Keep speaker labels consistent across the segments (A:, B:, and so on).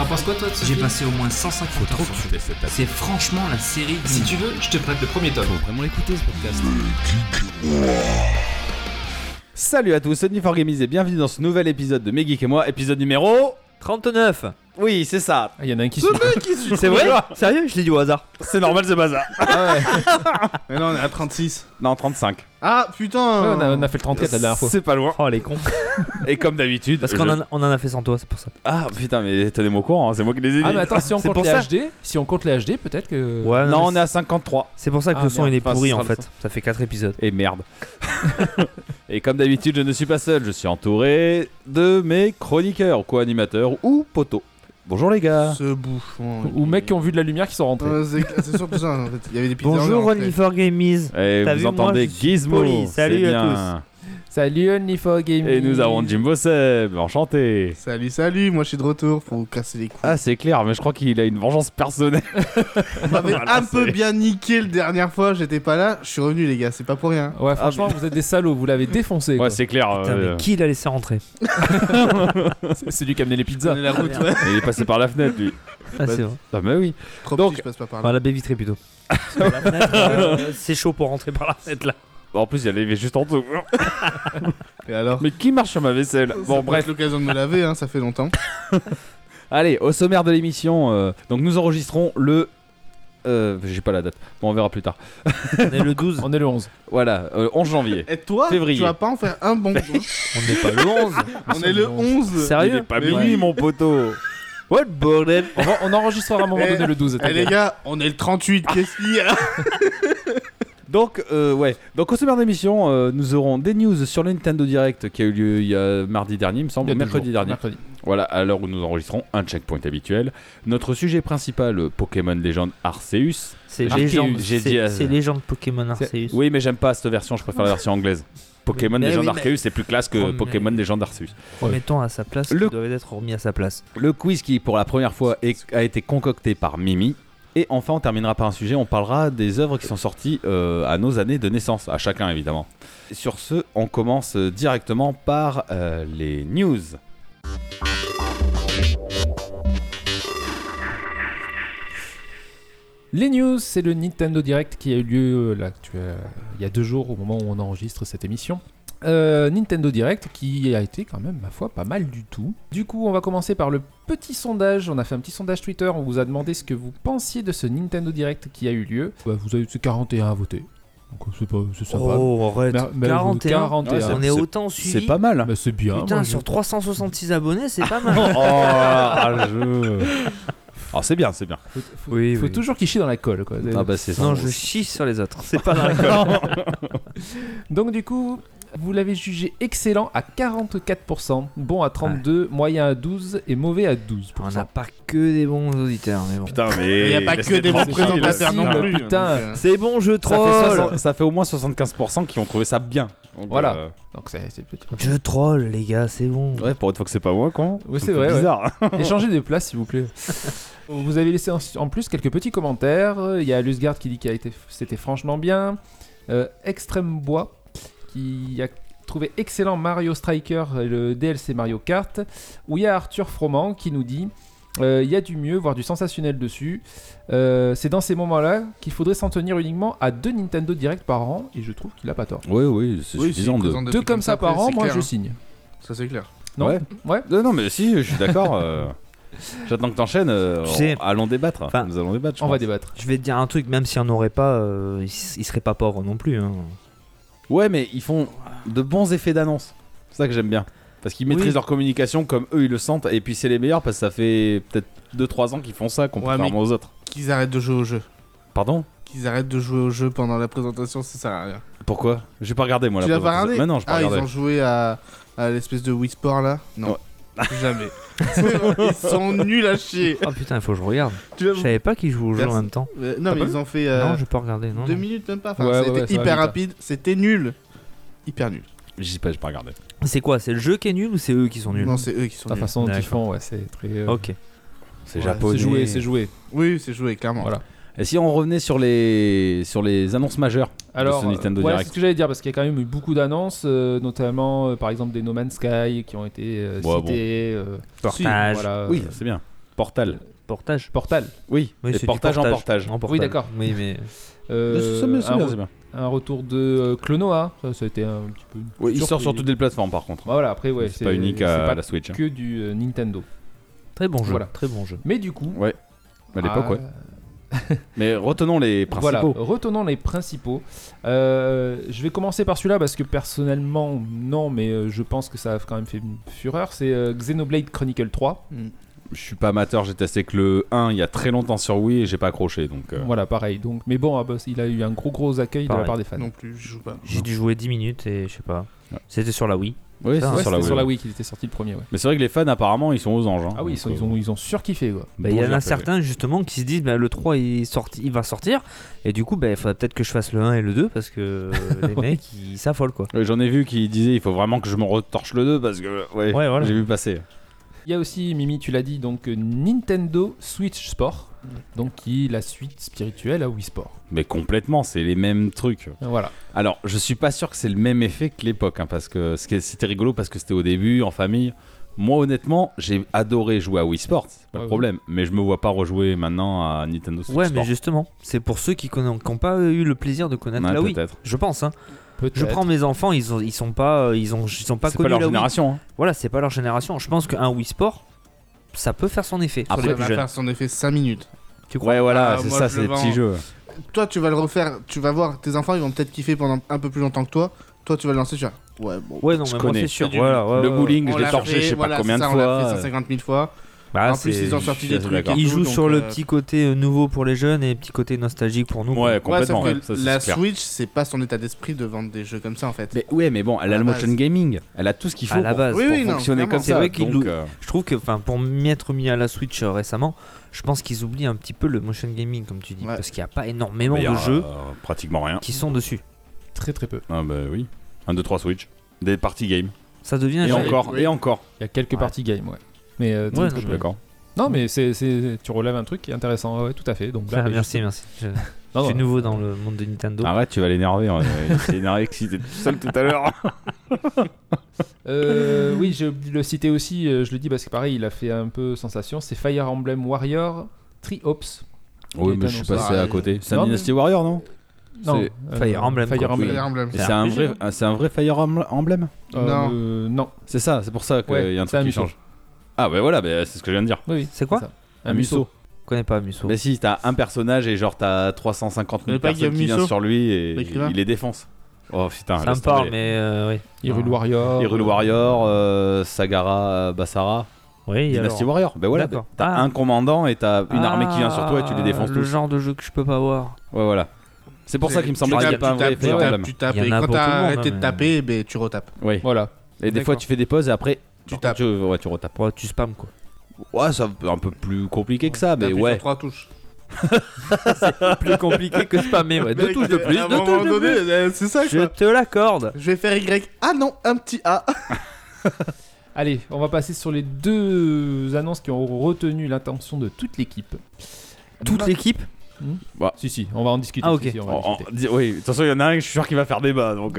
A: T'en penses quoi toi de ce
B: J'ai
A: film?
B: passé au moins 150 heures sur ce film. C'est franchement la série.
A: Si tu veux, je te prête le premier tome.
B: Faut vraiment l'écouter ce podcast.
C: Salut à tous, c'est Niforgamies et bienvenue dans ce nouvel épisode de Mes Geeks et moi, épisode numéro
D: 39.
C: Oui, c'est ça.
A: Il y en a un qui suit.
D: C'est vrai? Sérieux? Je l'ai dit au hasard.
C: C'est normal, c'est bazar.
E: Mais non, on est à 36.
C: Non, 35.
E: Ah putain.
A: Ouais, on a fait le 34 la dernière fois.
C: C'est pas loin.
D: Oh les cons.
C: Et comme d'habitude.
D: Parce qu'on on en a fait sans toi, c'est pour ça.
C: Ah putain, mais tenez-moi au courant, hein, c'est moi qui les ai dit.
A: Ah mais attends, si on
D: C'est
A: compte
D: pour
A: les
D: ça.
A: HD, peut-être que...
D: Ouais,
C: Non,
D: mais
C: on est à 53.
D: c'est pour ça que
A: Ah,
D: le son
A: merde.
D: il est
C: Enfin,
D: pourri
C: ce
D: en
C: sera le
D: fait. Ça fait 4 épisodes.
C: Et merde. Et comme d'habitude, je ne suis pas seul, je suis entouré de mes chroniqueurs, co-animateurs ou potos. Bonjour les gars.
E: Ce bouffon.
A: Ou mecs qui ont vu de la lumière qui sont rentrés.
E: C'est surtout ça en fait. Il y avait des pizzas.
D: Bonjour Only4Gamies.
C: Et
D: T'as
C: vous
D: vu, moi,
C: entendez
D: je suis
C: Gizmo.
D: poli. Salut
C: c'est
D: à
C: bien.
A: Salut Only4Gaming.
C: Et nous avons Jimbo Seb, enchanté.
E: Salut, moi je suis de retour. Faut vous casser les couilles.
C: Ah c'est clair, mais je crois qu'il a une vengeance personnelle.
E: On m'avait
C: Voilà,
E: un peu
C: c'est-
E: bien niqué la dernière fois, j'étais pas là. Je suis revenu les gars, c'est pas pour rien.
A: Ouais, franchement, vous êtes des salauds, vous l'avez défoncé. quoi.
C: Ouais c'est clair.
D: Putain, mais qui l'a laissé rentrer?
A: C'est lui qui a amené les pizzas.
E: Prenez la route,
D: Ah,
E: ouais.
C: Il est passé par la fenêtre lui.
D: Ah, c'est vrai.
C: Ah bah oui.
E: Trop
C: Donc-
E: petit, je passe pas par
D: Enfin,
E: là.
D: la baie vitrée plutôt. La fenêtre, c'est chaud pour rentrer par la fenêtre là.
C: En plus il y avait juste en dessous.
E: Et alors
C: Mais qui marche sur ma vaisselle?
E: Ça
C: Bon
E: pourrait
C: bref.
E: être l'occasion de me laver, hein, ça fait longtemps.
C: Allez, au sommaire de l'émission, donc nous enregistrons le... j'ai pas la date. Bon on verra plus tard.
D: On est le 12.
A: On est le 11.
C: Voilà, 11 janvier.
E: Et toi,
C: Février.
E: tu vas pas en faire un bon.
D: On n'est pas le 11.
E: On est le 11.
C: Il est
D: Sérieux?
C: pas
E: Mais
C: minuit
E: oui.
C: mon poteau.
D: What bordel?
A: On enregistrera à un moment
E: Eh,
A: donné le 12.
E: Eh les gars, on est le 38, qu'est-ce qu'il y a?
C: Donc, ouais. Donc, au sommaire de l'émission, nous aurons des news sur le Nintendo Direct qui a eu lieu il y a mardi dernier, il me semble,
A: Il y a deux
C: mercredi
A: jours.
C: dernier.
A: Mercredi.
C: Voilà, à l'heure où nous enregistrons, un checkpoint habituel. Notre sujet principal, Pokémon Legend Arceus.
D: C'est
A: Arceus.
D: légende.
C: J'ai dit,
D: C'est légende Pokémon Arceus.
C: Oui, mais j'aime pas cette version, je préfère la version anglaise. Pokémon
D: Mais
C: Legend
D: oui, mais-
C: Arceus, c'est plus classe que
D: Oh, mais-
C: Pokémon Legend Arceus.
D: Mettons à sa place,
C: Le-
D: il doit être remis à sa place.
C: Le quiz qui, pour la première fois, a été concocté par Mimi. Et enfin, on terminera par un sujet, on parlera des œuvres qui sont sorties à nos années de naissance, à chacun évidemment. Et sur ce, on commence directement par les news.
A: Les news, c'est le Nintendo Direct qui a eu lieu il y a 2 jours au moment où on enregistre cette émission. Nintendo Direct qui a été quand même, ma foi, pas mal du tout. Du coup, on va commencer par le petit sondage. On a fait un petit sondage Twitter, on vous a demandé ce que vous pensiez de ce Nintendo Direct qui a eu lieu. Bah, vous avez 41 à voter. Donc c'est sympa.
D: Oh, arrête.
A: Mais
D: 41.
A: 41.
C: Ouais,
D: On est autant suivi.
C: C'est pas mal.
A: Bah, c'est bien.
D: Putain,
A: moi,
D: sur 366 abonnés, c'est pas mal.
C: Alors c'est bien, c'est bien.
D: Oui,
A: faut
D: oui.
A: toujours qu'il chie dans la colle, quoi.
C: Ah bah c'est ça.
D: Non, je chie sur les autres. C'est pas dans la colle.
A: Donc du coup, vous l'avez jugé excellent à 44%, bon à 32%, moyen à 12% et mauvais à 12%.
D: On n'a pas que des bons auditeurs, mais bon.
C: Putain mais...
E: Il y a pas que des bons présentateurs non plus.
A: Putain.
E: donc,
D: C'est bon, je
C: Ça fait,
D: troll.
C: ça fait au moins 75% qui ont trouvé ça bien. Donc,
A: Voilà. Donc c'est petit.
D: Je troll, les gars, c'est bon.
C: Ouais, pour une fois que c'est pas moi, quoi.
A: Oui,
C: Ça
A: c'est
C: me
A: vrai,
C: fait
A: ouais.
C: bizarre.
A: Échangez de place s'il vous plaît. Vous avez laissé en plus quelques petits commentaires. Il y a Lusgard qui dit c'était franchement bien. Extrême Bois qui a trouvé excellent Mario Striker et le DLC Mario Kart. Ou il y a Arthur Froment qui nous dit il y a du mieux, voire du sensationnel dessus. C'est dans ces moments-là qu'il faudrait s'en tenir uniquement à 2 Nintendo Direct par an. Et je trouve qu'il a pas tort.
C: Oui, c'est
E: Oui,
C: suffisant
E: s'il
C: de...
E: présente des
A: 2
E: trucs
A: comme ça par an,
E: c'est
A: moi
E: clair,
A: je
E: hein.
A: signe.
E: Ça c'est clair.
A: Non
C: Ouais.
A: Ouais.
C: Non, mais si, je suis d'accord. J'attends que t'enchaînes.
D: Tu sais,
C: allons débattre.
D: enfin,
C: Nous allons débattre. je
A: On va
C: pense.
A: débattre.
D: Je vais te dire un truc, même s'il n'y en aurait pas, il serait pas pauvre non plus. Hein.
C: Ouais, mais ils font de bons effets d'annonce. C'est ça que j'aime bien. Parce qu'ils maîtrisent
D: Oui.
C: leur communication comme eux ils le sentent. Et puis c'est les meilleurs parce que ça fait peut-être 2-3 ans qu'ils font ça contrairement
E: mais-
C: aux autres.
E: Qu'ils arrêtent de jouer au jeu.
C: Pardon?
E: Qu'ils arrêtent de jouer au jeu pendant la présentation, ça sert à rien.
C: Pourquoi? J'ai pas regardé moi
E: Tu
C: la
E: l'as pas
C: présentation.
E: regardé?
C: Mais non, j'ai pas
E: Ah, ils
C: regardé.
E: ont joué à l'espèce de Wii Sport là? Non.
C: Ouais.
E: Jamais. Ils sont nuls à chier.
D: Oh putain, il faut que je regarde.
E: Tu vas
D: Je savais pas qu'ils jouent au jeu en
E: Personne.
D: même temps.
E: Non,
C: T'as
E: mais
C: pas
E: ils ont fait
D: Non, je vais pas regarder. Non,
E: 2
D: non.
E: minutes même pas. Enfin,
A: Ouais,
E: ça a
A: ouais,
E: été
A: ça va
E: hyper
A: vite, hein.
E: rapide. C'était nul. Hyper nul.
C: J'y pas, j'ai pas regardé.
D: C'est quoi? C'est le jeu qui est nul ou c'est eux qui sont nuls?
E: Non, c'est eux qui sont
A: La
E: nuls.
A: façon dont ils
D: D'accord.
A: font, ouais, c'est très.
D: Ok.
C: C'est
E: Ouais,
C: japonais.
A: C'est joué.
E: Oui, c'est joué, clairement.
A: Voilà.
C: Et si on revenait sur les annonces majeures
A: Alors,
C: de ce Nintendo
A: ouais, c'est
C: Direct?
A: ce que j'allais dire parce qu'il y a quand même eu beaucoup d'annonces, notamment par exemple des No Man's Sky qui ont été
C: Ouais,
A: cités.
D: Portage.
A: Voilà,
C: Oui, c'est bien. Portal.
A: Portal.
C: Oui,
D: Oui,
C: et
D: c'est
C: portage
D: du
C: en
D: portage.
C: portage.
A: Oui, d'accord.
D: Oui, mais
C: C'est bien, c'est bien.
A: Un retour de Clonoa. Ça a été un petit peu.
C: Oui, il sort sur
A: surprise.
C: toutes les plateformes par contre.
A: Voilà, après, ouais.
C: C'est pas unique à
A: pas
C: la Switch.
A: que du Nintendo.
D: très bon jeu.
A: Voilà.
D: Très bon jeu.
A: Mais du coup.
C: Ouais. À l'époque, ouais.
A: euh,
C: Mais retenons les
A: Voilà,
C: principaux.
A: retenons les principaux. Je vais commencer par celui-là parce que personnellement, non, mais je pense que ça a quand même fait une fureur. C'est Xenoblade Chronicle 3.
C: Je suis pas amateur, j'ai testé que le 1 il y a très longtemps sur Wii et j'ai pas accroché. Donc,
A: Voilà, pareil. Donc, mais bon, il a eu un gros accueil de la
D: Pareil.
A: part des fans.
E: Non plus, je joue pas.
D: J'ai dû jouer 10 minutes et je sais pas.
C: Ouais.
D: C'était sur la Wii.
C: Oui,
D: Ça,
C: c'est
A: Ouais,
C: sur la
A: c'était
C: Wii.
A: sur la Wii qu'il était sorti le premier. Ouais.
C: Mais c'est vrai que les fans apparemment ils sont aux anges. Hein.
A: Ah oui, ils ont surkiffé quoi.
D: Bah, il y
C: Bon
D: en a
C: JRPG.
D: certains justement qui se disent le 3 il va sortir et du coup il faudrait peut-être que je fasse le 1 et le 2 parce que les mecs ils s'affolent quoi.
C: Ouais, j'en ai vu qui disaient il faut vraiment que je me retorche le 2 parce que ouais,
D: voilà.
C: j'ai vu passer.
A: Il y a aussi, Mimi, tu l'as dit, donc Nintendo Switch Sport, donc qui est la suite spirituelle à Wii Sport.
C: Mais complètement, c'est les mêmes trucs.
A: Voilà.
C: Alors, je suis pas sûr que c'est le même effet que l'époque, hein, parce que c'était rigolo parce que c'était au début, en famille. Moi, honnêtement, j'ai adoré jouer à Wii Sports, c'est pas
A: Ouais,
C: le problème. Mais je me vois pas rejouer maintenant à Nintendo Switch
D: Ouais,
C: Sport.
D: mais justement, c'est pour ceux qui n'ont pas eu le plaisir de connaître
C: Ouais,
D: la Wii.
C: peut-être.
D: Je pense. Hein.
A: Peut-être.
D: Je prends mes enfants, ils sont pas
C: C'est
D: connu
C: pas leur
D: la Wii.
C: génération. Hein.
D: Voilà, c'est pas leur génération. Je pense qu'un Wii Sport, ça peut faire son effet.
C: Après,
D: sur les
E: Ça
D: plus
E: va
D: jeunes.
E: faire son effet 5 minutes.
D: Tu crois
C: Ouais, voilà,
E: Ah,
C: c'est
E: moi,
C: ça,
E: je
C: c'est
E: le
C: des petits
E: vends.
C: jeux.
E: Toi, tu vas le refaire, tu vas voir, tes enfants, ils vont peut-être kiffer pendant un peu plus longtemps que toi. Toi, tu vas le lancer, tu vas. Ouais, bon.
D: Ouais, non,
C: Je
D: mais moi
C: connais.
D: c'est sûr.
E: C'est du-
D: Voilà, ouais,
C: Le
D: ouais,
C: bowling,
E: On
C: je l'ai
E: l'a
C: torché,
E: fait,
C: je sais
E: voilà,
C: pas combien de
E: c'est ça, On l'a
C: fois.
E: fait 150 000 fois.
D: Bah,
E: En plus,
D: c'est-
E: ils ont sorti
C: je
E: des
C: suis
E: trucs.
C: d'accord.
E: et
D: Ils
E: tout,
D: jouent
E: donc,
D: sur le petit côté nouveau pour les jeunes et petit côté nostalgique pour nous.
C: Ouais,
E: Ouais,
C: complètement.
E: sauf que
C: ouais, ça, c'est
E: la
C: clair.
E: Switch, c'est pas son état d'esprit de vendre des jeux comme ça en fait.
C: Mais ouais, mais bon, elle a
E: À
C: le
E: la
C: motion
E: base.
C: gaming. Elle a tout ce qu'il faut
D: À la
C: pour,
D: base.
E: Oui,
C: pour
E: oui, non,
C: fonctionner
E: clairement.
C: comme
D: C'est
C: ça.
D: vrai qu'ils
C: donc,
D: louent. Je trouve que pour m'y être mis à la Switch récemment, je pense qu'ils oublient un petit peu le motion gaming comme tu dis
E: Ouais.
D: parce qu'il n'y a pas énormément
C: il y a,
D: de jeux
C: pratiquement rien.
D: qui sont dessus.
A: Très peu.
C: Ah bah oui. 1, 2, 3 Switch. Des party games.
D: Ça devient
C: Et
D: jamais-
C: encore,
E: oui.
C: et encore.
A: Il y a quelques
D: Ouais.
A: parties game, ouais. Mais
D: Ouais,
A: très
D: non,
C: Je suis
A: peu.
C: d'accord.
A: Non, mais tu relèves un truc qui est intéressant. Ouais, tout à fait. Donc là,
D: Ah,
A: mais
D: merci. Je
A: Non,
D: suis
A: non.
D: nouveau dans le monde de Nintendo.
C: Arrête, tu vas l'énerver. Il s'est énervé que si t'étais tout seul tout à l'heure.
A: Oui, j'ai oublié de le citer aussi. Je le dis parce que pareil, il a fait un peu sensation. C'est Fire Emblem Warrior Triops.
C: Oui,
A: Il
C: mais
A: est
C: je suis
A: annoncé.
C: passé à côté. C'est un
A: Non,
C: Dynasty Warrior, non
A: Non,
D: Fire Emblem,
A: Fire
D: quoi.
A: Emblem.
E: Fire Emblem.
C: Et
D: C'est
C: c'est
D: un
C: un vrai Fire Emblem
E: Non.
A: Non.
C: C'est ça, c'est pour ça qu'il
A: Ouais,
C: y a un
A: c'est
C: truc
A: un
C: qui
A: Musso.
C: change. Ah, bah voilà, bah, c'est ce que je viens de dire.
A: Oui,
D: C'est quoi
A: ça.
C: Un Musso.
D: Je connais pas Musso.
C: Mais si, t'as un personnage et genre t'as 350 000
E: Mais pas
C: personnes
E: Guillaume
C: qui viennent
E: Musso,
C: sur lui et
E: l'écrivain.
C: il les défonce. Oh putain,
D: Ça me
C: laisse
D: parle,
C: tomber.
D: mais oui.
A: Hyrule Warrior.
C: Hyrule Warrior, Sagara, Bassara,
D: Oui,
C: Dynasty
D: alors.
C: Warrior. Ben voilà,
D: D'accord.
C: t'as
D: Ah.
C: un commandant et t'as une armée qui vient sur toi et tu les défonces
D: Le
C: tous.
D: genre de jeu que je peux pas voir.
C: Ouais, voilà. C'est pour ça qu'il me semblait
E: Tu
C: qu'il n'y
E: tapes,
C: avait pas un vrai
E: tu
C: Fire
E: tapes,
C: Emblem.
E: tu tapes,
D: Il y en
E: et
D: a
E: quand
D: pour tout
E: t'as
D: le monde,
E: arrêté
D: hein,
E: de
D: mais-
E: taper, ben, tu retapes.
C: Oui.
A: Voilà.
C: Et des fois
E: D'accord.
C: tu fais des pauses et après
E: Tu tapes.
C: tu retapes.
D: Ouais, tu spams quoi.
C: Ouais, c'est un peu plus compliqué que ça, mais
E: T'appuies
C: ouais.
E: sur 3 touches.
D: Plus compliqué que spammer, ouais. Deux
E: Mec,
D: touches de plus,
E: à un
D: deux
E: moment
D: touches de
E: donné,
D: plus.
E: c'est ça
D: Je
E: quoi.
D: te l'accorde.
E: Je vais faire Y. Ah non, un petit A.
A: Allez, on va passer sur les deux annonces qui ont retenu l'attention de toute l'équipe.
D: Toute l'équipe.
A: Si, on va en discuter.
D: Ah, ok.
A: Si, on va en discuter.
C: Oui, de toute façon, il y en a un, je suis sûr qu'il va faire débat. Donc,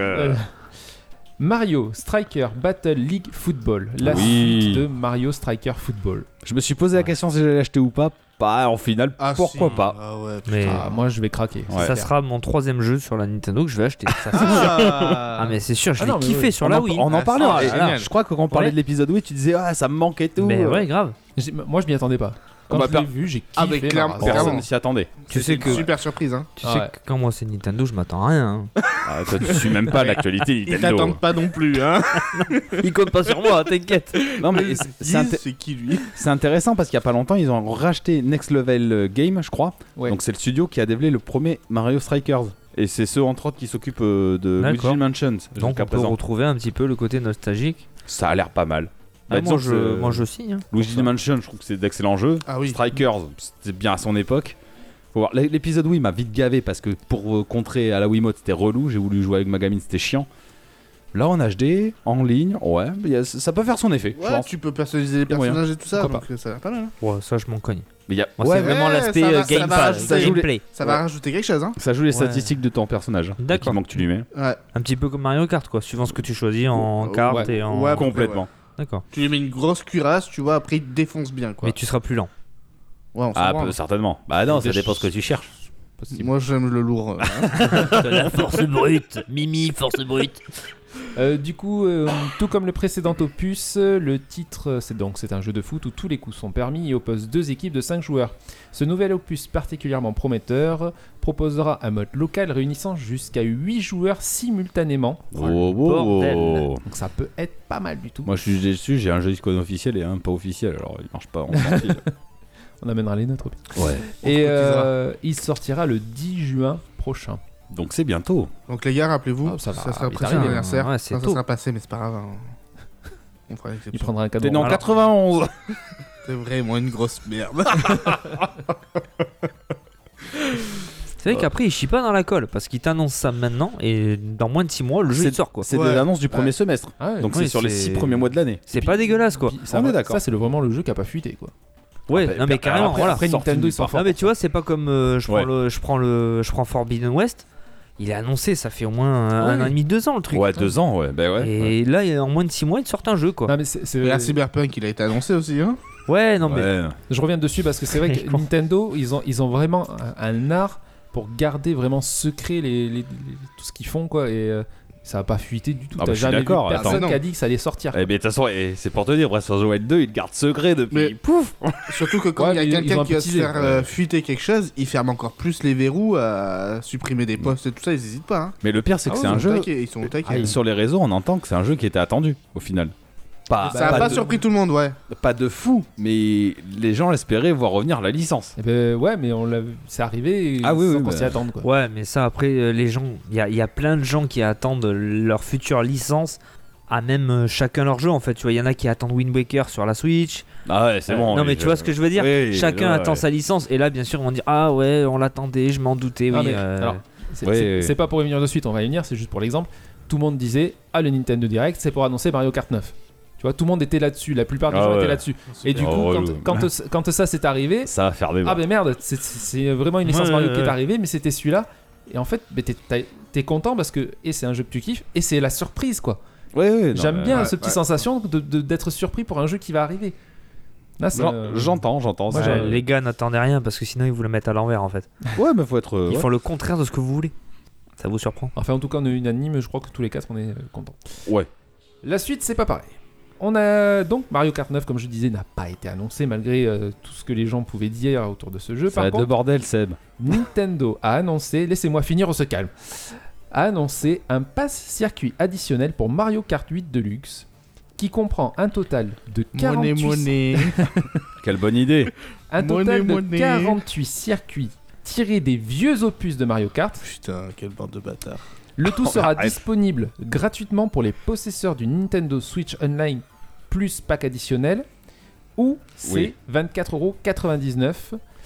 A: Mario Striker Battle League Football, la
C: Oui.
A: suite de Mario Striker Football.
C: je me suis posé la question si j'allais l'acheter ou pas. Pas en finale, pourquoi pas.
E: Ah ouais,
D: Mais
A: Ah, moi je vais craquer.
C: Ouais.
D: ça sera mon 3ème jeu sur la Nintendo que je vais acheter. Ça, c'est sûr.
E: Ah,
D: Ah mais c'est sûr, je
A: Ah
D: l'ai
A: non, mais
D: kiffé
A: oui.
D: sur la Wii.
C: On en parlait.
E: Ah,
C: et-
E: génial.
C: je crois que quand on parlait
D: Ouais.
C: de l'épisode Wii, tu disais ah ça me manque et tout.
D: Mais ouais, grave.
A: Moi je m'y attendais pas. Quand
C: bah,
A: je l'ai vu, j'ai kiffé.
E: Ah, mais clairement,
A: ma race.
E: clairement.
C: Personne s'y attendait.
D: Tu
E: c'est
D: sais
E: une
D: que
E: super surprise hein.
D: tu
A: Ah
D: sais
A: ouais.
D: que quand moi c'est Nintendo, je m'attends à rien. hein.
C: Ah, toi, tu suis même pas l'actualité
E: Ils
C: Nintendo.
E: t'attendent pas non plus hein.
D: Il compte pas sur moi, t'inquiète.
C: Non mais
E: Ils
C: c'est
E: disent,
C: inté-
E: c'est qui lui?
C: c'est intéressant parce qu'il y a pas longtemps ils ont racheté Next Level Game, je crois.
A: Ouais.
C: Donc c'est le studio qui a développé le premier Mario Strikers. Et c'est ceux entre autres qui s'occupent de
D: D'accord.
C: Luigi Mansion
D: Donc
C: jusqu'à
D: on peut
C: présent.
D: retrouver un petit peu le côté nostalgique.
C: Ça a l'air pas mal.
D: Ah,
C: disons
D: moi,
C: que
D: moi je signe. hein.
C: Luigi Mansion, je trouve que c'est d'excellents jeux.
E: Ah oui.
C: Strikers, c'était bien à son époque. Faut voir. L'épisode Wii m'a vite gavé parce que pour contrer à la Wiimote c'était relou. J'ai voulu jouer avec ma gamine, c'était chiant. Là en HD, en ligne, ouais, ça peut faire son effet. je
E: Ouais,
C: pense.
E: tu peux personnaliser les
C: Y a moyen.
E: personnages et tout ça,
A: Pourquoi
E: donc ça va pas mal. hein.
D: Ouais, ça je m'en cogne.
C: Mais il y a,
D: Moi
C: ouais,
D: c'est vraiment
E: ouais,
D: l'aspect
E: ça va- ça
D: Game
E: va
D: Pass,
E: rajouter-
D: gameplay.
E: Ça va rajouter quelque chose hein.
C: ça joue les
D: Ouais.
C: statistiques de ton personnage.
D: D'accord.
C: L'équipement que tu lui mets.
E: Ouais.
D: Un petit peu comme Mario Kart quoi, suivant ce que tu choisis en
E: Ouais,
D: carte et en.
E: ouais.
C: Complètement.
D: D'accord.
E: Tu lui mets une grosse cuirasse, tu vois, après il te défonce bien quoi.
D: Mais tu seras plus lent.
E: Ouais, on s'en
C: Ah,
E: branle.
C: certainement. Bah non, ça
A: Des
C: dépend ce que tu cherches.
E: Moi, j'aime le lourd.
D: De la force brute. Mimi, force brute.
A: Du coup, tout comme le précédent opus, le titre, c'est un jeu de foot où tous les coups sont permis et oppose 2 équipes de 5 joueurs. Ce nouvel opus particulièrement prometteur proposera un mode local réunissant jusqu'à 8 joueurs simultanément.
D: bordel.
A: Donc ça peut être pas mal du tout.
C: Moi, je suis déçu, j'ai un jeu Discord officiel et un pas officiel, alors il marche pas en sortie.
A: On amènera les nôtres.
C: Ouais.
A: Et il sortira le 10 juin prochain.
C: Donc c'est bientôt.
E: Donc, les gars, rappelez-vous,
A: Ah, ça va,
E: sera
A: il
E: après
A: arrive,
E: son anniversaire.
D: ouais, c'est
E: Ça
D: tôt.
E: sera passé, mais c'est pas grave. On fera
A: Il
E: l'exception.
A: prendra un cadeau.
C: T'es né en
A: Alors,
C: 91.
E: C'est vraiment une grosse merde.
D: C'est vrai qu'après, il chie pas dans la colle parce qu'il t'annonce ça maintenant et dans moins de 6 mois, le jeu il sort quoi.
C: C'est
E: Ouais.
C: des annonces du premier
E: Ouais.
C: semestre.
A: Ah ouais.
C: Donc
D: Oui,
C: c'est sur les
D: c'est-
C: 6 premiers mois de l'année.
D: C'est pas dégueulasse quoi.
A: Puis ça,
C: On est d'accord.
A: Ça, c'est vraiment le jeu qui a pas fuité, quoi.
D: Ouais,
C: Après-
D: non mais carrément,
C: après-
D: voilà.
A: Après,
C: sorti
A: Nintendo,
C: nulle
A: ils sont
C: part.
A: forts.
D: Ah mais tu vois, c'est pas comme
C: Ouais.
D: je prends Forbidden West. Il est annoncé, ça fait au moins un
A: Ouais.
D: an et demi, 2 ans le truc.
C: Ouais, 2 ans, ouais. Bah ouais.
D: Et là, en moins de 6 mois, ils te sortent un jeu quoi.
A: Non, mais c'est-
E: Et la Cyberpunk, il a été annoncé aussi. Hein.
D: Ouais, non mais.
C: Ouais.
A: Je reviens dessus parce que c'est vrai que
D: Bon.
A: Nintendo, ils ont vraiment un art pour garder vraiment secret tout ce qu'ils font, quoi. Et ça va pas fuiter du tout.
C: Ah bah,
A: T'as
C: je suis
A: jamais vu
C: d'accord,
A: personne
E: attends.
A: qui a dit que ça allait sortir.
C: Eh ben de toute façon, c'est pour te dire, Breath of the Wild 2, il garde secret depuis.
E: Mais-
C: Pouf.
E: Surtout que quand
A: Ouais,
E: il y a
A: mais ils
E: quelqu'un
A: ont
E: qui va se
A: teasé,
E: faire
A: ouais.
E: fuiter quelque chose, il ferme encore plus les verrous à supprimer des postes et tout ça, ils hésitent pas. Hein.
C: Mais le pire, c'est que
E: Ah
C: c'est
E: ouais,
C: un
E: ils sont
C: jeu.
E: taqués, ils sont au taquet.
C: Sur les réseaux, on entend que c'est un jeu qui était attendu au final.
E: Ça a pas
C: de,
E: surpris tout le monde, ouais.
C: pas de fou, mais les gens espéraient voir revenir la licence.
A: Eh ben ouais, mais c'est arrivé
C: Ah oui,
A: sans
C: oui,
A: qu'on
C: bah.
A: s'y attende, quoi.
D: Ouais, mais ça après, les gens, il y a plein de gens qui attendent leur future licence à même chacun leur jeu en fait. Tu vois, il y en a qui attendent Wind Waker sur la Switch.
C: Ah ouais, c'est bon.
D: non, mais tu vois ce que je veux dire.
C: Oui,
D: Chacun
C: ouais,
D: attend
C: ouais.
D: sa licence et là, bien sûr, on va dire ah ouais, on l'attendait, je m'en doutais,
A: Ah,
D: oui.
A: mais, alors, c'est
C: Ouais,
A: c'est-
C: ouais.
A: c'est pas pour y venir de suite, on va y venir, c'est juste pour l'exemple. Tout le monde disait, ah, le Nintendo Direct, c'est pour annoncer Mario Kart 9. Tu vois, tout le monde était là-dessus, la plupart des
C: Ah
A: gens
C: ouais.
A: étaient là-dessus. Et du
C: Oh,
A: coup,
C: relou.
A: quand ça s'est arrivé,
C: Ça va faire des
A: ah ben merde, c'est vraiment une licence
D: Ouais,
A: Mario qui est
D: ouais.
A: arrivée, mais c'était celui-là. Et en fait, ben, t'es content parce que et c'est un jeu que tu kiffes, et c'est la surprise, quoi.
C: Ouais, ouais, non,
A: J'aime
C: mais-
A: bien
E: ouais,
A: ce petit
E: ouais.
A: sensation d'être surpris pour un jeu qui va arriver. Là, c'est,
C: J'entends.
A: Moi,
D: Ouais,
A: j'ai-
D: les gars n'attendaient rien parce que sinon ils vous le mettent à l'envers en fait.
C: Ouais, mais faut être.
D: Ils
C: ouais.
D: font le contraire de ce que vous voulez. Ça vous surprend.
A: Enfin, en tout cas, on est unanime, je crois que tous les 4, on est contents.
C: Ouais.
A: La suite, c'est pas pareil. On a donc Mario Kart 9, comme je disais, n'a pas été annoncé malgré tout ce que les gens pouvaient dire autour de ce jeu.
C: Ça va
A: Par
C: être de
A: contre,
C: bordel, Seb.
A: Nintendo a annoncé, laissez-moi finir, on se calme, a annoncé un pass-circuit additionnel pour Mario Kart 8 Deluxe qui comprend un total de 48,
E: Monnaie.
C: Quelle bonne idée.
A: un total de
E: Monnaie.
A: 48 circuits tirés des vieux opus de Mario Kart.
E: Putain, quelle bande de bâtards.
A: Le tout sera
C: arrête.
A: disponible gratuitement pour les possesseurs du Nintendo Switch Online plus pack additionnel ou c'est
C: Oui.
A: 24,99€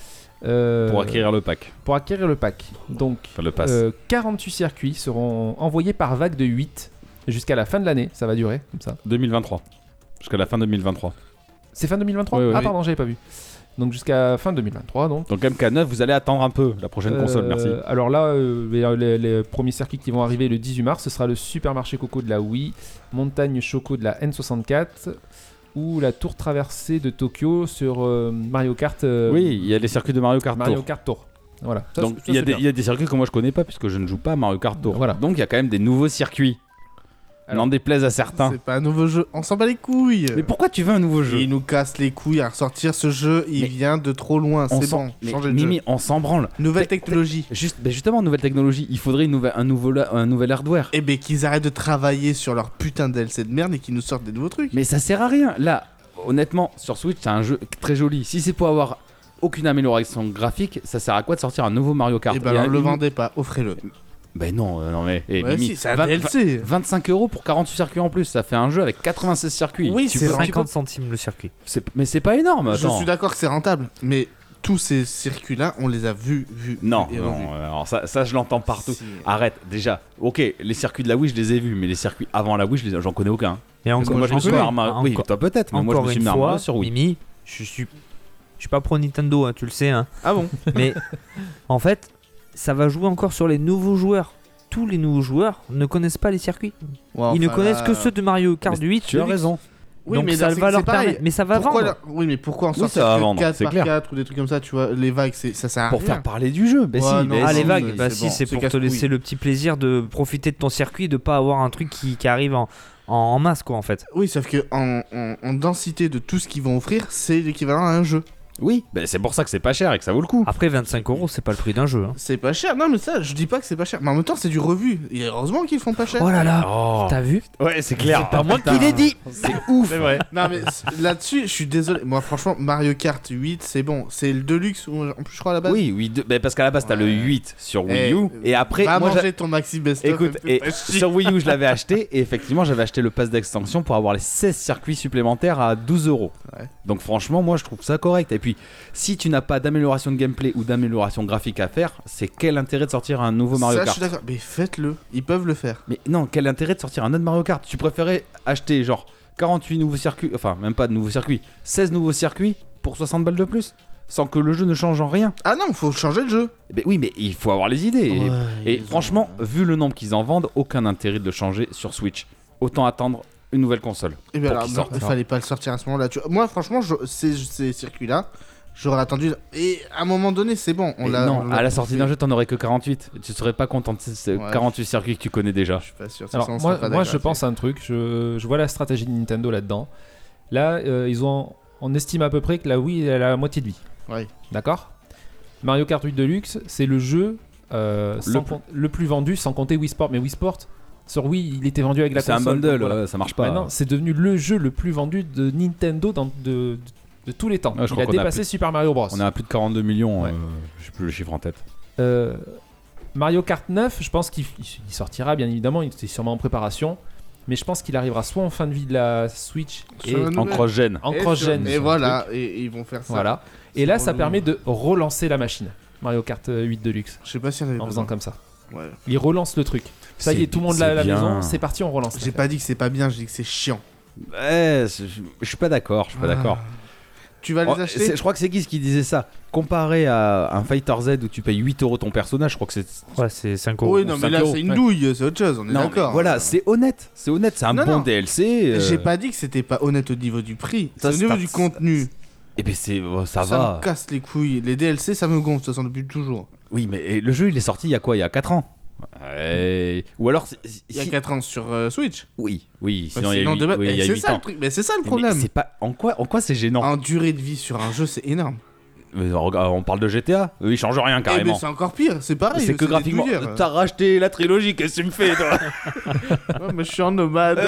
C: Pour acquérir le pack.
A: pour acquérir le pack. Donc
C: Enfin, le pass.
A: 48 circuits seront envoyés par vague de 8 jusqu'à la fin de l'année, ça va durer comme ça.
C: 2023. Jusqu'à la fin 2023.
A: C'est fin 2023
C: Oui, oui,
A: Ah
C: oui.
A: pardon, j'avais pas vu. Donc jusqu'à fin 2023 donc.
C: Donc MK9, vous allez attendre un peu la prochaine console, merci.
A: Alors là, les premiers circuits qui vont arriver le 18 mars, ce sera le Supermarché Coco de la Wii, Montagne Choco de la N64 ou la Tour Traversée de Tokyo sur Mario Kart.
C: Oui, il y a les circuits de Mario Kart
A: Mario
C: Tour.
A: Kart Tour. Voilà. Ça,
C: Donc
A: ça,
C: il y a
A: c'est
C: des-
A: bien.
C: il y a des circuits que moi je connais pas puisque je ne joue pas à Mario Kart Tour.
A: Voilà.
C: Donc il y a quand même des nouveaux circuits.
A: Alors-
C: N'en déplaise à certains.
E: C'est pas un nouveau jeu. On s'en bat les couilles.
C: Mais pourquoi tu veux un nouveau jeu
E: Il nous casse les couilles à ressortir ce jeu. Il
C: Mais-
E: vient de trop loin.
C: On
E: C'est
C: s'en-
E: bon.
C: mais
E: Changez de
C: Mimi,
E: jeu.
C: on s'en branle.
E: Nouvelle
C: Mais-
E: technologie.
C: Justement, nouvelle technologie. Il faudrait un nouvel hardware.
E: Eh ben qu'ils arrêtent de travailler sur leur putain DLC de merde et qu'ils nous sortent des nouveaux trucs.
C: Mais ça sert à rien. Là, honnêtement, sur Switch, c'est un jeu très joli. Si c'est pour avoir aucune amélioration graphique, ça sert à quoi de sortir un nouveau Mario Kart
E: Eh ben
C: Et
E: alors,
C: un-
E: le vendez pas, offrez-le.
C: Ben non, non mais.
E: Ouais,
C: Mimi,
E: si, c'est un
C: 20
E: DLC.
C: 25€ pour 48 circuits en plus, ça fait un jeu avec 96 circuits.
E: Oui,
C: Tu
E: c'est
C: peux-
E: vrai.
D: 50 centimes le circuit.
C: Mais c'est pas énorme.
E: Je
C: attends.
E: suis d'accord que c'est rentable, mais tous ces circuits-là, on les a vus.
C: Non,
E: et
C: non,
E: revus.
C: alors ça je l'entends partout.
E: Si.
C: Arrête, déjà. Ok, les circuits de la Wii, je les ai vus, mais les circuits avant la Wii, j'en connais aucun.
D: Et
C: Parce que moi, je me suis mis à Mario. Oui, toi peut-être, mais moi, je me suis mis à
D: fois,
C: Mario sur Wii.
D: Mimi, je suis pas pro Nintendo, hein, tu le sais. Hein.
E: Ah bon?
D: Mais en fait, ça va jouer encore sur les nouveaux joueurs. Tous les nouveaux joueurs ne connaissent pas les circuits.
E: Ouais,
D: Ils ne
E: enfin,
D: connaissent
E: là,
D: que ceux de Mario Kart
C: Mais
D: 8.
C: Tu as raison.
E: Oui,
D: Donc
E: mais
D: ça
E: c'est
D: va leur
E: pareil.
D: permettre. Mais ça va
E: Pourquoi
D: vendre.
E: Oui, mais pourquoi en
C: Oui,
E: sortir
C: ça va
E: que
C: vendre,
E: 4
C: c'est
E: par
C: clair.
E: 4 ou des trucs comme ça, tu vois, les vagues, ça sert à
C: Pour
E: rien.
C: faire parler du jeu.
E: Ouais,
C: Si,
E: non,
C: mais
D: Ah, les
C: si.
D: vagues,
E: mais
D: bah
E: c'est
D: si,
E: bon,
D: c'est
E: c'est
D: pour te
E: casse-couille.
D: laisser le petit plaisir de profiter de ton circuit et de pas avoir un truc qui arrive en masse, quoi, en fait.
E: Oui, sauf que en densité de tout ce qu'ils vont offrir, c'est l'équivalent à un jeu.
C: Oui, ben c'est pour ça que c'est pas cher et que ça vaut le coup.
D: Après, 25€, c'est pas le prix d'un jeu. Hein.
E: C'est pas cher, non mais ça, je dis pas que c'est pas cher, mais en même temps c'est du revu. Et heureusement qu'ils le font pas cher.
D: Oh là là,
C: Oh.
D: t'as vu?
C: Ouais, c'est clair.
D: C'est pas moi qui l'ai dit.
C: C'est ouf.
A: C'est vrai.
E: Non mais là-dessus, je suis désolé. Moi franchement, Mario Kart 8, c'est bon. C'est le Deluxe, en plus je crois à la base.
C: Oui, oui, ben parce qu'à la base t'as le
E: Ouais.
C: 8 sur Wii
E: Eh,
C: U et après
E: va
C: moi
E: manger ton maxi best-of.
C: écoute,
E: me fais
C: et
E: pas chier.
C: sur Wii U je l'avais acheté et effectivement j'avais acheté le pass d'extension pour avoir les 16 circuits supplémentaires à 12€.
E: Ouais.
C: Donc franchement moi je trouve ça correct. Et puis si tu n'as pas d'amélioration de gameplay ou d'amélioration graphique à faire, c'est quel intérêt de sortir un nouveau Mario
E: Ça, je
C: Kart?
E: suis d'accord. Mais faites-le, ils peuvent le faire.
C: Mais non, quel intérêt de sortir un autre Mario Kart? Tu préférais acheter genre 48 nouveaux circuits, enfin même pas de nouveaux circuits, 16 nouveaux circuits pour 60 balles de plus sans que le jeu ne change en rien?
E: Ah non, faut changer le jeu.
C: Eh ben oui, mais il faut avoir les idées. Et
E: ils
C: franchement, vu le nombre qu'ils en vendent, aucun intérêt de le changer sur Switch. Autant attendre une nouvelle console.
E: Et bien
C: pour
E: alors,
C: qu'il
E: non,
C: sorte.
E: il fallait pas le sortir à ce moment-là. Tu vois. Moi franchement, ces circuits-là, j'aurais attendu. Et à un moment donné, c'est bon.
C: Et non, à la sortie d'un jeu, t'en aurais que 48. Tu serais pas content de ces
E: Ouais.
C: 48 circuits que tu connais déjà.
E: Je suis pas sûr. De toute
A: Alors
E: façon, on sera
A: moi,
E: pas
A: moi
E: d'accord
A: je pense à un truc, je vois la stratégie de Nintendo là-dedans. Là, on estime à peu près que la Wii elle a la moitié de vie.
E: Ouais.
A: D'accord. Mario Kart 8 Deluxe, c'est le jeu le plus vendu sans compter Wii Sport. Mais Wii Sport, sur Wii, il était vendu avec la
C: C'est un
A: console.
C: bundle,
A: donc voilà.
C: ça marche pas.
A: Maintenant, c'est devenu le jeu le plus vendu de Nintendo de tous les temps.
C: Ouais, je
A: Il
C: crois
A: a
C: qu'on a
A: dépassé
C: plus-
A: Super Mario Bros.
C: On est à plus de 42 millions,
A: Ouais.
C: je sais plus le chiffre en tête.
A: Mario Kart 9, je pense qu'il sortira bien évidemment, il était sûrement en préparation. Mais je pense qu'il arrivera soit en fin de vie de la Switch et
E: Sur la
C: En
E: nouvelle.
C: cross-gen.
A: en
E: Et
A: cross-gen.
E: Et
A: sur le
E: voilà,
A: truc.
E: et ils vont faire ça.
A: Voilà.
E: C'est
A: Et là, ça
E: relou.
A: permet de relancer la machine. Mario Kart 8 Deluxe.
E: Je sais pas si on avait
A: En
E: besoin.
A: faisant comme ça.
E: Ouais.
A: Il relance le truc. Ça y est, tout le monde l'a à la
C: c'est bien.
A: maison, c'est parti, on relance.
E: J'ai pas dit que c'est pas bien, j'ai dit que c'est chiant.
C: Ouais, je suis pas d'accord, je suis pas d'accord.
E: Tu vas
C: Oh,
E: les acheter
C: je crois que c'est Guise qui disait ça. Comparé à un Fighter Z où tu payes 8€ ton personnage, je crois que c'est.
D: Ouais, c'est 5€.
E: Oui, non, mais
C: 5
E: là,
C: euros.
E: c'est une
A: Ouais.
E: douille, c'est autre chose, on est
C: Non, mais
E: d'accord.
C: voilà, c'est honnête. C'est honnête, c'est un
E: Non,
C: bon
E: non.
C: DLC.
E: J'ai pas dit que c'était pas honnête au niveau du prix,
C: Ça,
E: c'est au niveau
C: c'est-
E: du contenu.
C: Et ben c'est ça
E: Ça
C: va.
E: me casse les couilles. Les DLC, ça me gonfle, de toute façon, depuis toujours.
C: Oui, mais le jeu il est sorti il y a quoi? Il y a 4 ans. Ou alors
E: Il y a 4 ans sur Switch.
C: Oui, oui,
E: Bah,
C: sinon il y a
E: sinon,
C: 8,
E: de base-
C: oui, il y a
E: c'est
C: 8
E: ça le
C: ans.
E: truc. Mais c'est ça le
C: Mais
E: problème.
C: c'est pas en quoi c'est gênant.
E: En durée de vie sur un jeu, c'est énorme.
C: Mais regarde, on parle de GTA, eux ils changent rien
E: Eh ben,
C: carrément.
E: c'est encore pire, c'est pareil.
C: C'est que
E: des
C: graphiquement.
E: douillères.
C: T'as racheté la trilogie, qu'est-ce que tu me fais toi?
E: Ouais, mais je suis en nomade.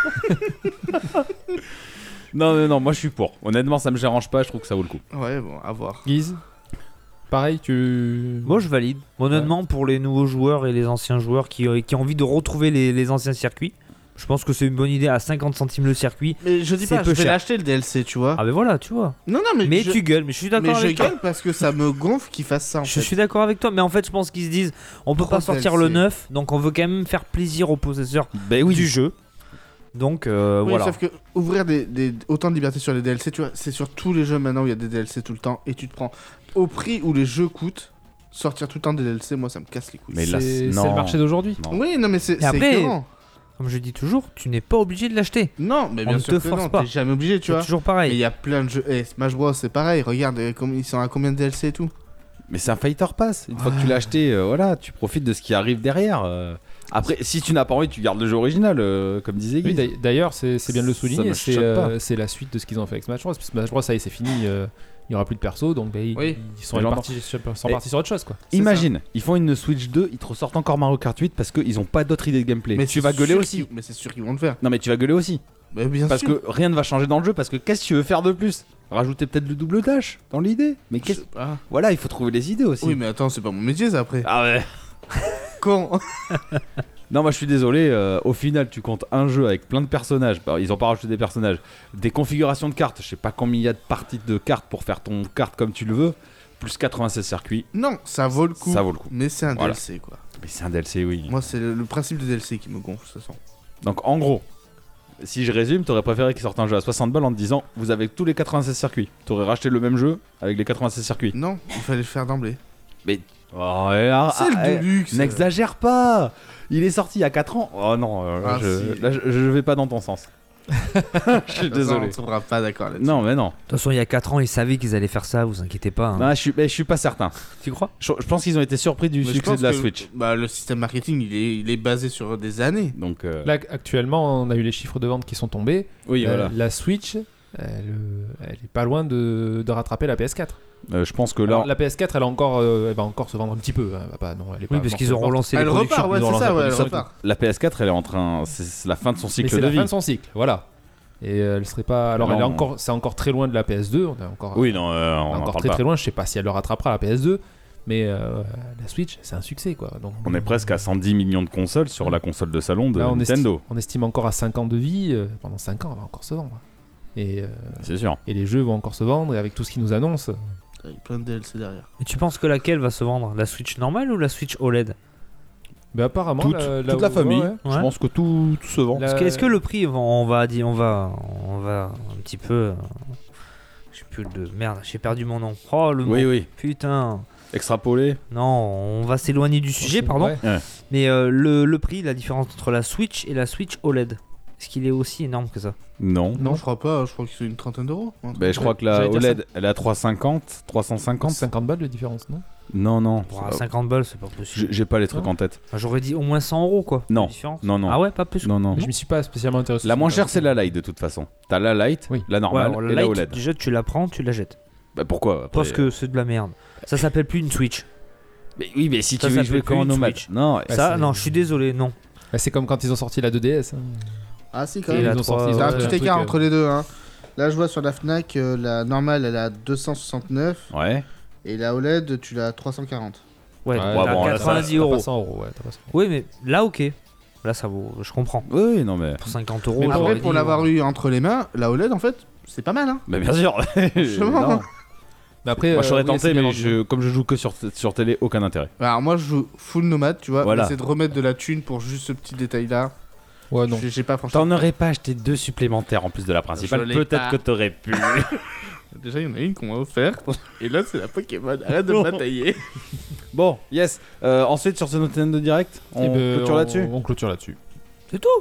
C: Non, moi je suis pour. Honnêtement, ça me dérange pas, je trouve que ça vaut le coup.
E: Ouais, bon, à voir.
A: Guise, pareil, tu.
D: Moi, je valide. Honnêtement, pour les nouveaux joueurs et les anciens joueurs qui ont envie de retrouver les anciens circuits, je pense que c'est une bonne idée à 50 centimes le circuit.
E: Mais je dis
D: C'est
E: pas,
D: peu
E: je vais
D: cher.
E: l'acheter le DLC, tu vois.
D: Ah, ben voilà, tu vois.
E: Non, non,
D: Mais
E: je...
D: tu gueules, mais je suis
E: mais
D: d'accord
E: je
D: avec toi.
E: gueule parce que ça me gonfle qu'ils fassent ça en
D: Je
E: fait.
D: suis d'accord avec toi, mais en fait, je pense qu'ils se disent on peut
E: Trop
D: pas sortir
E: DLC.
D: le 9, donc on veut quand même faire plaisir aux possesseurs
C: Ben oui.
D: du jeu. Donc
E: Oui,
D: voilà.
E: sauf que ouvrir autant de liberté sur les DLC, tu vois, c'est sur tous les jeux maintenant où il y a des DLC tout le temps et tu te prends au prix où les jeux coûtent, sortir tout le temps des DLC, moi ça me casse les couilles.
C: Mais là,
A: C'est
C: non.
A: le marché d'aujourd'hui.
C: Non.
E: Oui, non, mais c'est
D: Et après,
E: écœurant.
D: Comme je dis toujours, tu n'es pas obligé de l'acheter.
E: Non, mais
D: on
E: bien
D: ne
E: sûr
D: te
E: que
D: force
E: non,
D: pas.
E: t'es jamais obligé, tu
D: C'est
E: vois.
D: toujours
E: Mais
D: pareil.
E: il y a plein de jeux. Smash Bros, c'est pareil. Regarde, ils sont à combien de DLC et tout.
C: Mais c'est un Fighter Pass. Une fois que tu l'as acheté, voilà, tu profites de ce qui arrive derrière. Après, si tu n'as pas envie, tu gardes le jeu original, comme disait
A: Oui,
C: Guy.
A: d'ailleurs, c'est bien de le
C: Ça
A: souligner.
C: me
A: C'est
C: choque pas.
A: c'est la suite de ce qu'ils ont fait avec Smash Bros. Smash Bros, ça y est, c'est fini. Il n'y aura plus de perso, donc
E: Oui.
A: ils sont
C: Les gens
A: partis sur autre chose. Quoi.
C: Imagine, ils font une Switch 2, ils te ressortent encore Mario Kart 8 parce qu'ils ont pas d'autres idées de gameplay.
E: Mais
C: tu
E: c'est
C: vas gueuler
E: sûr
C: aussi.
E: Mais c'est sûr qu'ils vont le faire.
C: Non, mais tu vas gueuler aussi.
E: Mais bien
C: Parce
E: sûr.
C: que rien ne va changer dans le jeu. Parce que qu'est-ce que tu veux faire de plus? Rajouter peut-être le double dash dans l'idée. Mais
E: Je
C: qu'est-ce.
E: sais pas.
C: Voilà, il faut trouver les idées aussi.
E: Oui, mais attends, c'est pas mon métier ça après.
C: Ah ouais.
E: Con.
C: Non, moi je suis désolé. Au final, tu comptes un jeu avec plein de personnages. Bah, ils ont pas rajouté des personnages. Des configurations de cartes. Je sais pas combien il y a de parties de cartes pour faire ton carte comme tu le veux. Plus 96 circuits.
E: Non, ça vaut le coup.
C: Ça vaut le coup.
E: Mais c'est un
C: Voilà.
E: DLC quoi.
C: Mais c'est un DLC, oui.
E: Moi, c'est le principe de DLC qui me gonfle, de toute façon.
C: Donc en gros, si je résume, t'aurais préféré qu'ils sortent un jeu à 60 balles en te disant vous avez tous les 96 circuits. T'aurais racheté le même jeu avec les 96 circuits.
E: Non, il fallait le faire d'emblée.
C: Mais. Oh, et ah,
E: C'est
C: ah,
E: le Deluxe.
C: n'exagère pas. Il est sorti il y a 4 ans. Oh non,
E: Ah,
C: je,
E: si.
C: là, je vais pas dans ton sens. Je suis désolé.
E: On ne trouvera pas d'accord là-dessus.
C: Non, mais non.
D: De toute façon, il y a 4 ans, ils savaient qu'ils allaient faire ça, vous inquiétez pas. Hein.
C: Non, je suis pas certain.
D: Tu crois?
C: Je pense qu'ils ont été surpris du
E: Mais je
C: succès
E: pense
C: de la
E: que,
C: Switch.
E: Bah, le système marketing, il est basé sur des années.
C: Donc,
A: Là, actuellement, on a eu les chiffres de vente qui sont tombés.
C: oui, voilà.
A: La Switch, elle est pas loin de rattraper la PS4.
C: Je pense que là,
A: Alors, la PS4, elle va encore se vendre un petit peu. Hein. Elle va pas, non, elle est
D: Oui,
A: pas
D: parce qu'ils ont
A: forte.
D: relancé les
E: Elle
D: productions.
E: repart, ouais,
A: ils ont
E: c'est
A: lancé
E: ça,
A: la
E: ouais, elle
A: production et
E: repart.
C: la PS4, elle est en train. C'est la fin de son
A: Mais
C: cycle
A: c'est
C: de
A: la
C: vie.
A: fin de son cycle, voilà. Et elle serait pas. Alors,
C: Non.
A: elle est encore, c'est encore très loin de la PS2. On est encore,
C: Oui, non, on en
A: encore
C: parle
A: très
C: pas.
A: très loin. Je sais pas si elle le rattrapera la PS2, mais la Switch, c'est un succès, quoi. Donc,
C: On est presque à 110 millions de consoles sur la console de salon de
A: là,
C: Nintendo.
A: on estime encore à 5 ans de vie. Pendant 5 ans, elle va encore se vendre. Et
C: C'est sûr.
A: les jeux vont encore se vendre. Et avec tout ce qu'ils nous annoncent.
E: Avec plein de DLC derrière.
D: Et tu penses que laquelle va se vendre? La Switch normale ou la Switch OLED?
A: Mais apparemment,
C: Toute la famille.
A: ouais.
C: Je
D: Ouais.
C: pense que tout se vend.
A: La-
D: Est-ce que le prix, on va un petit peu. Je sais plus de merde, j'ai perdu mon nom. Oh le
C: Oui,
D: mot.
C: oui.
D: Putain.
C: Extrapolé.
D: Non, on va s'éloigner du sujet, pardon.
A: Ouais.
D: Mais le prix, la différence entre la Switch et la Switch OLED, est-ce qu'il est aussi énorme que ça?
C: Non.
E: Non, je crois pas. Je crois que c'est une trentaine d'euros.
C: Ben, je crois que la
A: J'allais dire
C: OLED, elle est à 350, 350.
A: 50 balles de différence, non?
C: Non, non.
D: Pour 50 balles, c'est pas possible.
C: J'ai pas les trucs en tête.
D: Enfin, j'aurais dit au moins 100 euros quoi.
C: Non.
D: La différence.
C: Non, non.
D: Ah ouais, pas plus.
C: Non, non.
A: Mais je m'y suis pas spécialement intéressé.
C: La moins chère, c'est la Lite de toute façon. T'as la Lite,
A: Oui.
C: la
D: Ouais,
C: normale
D: alors,
C: et la
D: Lite,
C: OLED.
D: déjà tu la prends, tu la jettes.
C: Bah pourquoi après,
D: Parce que c'est de la merde. Ça s'appelle plus une Switch.
C: Mais oui, mais si
D: Ça
C: tu veux
D: s'appelle
C: jouer
D: plus
C: comme en
D: une
C: nomade.
D: Switch.
C: Non,
A: Ouais,
D: Ça,
A: c'est-
D: non, je suis désolé, non.
A: Bah, c'est comme quand ils ont sorti la 2DS. Hein.
E: Ah, si, quand
D: Et
E: même.
D: la
A: Ils ont sorti- ils ont
E: T'as un
A: sorti
E: petit
A: truc,
E: écart entre les deux. Hein. Là, je vois sur la Fnac, la normale, elle est à 269.
C: ouais.
E: Et la OLED, tu l'as à 340.
D: Ouais,
A: Ouais,
D: t'as
C: bon, là,
D: 90
A: T'as
D: euros.
A: pas 100 euros, ouais, t'as pas 100 euros.
D: Oui, mais là, ok. Là, ça vaut. Je comprends.
C: Oui, oui, non mais.
D: Pour 50 euros.
A: Mais
D: j'aurais
E: Après,
D: dit,
E: pour l'avoir eu entre les mains, la OLED, en fait, c'est pas mal. Hein.
C: Mais bien sûr.
E: Franchement.
C: Non.
A: Mais après,
C: Moi je serais
A: oui,
C: tenté,
A: c'est bien
C: mais
A: vendu.
C: comme je joue que sur télé, aucun intérêt.
E: Alors, moi, je joue full nomade, tu vois.
C: Voilà.
E: C'est de remettre de la thune pour juste ce petit détail-là.
A: Ouais, non.
E: J'ai pas franchement.
C: T'en aurais pas acheté 2 supplémentaires en plus de la principale.
E: Je l'ai
C: Peut-être
E: pas.
C: que t'aurais pu.
E: Déjà, il y en a une qu'on m'a offert. Et là, c'est la Pokémon. Arrête de me batailler.
C: Bon, yes. Ensuite, sur ce Nintendo Direct, on
A: Eh ben,
C: clôture là-dessus.
A: On clôture là-dessus.
D: C'est tout.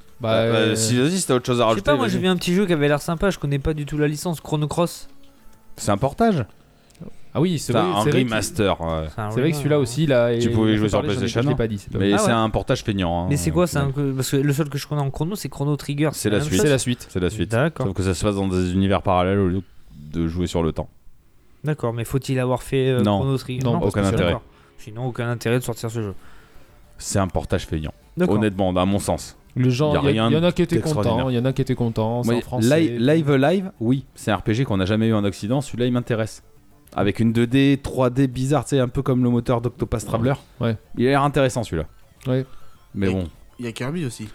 A: Bah,
C: Si vas-y, si t'as autre chose à
D: Je sais
C: rajouter.
D: pas, moi
C: vas-y.
D: j'ai vu un petit jeu qui avait l'air sympa. Je connais pas du tout la licence. Chrono Cross.
C: C'est un portage.
A: Ah oui, c'est
C: C'est
A: vrai,
C: un
A: c'est vrai que-
C: remaster. ouais.
A: C'est vrai que celui-là aussi, là.
C: Tu pouvais jouer sur PlayStation,
A: Je l'ai pas dit. c'est pas
C: Mais
A: vrai.
D: Ah
C: c'est
D: ouais.
C: un portage feignant. hein.
D: Mais c'est quoi ça
C: Ouais.
D: Parce que le seul que je connais en chrono, c'est Chrono Trigger.
C: C'est la
D: même
C: suite.
D: chose
A: C'est la suite.
C: C'est la suite.
D: D'accord.
C: Sauf que ça se passe dans des univers parallèles au lieu de jouer sur le temps.
D: D'accord, mais faut-il avoir fait
C: Non.
D: Chrono Trigger
A: Non,
C: aucun
D: parce que c'est
C: intérêt.
D: d'accord. Sinon, aucun intérêt de sortir ce jeu.
C: C'est un portage feignant.
D: D'accord.
C: Honnêtement, à mon sens.
A: Le genre,
C: Y a
A: il y
C: rien
A: en a qui étaient
C: d'extraordinaire.
A: contents, il y en a qui étaient contents, c'est
C: Moi,
A: en français.
C: Live, oui, c'est un RPG qu'on n'a jamais eu en Occident. Celui-là, il m'intéresse. Avec une 2D, 3D bizarre, tu sais, un peu comme le moteur d'Octopath Traveler.
A: Ouais.
C: Il a l'air intéressant celui-là.
A: Ouais.
C: Mais
E: Et-
C: bon,
E: Il y a Kirby aussi.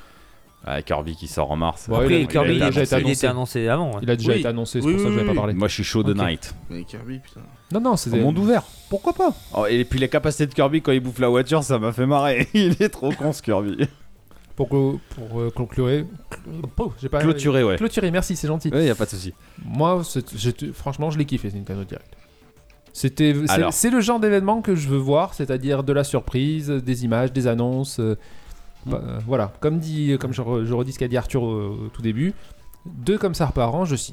C: Kirby qui sort en mars.
A: Ouais,
D: Après,
A: il a
D: Kirby,
A: déjà été
D: il
A: annoncé.
D: était annoncé avant. ouais.
A: Il a déjà
E: Oui.
A: été annoncé, c'est
E: Oui,
A: pour ça que je
E: oui,
A: vais pas
E: oui.
A: parler.
C: Moi, je suis chaud de
A: Ok.
C: Night.
E: Mais Kirby, putain.
A: Non, non, c'est
C: Au
A: des...
C: monde ouvert, pourquoi pas. Oh, et puis les capacités de Kirby quand il bouffe la voiture, ça m'a fait marrer. Il est trop con ce Kirby.
A: Pour conclure. J'ai pas...
C: Clôturé, ouais.
A: Clôturer, merci, c'est gentil.
C: Ouais, y a pas de souci.
A: Moi, franchement, je l'ai kiffé, Nintendo Direct.
C: Alors.
A: C'est le genre d'événement que je veux voir, c'est-à-dire de la surprise, des images, des annonces. Voilà, comme je redis ce qu'a dit Arthur au tout début, 2 comme ça par an, je signe.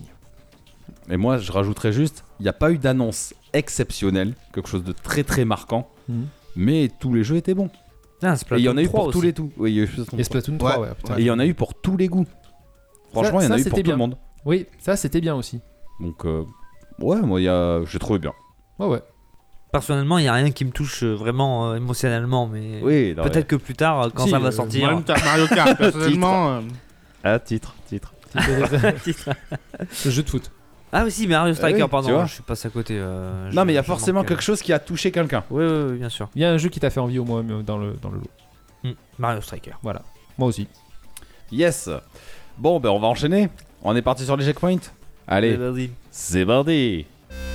C: Et moi, je rajouterais juste, il n'y a pas eu d'annonce exceptionnelle, quelque chose de très très marquant, mais tous les jeux étaient bons.
D: Ah,
C: Et il y en a eu pour
D: aussi.
C: tous les tout. Oui, il y a eu Splatoon
A: Et
C: 3.
A: Splatoon 3, ouais. putain.
C: Et il y en a eu pour tous les goûts. Franchement, il y en a eu
A: c'était
C: pour tout
A: bien.
C: le monde.
A: Oui, ça c'était bien aussi.
C: Donc, ouais, moi, j'ai trouvé bien.
A: Ouais.
D: Personnellement, il n'y a rien qui me touche vraiment émotionnellement, mais
C: Oui, non,
D: peut-être que plus tard, quand
A: Si,
D: ça va sortir.
E: Mario Kart, personnellement.
C: Ah, titre.
A: Le jeu de foot.
D: Ah oui, si, mais Mario Striker,
C: oui,
D: pardon,
C: tu vois.
D: je suis passé à côté.
C: Non, mais il y a forcément quelque chose qui a touché quelqu'un.
D: Oui, bien sûr.
A: Il y a un jeu qui t'a fait envie au moins dans le lot.
D: Mario Striker.
A: Voilà. Moi aussi.
C: Yes. Bon, ben on va enchaîner. On est parti sur les checkpoints. Allez,
D: Vas-y.
C: c'est parti.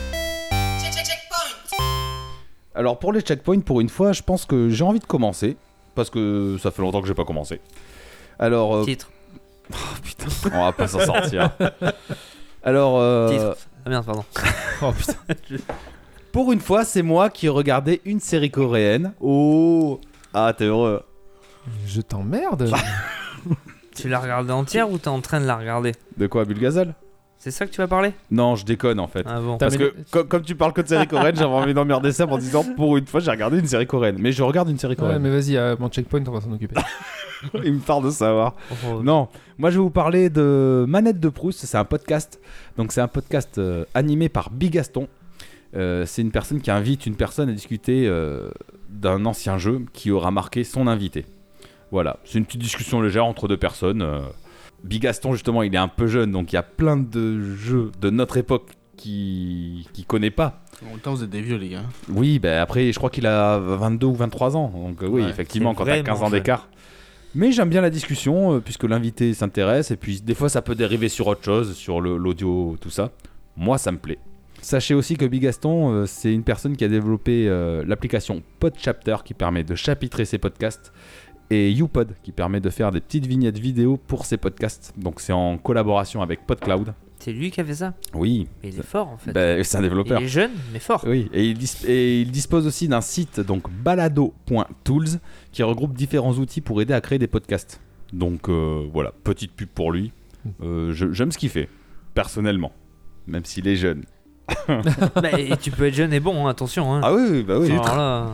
C: Alors pour les checkpoints, pour une fois, je pense que j'ai envie de commencer. Parce que ça fait longtemps que j'ai pas commencé. Alors,
D: Titre.
C: putain, on va pas s'en sortir. Alors,
D: Titre. Ah merde, pardon.
A: Oh putain.
C: pour une fois, c'est moi qui regardais une série coréenne. Oh. Ah, t'es heureux.
A: Je t'emmerde.
D: Tu l'as regardée entière ou t'es en train de la regarder?
C: De quoi, Bulgazal?
D: C'est ça que tu vas parler?
C: Non, je déconne en fait.
D: Ah bon.
C: Parce que comme tu parles que de séries coréennes, j'avais envie d'emmerder ça en disant pour une fois j'ai regardé une série coréenne. Mais je regarde une série
A: Ouais,
C: coréenne.
A: mais vas-y, mon checkpoint, on va s'en occuper.
C: Il me tarde de savoir.
D: Oh,
C: Non, moi je vais vous parler de Manette de Proust. C'est un podcast. Donc c'est un podcast animé par Bigaston. C'est une personne qui invite une personne à discuter d'un ancien jeu qui aura marqué son invité. Voilà, c'est une petite discussion légère entre deux personnes. Bigaston justement, il est un peu jeune, donc il y a plein de jeux de notre époque qu'il connaît pas.
E: En même temps, vous êtes des vieux, les gars.
C: Oui, bah après je crois qu'il a 22 ou 23 ans. Donc oui,
E: Ouais,
C: effectivement,
D: c'est
C: quand t'as 15
D: vraiment
C: ans d'écart. Mais j'aime bien la discussion puisque l'invité s'intéresse et puis des fois ça peut dériver sur autre chose, sur l'audio, tout ça. Moi ça me plaît. Sachez aussi que Bigaston, c'est une personne qui a développé l'application Podchapter qui permet de chapitrer ses podcasts et YouPod qui permet de faire des petites vignettes vidéo pour ses podcasts. Donc c'est en collaboration avec PodCloud.
D: C'est lui qui a fait ça?
C: Oui,
D: Mais il est fort en fait.
C: bah, c'est un développeur.
D: Il est jeune, mais fort.
C: Oui, et il dispose aussi d'un site, donc balado.tools, qui regroupe différents outils pour aider à créer des podcasts. Donc voilà, petite pub pour lui. J'aime ce qu'il fait, personnellement, même s'il est jeune.
D: Bah, et tu peux être jeune et bon, hein, attention. Hein.
C: Ah oui, bah oui.
D: Alors là,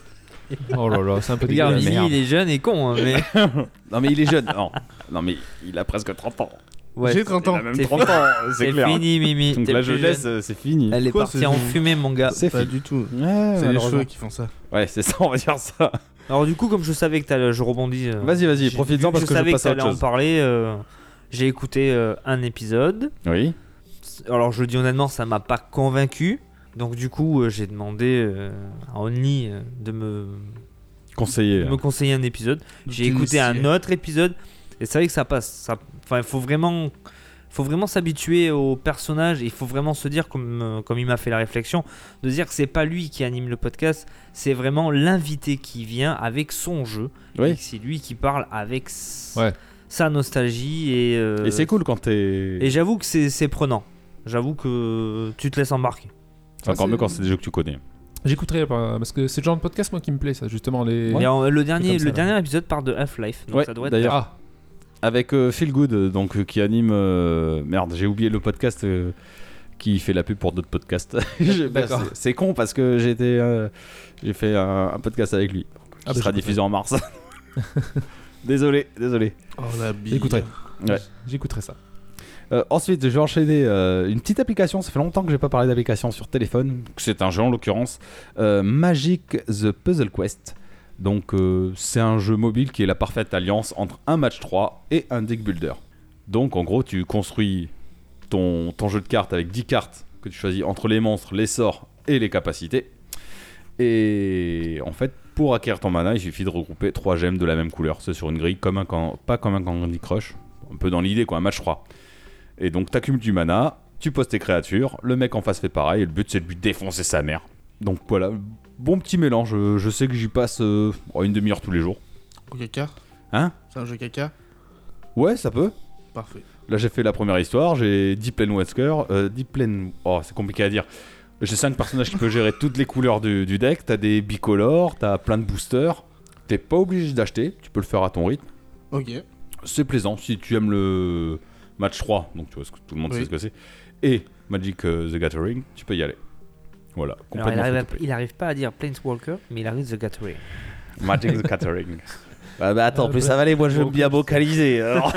A: Oh là là, c'est un peu
D: regarde,
A: dégueulasse.
D: Vinny,
C: merde.
D: il est jeune et con, hein, mais
C: Non mais il est jeune, non mais il a presque 30 ans.
D: ouais,
E: J'ai 30 ans.
C: Il a même
D: C'est
C: 30 ans, c'est
D: c'est
C: clair.
D: fini, Mimi.
C: Donc
D: t'es
C: la
D: plus
C: jeunesse,
D: jeune.
C: c'est fini.
D: Elle est
E: Quoi,
D: partie
E: c'est
D: en
E: fini
D: fumée, mon gars.
C: C'est
E: Pas
C: fini.
E: du tout.
C: Ouais,
E: C'est les
C: malheureusement.
E: cheveux qui font ça.
C: Ouais, c'est ça, on va dire ça.
D: Alors du coup, comme je savais que je rebondis.
C: Vas-y, profites-en parce que je
D: savais
C: passe
D: que
C: à autre
D: t'allais en
C: chose.
D: parler. J'ai écouté un épisode.
C: Oui.
D: Alors je le dis honnêtement, ça m'a pas convaincu. Donc du coup, j'ai demandé à Only de me
C: Conseiller.
D: me conseiller un épisode. J'ai
E: Tu
D: écouté
E: sais.
D: un autre épisode et c'est vrai que ça passe. Enfin, il faut vraiment s'habituer au personnage. Et il faut vraiment se dire, comme il m'a fait la réflexion, de dire que c'est pas lui qui anime le podcast, c'est vraiment l'invité qui vient avec son jeu. Et
C: Oui.
D: que c'est lui qui parle avec
A: Ouais.
D: sa nostalgie
C: Et c'est cool quand t'es.
D: Et j'avoue que c'est prenant. J'avoue que tu te laisses embarquer.
C: C'est encore
A: c'est-
C: mieux quand c'est des jeux que tu connais.
A: J'écouterai parce que c'est le genre de podcast moi qui me plaît ça justement les.
D: Et le dernier,
A: comme ça,
D: le
A: là.
D: dernier épisode part de Half-Life. Donc
C: Ouais,
D: ça doit être
C: d'ailleurs.
A: Ah,
C: Avec Feel Good, donc qui anime. Merde, j'ai oublié le podcast qui fait la pub pour d'autres podcasts.
A: D'accord.
C: C'est con parce que j'ai fait un podcast avec lui. Qui
A: bah,
C: sera
A: je
C: diffusé en mars. désolé.
E: Oh la bille.
A: j'écouterai.
C: Ouais.
A: J'écouterai ça.
C: Ensuite, je vais enchaîner une petite application. Ça fait longtemps que j'ai pas parlé d'application sur téléphone. C'est un jeu en l'occurrence. Magic the Puzzle Quest. Donc, c'est un jeu mobile qui est la parfaite alliance entre un match 3 et un deck builder. Donc, en gros, tu construis ton jeu de cartes avec 10 cartes que tu choisis entre les monstres, les sorts et les capacités. Et en fait, pour acquérir ton mana, il suffit de regrouper 3 gemmes de la même couleur. C'est sur une grille, pas comme un Candy Crush. Un peu dans l'idée, quoi, un match 3. Et donc t'accumules du mana, tu poses tes créatures, le mec en face fait pareil, et le but c'est de lui défoncer sa mère. Donc voilà, bon petit mélange, je sais que j'y passe une demi-heure tous les jours.
E: Au caca.
C: Hein?
E: C'est un jeu caca.
C: Ouais, ça peut.
E: Parfait.
C: Là j'ai fait la première histoire, j'ai Deep Lane Wesker, Deep Lane... Oh, c'est compliqué à dire. J'ai 5 personnages qui peuvent gérer toutes les couleurs du deck, t'as des bicolores, t'as plein de boosters. T'es pas obligé d'acheter, tu peux le faire à ton rythme.
E: Ok.
C: C'est plaisant, si tu aimes le match 3, donc tu vois, tout le monde sait
E: Oui.
C: ce que c'est, et Magic the Gathering, tu peux y aller. Voilà,
D: Alors,
C: complètement free-to-play.
D: il arrive pas à dire Planeswalker, mais il arrive The Gathering.
C: Magic the Gathering. Bah attends,
A: Ah,
C: plus
A: bah,
C: ça va aller, moi je
A: bon,
C: veux bien vocaliser. alors.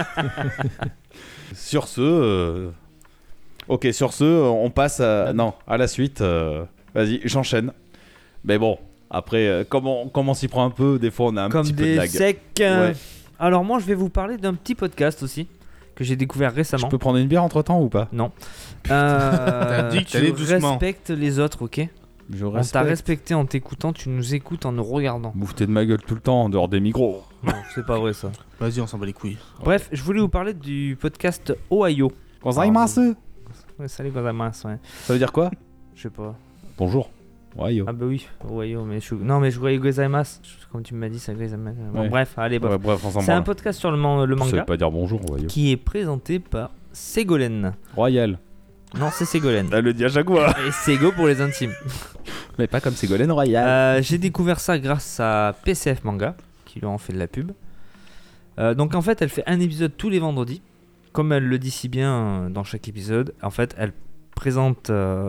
C: Sur ce... Ok, sur ce, on passe à la suite. Vas-y, j'enchaîne. Mais bon, après, comment on s'y prend un peu, des fois on a un
D: Comme
C: petit peu de
D: des
C: lag.
D: secs.
C: Ouais.
D: Alors moi, je vais vous parler d'un petit podcast aussi que j'ai découvert
C: Je
D: récemment.
C: peux prendre une bière entre temps ou pas?
D: Non.
E: dit que
D: tu
E: t'allais doucement.
D: respectes les autres, ok?
C: Je
D: On t'a respecté en t'écoutant, tu nous écoutes en nous regardant.
C: Bouffez de ma gueule tout le temps en dehors des micros.
D: Non, c'est pas vrai ça.
E: Vas-y, on s'en bat les couilles.
D: Bref, je voulais vous parler du podcast Ohio.
C: Gozaimasu.
D: Ouais, salut Gozaimasu, ouais.
C: Ça veut dire quoi?
D: Je sais pas.
C: Bonjour. Ouais, yo.
D: Ah bah oui, Ohio, mais non mais je voyais Gozaimasu. Comme tu m'as dit, c'est Gozaimasu. Bon,
C: Ouais.
D: bref, allez, bref.
C: Ouais, bref, on s'en
D: C'est un
C: branle.
D: podcast sur le
C: Ça veut
D: manga
C: pas dire bonjour, ouais, yo.
D: qui est présenté par Ségolène.
C: Royal.
D: Non, c'est Ségolène.
C: Elle le dit à chaque fois.
D: Et Ségo pour les intimes.
C: Mais pas comme Ségolène Royal.
D: J'ai découvert ça grâce à PCF Manga, qui lui ont fait de la pub. Donc en fait, elle fait un épisode tous les vendredis. Comme elle le dit si bien dans chaque épisode, en fait, elle présente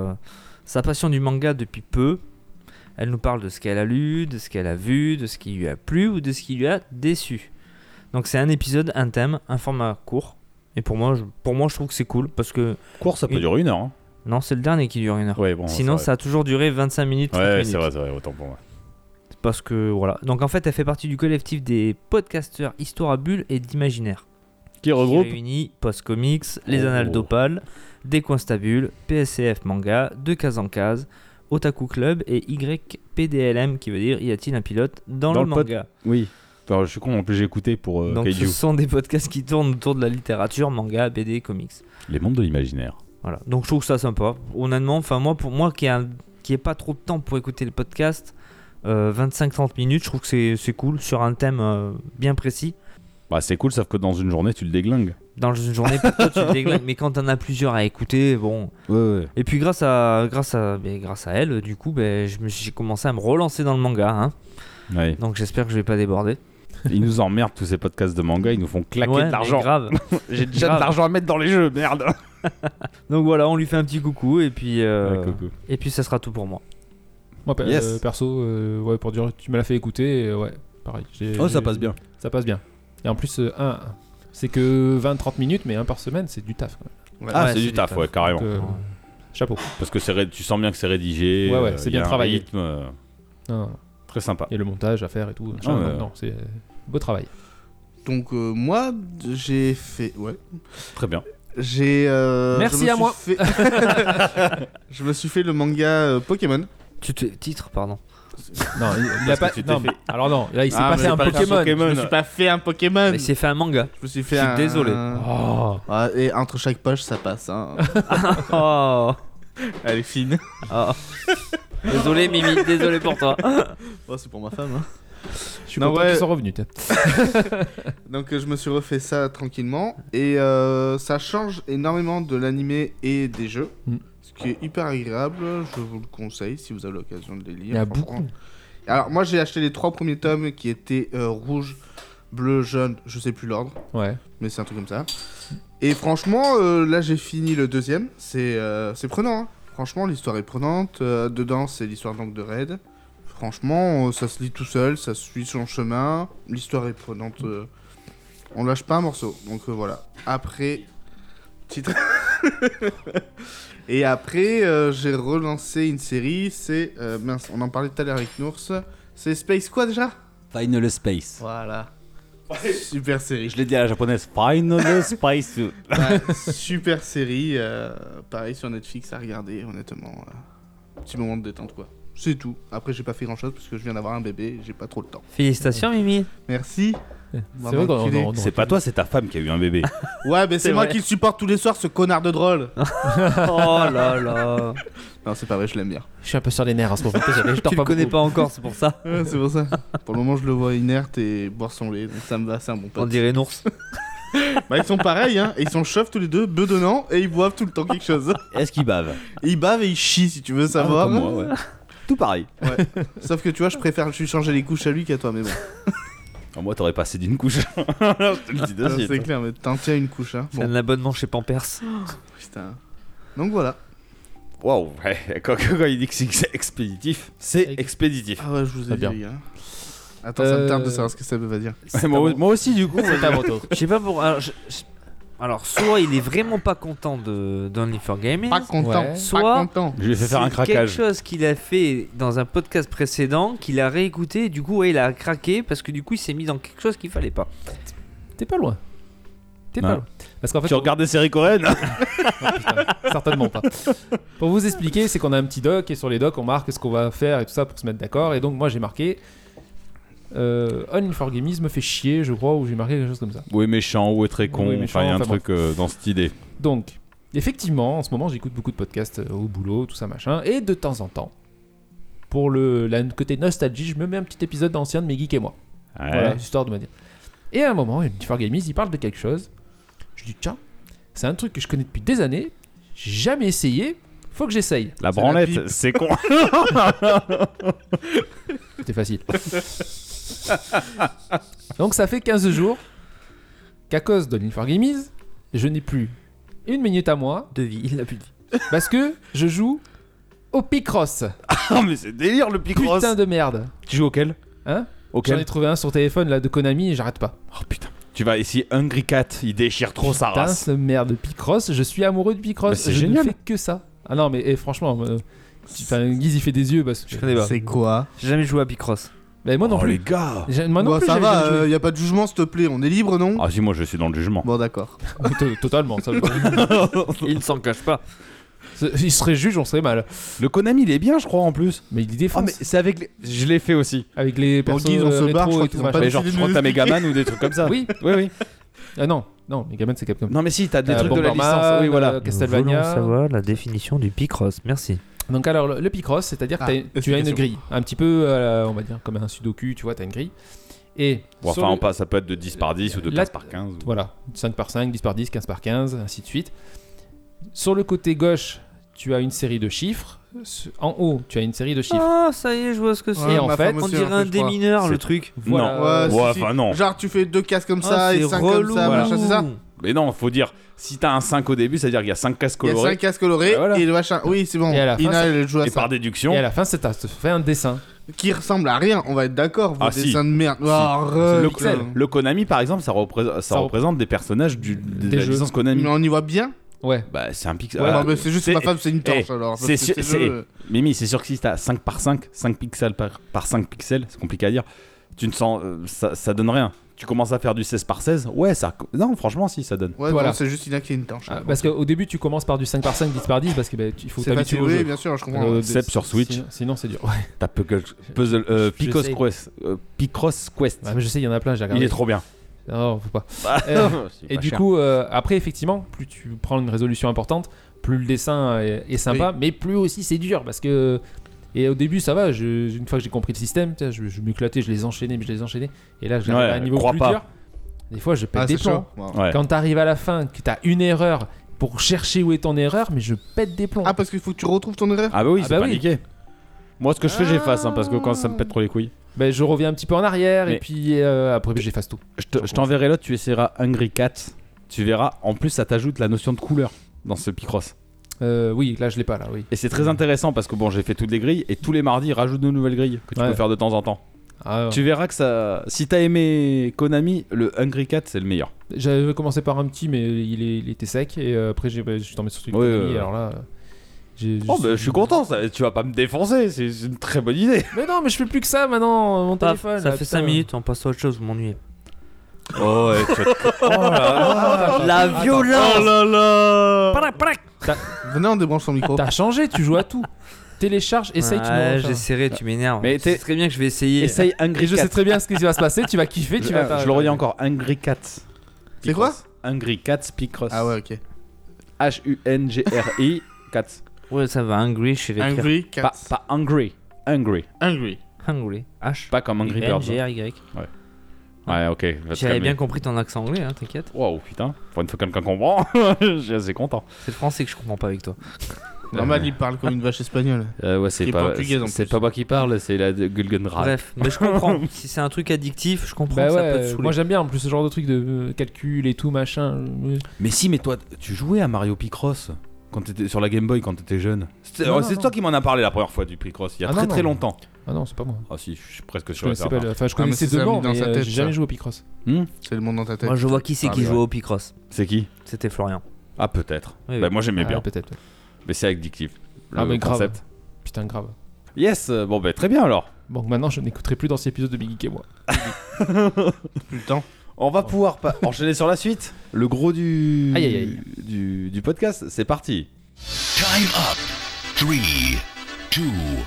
D: sa passion du manga depuis peu. Elle nous parle de ce qu'elle a lu, de ce qu'elle a vu, de ce qui lui a plu ou de ce qui lui a déçu. Donc c'est un épisode, un thème, un format court. Et pour moi, je trouve que c'est cool parce que...
C: Court, ça peut durer 1 heure. Hein.
D: Non, c'est le dernier qui dure 1 heure.
C: Ouais, bon,
D: sinon, ça a toujours duré 25 minutes, 30 minutes.
C: c'est vrai, autant pour moi.
D: Parce que voilà. Donc en fait, elle fait partie du collectif des podcasteurs Histoire à Bulles et d'Imaginaire.
C: Qui regroupe
D: réunit Post Comics, Les Annales d'Opale, Des Constabules, PSCF Manga, De Case en Case, Otaku Club et YPDLM qui veut dire Y a-t-il un pilote dans le manga.
C: Oui. Alors, je suis con, en plus j'ai écouté pour
D: Donc
C: Kaiju.
D: ce sont des podcasts qui tournent autour de la littérature, manga, BD, comics.
C: Les mondes de l'imaginaire.
D: Voilà. Donc je trouve ça sympa. Honnêtement, pour moi qui ai pas trop de temps pour écouter le podcast, 25-30 minutes, je trouve que c'est cool sur un thème bien précis.
C: Bah, c'est cool, sauf que dans une journée, tu le déglingues.
D: Dans une journée, peut-être tu le déglingues, mais quand t'en as plusieurs à écouter, bon.
C: Ouais.
D: Et puis grâce à elle, du coup, j'ai commencé à me relancer dans le manga. Hein.
C: Ouais.
D: Donc j'espère que je vais pas déborder.
C: Ils nous emmerdent tous ces podcasts de manga, ils nous font claquer de l'argent.
D: Grave.
C: J'ai déjà de l'argent à mettre dans les jeux, merde.
D: Donc voilà, on lui fait un petit coucou et puis
C: coucou.
D: et puis ça sera tout pour moi.
A: Moi, perso, ouais, pour dire, tu me l'as fait écouter, ouais, pareil.
C: Ça passe bien.
A: Ça passe bien. Et en plus, c'est que 20-30 minutes, mais un par semaine, c'est du taf.
E: Ouais.
C: Ah, c'est du taf, ouais, carrément.
A: Donc, chapeau.
C: Parce que tu sens bien que c'est rédigé.
A: Ouais, c'est bien travaillé.
C: Rythme,
A: Non,
C: très sympa.
A: et le montage à faire et tout. Non, c'est beau travail.
E: Donc moi, j'ai fait... Ouais.
C: Très bien.
A: Merci à moi.
E: Je me suis fait le manga Pokémon.
D: Titre, pardon.
A: Non, il a pas. Non, alors non, là il s'est passé un Pokémon.
E: Je me suis pas fait un Pokémon.
D: Mais il s'est fait un manga.
E: Je me suis fait
D: Je suis désolé.
A: Oh.
E: Ah, et entre chaque poche, ça passe. Hein.
D: Oh.
E: Elle est fine.
D: Oh. Désolé Mimi, désolé pour toi.
E: Oh, c'est pour ma femme. Hein.
A: Je suis content qu'ils sont revenus.
E: Donc je me suis refait ça tranquillement et ça change énormément de l'animé et des jeux. Ce qui est hyper agréable, je vous le conseille si vous avez l'occasion de les lire.
A: Il y a beaucoup.
E: Alors moi j'ai acheté les 3 premiers tomes qui étaient rouge, bleu, jaune, je sais plus l'ordre,
A: Ouais.
E: mais c'est un truc comme ça. Et franchement là j'ai fini le deuxième, c'est prenant. Hein. Franchement l'histoire est prenante, dedans c'est l'histoire donc de Red. Franchement ça se lit tout seul, ça suit son chemin, l'histoire est prenante, on lâche pas un morceau. Donc voilà. Après, titre... Et après, j'ai relancé une série, c'est... mince, on en parlait tout à l'heure avec Nours. C'est Space quoi déjà ?
C: Final Space.
E: Voilà. Super série.
C: Je l'ai dit à la japonaise. Final Space.
E: Ouais, super série. Pareil sur Netflix à regarder, honnêtement. Petit moment de détente, quoi. C'est tout. Après, j'ai pas fait grand-chose parce que je viens d'avoir un bébé, j'ai pas trop le temps.
D: Félicitations Mimi.
E: Merci.
A: C'est vrai qu'on
C: C'est pas toi, c'est ta femme qui a eu un bébé.
E: Ouais, mais c'est moi
D: vrai.
E: qui le supporte tous les soirs, ce connard de drôle.
D: Oh là là.
E: Non, c'est pas vrai, je l'aime bien.
A: Je suis un peu sur les nerfs en ce moment. Je
D: Tu le connais pas encore, c'est pour ça.
E: Ouais, c'est pour ça. Pour le moment, je le vois inerte et boire son lait, donc ça me va, c'est un bon pote.
D: On dirait Nours.
E: Bah, ils sont pareils, hein, et ils sont chauves tous les deux, bedonnants, et ils boivent tout le temps quelque chose.
C: Est-ce qu'il bave?
E: Et ils bavent et ils chient, si tu veux savoir.
C: Comme moi, ouais. Tout pareil.
E: Ouais. Sauf que tu vois, je préfère lui changer les couches à lui qu'à toi, mais bon.
C: Moi, t'aurais passé d'une couche. Je te le dis de
E: Alors,
C: suite.
E: c'est clair, mais t'en tiens une couche, hein.
D: C'est un abonnement chez Pampers.
E: Putain. Donc voilà.
C: Waouh, ouais. Quand il dit que c'est expéditif, c'est expéditif.
E: Ah ouais, je vous ai
A: Très
E: dit,
A: bien.
E: les gars. Attends, ça me tarde de savoir ce que ça veut dire.
C: Ouais, moi aussi, du coup.
A: C'est à votre tour.
D: Je sais pas pour. Alors, soit il est vraiment pas content d'Only for Gaming,
E: Pas content,
A: Ouais.
E: pas
D: Soit-
E: content.
C: Je lui ai fait faire un
D: quelque
C: craquage.
D: chose qu'il a fait dans un podcast précédent, qu'il a réécouté, et du coup, ouais, il a craqué parce que du coup, il s'est mis dans quelque chose qu'il fallait pas.
A: T'es pas loin. T'es
C: Ouais.
A: pas loin. Parce qu'en fait,
C: Tu regardes des séries coréennes?
A: Oh, putain, certainement pas. Pour vous expliquer, c'est qu'on a un petit doc et sur les docs, on marque ce qu'on va faire et tout ça pour se mettre d'accord. Et donc, moi, j'ai marqué Only for Gaming me fait chier, je crois, ou j'ai marqué quelque chose comme ça.
C: Ou est méchant, ou est très con.
A: Ou est méchant,
C: Enfin, il y a un
A: enfin,
C: truc dans cette idée.
A: Donc, effectivement, en ce moment, j'écoute beaucoup de podcasts au boulot, tout ça, machin. Et de temps en temps, pour le côté nostalgie, je me mets un petit épisode d'ancien de mes geeks et moi.
C: Ouais.
A: Voilà, histoire de me dire. Et à un moment, Only for Gaming, il parle de quelque chose. Je dis, tiens, c'est un truc que je connais depuis des années, j'ai jamais essayé, faut que j'essaye.
C: La
E: C'est
C: branlette,
E: la pipe.
C: c'est con.
A: C'était facile. Donc ça fait 15 jours qu'à cause de l'Inforgamies, je n'ai plus une minute à moi
D: De vie, il n'a plus de vie.
A: parce que je joue au Picross.
C: Ah, mais c'est délire le Picross.
A: Putain de merde.
C: Tu joues auquel?
A: Hein?
C: Auquel?
A: J'en ai trouvé un sur téléphone là de Konami et j'arrête pas.
C: Oh putain. Tu vas essayer Hungry Cat, il déchire trop sa
A: Putain
C: race.
A: de merde de Picross, je suis amoureux de Picross.
C: Mais c'est
A: je
C: génial.
A: ne fais que ça. Ah non mais franchement, Guise il fait des yeux parce que.
D: Je connais pas.
E: C'est quoi?
D: J'ai jamais joué à Picross.
A: Mais moi non
C: Oh
A: plus.
C: les gars.
A: Moi non
E: Bon,
A: plus.
E: ça
A: j'avais jamais
E: va,
A: joué.
E: y a pas de jugement, s'il te plaît. On est libre, non?
C: Ah si, moi je suis dans le jugement.
E: Bon, d'accord.
A: Totalement. Ça,
D: Il ne s'en cache pas.
A: il serait juge, on serait mal.
C: Le Konami il est bien je crois en plus.
A: Mais il
C: Ah
A: défonce
C: mais c'est avec les... Je l'ai fait aussi.
A: avec les
E: Bon,
A: persos
E: Guise, on se barre, je
A: rétro
E: crois
A: et
E: qu'ils
A: tout.
E: ont
A: machin.
E: pas
C: Mais genre
E: décidé
C: tu
E: de
C: prends
E: nous
C: ta
E: expliquer.
C: Megaman ou des trucs comme ça.
A: Oui.
C: Oui.
A: Ah non, Megaman c'est Capcom.
C: Non mais si, t'as des trucs de la
A: Bomberman,
C: licence. Oui voilà.
A: Castlevania.
D: Nous voulons savoir la définition du Picross. Merci.
A: Donc alors le Picross, c'est-à-dire que tu as une
E: explication.
A: grille, un petit peu, on va dire comme un sudoku, tu vois, t'as une grille. Et
C: Bon,
A: sur
C: enfin
A: le-
C: on passe, ça peut être de 10 par 10 ou de
A: Là,
C: 15 par 15. ou-
A: voilà, 5 par 5, 10 par 10, 15 par 15, ainsi de suite. Sur le côté gauche, tu as une série de chiffres. En haut, tu as une série de chiffres.
D: Ah, ça y est, je vois ce que c'est.
A: Et en
E: ma
A: fait,
E: femme
D: On
E: aussi,
D: dirait un
E: peu, je crois.
D: démineur, le
C: C'est-
D: truc.
A: Voilà.
E: Ouais,
C: Ouais,
E: si,
C: enfin,
E: si.
C: non.
E: Genre, tu fais 2 cases comme ça
D: Ah,
E: et
D: c'est
E: 5 comme
D: relou.
E: ça, machin, c'est ça?
C: Mais non, faut dire, si t'as un 5 au début, c'est-à-dire qu'il y a 5 cases
E: Il y a
C: colorées.
E: 5 cases colorées
C: Et voilà.
E: et le machin. Oui, c'est bon.
A: Et à la fin,
E: Ina,
A: ça-
E: elle joue à
C: Et
E: ça.
C: par déduction,
A: Et à la fin, ça te fait un dessin.
E: Qui ressemble à rien, on va être d'accord. Vos
C: Ah, si.
E: dessins de merde.
C: Si.
E: Oh, arrête.
C: le,
A: pixel.
C: le Konami par exemple, ça représente des personnages de
A: Des
C: la
A: jeux.
C: licence Konami.
E: Mais on y voit bien.
A: Ouais.
C: Bah c'est un pixel.
E: Ouais,
C: Ah,
E: non, mais c'est juste
C: c'est-
E: ma femme, c'est une torche
C: eh,
E: alors. parce
C: c'est
E: que
C: sûr-
E: ces
C: c'est-
E: jeux-
C: Mimi, c'est sûr que si t'as 5 par 5, 5 pixels par 5 pixels, c'est compliqué à dire. Tu ne sens, ça donne rien. Tu commences à faire du 16 par 16, ouais, ça. Non, franchement, si, ça donne.
E: Ouais,
A: Voilà.
E: non, c'est juste Ina qui est une torche.
A: Ah, parce qu'au début, tu commences par du 5 par 5, 10 par 10, parce que il faut
E: C'est
A: t'habituer
E: facile,
A: au
E: oui,
A: jeu.
E: bien sûr, je comprends.
C: Seb sur Switch.
A: Sinon, c'est dur. Ouais.
C: T'as Puzzle, Picross
A: sais.
C: Quest. Picross Quest.
A: Ouais, mais je sais, il y en a plein, j'ai regardé.
C: Il est trop bien.
A: Non, faut pas.
C: C'est
A: Et
C: pas
A: du
C: cher.
A: coup, après, effectivement, plus tu prends une résolution importante, plus le dessin est sympa, mais plus aussi c'est dur parce que. Et au début, ça va. Une fois que j'ai compris le système, tu sais, je m'éclatais, je les enchaînais. Et là, j'arrive
C: Ouais,
A: à un niveau
C: crois
A: plus
C: pas.
A: dur. Des fois, je pète
E: Ah,
A: des
E: c'est
A: plombs.
E: chaud. Wow.
C: Ouais.
A: Quand t'arrives à la fin, que t'as une erreur pour chercher où est ton erreur, mais je pète des plombs.
E: Ah, parce qu'il faut que tu retrouves ton erreur.
C: Ah bah oui,
A: Ah
C: c'est
A: bah
C: pas
A: oui.
C: niqué. Moi, ce que je fais, j'efface, hein, parce que quand ça me pète trop les couilles.
A: Ben, je reviens un petit peu en arrière
C: Mais-
A: et puis après, j'efface tout.
C: Je t'enverrai l'autre, tu essaieras Hungry Cat. Tu verras, en plus, ça t'ajoute la notion de couleur dans ce Picross.
A: Oui, là, je l'ai pas, là, oui.
C: Et c'est très intéressant parce que bon, j'ai fait toutes les grilles et tous les mardis, ils rajoutent de nouvelles grilles que tu
A: Ouais.
C: peux faire de temps en temps.
A: Ah, ouais.
C: Tu verras que ça. Si t'as aimé Konami, le Hungry Cat, c'est le meilleur.
A: J'avais commencé par un petit, mais il était sec. Et après, je suis tombé sur celui de
C: Ouais,
A: Konami,
C: ouais, ouais.
A: alors là.
C: Oh, bah, je suis content, tu vas pas me défoncer, c'est une très bonne idée.
A: Mais non, mais je fais plus que ça maintenant, mon
D: Paf,
A: téléphone.
D: ça
A: là,
D: fait
A: putain.
D: 5 minutes, on passe à autre chose, vous m'ennuyez.
C: Oh, ouais, oh là là.
D: La
A: Attends.
D: violence.
C: là là.
D: Parak, parak.
E: Venez, on débranche son micro.
A: T'as changé, tu joues à tout. Télécharge, essaye, tu
D: Ouais,
A: nous
D: j'essaierai, tu m'énerves.
C: Mais
D: Mais c'est très bien que je vais essayer.
C: Essaye
A: Et
C: Hungry
A: je
C: Cat.
A: sais très bien ce qui va se passer, tu vas kiffer, tu vas
C: Je le redis encore, Hungry Cat.
E: C'est quoi?
C: Hungry Cat Picross.
E: Ah ouais, ok.
C: H-U-N-G-R-I Cat.
D: Ouais, ça va, Hungry, je sais l'écrire.
E: Angry Cat.
C: Pas Hungry. Hungry.
E: Angry.
D: Hungry. H.
C: Pas comme Angry Birds.
D: N-G-R-Y.
C: Ouais, ok. va te
D: J'avais
C: calmer.
D: bien compris ton accent anglais, hein, t'inquiète.
C: Wow, putain. Pour une fois que quelqu'un comprend, je suis assez content.
D: C'est le français que je comprends pas avec toi.
E: Normal, il parle comme une vache espagnole.
C: Ouais, c'est
E: Qui est
C: pas,
E: portugaise, en
C: c'est
E: plus.
C: pas moi qui parle, c'est la de Gulgendrad.
D: Bref, mais je comprends. Si c'est un truc addictif, je comprends
A: Bah
D: que ça peut te
A: ouais,
D: saouler.
A: moi j'aime bien en plus ce genre de truc de calcul et tout machin.
C: Mais si, mais toi, tu jouais à Mario Picross quand t'étais sur la Game Boy quand t'étais jeune. C'est
A: Non,
C: c'est
A: non,
C: toi qui m'en as parlé la première fois du Picross, il y a
A: Ah,
C: très
A: non,
C: très
A: non.
C: longtemps.
A: Ah non, c'est pas moi.
C: Ah si, je suis presque
A: Je
C: sûr. et
A: connaissais pas,
C: certain.
A: enfin, je
E: Ah, mais
A: connaissais
E: c'est ça,
A: deux noms,
E: mis dans
A: mais
E: sa tête,
A: j'ai jamais
E: ça.
A: joué au Picross.
E: C'est le monde dans ta tête.
D: Moi, je vois qui c'est
E: Ah,
D: qui
E: mais
D: joue
E: ouais.
D: au Picross.
C: C'est qui?
D: C'était Florian.
C: Ah peut-être.
D: Oui,
C: Bah,
D: oui.
C: moi j'aimais
A: Ah,
C: bien,
A: peut-être. Ouais.
C: mais c'est addictif.
A: Ah
C: le
A: mais grave.
C: concept.
A: Putain grave.
C: Yes, bon bah très bien alors.
A: Bon, maintenant je n'écouterai plus dans ces épisodes de Big Geek et moi.
E: Plus le temps.
C: On va pouvoir enchaîner sur la suite. Le gros du
A: Aïe, aïe, aïe.
C: du podcast, c'est parti.
F: Time up. 3, 2,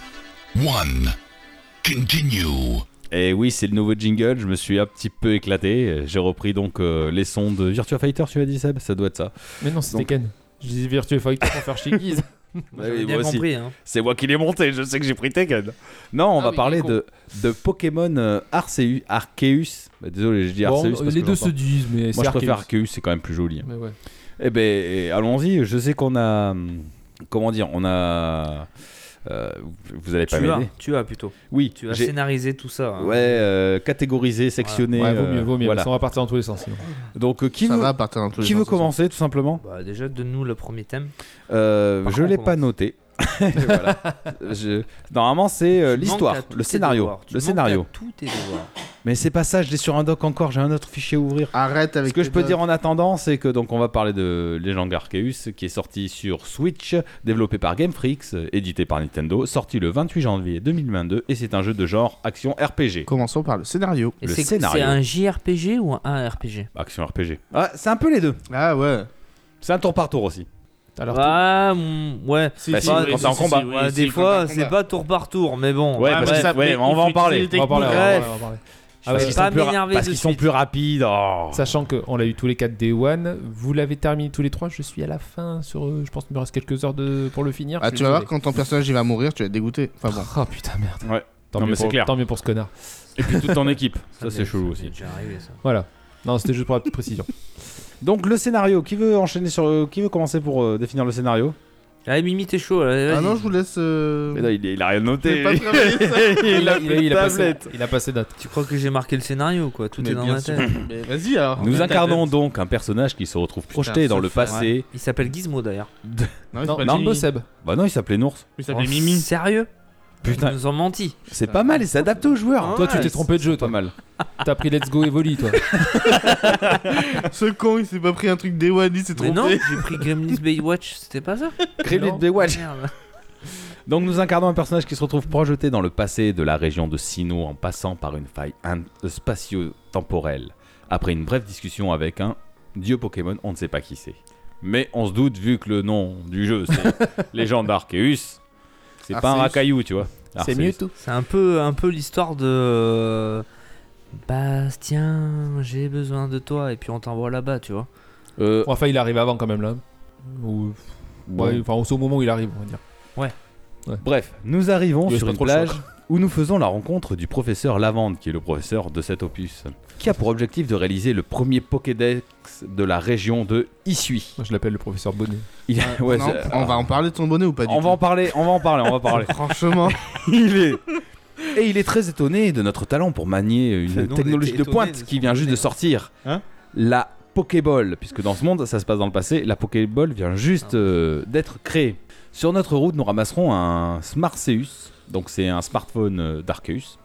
F: 1. Continue.
C: Et oui, c'est le nouveau jingle, je me suis un petit peu éclaté. J'ai repris donc les sons de Virtua Fighter, tu as dit Seb? Ça doit être ça.
A: Mais non, c'était
C: Donc-
A: Ken. Je disais Virtua Fighter pour faire chier Guise.
D: J'avais bien compris. Hein.
C: C'est moi qui l'ai monté, je sais que j'ai pris Tekken. Non, on
A: Ah
C: va
A: oui,
C: parler
A: il est
C: de Pokémon Arceus. Bah, désolé, je dis
A: Bon,
C: Arceus parce
A: les
C: que
A: deux
C: j'entends.
A: se disent, mais
C: Moi
A: c'est
C: je préfère
A: Arceus.
C: Arceus, c'est quand même plus joli.
A: Mais ouais.
C: Eh ben, allons-y. Je sais qu'on a, comment dire, on a Vous allez pas m'aider.
D: Tu as plutôt.
C: Oui,
D: Tu as
C: j'ai
D: scénarisé tout ça. hein.
C: catégorisé, sectionné.
A: Ouais, vaut mieux.
C: Voilà.
A: On va partir dans tous les sens. Sinon.
C: Donc, qui
E: Ça
C: veut,
E: va partir dans tous les
C: qui
E: sens,
C: veut
E: ce soir.
C: commencer, tout simplement?
D: Bah, déjà, donne-nous le premier thème.
C: Je l'ai
D: on
C: pas
D: commence.
C: noté. Voilà. Normalement, c'est
D: Tu
C: l'histoire,
D: manques à tous
C: le
D: tes
C: scénario.
D: devoirs. Tu
C: Le
D: manques
C: scénario.
D: à tous tes devoirs.
C: Mais c'est pas ça, je l'ai sur un doc encore, j'ai un autre fichier à ouvrir.
E: Arrête avec
C: Ce que je peux
E: tes
C: dire en attendant, c'est que donc on va parler de Legend Arceus, qui est sorti sur Switch, développé par Game Freaks, édité par Nintendo, sorti le 28 janvier 2022, et c'est un jeu de genre action RPG.
E: Commençons par le scénario.
D: Et
C: Le
D: c'est
C: scénario.
D: un JRPG ou un ARPG?
C: Action RPG. Ah, c'est un peu les deux.
E: Ah ouais.
C: C'est un tour par tour aussi.
A: Alors,
D: Ouais.
E: Si,
C: Bah,
E: si,
C: si,
E: oui,
C: quand
E: si,
C: t'es en
E: si,
C: combat.
E: si, oui,
D: Ouais,
E: si,
D: des
E: quand
D: fois,
E: t'es en
D: c'est
E: combat.
D: pas tour par tour, mais bon.
C: Ouais,
E: Ah,
C: parce
E: mais
C: que-
E: ça-
C: ouais,
E: mais
C: on va en
E: il
C: parler.
E: utilise des
A: on va parler.
E: techniques.
D: Bref.
A: On va parler.
D: Je
C: Parce
D: vais
C: qu'ils
D: pas
C: sont plus,
D: m'énerver
C: parce
D: de
C: qu'ils sont
D: suite.
C: plus rapides. Oh.
A: Sachant qu'on l'a eu tous les 4 Day One, vous l'avez terminé tous les 3, je suis à la fin sur je pense qu'il me reste quelques heures pour le finir.
E: Ah,
A: je suis
E: tu vas voir,
A: désolé.
E: quand ton personnage il va mourir, tu vas être dégoûté. Enfin bon.
A: Oh putain, merde.
C: Ouais.
A: Tant,
C: Non,
A: mieux
C: mais c'est
A: pour,
C: clair.
A: tant mieux pour ce connard.
C: Et puis toute ton équipe. Ça,
D: Ah,
C: c'est
D: mais
C: chelou
D: c'est
C: aussi.
D: déjà arrivé, ça.
A: Voilà. Non, c'était juste pour la petite précision.
C: Donc, le scénario. Qui veut enchaîner sur. Qui veut commencer pour définir le scénario?
D: Allez, Mimi, t'es chaud. Là,
E: Ah
D: vas-y.
E: non, je vous laisse.
C: Mais non, il a rien
E: Je
C: noté.
E: vais pas travailler ça.
A: Il a passé date.
D: Tu crois que j'ai marqué le scénario, quoi? Tout
E: Mais
D: est dans
E: bien
D: ma
E: sûr.
D: tête.
E: Mais vas-y alors.
C: Nous
E: Mets ta
C: incarnons
E: tête.
C: donc un personnage qui se retrouve projeté dans le
E: sauf-
C: passé.
D: Il s'appelle Gizmo d'ailleurs.
E: Non, il
A: Non,
E: s'appelle
A: non,
E: Jimmy.
A: Seb.
C: Bah non, il s'appelait Nours.
E: Il s'appelait
D: Oh,
E: Mimi.
D: Sérieux?
C: Putain.
D: Ils nous ont menti.
C: C'est pas mal, il s'adapte aux joueurs.
D: Ah,
A: Toi, tu
D: ouais,
A: t'es trompé de jeu,
C: Pas
A: toi.
C: mal.
A: T'as pris Let's Go Evoli, toi.
E: Ce con, il s'est pas pris un truc Day One, il s'est
D: Mais non,
E: trompé.
D: j'ai pris Gremlins Baywatch, c'était pas ça?
C: Gremlins
A: Non.
C: Baywatch.
D: Merde.
C: Donc nous incarnons un personnage qui se retrouve projeté dans le passé de la région de Sinnoh en passant par une faille spatio-temporelle. Après une brève discussion avec un dieu Pokémon, on ne sait pas qui c'est. Mais on se doute, vu que le nom du jeu c'est Legend Arceus, c'est pas un
E: Arceus.
C: racaillou, tu vois.
A: C'est
C: Arceus.
A: mieux tout.
D: C'est un peu l'histoire de Bastien, j'ai besoin de toi, et puis on t'envoie là-bas, tu vois.
A: Enfin, il arrive avant quand même là. Ou... Ouais, enfin, c'est au moment où il arrive, on va dire.
C: Bref, nous arrivons
A: Il laisse
C: sur
A: pas
C: une
A: trop le
C: plage
A: choix.
C: où nous faisons la rencontre du professeur Lavande, qui est le professeur de cet opus, qui a pour objectif de réaliser le premier Pokédex de la région de Isui.
A: Moi, je l'appelle le professeur Bonnet.
C: Il ouais,
E: Non,
C: c'est-
E: on va en parler de ton bonnet ou pas du
C: on
E: tout
C: va en parler, on va parler.
E: Franchement.
C: Et il est très étonné de notre talent pour manier
D: Nous,
C: une
D: on
C: technologie
D: était
C: de
D: étonnés
C: pointe
D: de
C: qui
D: son
C: vient juste de
D: bonnet.
C: sortir.
E: Hein
C: La Pokéball, puisque dans ce monde, ça se passe dans le passé, la Pokéball vient juste d'être créée. Sur notre route, nous ramasserons un Smartseus, donc c'est un smartphone d'Arceus,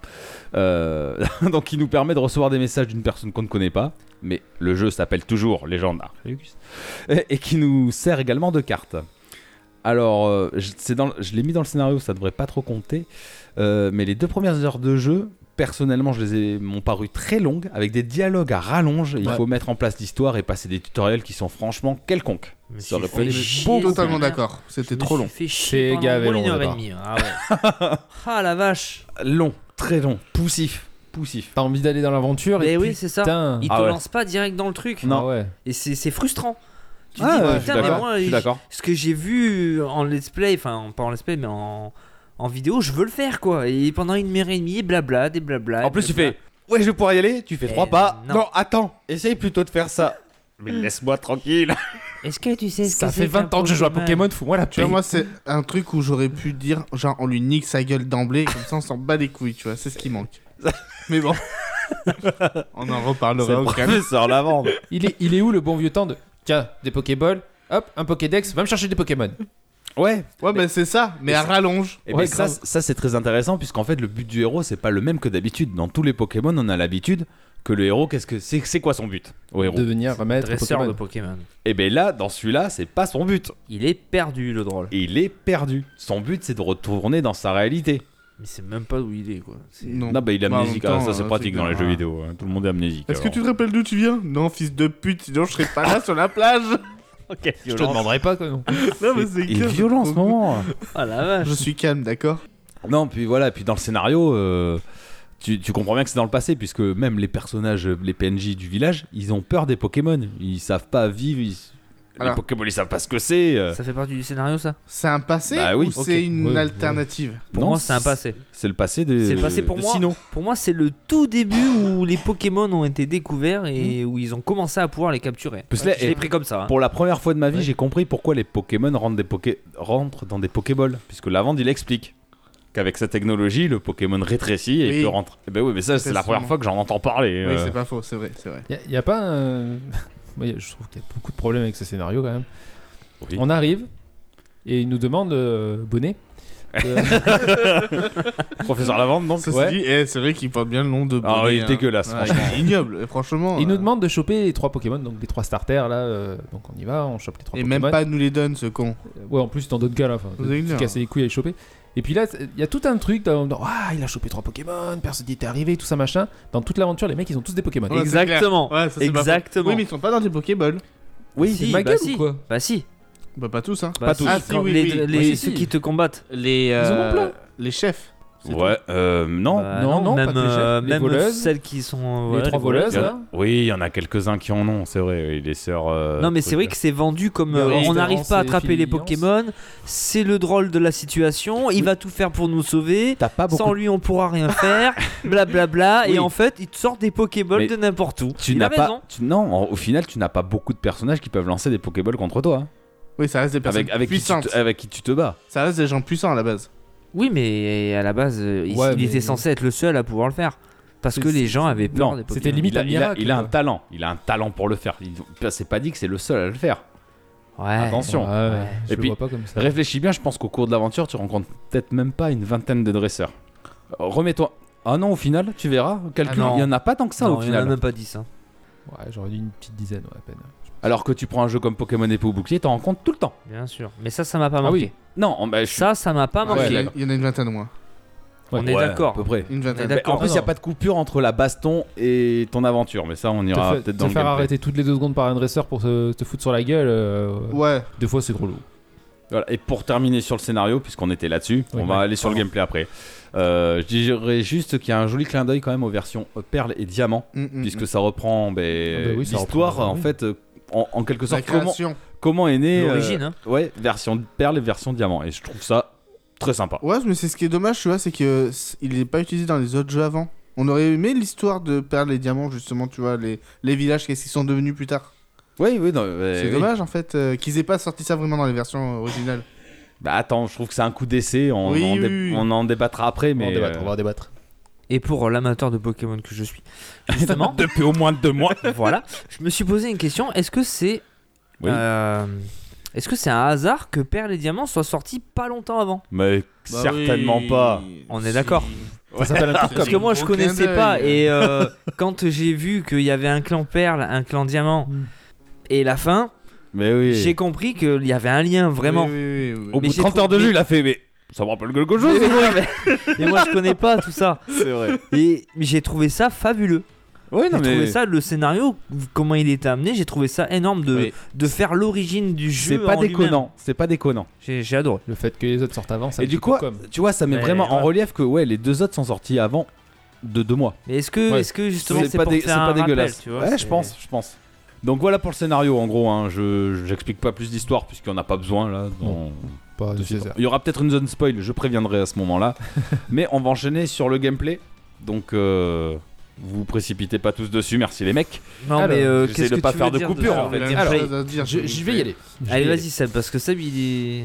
C: donc qui nous permet de recevoir des messages d'une personne qu'on ne connaît pas, mais le jeu s'appelle toujours Legend Arceus, et qui nous sert également de carte. Alors, je l'ai mis dans le scénario, ça devrait pas trop compter, mais les 2 premières heures de jeu, personnellement, m'ont paru très longues, avec des dialogues à rallonge. Il
A: Ouais.
C: faut mettre en place l'histoire et passer des tutoriels qui sont franchement quelconques.
D: Je me
C: Ça aurait
D: suis
C: fallu
D: fait
C: être
D: chier,
C: beaucoup
E: Totalement
D: ça.
E: d'accord. C'était trop long.
D: Je me suis fait
A: C'est
D: chier pendant
A: gavé
D: au moins
A: long,
D: une heure et
A: d'abord.
D: demie. Ah ouais. Ah la vache.
C: Long, très long, poussif.
A: T'as envie d'aller dans l'aventure
D: Mais
A: et
D: oui, c'est ça.
A: putain.
D: Il te
C: Ah ouais.
D: lance pas direct dans le truc.
A: Ah ouais.
D: Et c'est frustrant. Tu te
C: Ah,
D: dis,
C: ouais,
D: putain,
C: je suis
D: mais
C: d'accord,
D: moi,
C: je suis d'accord.
D: ce que j'ai vu en let's play, enfin pas en let's play, mais en vidéo, je veux le faire quoi. Et pendant une heure et demie, blabla, des blabla.
C: En plus, tu
D: blabla.
C: fais, ouais, je vais pouvoir y aller, tu fais 3 pas.
D: non.
C: Non, attends, essaye plutôt de faire ça. Mais laisse-moi tranquille.
D: Est-ce que tu sais ce
A: Ça
D: que
A: fait
D: c'est
A: 20 ans que je joue à Pokémon, fous-moi la
E: Tu vois,
A: paix.
E: moi, c'est un truc où j'aurais pu dire, genre, on lui nique sa gueule d'emblée, comme ça on s'en bat les couilles, tu vois, c'est ce qui manque. Mais bon. On en
C: C'est
E: reparlera
C: le
E: au calme.
C: professeur Lavande.
A: Il est où le bon vieux temps de tiens, des Pokéballs, hop, un Pokédex, va me chercher des Pokémon.
C: Ouais.
E: Ouais, bah c'est ça, mais à rallonge.
C: Et
A: Ouais,
C: ben ça,
A: grave.
C: ça c'est très intéressant puisqu'en fait le but du héros c'est pas le même que d'habitude. Dans tous les Pokémon on a l'habitude que le héros c'est quoi son but au héros.
A: Devenir maître
D: Dresseur
A: Pokémon.
D: de Pokémon.
C: Et ben là dans celui-là c'est pas son but.
D: Il est perdu le drôle.
C: Il est perdu. Son but c'est de retourner dans sa réalité.
D: Mais c'est même pas où il est quoi. C'est-
E: Non.
C: Non bah il est
E: Bah, en
C: amnésique.
E: même temps,
C: ça c'est pratique
E: c'est
C: dans les
E: clair,
C: jeux
E: ouais.
C: vidéo. Tout le monde est amnésique.
E: Est-ce que tu te rappelles d'où tu viens? Non, fils de pute, sinon je serais pas là sur la plage.
A: Je te demanderai pas quoi non.
E: Non, mais c'est
C: Il est
E: clair,
C: violent en
E: c'est
C: ce
E: trop
C: moment.
D: Ah la vache.
E: Je suis calme, d'accord?
C: Non, puis voilà, puis dans le scénario, tu comprends bien que c'est dans le passé, puisque même les personnages, les PNJ du village, ils ont peur des Pokémon. Ils savent pas vivre.
E: Alors.
C: Les Pokéballs, ils savent pas ce que c'est.
D: Ça fait partie du scénario, ça?
E: C'est un passé
C: Bah oui.
E: ou c'est une
A: Ouais,
E: alternative?
D: Pour
C: Non,
D: moi, c'est un passé.
C: C'est le passé de.
D: C'est le passé pour
C: de
D: moi.
C: Sinnoh.
D: Pour moi, c'est le tout début où les Pokémon ont été découverts et où ils ont commencé à pouvoir les capturer.
C: Parce que là,
D: Je l'ai pris comme ça. Hein.
C: Pour la première fois de ma vie,
A: Ouais.
C: j'ai compris pourquoi les Pokémon rentrent dans des Pokéballs. Puisque Lavande, il explique qu'avec sa technologie, le Pokémon rétrécit et
E: Oui.
C: il peut rentrer. Et ben oui, mais ça, c'est la
E: Effectivement.
C: première fois que j'en entends parler.
E: Oui, c'est pas faux, c'est vrai, c'est vrai.
A: Il y a pas un. Oui, je trouve qu'il y a beaucoup de problèmes avec ce scénario quand même.
C: Oui.
A: On arrive et il nous demande Bonnet.
C: Professeur Lavande, donc.
E: Ça
A: Ouais.
E: se dit, c'est vrai qu'il porte bien le nom de
C: Ah
E: Bonnet,
C: oui, dégueulasse, franchement.
E: Il est ignoble, et franchement.
A: Il nous demande de choper les 3 Pokémon, donc les 3 starters là. Donc on y va, on chope les 3
E: Et
A: Pokémon.
E: même pas nous les donne, ce con.
A: Ouais, en plus, t'en donnes qu'à la fin.
E: Vous allez
A: Tu
E: dire.
A: casses les couilles à les choper. Et puis là, il y a tout un truc dans il a chopé 3 Pokémon, personne n'y était arrivé, tout ça machin. Dans toute l'aventure, les mecs, ils ont tous des Pokémon.
E: Ouais, c'est
D: Exactement.
E: clair. Ouais, ça, c'est pas faux.
D: Exactement.
E: Oui, mais ils sont pas dans des Pokéballs.
A: Oui,
D: Si,
A: c'est ma
D: bah
A: gueule
D: si.
A: ou quoi?
D: Bah si.
E: Bah, pas tous, hein.
D: Bah
C: Pas
D: si,
C: tous.
E: Ah, si,
D: quand
E: oui,
D: les,
E: oui.
D: les-
A: Ouais, si,
D: ceux
A: si.
D: qui te combattent.
E: Les,
A: Ils en ont plein.
E: les chefs. c'est
C: Ouais, non.
D: Bah
A: non,
D: même,
A: pas que les chefs. Les
D: même
A: voleuses.
D: celles qui sont.
A: Les
D: voilà,
A: 3 voleuses
C: Il y en a-
A: là.
C: Oui, il y en a quelques-uns qui en ont, c'est vrai. Oui, les sœurs.
D: Non mais c'est vrai que c'est vendu comme
A: Oui,
D: on n'arrive pas à
A: Espérance et
D: attraper les
A: Philippe
D: Pokémon, c'est le drôle de la situation, il va tout faire pour nous sauver,
C: T'as pas beaucoup.
D: sans lui on pourra rien faire, blablabla,
C: Oui.
D: et en fait il te sort des Pokéballs
C: Mais
D: de n'importe où.
C: Tu
D: Il
C: n'as
D: a
C: pas.
D: raison.
C: Non, au final, tu n'as pas beaucoup de personnages qui peuvent lancer des Pokéballs contre toi. Hein.
E: Oui, ça reste des personnes
C: Avec
E: puissantes.
C: avec qui tu te bats.
E: Ça reste des gens puissants à la base.
D: Oui mais à la base
A: Ouais,
D: il
A: mais-
D: était censé être le seul à pouvoir le faire. Parce que les gens avaient peur
C: Non,
D: des Pokémon.
A: c'était limite un miracle.
C: Il a un
A: quoi.
C: talent. Il a un talent pour le faire. C'est pas dit que c'est le seul à le faire.
D: Ouais.
C: Attention.
A: Ouais, je
C: Et
A: le
C: puis,
A: vois pas comme ça.
C: Réfléchis bien, je pense qu'au cours de l'aventure, tu rencontres peut-être même pas une vingtaine de dresseurs. Remets-toi. Ah non, au final, tu verras. Calcul,
D: Ah non.
C: il y en a pas tant que ça
D: Non,
C: au
D: il y en a
C: final.
D: même pas 10. Hein.
A: Ouais, j'aurais dit une petite dizaine, ouais, à peine.
C: Alors que tu prends un jeu comme Pokémon épée ou bouclier, t'en rencontres tout le temps.
D: Bien sûr. Mais ça m'a pas
A: Ah
D: manqué.
A: oui.
C: Non, bah, je suis.
D: Ça m'a pas
E: Ouais,
D: manqué.
E: il y en a une vingtaine au moins.
D: On est
C: Ouais,
D: d'accord.
C: À peu près.
E: Une
D: On est
E: vingtaine.
D: d'accord.
C: En plus, il n'y a pas de coupure entre la baston et ton aventure, mais ça, on ira peut-être dans
A: te
C: le
A: faire
C: gameplay.
A: arrêter toutes les 2 secondes par un dresseur pour te foutre sur la gueule,
E: Ouais.
A: des fois c'est trop lourd.
C: Voilà. Et pour terminer sur le scénario, puisqu'on était là-dessus,
A: Oui,
C: on va
A: ouais.
C: aller sur le gameplay après. Je dirais juste qu'il y a un joli clin d'œil quand même aux versions Perle et Diamant, puisque ça reprend
A: Ah bah oui, ça
C: l'histoire,
A: reprend,
C: en
A: oui.
C: fait, en quelque
E: la
C: sorte,
E: création.
C: comment est né
D: L'origine, hein.
C: ouais, version Perle et version Diamant. Et je trouve ça très sympa.
E: Ouais, mais c'est ce qui est dommage, tu vois, c'est que il n'est pas utilisé dans les autres jeux avant. On aurait aimé l'histoire de Perle et Diamant, justement, tu vois, les villages, qu'est-ce qu'ils sont devenus plus tard.
C: Oui, oui, non,
E: C'est
C: oui.
E: dommage, en fait, qu'ils aient pas sorti ça vraiment dans les versions originales.
C: Bah attends, je trouve que c'est un coup d'essai,
E: Oui, oui.
C: on en débattra après, mais
A: On va débattre.
D: Et pour l'amateur de Pokémon que je suis, justement,
C: depuis au moins 2 mois.
D: voilà, je me suis posé une question. Est-ce que c'est
C: Oui.
D: est-ce que c'est un hasard que Perle et Diamant soient sortis pas longtemps avant?
C: Mais
E: Bah
C: certainement
E: oui.
C: pas.
D: On est d'accord.
A: Ça s'appelle un truc
D: Parce
A: comme
D: que moi je
E: gros clin
D: connaissais
E: d'œil.
D: pas et quand j'ai vu qu'il y avait un clan Perle, un clan Diamant
A: Mm.
D: et la fin,
C: Mais oui.
D: j'ai compris qu'il y avait un lien vraiment.
E: Oui, oui, oui, oui.
C: Au
D: Mais
C: bout de
D: j'ai
C: 30 heures de
D: trouvé-
C: jeu, il a fait, mais ça me rappelle quelque chose.
D: Mais moi je connais pas tout ça.
C: C'est vrai.
D: Et j'ai trouvé ça fabuleux.
C: Oui,
D: J'ai trouvé ça, le scénario, comment il était amené, j'ai trouvé ça énorme
C: Oui.
D: de faire l'origine du jeu.
C: c'est pas
D: en
C: déconnant. C'est pas déconnant.
D: lui-même. J'ai adoré.
A: Le fait que les autres sortent avant, ça
C: Et
A: me
C: du
A: dit
C: coup,
A: comme.
C: tu vois, ça met
D: Mais
C: vraiment en
D: ouais.
C: relief que ouais, les 2 autres sont sortis avant de 2 mois.
D: Mais est-ce que,
A: Ouais.
D: justement c'est
C: pas,
D: pour faire un rappel,
C: dégueulasse.
D: tu vois,
C: ouais,
D: c'est-
C: je pense. Donc voilà pour le scénario en gros. Hein. J'explique pas plus d'histoire puisqu'on n'a pas besoin là.
A: Pas de César.
C: Il y aura peut-être une zone spoil, je préviendrai à ce moment-là. Mais on va enchaîner sur le gameplay. Donc vous précipitez pas tous dessus, merci les mecs.
D: Non
A: Alors,
D: mais
C: j'essaie
D: qu'est-ce
C: de
D: que
C: pas
D: tu
C: faire
D: veux
C: de
D: dire
C: coupure,
D: ça
C: en fait.
E: Il a
D: Gameplay.
E: une chose à dire,
A: Je vais y aller.
D: Allez vas-y Seb parce que Seb il est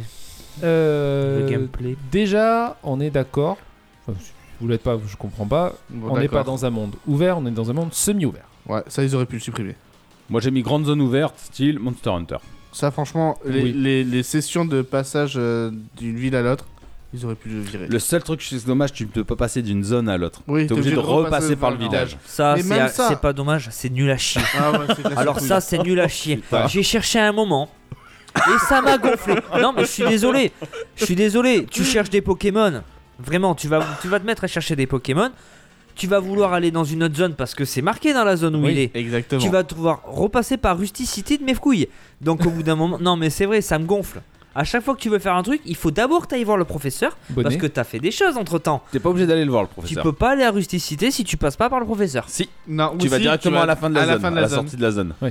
A: Euh,
D: le gameplay.
A: Déjà, on est d'accord. Enfin, si vous l'êtes pas, je comprends pas.
E: Bon,
A: On n'est pas
E: d'accord.
A: dans un monde ouvert, on est dans un monde semi-ouvert.
E: Ouais, ça, ils auraient pu le supprimer.
C: Moi j'ai mis grande zone ouverte, style Monster Hunter.
E: Ça, franchement,
A: Oui.
E: les sessions de passage d'une ville à l'autre, ils auraient pu le virer.
C: Le seul truc, c'est dommage, tu ne peux pas passer d'une zone à l'autre.
E: Oui,
C: T'es obligé de repasser par le
E: devant.
C: village.
D: Ça
E: Mais même ça-
D: c'est pas dommage, c'est nul à chier.
E: Ah ouais, c'est classique,
D: Alors
E: oui.
D: ça c'est nul à chier.
C: Putain.
D: J'ai cherché un moment et ça m'a gonflé. Non mais je suis désolé. Tu cherches des Pokémon. Vraiment, tu vas te mettre à chercher des Pokémon. Tu vas vouloir aller dans une autre zone parce que c'est marqué dans la zone où
E: Oui,
D: il est.
E: Exactement.
D: Tu vas devoir repasser par rusticité de mes couilles. Donc au bout d'un moment, non mais c'est vrai, ça me gonfle. À chaque fois que tu veux faire un truc, il faut d'abord que tu ailles voir le professeur
A: Bonnet.
D: parce que t'as fait des choses entre temps.
C: T'es pas obligé d'aller le voir, le
D: Tu
C: professeur.
D: peux pas aller à rusticité si tu passes pas par le professeur.
C: Si,
E: Non,
C: tu
E: ou
C: vas
E: si,
C: directement
E: vas
C: à la fin de la zone,
E: fin de
C: à la
E: zone.
C: sortie de la zone.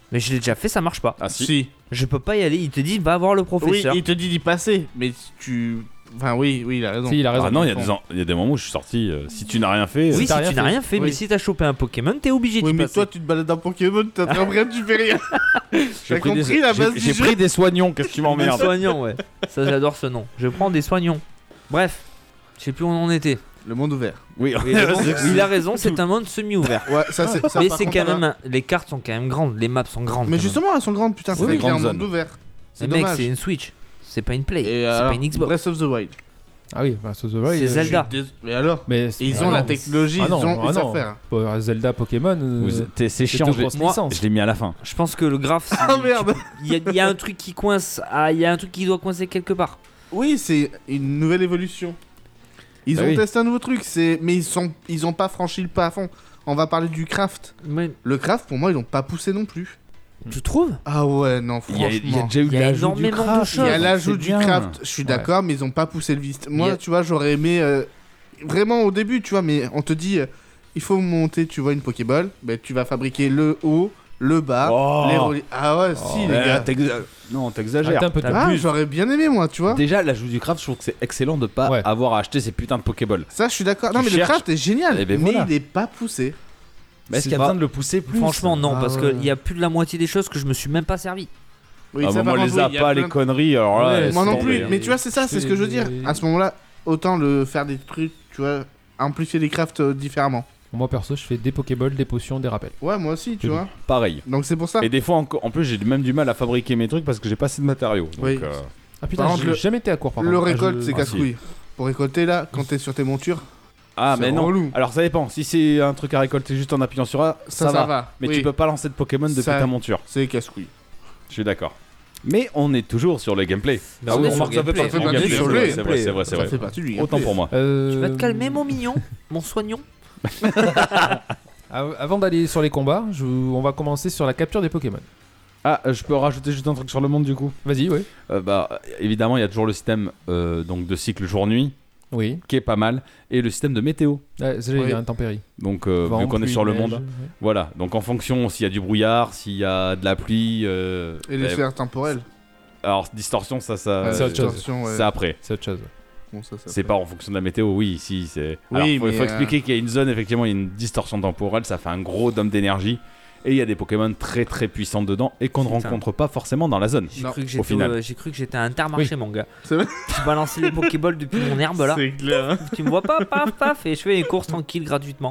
D: Mais je l'ai déjà fait, ça marche pas.
C: Ah si.
E: Si.
D: Je peux pas y aller. Il te dit va voir le
E: Oui,
D: professeur.
E: il te dit d'y passer, mais tu. Enfin, oui, il a raison.
A: Si, il a raison.
C: Ah non, il y a des moments où je suis sorti. Si tu n'as rien fait.
D: Oui,
A: t'as
D: si
A: rien
D: tu n'as
A: fait.
D: rien fait, mais
E: Oui.
D: si t'as chopé un Pokémon, t'es obligé
E: Oui,
D: d'y
E: mais
D: passer.
E: toi, tu te balades en Pokémon, t'attrapes rien, tu fais rien. T'as compris la base du
C: J'ai
E: jeu.
C: pris des soignons, qu'est-ce que tu
D: Des
C: m'emmerdes?
D: soignons, ouais. Ça, j'adore ce nom. Je prends des soignons. Bref, je sais plus où on en était.
E: Le monde ouvert.
C: Oui,
D: Oui, il a raison, c'est un monde semi-ouvert.
E: Ouais, ça, c'est. ça,
D: Mais
E: par
D: c'est
E: contre,
D: quand
E: voilà.
D: même. Les cartes sont quand même grandes, les maps sont grandes.
E: Mais
D: quand
E: justement, elles sont grandes, putain, c'est
C: Oui,
E: vrai qu'il y a un
C: grande
E: monde
C: zone.
E: ouvert.
D: même.
E: C'est
D: Mais mec,
E: dommage.
D: c'est une Switch. C'est pas une Play.
E: Et
D: C'est
E: alors,
D: pas une Xbox.
E: Breath of the Wild.
A: Ah oui, bah, so the Wild,
D: C'est Zelda.
E: Mais alors
A: Mais
E: Et ils
A: ah
E: ont la
A: non,
E: technologie,
A: ah non,
E: ils ont
A: ah
E: ils savent
A: non.
E: faire.
A: Zelda, Pokémon.
C: C'est chiant,
A: deux
C: je
A: grosses
C: l'ai-
A: licences.
C: je l'ai mis à la fin.
D: Je pense que le graphe. c'est-
E: Ah merde.
D: Il y a un truc qui coince. Il y a un truc qui doit coincer quelque part.
E: Oui, c'est une nouvelle évolution. Ils
C: Bah
E: ont
C: oui.
E: testé un nouveau truc, mais ils ont pas franchi le pas à fond. On va parler du craft.
D: Mais
E: Le craft, pour moi, ils l'ont pas poussé non plus.
D: tu trouves
E: Ah ouais, non,
C: Il y a
E: franchement.
C: déjà eu
D: Il y a
C: l'ajout du
D: énormément de
C: craft.
E: Il y a
D: choses.
E: l'ajout
C: C'est
E: du
C: bien.
E: craft, je suis
A: Ouais.
E: d'accord, mais ils ont pas poussé le vice.
D: Il
E: Moi,
D: y a-
E: tu vois, j'aurais aimé vraiment au début, tu vois, mais on te dit il faut monter, tu vois, une Pokéball, ben tu vas fabriquer le haut, le bas,
C: Oh.
E: les relais. Ah ouais, si les gars.
C: Non, t'exagères.
A: Arrête un peu de
E: Ah,
A: plus.
E: j'aurais bien aimé moi, tu vois.
C: Déjà, l'ajout du craft, je trouve que c'est excellent de pas
A: Ouais.
C: avoir à acheter ces putains de Pokéballs.
E: Ça, je suis d'accord.
C: Tu
E: Non, mais le
C: cherches-
E: craft est génial,
C: Eh ben
E: mais
C: voilà.
E: il est pas poussé.
C: Mais est-ce qu'il y a
D: pas-
C: besoin de le pousser plus?
D: Franchement, non,
E: Ah
D: parce
E: ouais.
D: qu'il y a plus de la moitié des choses que je me suis même pas servi.
E: Oui,
C: Ah
E: ça,
C: bah,
E: par
C: moi,
E: contre,
C: les
E: oui,
C: a
E: il y a
C: pas,
E: plein
C: les
E: de-
C: conneries, alors là.
A: Ouais,
C: laisse
E: Moi non
C: tomber,
E: plus,
C: hein.
E: mais tu vois, c'est ça, c'est ce que je veux dire. À ce moment-là, autant le faire des trucs, tu vois, amplifier les crafts différemment.
A: Moi perso, je fais des Pokéballs, des potions, des rappels.
E: Ouais, moi aussi, tu
A: C'est
E: vois.
C: Pareil.
E: Donc c'est pour ça.
C: Et des fois, en plus, j'ai même du mal à fabriquer mes trucs parce que j'ai pas assez de matériaux. Donc,
E: Oui.
A: Ah putain,
E: Par contre,
A: j'ai
E: le-
A: jamais été à court par
E: Le
A: contre. Ah,
E: récolte,
A: je-
E: c'est
C: Ah,
E: casse-couille. Pour récolter là, quand t'es sur tes montures,
C: Ah,
E: c'est
C: mais non.
E: relou.
C: Alors, ça dépend. Si c'est un truc à récolter juste en appuyant sur A, ça va. Mais
E: Oui,
C: tu peux pas lancer de Pokémon depuis
E: Ça-
C: ta monture.
E: C'est casse-couille.
C: Je suis d'accord. Mais on est toujours sur le gameplay.
D: Mais
C: Ah
D: on
C: oui,
D: est sur
C: remarque, ça fait
D: gameplay.
C: partie
E: Ça fait
C: du
E: partie
C: gameplay.
E: du
C: C'est
E: gameplay.
C: vrai, c'est vrai, c'est
E: Ça
C: vrai.
E: fait partie du
C: Autant
E: gameplay.
C: pour moi.
D: Tu vas te calmer, mon mignon, mon soignon.
A: Avant d'aller sur les combats, on va commencer sur la capture des Pokémon.
C: Ah, je peux rajouter juste un truc sur le monde du coup.
A: Vas-y, oui.
C: Bah, évidemment, il y a toujours le système donc de cycle jour-nuit
A: Oui.
C: qui est pas mal et le système de météo.
A: Ouais, c'est
E: Oui.
A: une intempérie.
C: Donc,
A: Vent,
C: vu qu'on est
A: pluie,
C: sur le
A: neige,
C: monde,
A: ouais.
C: voilà. Donc, en fonction s'il y a du brouillard, s'il y a de la pluie,
E: Et les sphères temporelles.
C: alors distorsion, ça,
E: Ouais,
A: c'est autre chose.
E: distorsion, ouais.
C: c'est après.
A: C'est autre chose.
E: Bon, ça,
C: C'est pas en fonction de la météo, oui, si, c'est.
E: Oui,
C: Alors, faut
E: mais,
C: expliquer qu'il y a une zone, effectivement, il y a une distorsion temporelle, ça fait un gros dôme d'énergie. Et il y a des Pokémon très très puissants dedans et qu'on ne
D: Putain.
C: rencontre pas forcément dans la zone.
E: Non,
D: J'ai
C: au final.
D: cru que j'étais à Intermarché, mon gars.
E: C'est vrai
D: Je balançais les Pokéballs depuis mon herbe là.
E: C'est clair. hein.
D: Tu me vois pas, paf, paf, et je fais les courses tranquilles gratuitement.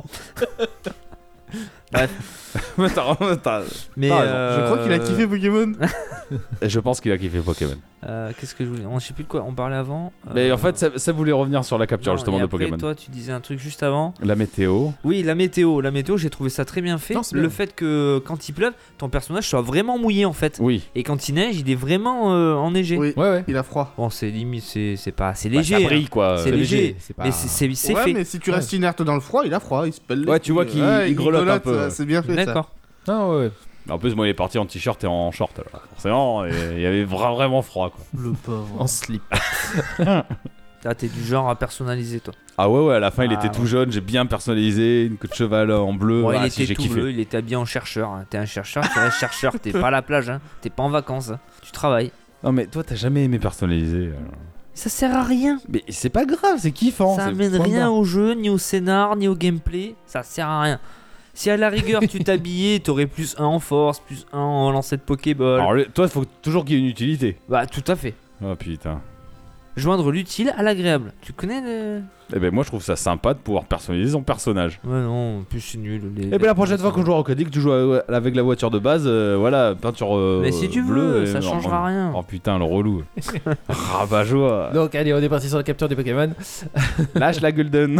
C: Mais
D: Mais
C: T'as raison.
E: Je crois qu'il a kiffé Pokémon.
C: je pense qu'il a kiffé Pokémon.
D: Qu'est-ce que je voulais Je sais plus de quoi on parlait avant.
C: Mais en fait, ça voulait revenir sur la capture
D: non,
C: justement
D: et
C: de
D: après,
C: Pokémon.
D: Toi, tu disais un truc juste avant.
C: La météo.
D: Oui, la météo, j'ai trouvé ça très bien fait.
A: Non, c'est
D: Le
A: bien.
D: fait que quand il pleuve, ton personnage soit vraiment mouillé en fait.
C: Oui.
D: Et quand il neige, il est vraiment enneigé.
E: Oui,
A: Ouais, ouais.
E: il a froid.
D: Bon, c'est limite, c'est pas assez
C: Bah,
D: léger.
C: ça brille quoi.
D: C'est léger.
A: C'est pas.
D: Mais c'est
E: Ouais,
D: fait.
E: mais si tu restes inerte dans le froid, il a froid, il se pèle. les
C: Ouais, tu vois
E: couilles.
C: qu'il- il grelotte un peu, ouais.
E: C'est bien fait ça.
D: D'accord.
A: Ah ouais.
C: En plus, moi, il est parti en t-shirt et en short. Alors, forcément, et il y avait vraiment froid quoi.
D: Le pauvre.
A: En slip.
D: Ah, t'es du genre à personnaliser toi.
C: Ah ouais, à la fin, il
D: Ah,
C: était
D: ouais.
C: tout jaune. J'ai bien personnalisé une queue de cheval en bleu.
D: Bon,
C: Ah,
D: il
C: si,
D: était
C: j'ai
D: tout
C: kiffé.
D: bleu, il était habillé en chercheur. Hein. T'es un chercheur, tu restes chercheur. T'es pas à la plage, hein. T'es pas en vacances. Hein. Tu travailles.
C: Non, mais toi, t'as jamais aimé personnaliser.
D: Ça sert à rien.
C: Mais c'est pas grave, c'est kiffant.
D: Ça
C: c'est
D: amène
C: point
D: rien
C: barre.
D: au jeu, ni au scénar, ni au gameplay. Ça sert à rien. Si à la rigueur tu t'habillais, t'aurais plus 1 en force, plus 1 en lancer de Pokéball.
C: Alors, toi, il faut toujours qu'il y ait une utilité.
D: Bah, tout à fait.
C: Oh putain.
D: Joindre l'utile à l'agréable. Tu connais le.
C: Eh ben, moi, je trouve ça sympa de pouvoir personnaliser son personnage.
D: Ouais, non, en plus c'est nul.
C: Et ben, la prochaine fois qu'on jouera au Codic, tu joues avec la voiture de base, voilà, peinture
D: Mais si tu
C: bleue.
D: veux,
C: et-
D: ça changera rien.
C: Oh putain, le relou. Rabat-joie.
A: Donc allez, on est parti sur la capture des Pokémon.
C: Lâche la Golden.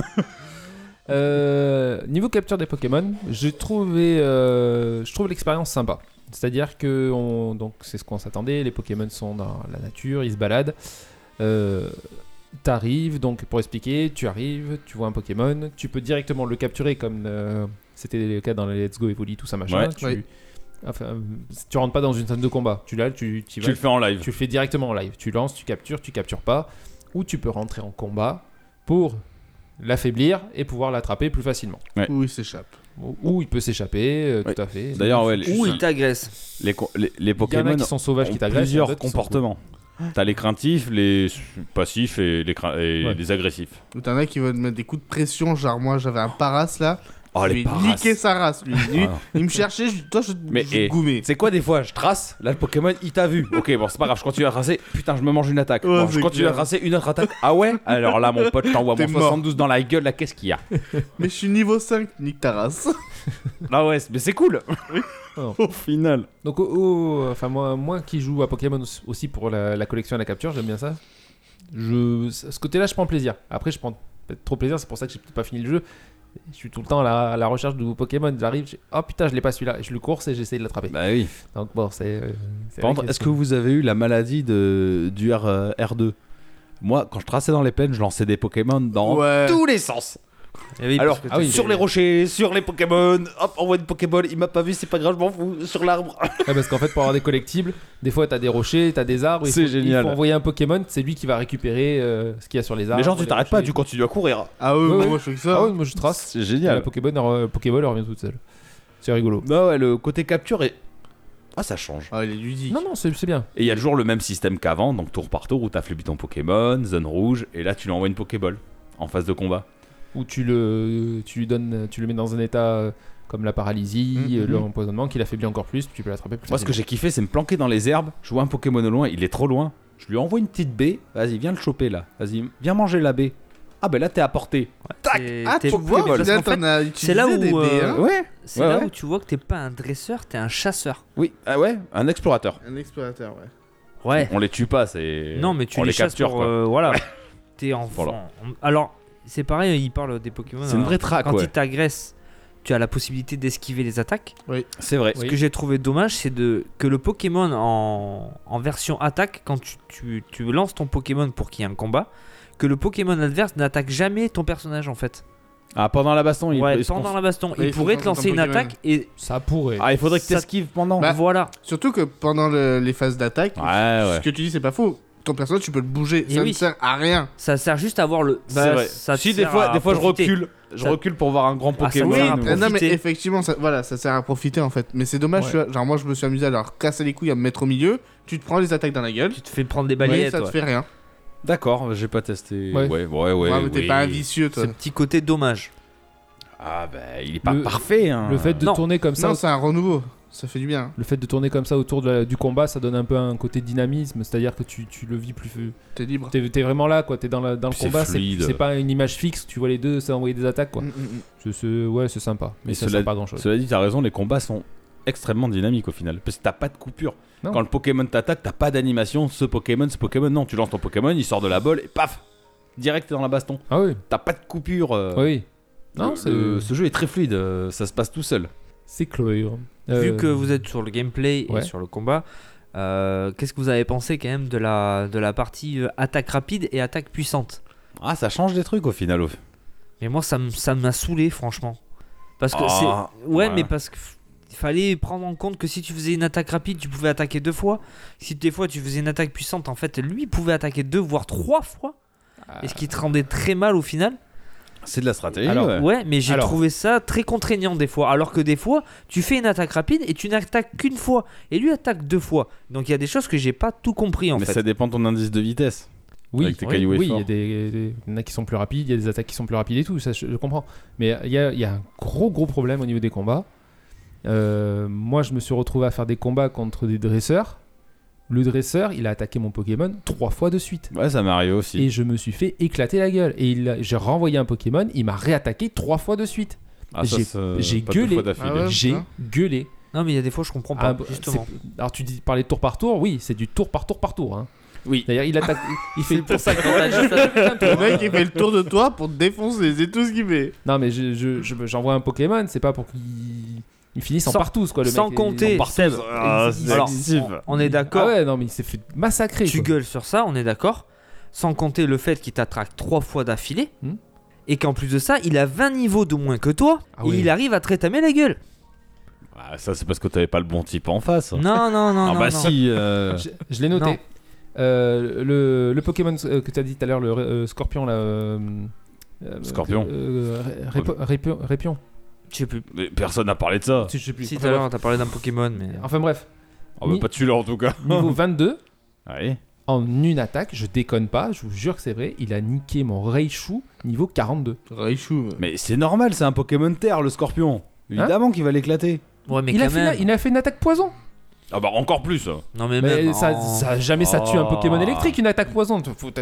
A: Niveau capture des Pokémon, je trouve l'expérience sympa. C'est-à-dire que donc c'est ce qu'on s'attendait. Les Pokémon sont dans la nature, ils se baladent. T'arrives, donc pour expliquer, tu arrives, tu vois un Pokémon, tu peux directement le capturer comme c'était le cas dans les Let's Go Evoli, tout ça machin.
C: Ouais.
A: Tu,
E: Oui.
A: enfin, tu rentres pas dans une scène de combat. Tu l'as, tu
C: Tu
A: vas,
C: le fais en live.
A: tu le fais directement en live. Tu lances, tu captures pas. Ou tu peux rentrer en combat pour l'affaiblir et pouvoir l'attraper plus facilement.
E: Ou il s'échappe.
A: Ou il peut s'échapper, tout à fait.
C: D'ailleurs, ouais,
D: Ou il t'agresse.
C: les
A: Il y en a
C: Pokémon
A: qui sont sauvages qui
C: ont
A: t'agressent.
C: plusieurs
A: d'autres qui sont
C: comportements. T'as les craintifs, les passifs et
A: Ouais.
C: les agressifs.
E: Ou t'en as qui veulent te mettre des coups de pression, genre moi j'avais un Paras là.
C: Oh,
E: Je
C: les
E: lui ai
C: paras.
E: niqué sa race, lui. Lui,
C: Ah.
E: il me cherchait, toi je
C: Mais,
E: te goumais.
C: C'est quoi des fois je trace, là le Pokémon il t'a vu. Ok, bon c'est pas grave, je continue à tracer. Putain, je me mange une attaque.
E: Ouais,
C: Bon, je
E: c'est
C: continue
E: clair.
C: à tracer une autre attaque. Ah ouais. Alors là mon pote, je t'envoie
E: T'es
C: mon
E: mort.
C: 72 dans la gueule là, qu'est-ce qu'il y a?
E: Mais je suis niveau 5, nique ta race.
C: Ah ouais, mais c'est cool.
A: Oh.
C: Au final.
A: Donc, enfin, moi qui joue à Pokémon aussi pour la collection et la capture, j'aime bien ça. Ce côté-là, je prends plaisir. Après, je prends peut-être trop plaisir, c'est pour ça que j'ai peut-être pas fini le jeu. Je suis tout le temps à la recherche de nouveaux Pokémon. J'arrive, oh putain, je l'ai pas celui-là. Je le course et j'essaye de l'attraper.
C: Bah oui.
A: Donc, bon, c'est.
C: Par contre, est-ce que vous avez eu la maladie du R2? Moi, quand je traçais dans les plaines, je lançais des Pokémon dans
E: Ouais.
C: tous les sens.
D: Eh oui,
C: Alors,
D: parce que
A: ah oui,
C: sur les rochers, sur les Pokémon, hop, envoie une Pokéball, il m'a pas vu, c'est pas grave, je m'en fous, sur l'arbre.
A: Ouais, parce qu'en fait, pour avoir des collectibles, des fois, t'as des rochers, t'as des arbres.
C: C'est génial.
A: Il faut envoyer un Pokémon, c'est lui qui va récupérer ce qu'il y a sur les arbres.
C: Les gens, tu
A: les
C: t'arrêtes pas,
A: rochers.
C: tu continues à courir.
E: Ah ouais,
A: Ouais, ouais.
E: moi je fais que ça.
A: Ah ouais, moi je trace.
C: C'est
A: Et
C: génial.
A: la Pokéball revient toute seule. C'est rigolo.
C: Bah ouais, le côté capture est. Ah, ça change.
E: Ah, il est ludique.
A: Non, non, c'est bien.
C: Et il y a toujours le même système qu'avant, donc tour par tour où t'affaiblis ton Pokémon, zone rouge, et là tu lui envoies une Pokéball en phase de combat.
A: Où tu le mets dans un état comme la paralysie,
E: Mhm.
A: l'empoisonnement, qui l'affaiblit encore plus, tu peux l'attraper plus
C: Moi, ce que j'ai kiffé, c'est me planquer dans les herbes. Je vois un Pokémon au loin, il est trop loin. Je lui envoie une petite baie. Vas-y, viens le choper là. Vas-y, viens manger la baie. Ah, ben là, t'es à portée. Tac.
E: Ah, tu vois,
C: Pokéball.
E: au final,
D: Parce qu'en
E: t'en as
D: c'est là
E: utilisé
D: où,
E: des baies, hein.
C: Ouais.
D: c'est
C: Ouais,
D: là
C: ouais.
D: où tu vois que t'es pas un dresseur, t'es un chasseur.
C: Oui, ah ouais, un explorateur.
E: Un explorateur, ouais.
D: Ouais.
C: On les tue pas, c'est.
D: Non, mais tu
C: on
D: les
C: les
D: chasses
C: capture
D: pour,
C: quoi.
D: voilà. T'es en.
C: Voilà.
D: Alors, c'est pareil, il parle des Pokémon.
C: C'est une vraie traque,
D: Quand
C: ouais.
D: ils t'agressent, tu as la possibilité d'esquiver les attaques.
C: C'est vrai.
A: Oui.
D: Ce que j'ai trouvé dommage, c'est que le Pokémon en version attaque, quand tu lances ton Pokémon pour qu'il y ait un combat, que le Pokémon adverse n'attaque jamais ton personnage en fait.
C: Ah, pendant la baston, il
D: Ouais,
C: il se
D: pendant
C: conf-
D: la baston,
E: Ouais,
D: il
E: il faut
D: pourrait
E: quand
D: te lancer
E: ton
D: une
E: Pokémon.
D: attaque et
A: Ça pourrait.
C: Ah, il faudrait que
D: Ça-
C: t'esquives pendant.
E: Bah,
D: voilà.
E: Surtout que pendant les phases d'attaque,
C: Ouais, ouais.
E: ce que tu dis, c'est pas faux. Ton personnage, tu peux le bouger.
D: Et
E: Ça
D: oui.
E: ne sert à rien.
D: Ça sert juste à avoir le.
C: C'est vrai.
D: Ça
C: Si
D: te
C: des
D: sert
C: fois,
D: à
C: je
D: profiter.
C: recule. Je
D: Ça-
C: recule pour voir un grand
D: Ah, ça
C: Pokémon.
D: me sert à
C: ou-
D: profiter.
E: Non, mais effectivement, ça sert à profiter en fait. Mais c'est dommage,
A: Ouais.
E: tu vois. Genre, moi, je me suis amusé à leur casser les couilles, à me mettre au milieu. Tu te prends les attaques dans la gueule.
D: Tu te fais prendre des
E: Ouais,
D: balayettes.
E: ça te
D: ouais.
E: fait rien.
C: D'accord, j'ai pas testé.
A: Ouais.
C: Ouais.
E: Ouais, mais t'es
C: oui.
E: pas un vicieux, toi.
D: Ce petit côté dommage.
C: Ah, bah, il est pas
A: Le-
C: parfait. Hein.
A: Le fait de
D: Non.
A: tourner comme ça,
E: Non, c'est un renouveau. Ça fait du bien.
A: le fait de tourner comme ça autour du combat, ça donne un peu un côté dynamisme, c'est-à-dire que tu le vis plus.
E: T'es libre.
A: T'es vraiment là, quoi. T'es dans le
C: C'est
A: combat.
C: fluide.
A: C'est pas une image fixe. Tu vois les deux s'envoyer des attaques, quoi. Ouais, c'est sympa. Mais
C: Mais
A: ça
C: cela-
A: sert pas grand-chose.
C: Cela dit, t'as raison, les combats sont extrêmement dynamiques au final. Parce que t'as pas de coupure.
A: Non.
C: Quand le Pokémon t'attaque, t'as pas d'animation. Ce Pokémon. Non, tu lances ton Pokémon, il sort de la bolle et paf, direct t'es dans la baston.
A: Ah oui.
C: T'as pas de coupure.
A: Oui. Non, c'est
C: Ce jeu est très fluide. Ça se passe tout seul.
A: c'est clair.
D: Vu que vous êtes sur le gameplay
A: ouais.
D: et sur le combat, qu'est-ce que vous avez pensé quand même de la partie attaque rapide et attaque puissante?
C: Ah, ça change des trucs au final.
D: Mais moi, ça m'a saoulé, franchement. Parce que
C: Ah,
D: c'est. Ouais,
C: ouais.
D: mais parce que. Il fallait prendre en compte que si tu faisais une attaque rapide, tu pouvais attaquer 2 fois. Si des fois tu faisais une attaque puissante, en fait, lui pouvait attaquer 2 voire 3 fois. Et ce qui te rendait très mal au final.
C: C'est de la stratégie.
A: Alors,
C: ouais.
D: Ouais, mais j'ai
A: Alors.
D: trouvé ça très contraignant des fois. Alors que des fois, tu fais une attaque rapide et tu n'attaques qu'une fois. Et lui attaque 2 fois. Donc il y a des choses que j'ai pas tout compris en
C: Mais
D: fait.
C: ça dépend de ton indice de vitesse.
A: Oui,
C: Avec tes
A: oui,
C: cailloux
A: oui, il y
C: forts.
A: a il y en a qui sont plus rapides, il y a des attaques qui sont plus rapides et tout, ça je comprends. Mais il y a un gros problème au niveau des combats. Moi, je me suis retrouvé à faire des combats contre des dresseurs. Le dresseur, il a attaqué mon Pokémon 3 fois de suite.
C: Ouais, ça m'est arrivé aussi.
A: Et je me suis fait éclater la gueule. Et j'ai renvoyé un Pokémon, il m'a réattaqué 3 fois de suite.
C: Ah, ça,
A: j'ai-
C: c'est
A: j'ai
C: pas deux
A: gueulé.
C: fois d'affilée.
E: Ah ouais.
A: J'ai
E: putain.
A: gueulé.
D: Non, mais il y a des fois, je comprends pas.
A: Ah,
D: justement.
A: Alors tu dis parler de tour par tour, oui, c'est du tour par tour par tour. Hein.
C: Oui.
A: D'ailleurs, il attaque. Il fait
D: pour ça que t'as juste
E: Le mec, il fait le tour de toi pour te défoncer. C'est tout ce qu'il fait.
A: Non, mais j'envoie un Pokémon, c'est pas pour qu'il finisse en
D: Sans-
A: partous, quoi. Le
D: Sans
A: mec,
D: compter, Seb,
C: Ah,
A: c'est
D: alors,
C: excessif.
D: on est d'accord.
A: Ah ouais, non, mais il s'est fait massacrer.
D: Tu
A: quoi.
D: gueules sur ça, on est d'accord. Sans compter le fait qu'il t'attraque 3 fois d'affilée.
A: Hmm.
D: Et qu'en plus de ça, il a 20 niveaux de moins que toi.
A: Ah
D: et
A: oui.
D: il arrive à te rétamer la gueule.
C: Ah, ça, c'est parce que t'avais pas le bon type en face.
D: Non, non, non.
C: Ah,
D: non,
C: bah
D: non.
C: si.
A: Je l'ai noté.
D: Non.
A: Le Pokémon que tu as dit tout à l'heure, le Scorpion, là,
C: Scorpion.
A: Répion.
D: Je sais plus.
C: Mais personne n'a parlé de ça.
A: Je sais plus.
D: Si tout à l'heure, t'as parlé d'un Pokémon, mais.
A: Enfin bref,
C: Ah bah, pas de celui-là en tout cas.
A: niveau 22,
C: Allez.
A: en une attaque, je déconne pas, je vous jure que c'est vrai, il a niqué mon Raichu niveau 42.
E: Raichu.
C: Mais c'est normal, c'est un Pokémon terre, le Scorpion. Évidemment qu'il va l'éclater.
D: Ouais, mais
A: Il a,
D: quand même.
A: il a fait une attaque poison.
C: Ah bah encore plus.
D: Non, mais
A: Mais
D: même.
A: jamais ça tue un Pokémon
C: Oh.
A: électrique, une attaque poison.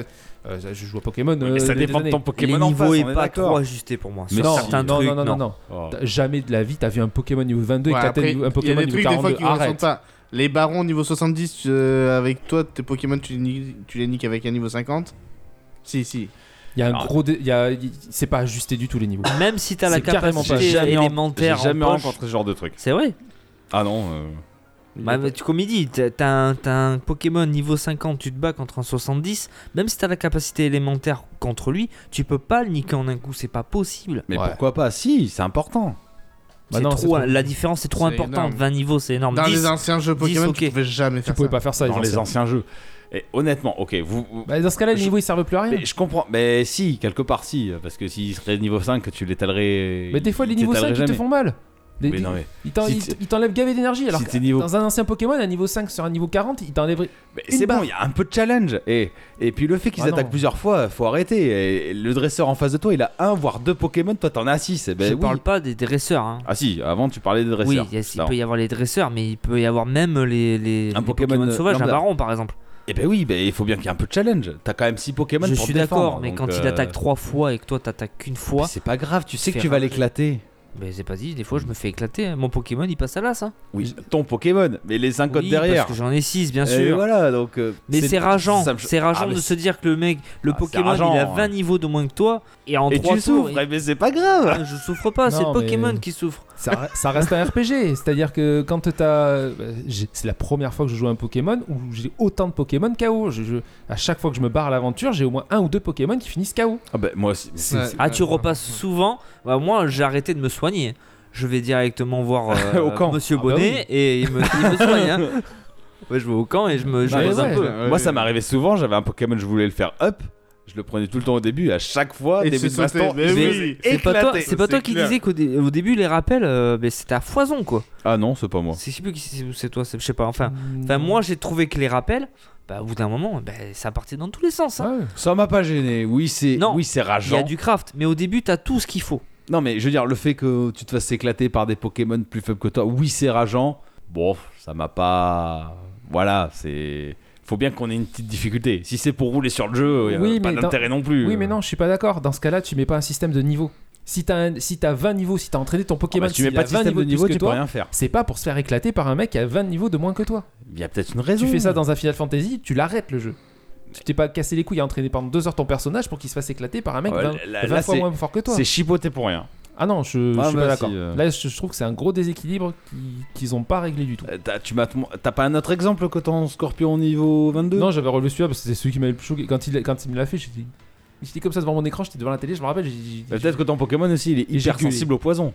A: Je joue à Pokémon.
C: Mais ça
A: des
C: dépend de
A: années.
C: ton
D: Les
C: Pokémon en
D: niveaux
C: face,
D: est
C: on est
D: pas
C: d'accord.
D: trop ajusté pour moi.
C: Mais
D: Sur
C: non,
D: certains
A: non,
D: trucs,
A: non.
C: Oh.
A: Jamais de la vie, t'as vu un Pokémon niveau 22
E: Ouais,
A: éclater
E: après,
A: un
E: il y a
A: Pokémon
E: des
A: niveau
E: trucs des fois
A: 42.
E: qui ressemblent
A: Arrête.
E: pas. Les barons niveau 70, avec toi, tes Pokémon, tu les niques avec un niveau 50. Si.
A: Il y a un
C: Alors,
A: gros. C'est pas ajusté du tout les niveaux.
D: Même si t'as la
A: C'est carrément pas-
D: capacité
C: J'ai
D: élémentaire
C: jamais
D: en poche.
C: rencontré ce genre de truc.
D: C'est vrai.
C: Ah non.
D: Bah, comme il dit, t'as un Pokémon niveau 50, tu te bats contre un 70, même si t'as la capacité élémentaire contre lui, tu peux pas le niquer en un coup, c'est pas possible.
C: Mais
A: Ouais.
C: pourquoi pas? Si, c'est important.
A: Bah
D: C'est
A: non,
D: trop,
A: c'est trop.
D: la différence est trop
E: C'est
D: importante.
E: énorme.
D: 20 niveaux, c'est énorme.
E: Dans
D: 10,
E: les anciens jeux Pokémon,
D: 10,
E: tu
D: ok.
E: pouvais jamais
A: Tu
E: faire
A: pouvais
E: ça.
A: pas faire ça.
C: Dans les
A: anciens.
C: anciens jeux. Et honnêtement, ok,
A: Bah, dans ce cas-là, les
C: Je-
A: niveaux ils servent plus à rien.
C: mais je comprends. Mais si, quelque part si, parce que s'il serait niveau 5, tu l'étalerais.
A: Mais des fois, les
C: il
A: niveaux 5
C: t'étalerait
A: ils te
C: jamais.
A: font mal.
C: Mais non mais.
A: Ils t'enlèvent gavé d'énergie. Alors
C: si
A: que
C: t'es niveau-
A: dans un ancien Pokémon, un niveau 5 sur un niveau 40, ils t'enlèveraient.
C: Mais
A: Une
C: c'est bon,
A: barre.
C: il y a un peu de challenge. Et puis le fait qu'ils
A: Ah
C: attaquent
A: non.
C: plusieurs fois, faut arrêter. Et le dresseur en face de toi, il a 1 voire 2 Pokémon, toi t'en as 6. Ben
D: Je
C: oui.
D: parle pas des dresseurs. Hein.
C: Ah si, avant tu parlais des
D: Oui,
C: dresseurs.
D: il
C: Non.
D: peut y avoir les dresseurs, mais il peut y avoir même les
C: Un Pokémon
D: sauvages, un
C: lambda.
D: baron par exemple.
C: Et ben oui, ben, il faut bien qu'il y ait un peu de challenge. T'as quand même 6 Pokémon
D: Je
C: pour
D: suis
C: te défendre,
D: d'accord, mais
C: donc,
D: quand il attaque 3 fois et que toi t'attaques qu'une
C: mais
D: fois,
C: c'est pas grave, tu sais que
D: Fais
C: tu vas
D: rager.
C: l'éclater.
D: mais c'est pas dit, des fois je me fais éclater. Mon Pokémon il passe à l'as. Hein.
C: Oui, ton Pokémon, mais les 5 autres
D: Oui,
C: derrière.
D: parce que j'en ai 6, bien
C: Et
D: sûr.
C: voilà, donc.
D: Mais c'est rageant,
C: ça me-
D: c'est rageant
C: Ah, mais
D: de se dire que le mec, le
C: Ah, c'est
D: Pokémon
C: rageant,
D: il a
C: hein.
D: 20 niveaux de moins que toi et en
C: Et
D: 3
C: tu
D: tours.
C: souffres, mais c'est pas grave.
D: Je souffre pas, c'est le
A: Non,
D: Pokémon
A: mais-
D: qui souffre.
A: Ça reste un RPG. C'est-à-dire que quand t'as. C'est la première fois que je joue à un Pokémon où j'ai autant de Pokémon KO. À chaque fois que je me barre à l'aventure, j'ai au moins 1 ou 2 Pokémon qui finissent KO.
C: Ah ben moi aussi.
E: Ouais.
D: Ah, tu repasses souvent. Bah, moi, j'ai arrêté de me soigner. Je vais directement voir
C: Au camp.
D: Monsieur
A: Ah bah
D: Bonnet et il me soigne. Hein. Ouais, je vais au camp et je
A: Ouais,
D: repose un
A: ouais.
D: peu.
C: Moi ça m'arrivait souvent, j'avais un Pokémon, je voulais le faire up. Je le prenais tout le temps au début, à chaque fois,
E: Et
C: début
E: tu
C: de baston,
E: sautais, mais
C: je
E: oui.
C: me
D: C'est pas toi,
C: éclatais.
D: c'est pas toi qui
E: clair.
D: disais qu'au début les rappels, mais c'était à foison quoi.
C: Ah non, c'est pas moi.
D: Je sais plus qui c'est toi, je sais pas. Enfin, moi j'ai trouvé que les rappels, bah, au bout d'un moment, bah, ça partait dans tous les sens. Hein.
A: Ouais.
C: Ça m'a pas gêné. Oui, c'est
D: Non,
C: oui, c'est
D: Il y
C: rageant.
D: a du craft, mais au début t'as tout ce qu'il faut.
C: Non mais je veux dire le fait que tu te fasses éclater par des Pokémon plus faibles que toi, oui, c'est rageant. Bon, ça m'a pas voilà, c'est faut bien qu'on ait une petite difficulté. Si c'est pour rouler sur le jeu, y a
A: Oui,
C: pas
A: mais
C: d'intérêt non plus.
A: Oui, mais non, je suis pas d'accord. Dans ce cas-là, tu mets pas un système de niveau. Si t'as 20 niveaux, si t'as entraîné ton
C: Ah
A: Pokémon,
C: bah, si tu mets
A: s'il
C: pas
A: a
C: de
A: 20
C: système de
A: niveaux
C: niveau,
A: plus
C: tu
A: que
C: peux
A: toi,
C: rien faire.
A: c'est pas pour se faire éclater par un mec qui a 20 niveaux de moins que toi.
C: Il y a peut-être une raison.
A: Tu fais ça dans un Final Fantasy, tu l'arrêtes le jeu. Tu t'es pas cassé les couilles à entraîner pendant 2 heures ton personnage pour qu'il se fasse éclater par un mec
C: Ouais,
A: 20,
C: là,
A: 20 fois
C: c'est-
A: moins fort que toi.
C: C'est chipoté pour rien.
A: Ah non, je
C: Ah,
A: suis
C: bah,
A: pas d'accord.
C: si,
A: Là, je trouve que c'est un gros déséquilibre qu'ils ont pas réglé du tout.
C: T'as pas un autre exemple que ton Scorpion niveau 22?
A: Non, j'avais relevé celui-là parce que c'était celui qui m'avait le plus choqué. Quand il me l'a fait, j'étais comme ça devant mon écran, j'étais devant la télé, je me rappelle.
C: Peut-être que ton Pokémon aussi, il est
A: J'ai
C: hyper
A: reculé.
C: sensible au poison.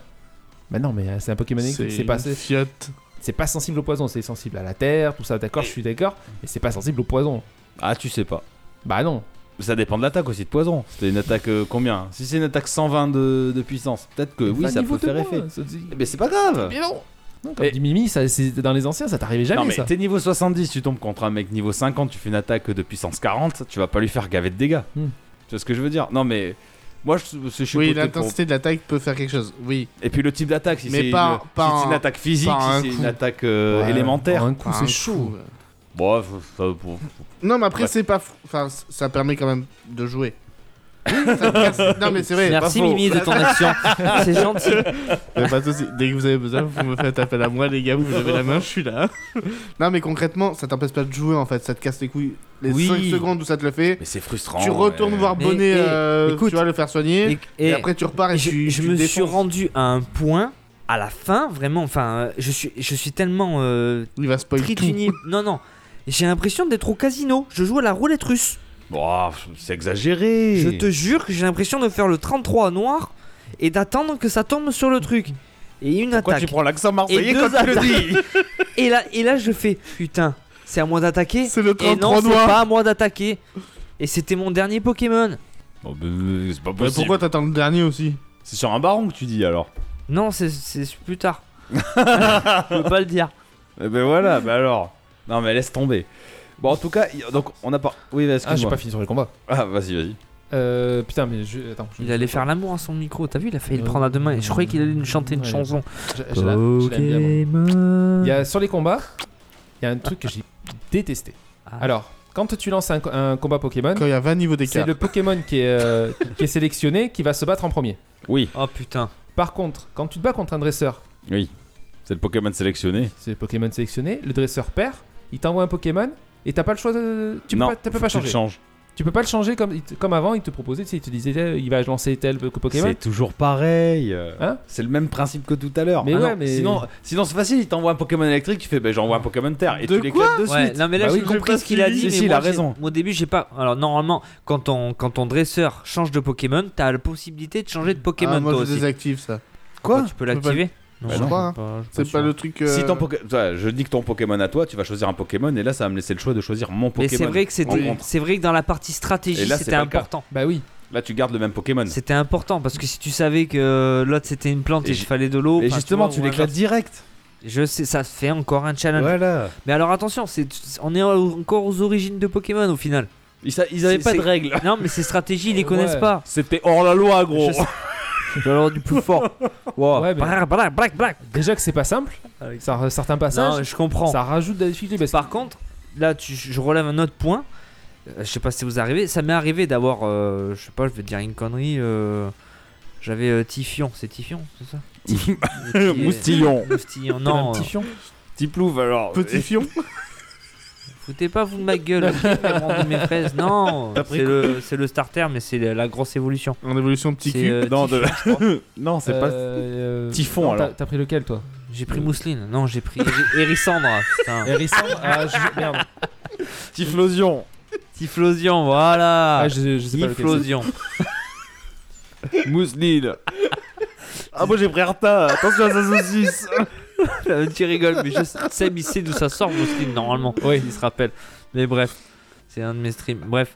A: Bah non, mais c'est un Pokémon électrique, c'est pas,
E: Fiat.
A: c'est pas sensible au poison, c'est sensible à la terre, tout ça, d'accord, je suis d'accord, mais c'est pas sensible au poison.
C: Ah, tu sais pas.
A: Bah non.
C: Ça dépend de l'attaque aussi de poison. C'était une attaque combien? Si c'est une attaque 120 de puissance, peut-être que oui,
A: Enfin,
C: ça
A: niveau
C: peut faire
A: de
C: effet.
A: moins, ça dit-
C: Mais c'est pas grave.
A: Mais non. Non, comme
C: Et-
A: dit Mimi, dans les anciens, ça t'arrivait jamais
C: Non mais
A: ça.
C: t'es niveau 70, tu tombes contre un mec niveau 50, tu fais une attaque de puissance 40, tu vas pas lui faire gaver de dégâts.
A: Hmm.
C: Tu vois ce que je veux dire? Non mais moi je suis
E: Oui,
C: chipoté
E: l'intensité de l'attaque peut faire quelque chose. Oui.
C: Et puis le type d'attaque, si
E: Mais
C: c'est
E: pas-
C: si
E: pas
C: c'est une
E: un-
C: attaque physique,
E: pas un
C: si c'est
E: coup.
C: une attaque
A: Ouais,
C: élémentaire.
A: Un coup,
E: Enfin,
A: c'est
E: un
A: chaud.
E: coup.
C: Bon,
E: Non, mais après,
C: Ouais.
E: c'est pas. Enfin, ça permet quand même de jouer. Ça te casse- Non, mais c'est vrai.
D: Merci
E: pas faux.
D: Mimi de ton action, c'est gentil.
E: Y a pas de souci. Dès que vous avez besoin, vous me faites appel à moi, les gars. Vous avez la main, je suis là. Non, mais concrètement, ça t'empêche pas de jouer en fait. Ça te casse les couilles. Les
C: Oui.
E: 5 secondes où ça te le fait.
C: mais c'est frustrant.
E: Tu retournes
C: ouais.
E: voir
D: Mais-
E: Bonnet,
D: écoute,
E: tu vas le faire soigner. Et, après, tu repars et
D: je
E: tu
D: me
E: te
D: suis
E: défonces.
D: rendu à un point à la fin, vraiment. Enfin, je suis tellement
E: Il va spoiler tout.
D: trituni. Non. J'ai l'impression d'être au casino. Je joue à la roulette russe.
C: Bon, c'est exagéré.
D: Je te jure que j'ai l'impression de faire le 33 à noir et d'attendre que ça tombe sur le truc. Et une
C: Pourquoi
D: attaque.
C: tu prends l'accent marseillais
D: Et
C: quand
D: deux
C: tu le dis?
D: Et là, je fais putain, c'est à moi d'attaquer.
E: C'est le
D: Et
E: 33
D: non, c'est
E: noir.
D: pas à moi d'attaquer. Et c'était mon dernier Pokémon.
C: Oh, c'est pas
E: Mais
C: possible.
E: pourquoi t'attends le dernier aussi?
C: C'est sur un baron que tu dis alors.
D: Non, c'est plus tard. Je peux pas le dire.
C: Eh ben voilà, bah alors. Non mais laisse tomber. Bon en tout cas, donc on a pas. Oui,
A: Ah,
C: excuse-moi.
A: j'ai pas fini sur les combats.
C: Ah vas-y.
A: Putain, mais attends.
D: Il allait faire l'amour à son micro, t'as vu, il a failli le prendre à deux mains. Et je croyais qu'il allait nous chanter une
A: Ouais.
D: chanson.
A: Je l'aime bien, moi. Il y a, sur les combats, il y a un truc que j'ai détesté.
D: Ah.
A: Alors, quand tu lances un combat Pokémon,
E: Quand il y a 20 niveaux
A: c'est
E: d'écart.
A: le Pokémon qui est sélectionné qui va se battre en premier.
C: Oui,
D: Oh putain.
A: Par contre, quand tu te bats contre un dresseur,
C: oui. C'est le Pokémon sélectionné.
A: c'est le Pokémon sélectionné, le dresseur perd, il t'envoie un Pokémon et t'as pas le choix de. Tu
C: non,
A: peux
C: faut
A: pas
C: que tu le
A: changer.
C: changes.
A: Tu peux pas le changer comme avant, il te proposait, tu sais, il te disait il va lancer tel Pokémon.
C: C'est toujours pareil.
A: Hein
C: C'est le même principe que tout à l'heure.
A: Mais
C: Ah
A: ouais,
C: non,
A: mais-
C: sinon c'est facile, il t'envoie un Pokémon électrique, tu fais ben j'envoie un Pokémon terre et
E: De
C: tu
E: quoi
C: l'éclates de
D: Ouais,
C: suite.
D: non mais là
A: Bah
D: j'ai
A: oui,
D: compris
E: j'ai
D: ce qu'il
E: pas
D: a dit.
E: suivi.
D: Mais
C: Si, il
D: moi,
C: a raison.
D: Au début, j'ai pas. Alors normalement, quand ton dresseur change de Pokémon, t'as la possibilité de changer de Pokémon
E: Ah, moi
D: toi
E: je
D: aussi.
E: désactive ça.
C: Quoi
D: Tu peux
E: Je peux pas
D: l'activer Non,
E: je
D: je
E: crois,
D: sais pas, je suis
E: C'est
D: sûr.
E: pas le truc.
C: Si ton je dis que ton Pokémon à toi, tu vas choisir un Pokémon et là ça va me laisser le choix de choisir mon
D: Mais
C: Pokémon.
D: c'est vrai que
C: en contre.
D: c'est vrai que dans la partie stratégie,
C: Et là, c'est
D: c'était
C: pas le cas.
D: important.
A: Bah oui.
C: Là tu gardes le même Pokémon.
D: C'était important parce que si tu savais que l'autre c'était une plante et
C: Et
D: qu'il fallait de l'eau,
C: Et
D: enfin,
C: justement,
D: vois,
C: tu
D: ou
C: l'éclates
D: inverse.
C: direct.
D: Je sais, ça fait encore un challenge.
C: Voilà.
D: Mais alors attention, on est encore aux origines de Pokémon au final.
C: Ils avaient pas de règles.
D: Non, mais ces stratégies, ils les connaissent
A: Ouais.
D: pas.
C: C'était hors la loi, gros.
D: Je sais. Je vais avoir du plus fort. Wow.
A: Ouais, mais-
D: Black.
A: Déjà que c'est pas simple, certains passages,
D: Non, je comprends.
A: ça rajoute de la difficulté. Parce que-
D: Par contre, là, je relève un autre point. Je sais pas si vous arrivez. Ça m'est arrivé d'avoir, je sais pas, je vais te dire une connerie. J'avais Typhion. C'est Typhion, c'est ça
C: Moustillon.
D: Moustillon.
A: un
D: Non,
A: petit fion.
C: Tiplouf alors.
E: Petit fion.
D: foutez pas vous de ma gueule. De mes fraises. Non,
C: T'as pris
D: c'est le starter, mais c'est la grosse évolution.
E: En évolution petit
D: C'est
E: cul.
C: Non,
D: Typhion, je crois.
C: Non, c'est pas. Typhon,
A: non,
C: alors.
A: T'as pris lequel toi
D: J'ai pris Mousseline. Non, j'ai pris Hérissandre. Putain.
A: Hérissandre. Merde.
C: Typhlosion.
D: Typhlosion, voilà.
A: Ah, je sais pas lequel.
D: Typhlosion.
C: Mousseline. Ah, moi j'ai pris Arta. Attention à sa saucisse.
D: Tu rigoles, mais je sais, il sait d'où ça sort, Mousseline, normalement. Oui, il se rappelle. Mais bref, c'est un de mes streams. Bref.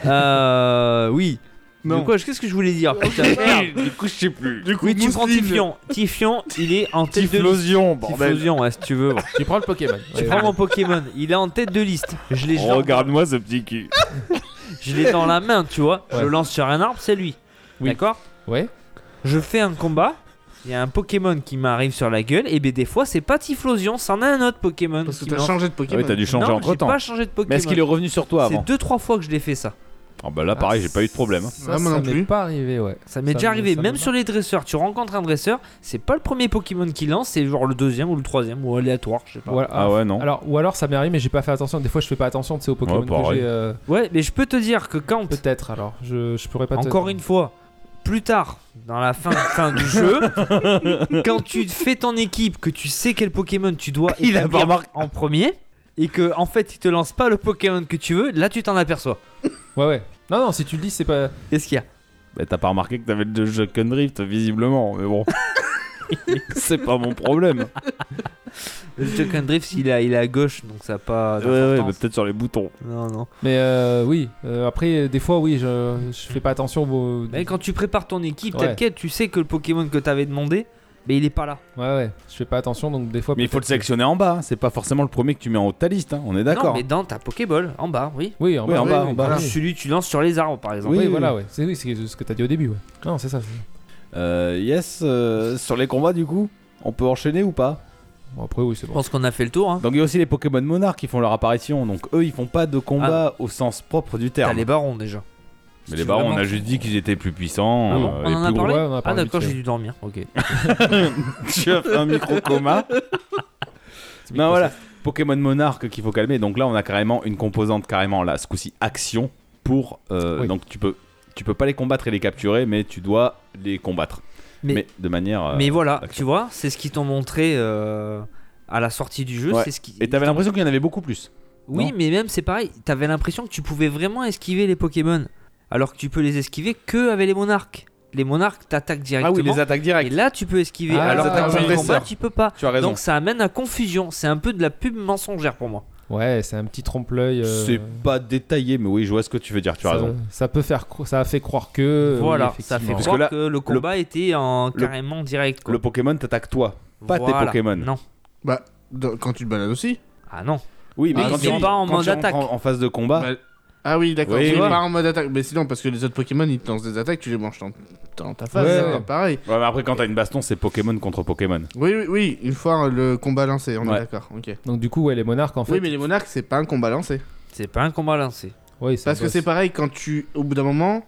D: Oui.
E: Non.
D: De quoi, qu'est-ce que je voulais dire Putain, merde.
C: Du coup, je sais plus.
E: Du coup,
D: Oui, tu prends
E: Mousseline.
D: Typhion. Typhion, il est en tête de liste.
C: Typhlosion, bordel.
D: Typhlosion, ouais, si tu veux. Bon.
A: Tu prends le Pokémon.
D: Tu prends mon Pokémon, il est en tête de liste. Je l'ai genre-
C: Regarde-moi ce petit cul.
D: je l'ai dans la main, tu vois.
A: Ouais.
D: Je lance sur un arbre, c'est lui.
A: Oui.
D: D'accord.
A: Ouais.
D: Je fais un combat. Il y a un Pokémon qui m'arrive sur la gueule. Et bien, des fois, c'est pas Typhlosion, c'en a un autre Pokémon.
E: Parce que
D: qui
E: t'as
D: m'en-
E: changé de
C: Ah
E: Pokémon.
C: oui, t'as dû changer
D: Non,
C: entre
D: j'ai
C: temps.
D: pas changé de Pokémon.
C: Mais est-ce qu'il est revenu sur toi
D: C'est
C: avant
D: 2-3 fois que je l'ai fait ça.
C: Ah bah là, pareil, j'ai pas eu de problème.
A: Ça,
E: Ouais, moi non
A: ça m'est
E: plus.
A: pas arrivé, ouais.
D: Ça m'est
A: Ça
D: déjà
A: me-
D: arrivé,
A: ça
D: même
A: me-
D: sur les dresseurs. Tu rencontres un dresseur, c'est pas le premier Pokémon qu'il lance, c'est genre le deuxième ou le troisième ou aléatoire, je sais pas.
A: Voilà.
C: Ah ouais, non.
A: Ou alors ça m'est arrivé, mais j'ai pas fait attention. Des fois, je fais pas attention, tu sais, aux Pokémon
C: Ouais,
A: que
C: pareil.
A: j'ai.
D: Ouais, mais je peux te dire que quand,
A: Peut-être. Alors, je pourrais pas.
D: encore une fois, plus tard, dans la fin du jeu, quand tu fais ton équipe, que tu sais quel Pokémon tu dois
C: Il a pas
D: établir
C: remarqué.
D: en premier, et que en fait il te lance pas le Pokémon que tu veux, là tu t'en aperçois.
A: Ouais. Non, si tu le dis, c'est pas.
D: Qu'est-ce qu'il y a?
C: Bah t'as pas remarqué que t'avais le Joken Drift, visiblement, mais bon. C'est pas mon problème.
D: Le Joken Drift, il est à gauche, donc ça a pas.
C: Ouais, mais
D: d'importance.
C: peut-être sur les boutons.
D: Non.
A: Mais oui. Après, des fois, oui, je fais pas attention aux.
D: Mais quand tu prépares ton équipe,
A: Ouais.
D: tel quel, tu sais que le Pokémon que t'avais demandé, mais il est pas là.
A: Ouais. Je fais pas attention, donc des fois.
C: Mais il faut le
A: peut-être-
C: sélectionner en bas, hein. C'est pas forcément le premier que tu mets en haut de ta liste, hein. On est
D: Non,
C: d'accord.
D: mais dans ta Pokéball, en bas, oui.
A: Oui, en
C: Oui,
A: bas.
C: en bas,
A: oui,
C: en bas.
A: voilà.
D: Celui que tu lances sur les arbres, par exemple.
A: Oui,
C: Oui,
A: voilà, ouais. C'est ce que t'as dit au début, ouais. Non, c'est ça.
C: Yes, sur les combats du coup, on peut enchaîner ou pas?
A: Bon, après, oui, c'est
D: Je
A: bon.
D: pense qu'on a fait le tour. Hein.
C: Donc il y a aussi les Pokémon Monarques qui font leur apparition, donc eux ils font pas de combat au sens propre du
D: T'as
C: terme.
D: les barons déjà.
C: Mais les barons, on a juste dit qu'ils étaient plus puissants,
A: Ah bon,
D: On
C: et
D: en a
C: plus gros.
D: parlé.
A: Ouais, on en a
D: Ah
A: parlé
D: d'accord,
A: vite
D: j'ai
A: fait.
D: dû dormir. Ok.
C: Tu as fait un micro-coma. Non voilà, Pokémon Monarque qu'il faut calmer, donc là on a carrément une composante carrément là, ce coup-ci action pour...
A: Oui.
C: Donc tu peux pas les combattre et les capturer, mais tu dois les combattre. Mais de manière...
D: Mais voilà,
C: action.
D: tu vois, c'est ce qu'ils t'ont montré à la sortie du jeu.
C: Ouais.
D: C'est ce qui...
C: Et t'avais l'impression qu'il y en avait beaucoup plus.
D: Oui,
C: non
D: mais même c'est pareil. T'avais l'impression que tu pouvais vraiment esquiver les Pokémon, alors que tu peux les esquiver que avec les monarques. Les monarques t'attaquent
C: Ah
D: directement.
C: oui, les attaques
D: Et
C: directes.
D: là, tu peux esquiver.
A: Ah,
D: alors
A: les
D: que
A: attaques
D: dans le
C: dresseurs.
D: combat, tu peux pas.
C: Tu as raison.
D: Donc ça amène à confusion. C'est un peu de la pub mensongère pour moi.
A: Ouais, c'est un petit trompe-l'œil.
C: C'est pas détaillé, mais oui, je vois ce que tu veux dire, tu as raison.
A: Ça peut faire, ça a fait croire que.
D: Voilà,
A: oui,
D: ça fait
A: effectivement.
D: croire
C: là,
D: que le combat était carrément direct. Quoi.
C: Le Pokémon t'attaque toi, pas tes
D: Voilà.
C: Pokémon.
D: Non.
E: Bah, quand tu te balades aussi.
D: Ah non.
C: Oui, mais
D: Ah,
C: quand
D: ils sont pas en mode
C: rentres
D: attaque.
C: en phase de combat,
E: Bah, ah oui, d'accord.
C: Oui,
E: Tu
C: oui.
E: pas en mode attaque. Mais sinon, parce que les autres Pokémon, ils te lancent des attaques, tu les manges dans ta face.
A: Ouais,
E: c'est
A: ouais.
E: pareil.
C: ouais, mais après quand t'as une baston, c'est Pokémon contre Pokémon.
E: Oui, une fois le combat lancé, on
C: Ouais.
E: est d'accord. Ok.
A: Donc, du coup, ouais, les monarques, en fait.
E: Oui, mais les monarques, c'est pas un combat lancé.
D: C'est pas un combat lancé.
A: Ouais,
E: Parce que c'est pareil, quand au bout d'un moment,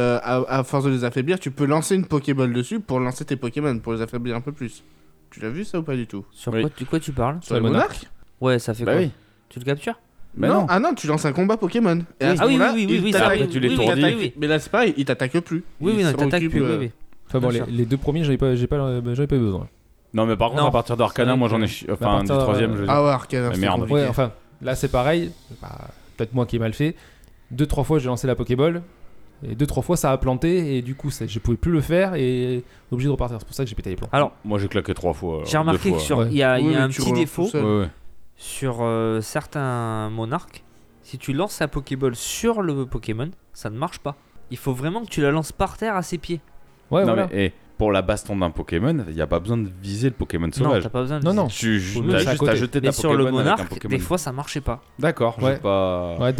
E: à force de les affaiblir, tu peux lancer une Pokéball dessus pour lancer tes Pokémon, pour les affaiblir un peu plus. Tu l'as vu ça ou pas du tout?
D: Sur
C: Oui.
D: quoi tu parles
E: Sur les monarques?
D: Ouais, ça fait
C: Bah
D: quoi
C: oui.
D: Tu le captures
C: Bah non.
E: Ah non, tu lances un combat Pokémon. Et à ce
D: Ah oui,
E: moment-là,
D: oui,
E: il
D: ça
E: t'attaque.
C: après, tu les
D: oui,
C: tourdis.
D: oui, oui.
E: Mais là, c'est pareil, il t'attaque plus.
D: Oui,
E: Il
D: non,
E: se
D: t'attaques
E: recule,
D: plus, oui, oui.
A: Enfin, bon,
D: Bien sûr.
A: les deux premiers, j'avais pas besoin.
C: Non, mais par contre,
D: Non.
C: à partir d'Arcana,
D: C'est
C: moi
D: vrai
C: j'en ai.
D: que-
C: Enfin,
A: à
C: du
A: partir,
C: troisième, je veux dire.
E: Ah ouais, Arcana,
C: Mais
E: c'est
C: merde.
E: compliqué.
A: Ouais, enfin, là, c'est pareil. Bah, peut-être moi qui ai mal fait. 2-3 fois, j'ai lancé la Pokéball. Et 2-3 fois, ça a planté. Et du coup, je pouvais plus le faire. Et obligé de repartir. C'est pour ça que j'ai pété les plombs.
D: Alors,
C: Moi j'ai claqué 3 fois.
D: j'ai remarqué que
A: Ouais.
D: il y a
E: Oui, mais
D: un
E: tu
D: petit
E: relances
D: défaut
E: tout seul.
C: Ouais, ouais.
D: sur certains monarques. Si tu lances la Pokéball sur le Pokémon, ça ne marche pas. Il faut vraiment que tu la lances par terre à ses pieds.
A: Ouais,
C: Non,
A: voilà.
C: mais pour la baston d'un Pokémon, il n'y a pas besoin de viser le Pokémon
D: Non,
C: sauvage.
D: t'as pas besoin de
A: Non,
D: viser.
A: non.
C: Tu
A: le mettre
C: as
A: à
C: juste à
A: côté.
C: jeter
D: Mais
C: ta
D: sur
C: Pokémon
D: le
C: avec un
D: monarque,
C: Pokémon.
D: des fois ça marchait pas.
C: D'accord,
A: Ouais.
C: j'ai pas.
A: Ouais,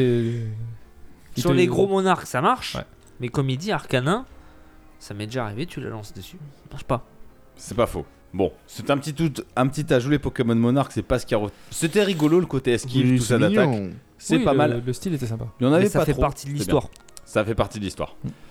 A: il
D: Sur
A: te-
D: les gros monarques, ça marche.
A: Ouais.
D: Mais comme il dit, Arcanin, ça m'est déjà arrivé, tu la lances dessus. Ça marche pas.
C: C'est pas faux. Bon, c'est un petit ajout, les Pokémon Monarch, c'est pas ce qu'il y a. C'était rigolo le côté esquive,
E: Oui,
C: tout ça
E: c'est
C: d'attaque.
E: mignon.
C: C'est
A: Oui,
C: pas
A: le-
C: mal.
A: Le style était sympa.
C: Il y en avait
D: Mais ça
C: pas
D: fait
C: trop.
D: partie de
C: C'est
D: l'histoire.
C: bien. Ça fait partie de l'histoire.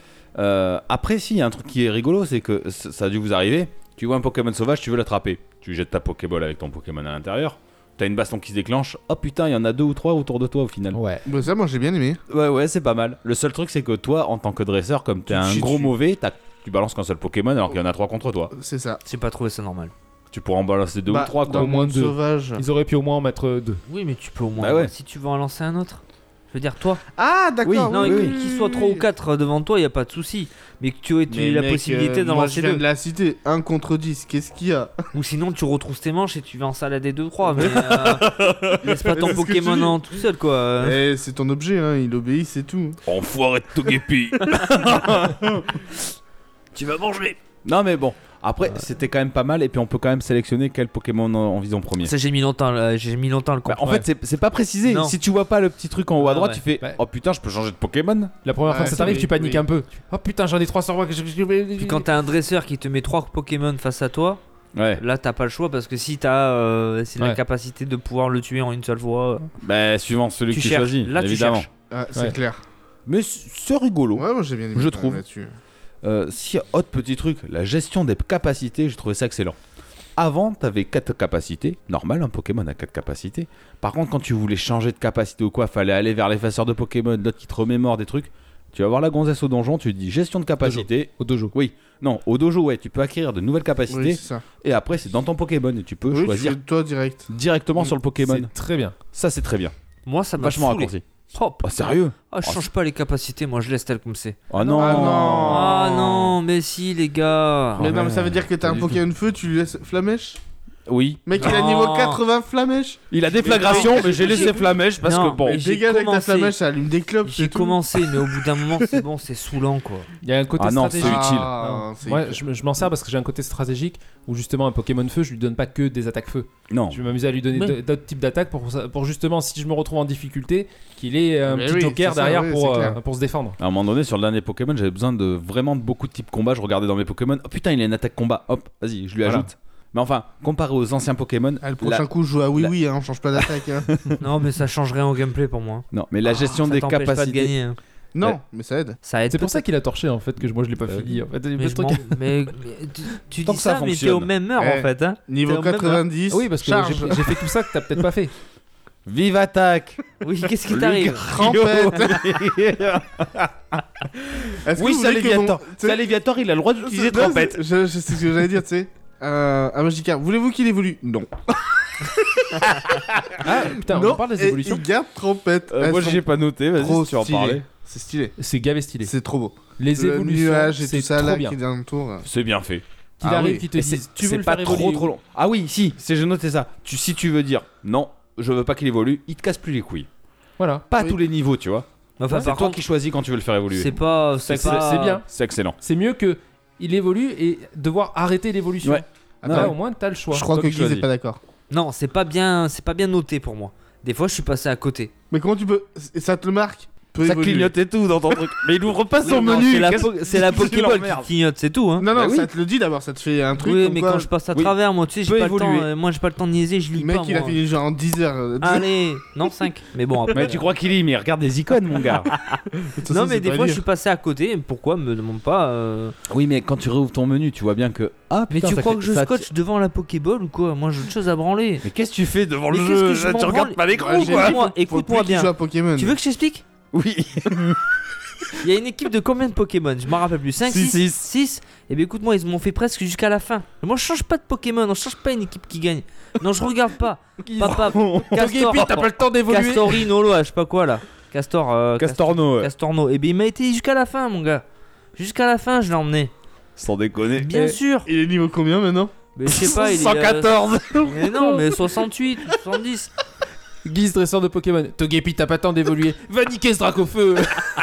C: Après, si, il y a un truc qui est rigolo, c'est que ça a dû vous arriver. Tu vois un Pokémon sauvage, tu veux l'attraper. Tu jettes ta Pokéball avec ton Pokémon à l'intérieur. T'as une baston qui se déclenche. Oh putain, il y en a 2 ou 3 autour de toi au final.
A: Ouais.
E: Bah, ça, moi, j'ai bien aimé.
C: Ouais, c'est pas mal. Le seul truc, c'est que toi, en tant que dresseur, comme t'es
E: Tu te
C: un
E: chies
C: gros
E: dessus.
C: mauvais, tu balances qu'un seul Pokémon alors qu'il y en a 3 contre toi.
E: C'est ça.
D: J'ai pas trouvé ça normal.
C: Tu pourras en balancer 2 ou 3 quoi.
E: Dans
A: Au
E: le
A: moins
E: monde
A: deux.
E: sauvage.
A: Ils auraient pu au moins en mettre 2.
D: Oui, mais tu peux au moins.
C: Bah ouais.
D: Si tu veux en lancer un autre. Je veux dire, toi.
E: Ah, d'accord.
C: Oui,
D: non,
E: oui,
D: et
E: oui,
D: qu'il soit 3 ou 4 devant toi, y a pas de souci. Mais que tu aies
E: Mais
D: la
E: mec,
D: possibilité d'en
E: moi,
D: lancer
E: je viens
D: 2.
E: de la citer. 1 contre 10. Qu'est-ce qu'il y a?
D: Ou sinon, tu retrousses tes manches et tu vas en salader 2-3. Mais laisse pas ton
E: C'est ce que
D: Pokémon
E: tu dis.
D: en tout seul, quoi.
E: Eh, c'est ton objet, hein. Il obéit, c'est tout.
C: Enfoiré de Togepi.
D: Tu vas manger.
C: Non mais bon, après c'était quand même pas mal et puis on peut quand même sélectionner quel Pokémon en vise en premier.
D: Ça, j'ai mis longtemps à le
C: Bah,
D: comprendre.
C: en fait c'est pas précisé,
D: Non.
C: si tu vois pas le petit truc en haut à
D: Ah,
C: droite
D: ouais.
C: tu fais
A: Ouais.
C: oh putain je peux changer de Pokémon.
A: La première fois
E: Ouais,
A: que ça
E: c'est
A: t'arrive,
E: oui,
A: tu paniques
E: oui.
A: un peu. Oh putain, j'en ai 3 sur moi.
D: Puis quand t'as un dresseur qui te met 3 Pokémon face à toi,
C: Ouais,
D: là t'as pas le choix parce que si t'as la
A: Ouais.
D: capacité de pouvoir le tuer en une seule fois,
C: bah suivant celui
D: tu
C: que tu
D: cherches.
C: choisis,
D: Là, tu
C: évidemment.
D: cherches.
E: Ah, c'est
A: Ouais.
E: clair.
C: Mais c'est rigolo.
E: Ouais, moi, j'ai bien aimé.
C: Je
E: quand même
C: trouve.
E: là-dessus.
C: Si autre petit truc, la gestion des capacités, j'ai trouvé ça excellent. Avant, t'avais 4 capacités, normal, un Pokémon a 4 capacités. Par contre, quand tu voulais changer de capacité ou quoi, fallait aller vers l'effaceur de Pokémon, l'autre qui te remémore des trucs. Tu vas voir la gonzesse au donjon, tu dis gestion de capacité.
A: Au dojo.
C: Oui, non, au dojo, ouais, tu peux acquérir de nouvelles capacités.
E: Oui, c'est ça.
C: Et après, c'est dans ton Pokémon et tu peux
E: Oui,
C: choisir
E: tu fais toi direct.
C: directement sur le Pokémon.
A: C'est très bien.
C: Ça, c'est très bien.
D: Moi ça m'a
C: Vachement
D: saoulé.
C: raccourci.
D: Oh,
C: Oh, sérieux?
D: ah, je change pas les capacités, moi je laisse tel comme c'est.
C: Oh non!
E: Ah non.
D: Ah non, mais si les gars.
E: Mais
C: Oh,
E: non, mais ça veut dire que t'as
C: pas
E: un
C: du
E: Pokémon feu, tu lui laisses Flamèche?
C: Oui.
E: Mec, il a
D: Non.
E: niveau 80 Flamèche.
C: Il a déflagration, mais j'ai laissé Flamèche parce
D: Non,
C: que bon.
D: mais j'ai
E: Dégage avec ta
D: commencé.
E: Flamèche, ça allume des clopes.
D: J'ai
E: c'est tout.
D: commencé, mais au bout d'un moment c'est bon, c'est saoulant quoi.
A: Il y a un côté
C: Ah non, c'est
A: stratégique.
C: utile.
E: Ah, c'est
A: Moi,
E: utile.
A: je m'en sers parce que j'ai un côté stratégique où justement un Pokémon feu, je lui donne pas que des attaques feu.
C: Non.
A: Je vais m'amuser à lui donner
D: Ouais.
A: d'autres types d'attaques pour justement, si je me retrouve en difficulté, qu'il ait un
E: Mais
A: petit
E: oui,
A: joker
E: c'est ça,
A: derrière
E: oui, c'est clair.
A: pour se défendre.
C: À un moment donné, sur le dernier Pokémon, j'avais besoin de vraiment de beaucoup de types combat. Je regardais dans mes Pokémon. Oh putain, il a une attaque combat. Hop, vas-y, je lui
A: Voilà.
C: ajoute. Mais enfin, comparé aux anciens Pokémon,
E: Ah, le prochain
C: la-
E: coup, je joue à oui,
C: la-
E: oui, hein, on change pas d'attaque. Hein.
D: Non, mais ça change rien au gameplay pour moi.
C: non, mais la gestion
D: Ça
C: des
D: t'empêche pas de
C: capacités.
D: gagner. hein.
E: Non, mais ça aide.
D: Ça aide.
A: C'est pour ça qu'il a torché en fait que moi je l'ai pas fini. En fait.
D: Mais,
A: Le
D: je
A: truc-
D: m'en- mais tu
C: Tant
D: dis
C: que ça
D: ça, mais t'es
C: fonctionne.
D: au même heure
E: Eh.
D: en fait. Hein.
E: Niveau
D: T'es au même
E: 90.
A: Oui, parce que
E: charge.
A: j'ai fait tout ça que t'as peut-être pas fait.
C: Vive attaque!
D: Oui, qu'est-ce qui t'arrive?
E: Trompette. Est-ce que
C: Oui,
E: vous
C: ça
E: voulez que
C: Léviator.
E: mon- tu sais-
C: Ça Léviator, il a le droit d'utiliser
E: Non,
C: trompette.
E: Je sais ce que j'allais dire, tu sais. Un Magikarp. Voulez-vous qu'il évolue? Non.
A: Ah putain,
E: non.
A: on parle des
E: et
A: évolutions.
E: il garde trompette. Elles
C: Moi,
E: sont
C: j'ai pas noté. Vas-y,
E: trop
C: si tu veux en
E: stylées.
C: parler.
E: C'est stylé.
A: C'est gavé stylé.
E: C'est trop beau.
A: Les
E: Le
A: évolutions,
E: nuage et
A: c'est
E: tout ça
A: trop
E: là
A: bien.
E: qui est dans le tour.
C: C'est bien fait.
A: Qu'il
E: Ah
A: arrive,
E: oui.
A: qu'il te
C: Et c'est
A: dise, tu veux
C: c'est
A: le
C: pas
A: faire
C: trop
A: évoluer
C: trop long. Ah oui, si, j'ai noté ça. Si tu veux dire non, je veux pas qu'il évolue, il te casse plus les couilles.
A: Voilà.
C: Pas à
E: Oui.
C: tous les niveaux, tu vois.
D: Enfin,
C: C'est
D: par
C: toi
D: contre,
C: qui choisis quand tu veux le faire évoluer.
D: c'est pas.
A: C'est bien.
C: C'est excellent.
A: C'est mieux que il évolue et devoir arrêter l'évolution.
C: Ouais.
A: Là,
C: Ouais.
A: au moins, t'as le choix.
E: Je crois
C: toi
E: que
C: qui
E: Guise est
C: choisis.
E: pas d'accord.
D: Non, c'est pas bien noté pour moi. Des fois, je suis passé à côté.
E: Mais comment tu peux. Ça te le marque peut
C: Ça
E: évoluer.
C: clignote et tout dans ton truc. Mais il ouvre pas son
D: Non,
C: menu.
D: c'est la,
C: qu'est-ce-
D: c'est la
C: qu'est-ce que tu
D: Pokéball
C: l'emmerdes
D: qui clignote, c'est tout. Hein.
E: Non, non,
C: Bah oui.
E: ça te le dit d'abord, ça te fait un truc.
D: Oui,
E: comme
D: mais
E: quoi,
D: quand je passe à
C: Oui.
D: travers, moi, tu sais, j'ai
C: Peut
D: pas le temps.
C: évoluer.
D: Moi, j'ai pas le temps de niaiser, je lis
E: Le mec,
D: pas.
E: il a
D: moi.
E: fini genre en 10 heures.
D: Allez, non 5. Mais bon, après.
C: Mais tu crois qu'il lit, mais il regarde des icônes, mon gars.
D: Non, mais des fois, je suis passé à côté. Pourquoi me demande pas
C: Oui, mais quand tu réouvres ton menu, tu vois bien que. Ah,
D: Mais
C: putain,
D: tu
C: ça
D: crois
C: fait-
D: que je
C: ça-
D: scotche devant la Pokéball ou quoi Moi, j'ai autre chose à branler.
C: Mais qu'est-ce que tu fais devant
D: Mais
C: le
D: qu'est-ce
C: jeu
D: que je
C: Là,
D: m'en
C: tu regardes
D: branle
C: pas l'écran
E: Ouais,
C: ou
E: j'ai
C: quoi
E: dit,
D: Écoute-moi,
E: faut plus
D: écoute-moi
E: qu'il
D: bien.
E: joue à Pokémon.
D: Tu veux que je t'explique
C: Oui.
D: Il y a une équipe de combien de Pokémon Je m'en rappelle plus. 5,
C: Six.
D: 6 Et bien écoute-moi, ils m'ont fait presque jusqu'à la fin. Mais moi je change pas de Pokémon, on change pas une équipe qui gagne. Non, je regarde pas. Papa, Castor,
A: Togepi, t'as pas le temps d'évoluer.
D: Castorino, là, je sais pas quoi là.
C: Castorno,
D: Castorno. Et bien il m'a été jusqu'à la fin, mon gars. Jusqu'à la fin, je l'ai emmené.
C: sans déconner.
D: Bien sûr.
E: Il est niveau combien maintenant?
D: Mais je sais pas, il est.
C: 114.
D: Mais non, mais 68, 70.
A: Guise dresseur de Pokémon. Togepi, t'as pas le temps d'évoluer. Va niquer ce Dracofeu.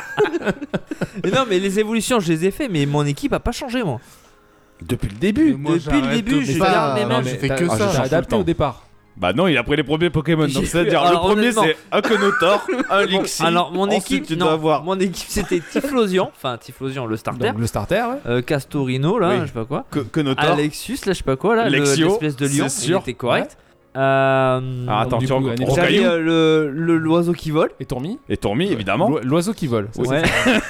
D: Mais non, mais les évolutions, je les ai fait, mais mon équipe a pas changé, moi.
C: Depuis le début.
E: Moi,
D: depuis le
E: j'arrête
D: début, je
E: pas.
D: garde les
E: Non,
D: mêmes.
E: j'ai fait
A: t'as-
E: que
A: ah,
E: ça.
A: j'ai
C: change
A: adapté
C: tout le
A: au départ.
C: Bah non, il a pris les premiers Pokémon.
D: J'ai
C: Donc
D: fait-
C: c'est-à-dire, le
D: alors,
C: premier
D: honnêtement-
C: c'est un Quenotor, un Lixie.
D: Alors mon
C: Ensuite,
D: équipe,
C: tu
D: non,
C: dois avoir
D: mon équipe c'était Typhlosion, enfin Typhlosion le starter,
A: Donc le starter, ouais.
D: Castorino là,
C: Oui.
D: je sais pas quoi,
C: Quenotor.
D: Alexius là, je sais pas quoi là,
C: Lexio,
D: l'espèce de lion,
C: c'est
D: il
C: sûr.
D: était correct.
C: Ah, attends,
A: du
C: tu
A: coup,
C: vois,
A: un
D: J'avais
C: Rocaillou
D: l'oiseau qui vole.
A: Et Tourmi.
C: et Tourmi, évidemment.
A: L'oiseau qui vole. Ça,
D: Ouais.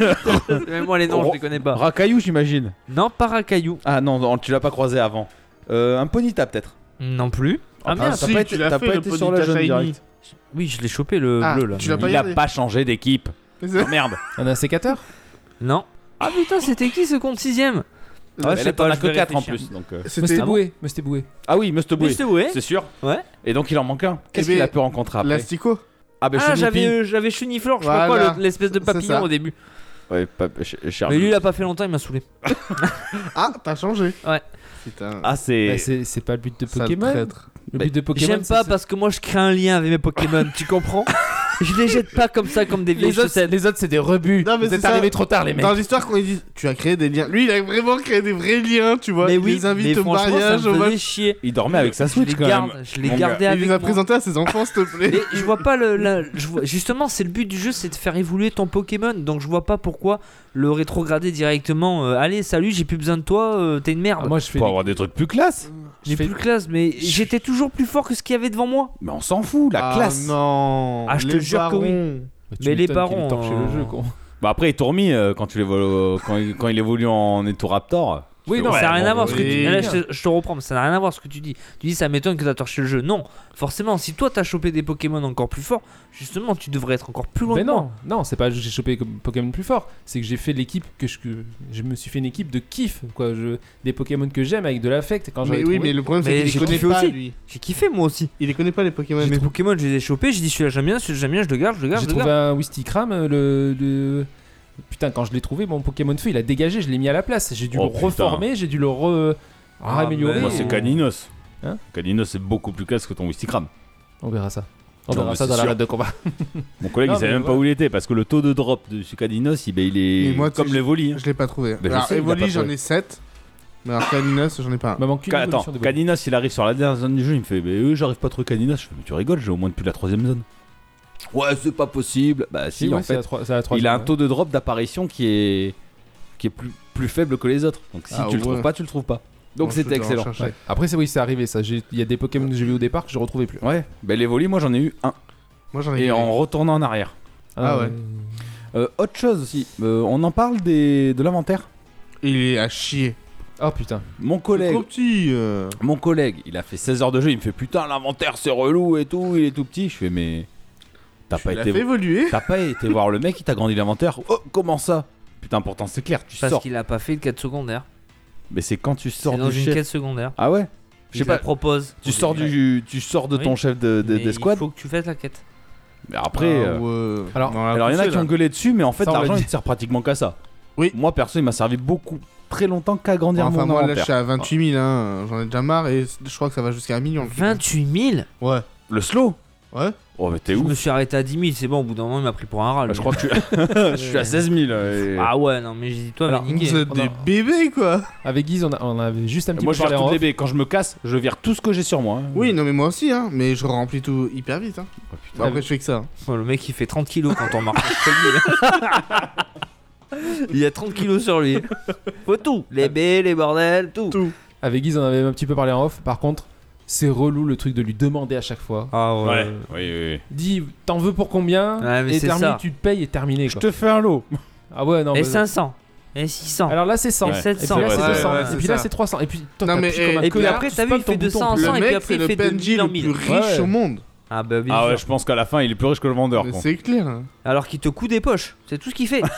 D: Même moi les noms je les connais pas.
C: Racaillou, j'imagine.
D: Non, Paracaillou.
C: Ah non, tu l'as pas croisé avant. Un Ponyta peut-être.
D: Non plus. Ah merde.
C: t'as
E: si,
C: pas
E: tu
C: été,
E: l'as
C: t'as
E: fait,
C: pas
E: le
C: été sur la
E: Ponyta
C: jeune
E: Shiny.
C: direct.
D: Oui, je l'ai chopé le
E: Ah,
D: bleu là.
E: tu l'as pas
C: Il a
E: gardé.
C: pas changé d'équipe. Oh, merde.
A: Un insécateur.
D: Non. Ah putain, c'était qui ce compte 6ème?
C: Ouais,
D: je sais
C: t'en
D: pas,
C: as
D: je
C: que
D: vais
C: 4 en
D: réfléchir.
C: plus. Donc,
E: C'était
A: Mustéboué.
C: Ah oui, Musteboué.
D: Musteboué.
C: C'est sûr.
D: Ouais.
C: Et donc il en manque un. Qu'est-ce
E: Eh
C: qu'il
E: ben,
C: a pu rencontrer après
E: L'Astico.
C: Ah bah
D: Ah,
C: Chenipi.
D: j'avais Chuniflor, je sais pas
E: Voilà.
D: quoi, l'espèce de
E: C'est
D: papillon
E: ça.
D: au début.
C: Ouais, cher.
D: Mais lui, il a pas fait longtemps, il m'a saoulé.
E: Ah, t'as changé.
D: Ouais.
E: Putain.
C: Ah c'est.
A: C'est pas le but de
E: Sale
A: Pokémon.
E: traître.
A: Le but de Pokémon.
D: J'aime pas
A: c'est-
D: parce que moi je crée un lien avec mes Pokémon, tu comprends? Je les jette pas comme ça, comme des vieilles
A: Les autres,
D: chaussettes.
A: les autres, c'est des rebuts.
E: Non, mais
A: Vous
E: c'est
A: êtes
E: ça.
A: arrivés trop tard, les mecs.
E: Dans l'histoire, quand ils disent tu as créé des liens, lui il a vraiment créé des vrais liens, tu vois.
D: Mais
E: il
D: oui,
E: les invite
D: mais
E: au
D: franchement,
E: mariage,
D: ça
E: au
D: me faisait
E: match.
D: chier.
C: Il dormait avec sa
D: Je
C: Switch
D: les
C: quand
D: garde,
C: même.
D: je les
C: Mon
D: gardais
E: Il
D: avec
E: les a
D: moi.
E: présentés à ses enfants, s'il te plaît.
D: Mais je vois pas justement, c'est le but du jeu, c'est de faire évoluer ton Pokémon. Donc je vois pas pourquoi le rétrograder directement. Allez, salut, j'ai plus besoin de toi, t'es une merde.
A: Ah, moi, je fais.
C: Faut
A: des-
C: avoir des trucs plus classe.
D: J'ai
A: je fais-
D: plus classe, mais j'étais toujours plus fort que ce qu'il y avait devant moi.
C: Mais on s'en fout, la classe.
E: Non.
D: Ah, je te
E: Les
D: jure que oui.
E: barons.
A: Tu
D: Mais les
A: m'étonnes qu'il
D: barons,
A: torche le jeu, con.
C: Bah après, il Tourmi, quand tu l'évolues, quand il évolue en Etoraptor.
A: Oui, non,
D: ça n'a
A: ouais,
D: rien à
A: bon,
D: voir ce que tu
E: oui.
D: dis. Là, je te reprends, ça n'a rien à voir ce que tu dis. Tu dis ça m'étonne que t'as torché le jeu. Non, forcément, si toi t'as chopé des Pokémon encore plus forts, justement, tu devrais être encore plus loin
A: Mais
D: que moi.
A: non, non, c'est pas que j'ai chopé comme Pokémon plus fort, c'est que j'ai fait l'équipe que je me suis fait une équipe de kiff, quoi. Des Pokémon que j'aime avec de l'affect quand j'en ai
E: Mais oui,
A: trouvé.
E: mais le problème
D: Mais
E: c'est qu'il
D: j'ai
E: les connaît
D: kiffé
E: pas,
D: aussi.
E: lui.
D: J'ai kiffé moi aussi.
E: Il les connaît pas, les Pokémon.
D: Mes Pokémon, je les ai chopés, j'ai dit celui-là j'aime bien, je le garde, je le garde,
A: J'ai
D: je le
A: trouvé
D: garde.
A: un Wistikram, putain, quand je l'ai trouvé, mon Pokémon feu, il a dégagé, je l'ai mis à la place. J'ai dû
C: Oh,
A: le
C: putain.
A: reformer, j'ai dû le améliorer.
D: mais-
C: Moi, c'est Caninos.
A: Hein
C: Caninos, c'est beaucoup plus classe que ton Wistikram.
A: On verra ça. On
C: Non,
A: verra
C: mais
A: ça
C: c'est
A: dans la
C: sûr.
A: rade de combat.
C: Mon collègue,
A: Non,
C: il savait
A: mais
C: même pas
A: voilà.
C: où il était parce que le taux de drop de ce Caninos, il est
E: Mais moi, tu sais,
C: comme l'Evoli.
E: Je l'ai pas trouvé.
C: Mais je
E: Alors,
C: sais, il a
E: Evoli,
C: pas
E: j'en
C: trouvé.
E: ai 7. Mais alors, Caninos, j'en ai pas un.
A: Il me manque une
C: Attends,
A: évolution de Evoli.
C: Caninos, il arrive sur la dernière zone du jeu, il me fait j'arrive pas à trouver Caninos. Je fais mais tu rigoles, j'ai au moins depuis la 3ème zone. Ouais, c'est pas possible. Bah si,
A: Si,
C: en
A: ouais, c'est
C: fait,
A: la c'est la
C: il
A: troisième,
C: a un
A: ouais.
C: taux de drop d'apparition qui est plus faible que les autres. Donc si
E: Ah
C: tu le trouves
E: ouais.
C: pas, tu le trouves pas. Donc
E: Bon, je
C: c'était
E: vais devoir
C: excellent.
E: chercher.
A: Ouais. Après, oui, c'est arrivé ça. Il y a des Pokémon que j'ai vu au départ que je retrouvais plus.
C: Ouais, bah l'Evoli, moi j'en ai eu un.
E: Moi, j'en ai
C: Et
E: eu.
C: en retournant en arrière.
E: Ah ouais.
C: Autre chose aussi, on en parle de l'inventaire.
E: Il est à chier.
A: Oh putain.
C: Mon
E: C'est
C: collègue,
E: trop petit.
C: il a fait 16 heures de jeu, il me fait putain l'inventaire c'est relou et tout, il est tout petit. Je fais mais t'as
E: Il a fait
C: été
E: évoluer.
C: voir le mec qui t'a grandi l'inventaire. Oh comment ça? Putain pourtant c'est clair, tu
D: Parce
C: sors.
D: qu'il a pas fait de quête secondaire.
C: Mais c'est quand tu sors
D: C'est dans
C: du
D: une
C: chef.
D: quête secondaire.
C: Ah ouais? Je sais
D: Je la
C: pas.
D: propose.
C: Tu sors de ton
D: Oui.
C: chef de
D: Mais
C: squad.
D: Il faut que tu fasses la quête.
C: Mais après.
E: Ah, ouais.
A: Alors-
E: Dans la
C: Alors il y en a
E: poussée,
C: qui ont
E: là.
C: gueulé dessus, mais en fait
A: Ça, on l'a
C: l'argent
A: dit.
C: il te sert pratiquement qu'à ça.
E: Oui.
C: Moi perso il m'a servi beaucoup très longtemps qu'à grandir
E: Enfin,
C: mon
E: moi là, je
C: inventaire.
E: suis à 28 000, hein. J'en ai déjà marre et je crois que ça va jusqu'à 1 million.
D: 28 000
E: Ouais.
C: Le slow.
E: Ouais.
C: Oh, mais t'es
D: Je
C: ouf.
D: me suis arrêté à 10 000, c'est bon, au bout d'un moment, il m'a pris pour un râle.
C: Bah, je crois que je suis à 16 000. Et...
D: Ah ouais, non, mais j'ai dit, toi,
A: Alors,
D: mais
E: Vous
D: niquer.
E: êtes des bébés, quoi.
A: Avec Guise, on avait juste un petit
C: Moi,
A: peu
C: je
A: parlé
C: vire
A: en
C: toutes les
A: off.
C: baies. Quand je me casse, je vire tout ce que j'ai sur moi. hein.
E: Oui, non, mais moi aussi, hein. Mais je remplis tout hyper vite, hein.
C: Oh, putain.
E: Bon, après, je fais que ça. hein.
D: Oh, le mec, il fait 30 kilos quand on marche. Je te le dis. Il y a 30 kilos sur lui. Faut tout. Les baies, les bordels, tout.
A: Avec Guise, on avait un petit peu parlé en off. Par contre, c'est relou le truc de lui demander à chaque fois.
D: Ah
C: Ouais. Oui.
A: Dis, t'en veux pour combien?
D: Ouais, mais
A: et
D: c'est
A: terminé,
D: ça.
A: tu te payes et terminé.
C: Je
A: Quoi.
C: te fais un lot.
A: Ah ouais, non.
D: Et
A: mais-
D: 500. Et 600.
A: Alors là, c'est 100.
D: Et
C: Ouais.
A: Et
D: 700.
A: puis là,
C: Ouais,
A: c'est
C: ouais,
A: 200.
E: ouais,
A: et
E: c'est
A: puis là,
E: ça.
A: c'est 300. Et puis, toi,
E: Non,
A: t'as
E: mais,
A: plus comme un
D: Et puis
A: connard,
D: après,
A: tu
D: t'as vu,
A: spams
D: il fait
A: ton
D: 200
A: bouton.
D: en
E: Le
D: 100 et puis
E: mec,
D: après,
E: c'est
D: il
E: le
D: fait de
E: PNJ
D: 1000 en
E: le plus
D: 1000.
E: riche
A: Ouais.
E: au monde.
D: Ah bah bien
C: Ah
D: sûr.
C: ouais, je pense qu'à la fin, il est plus riche que le vendeur.
E: Mais
C: quoi.
E: c'est clair. hein.
D: Alors qu'il te coud des poches. C'est tout ce qu'il fait.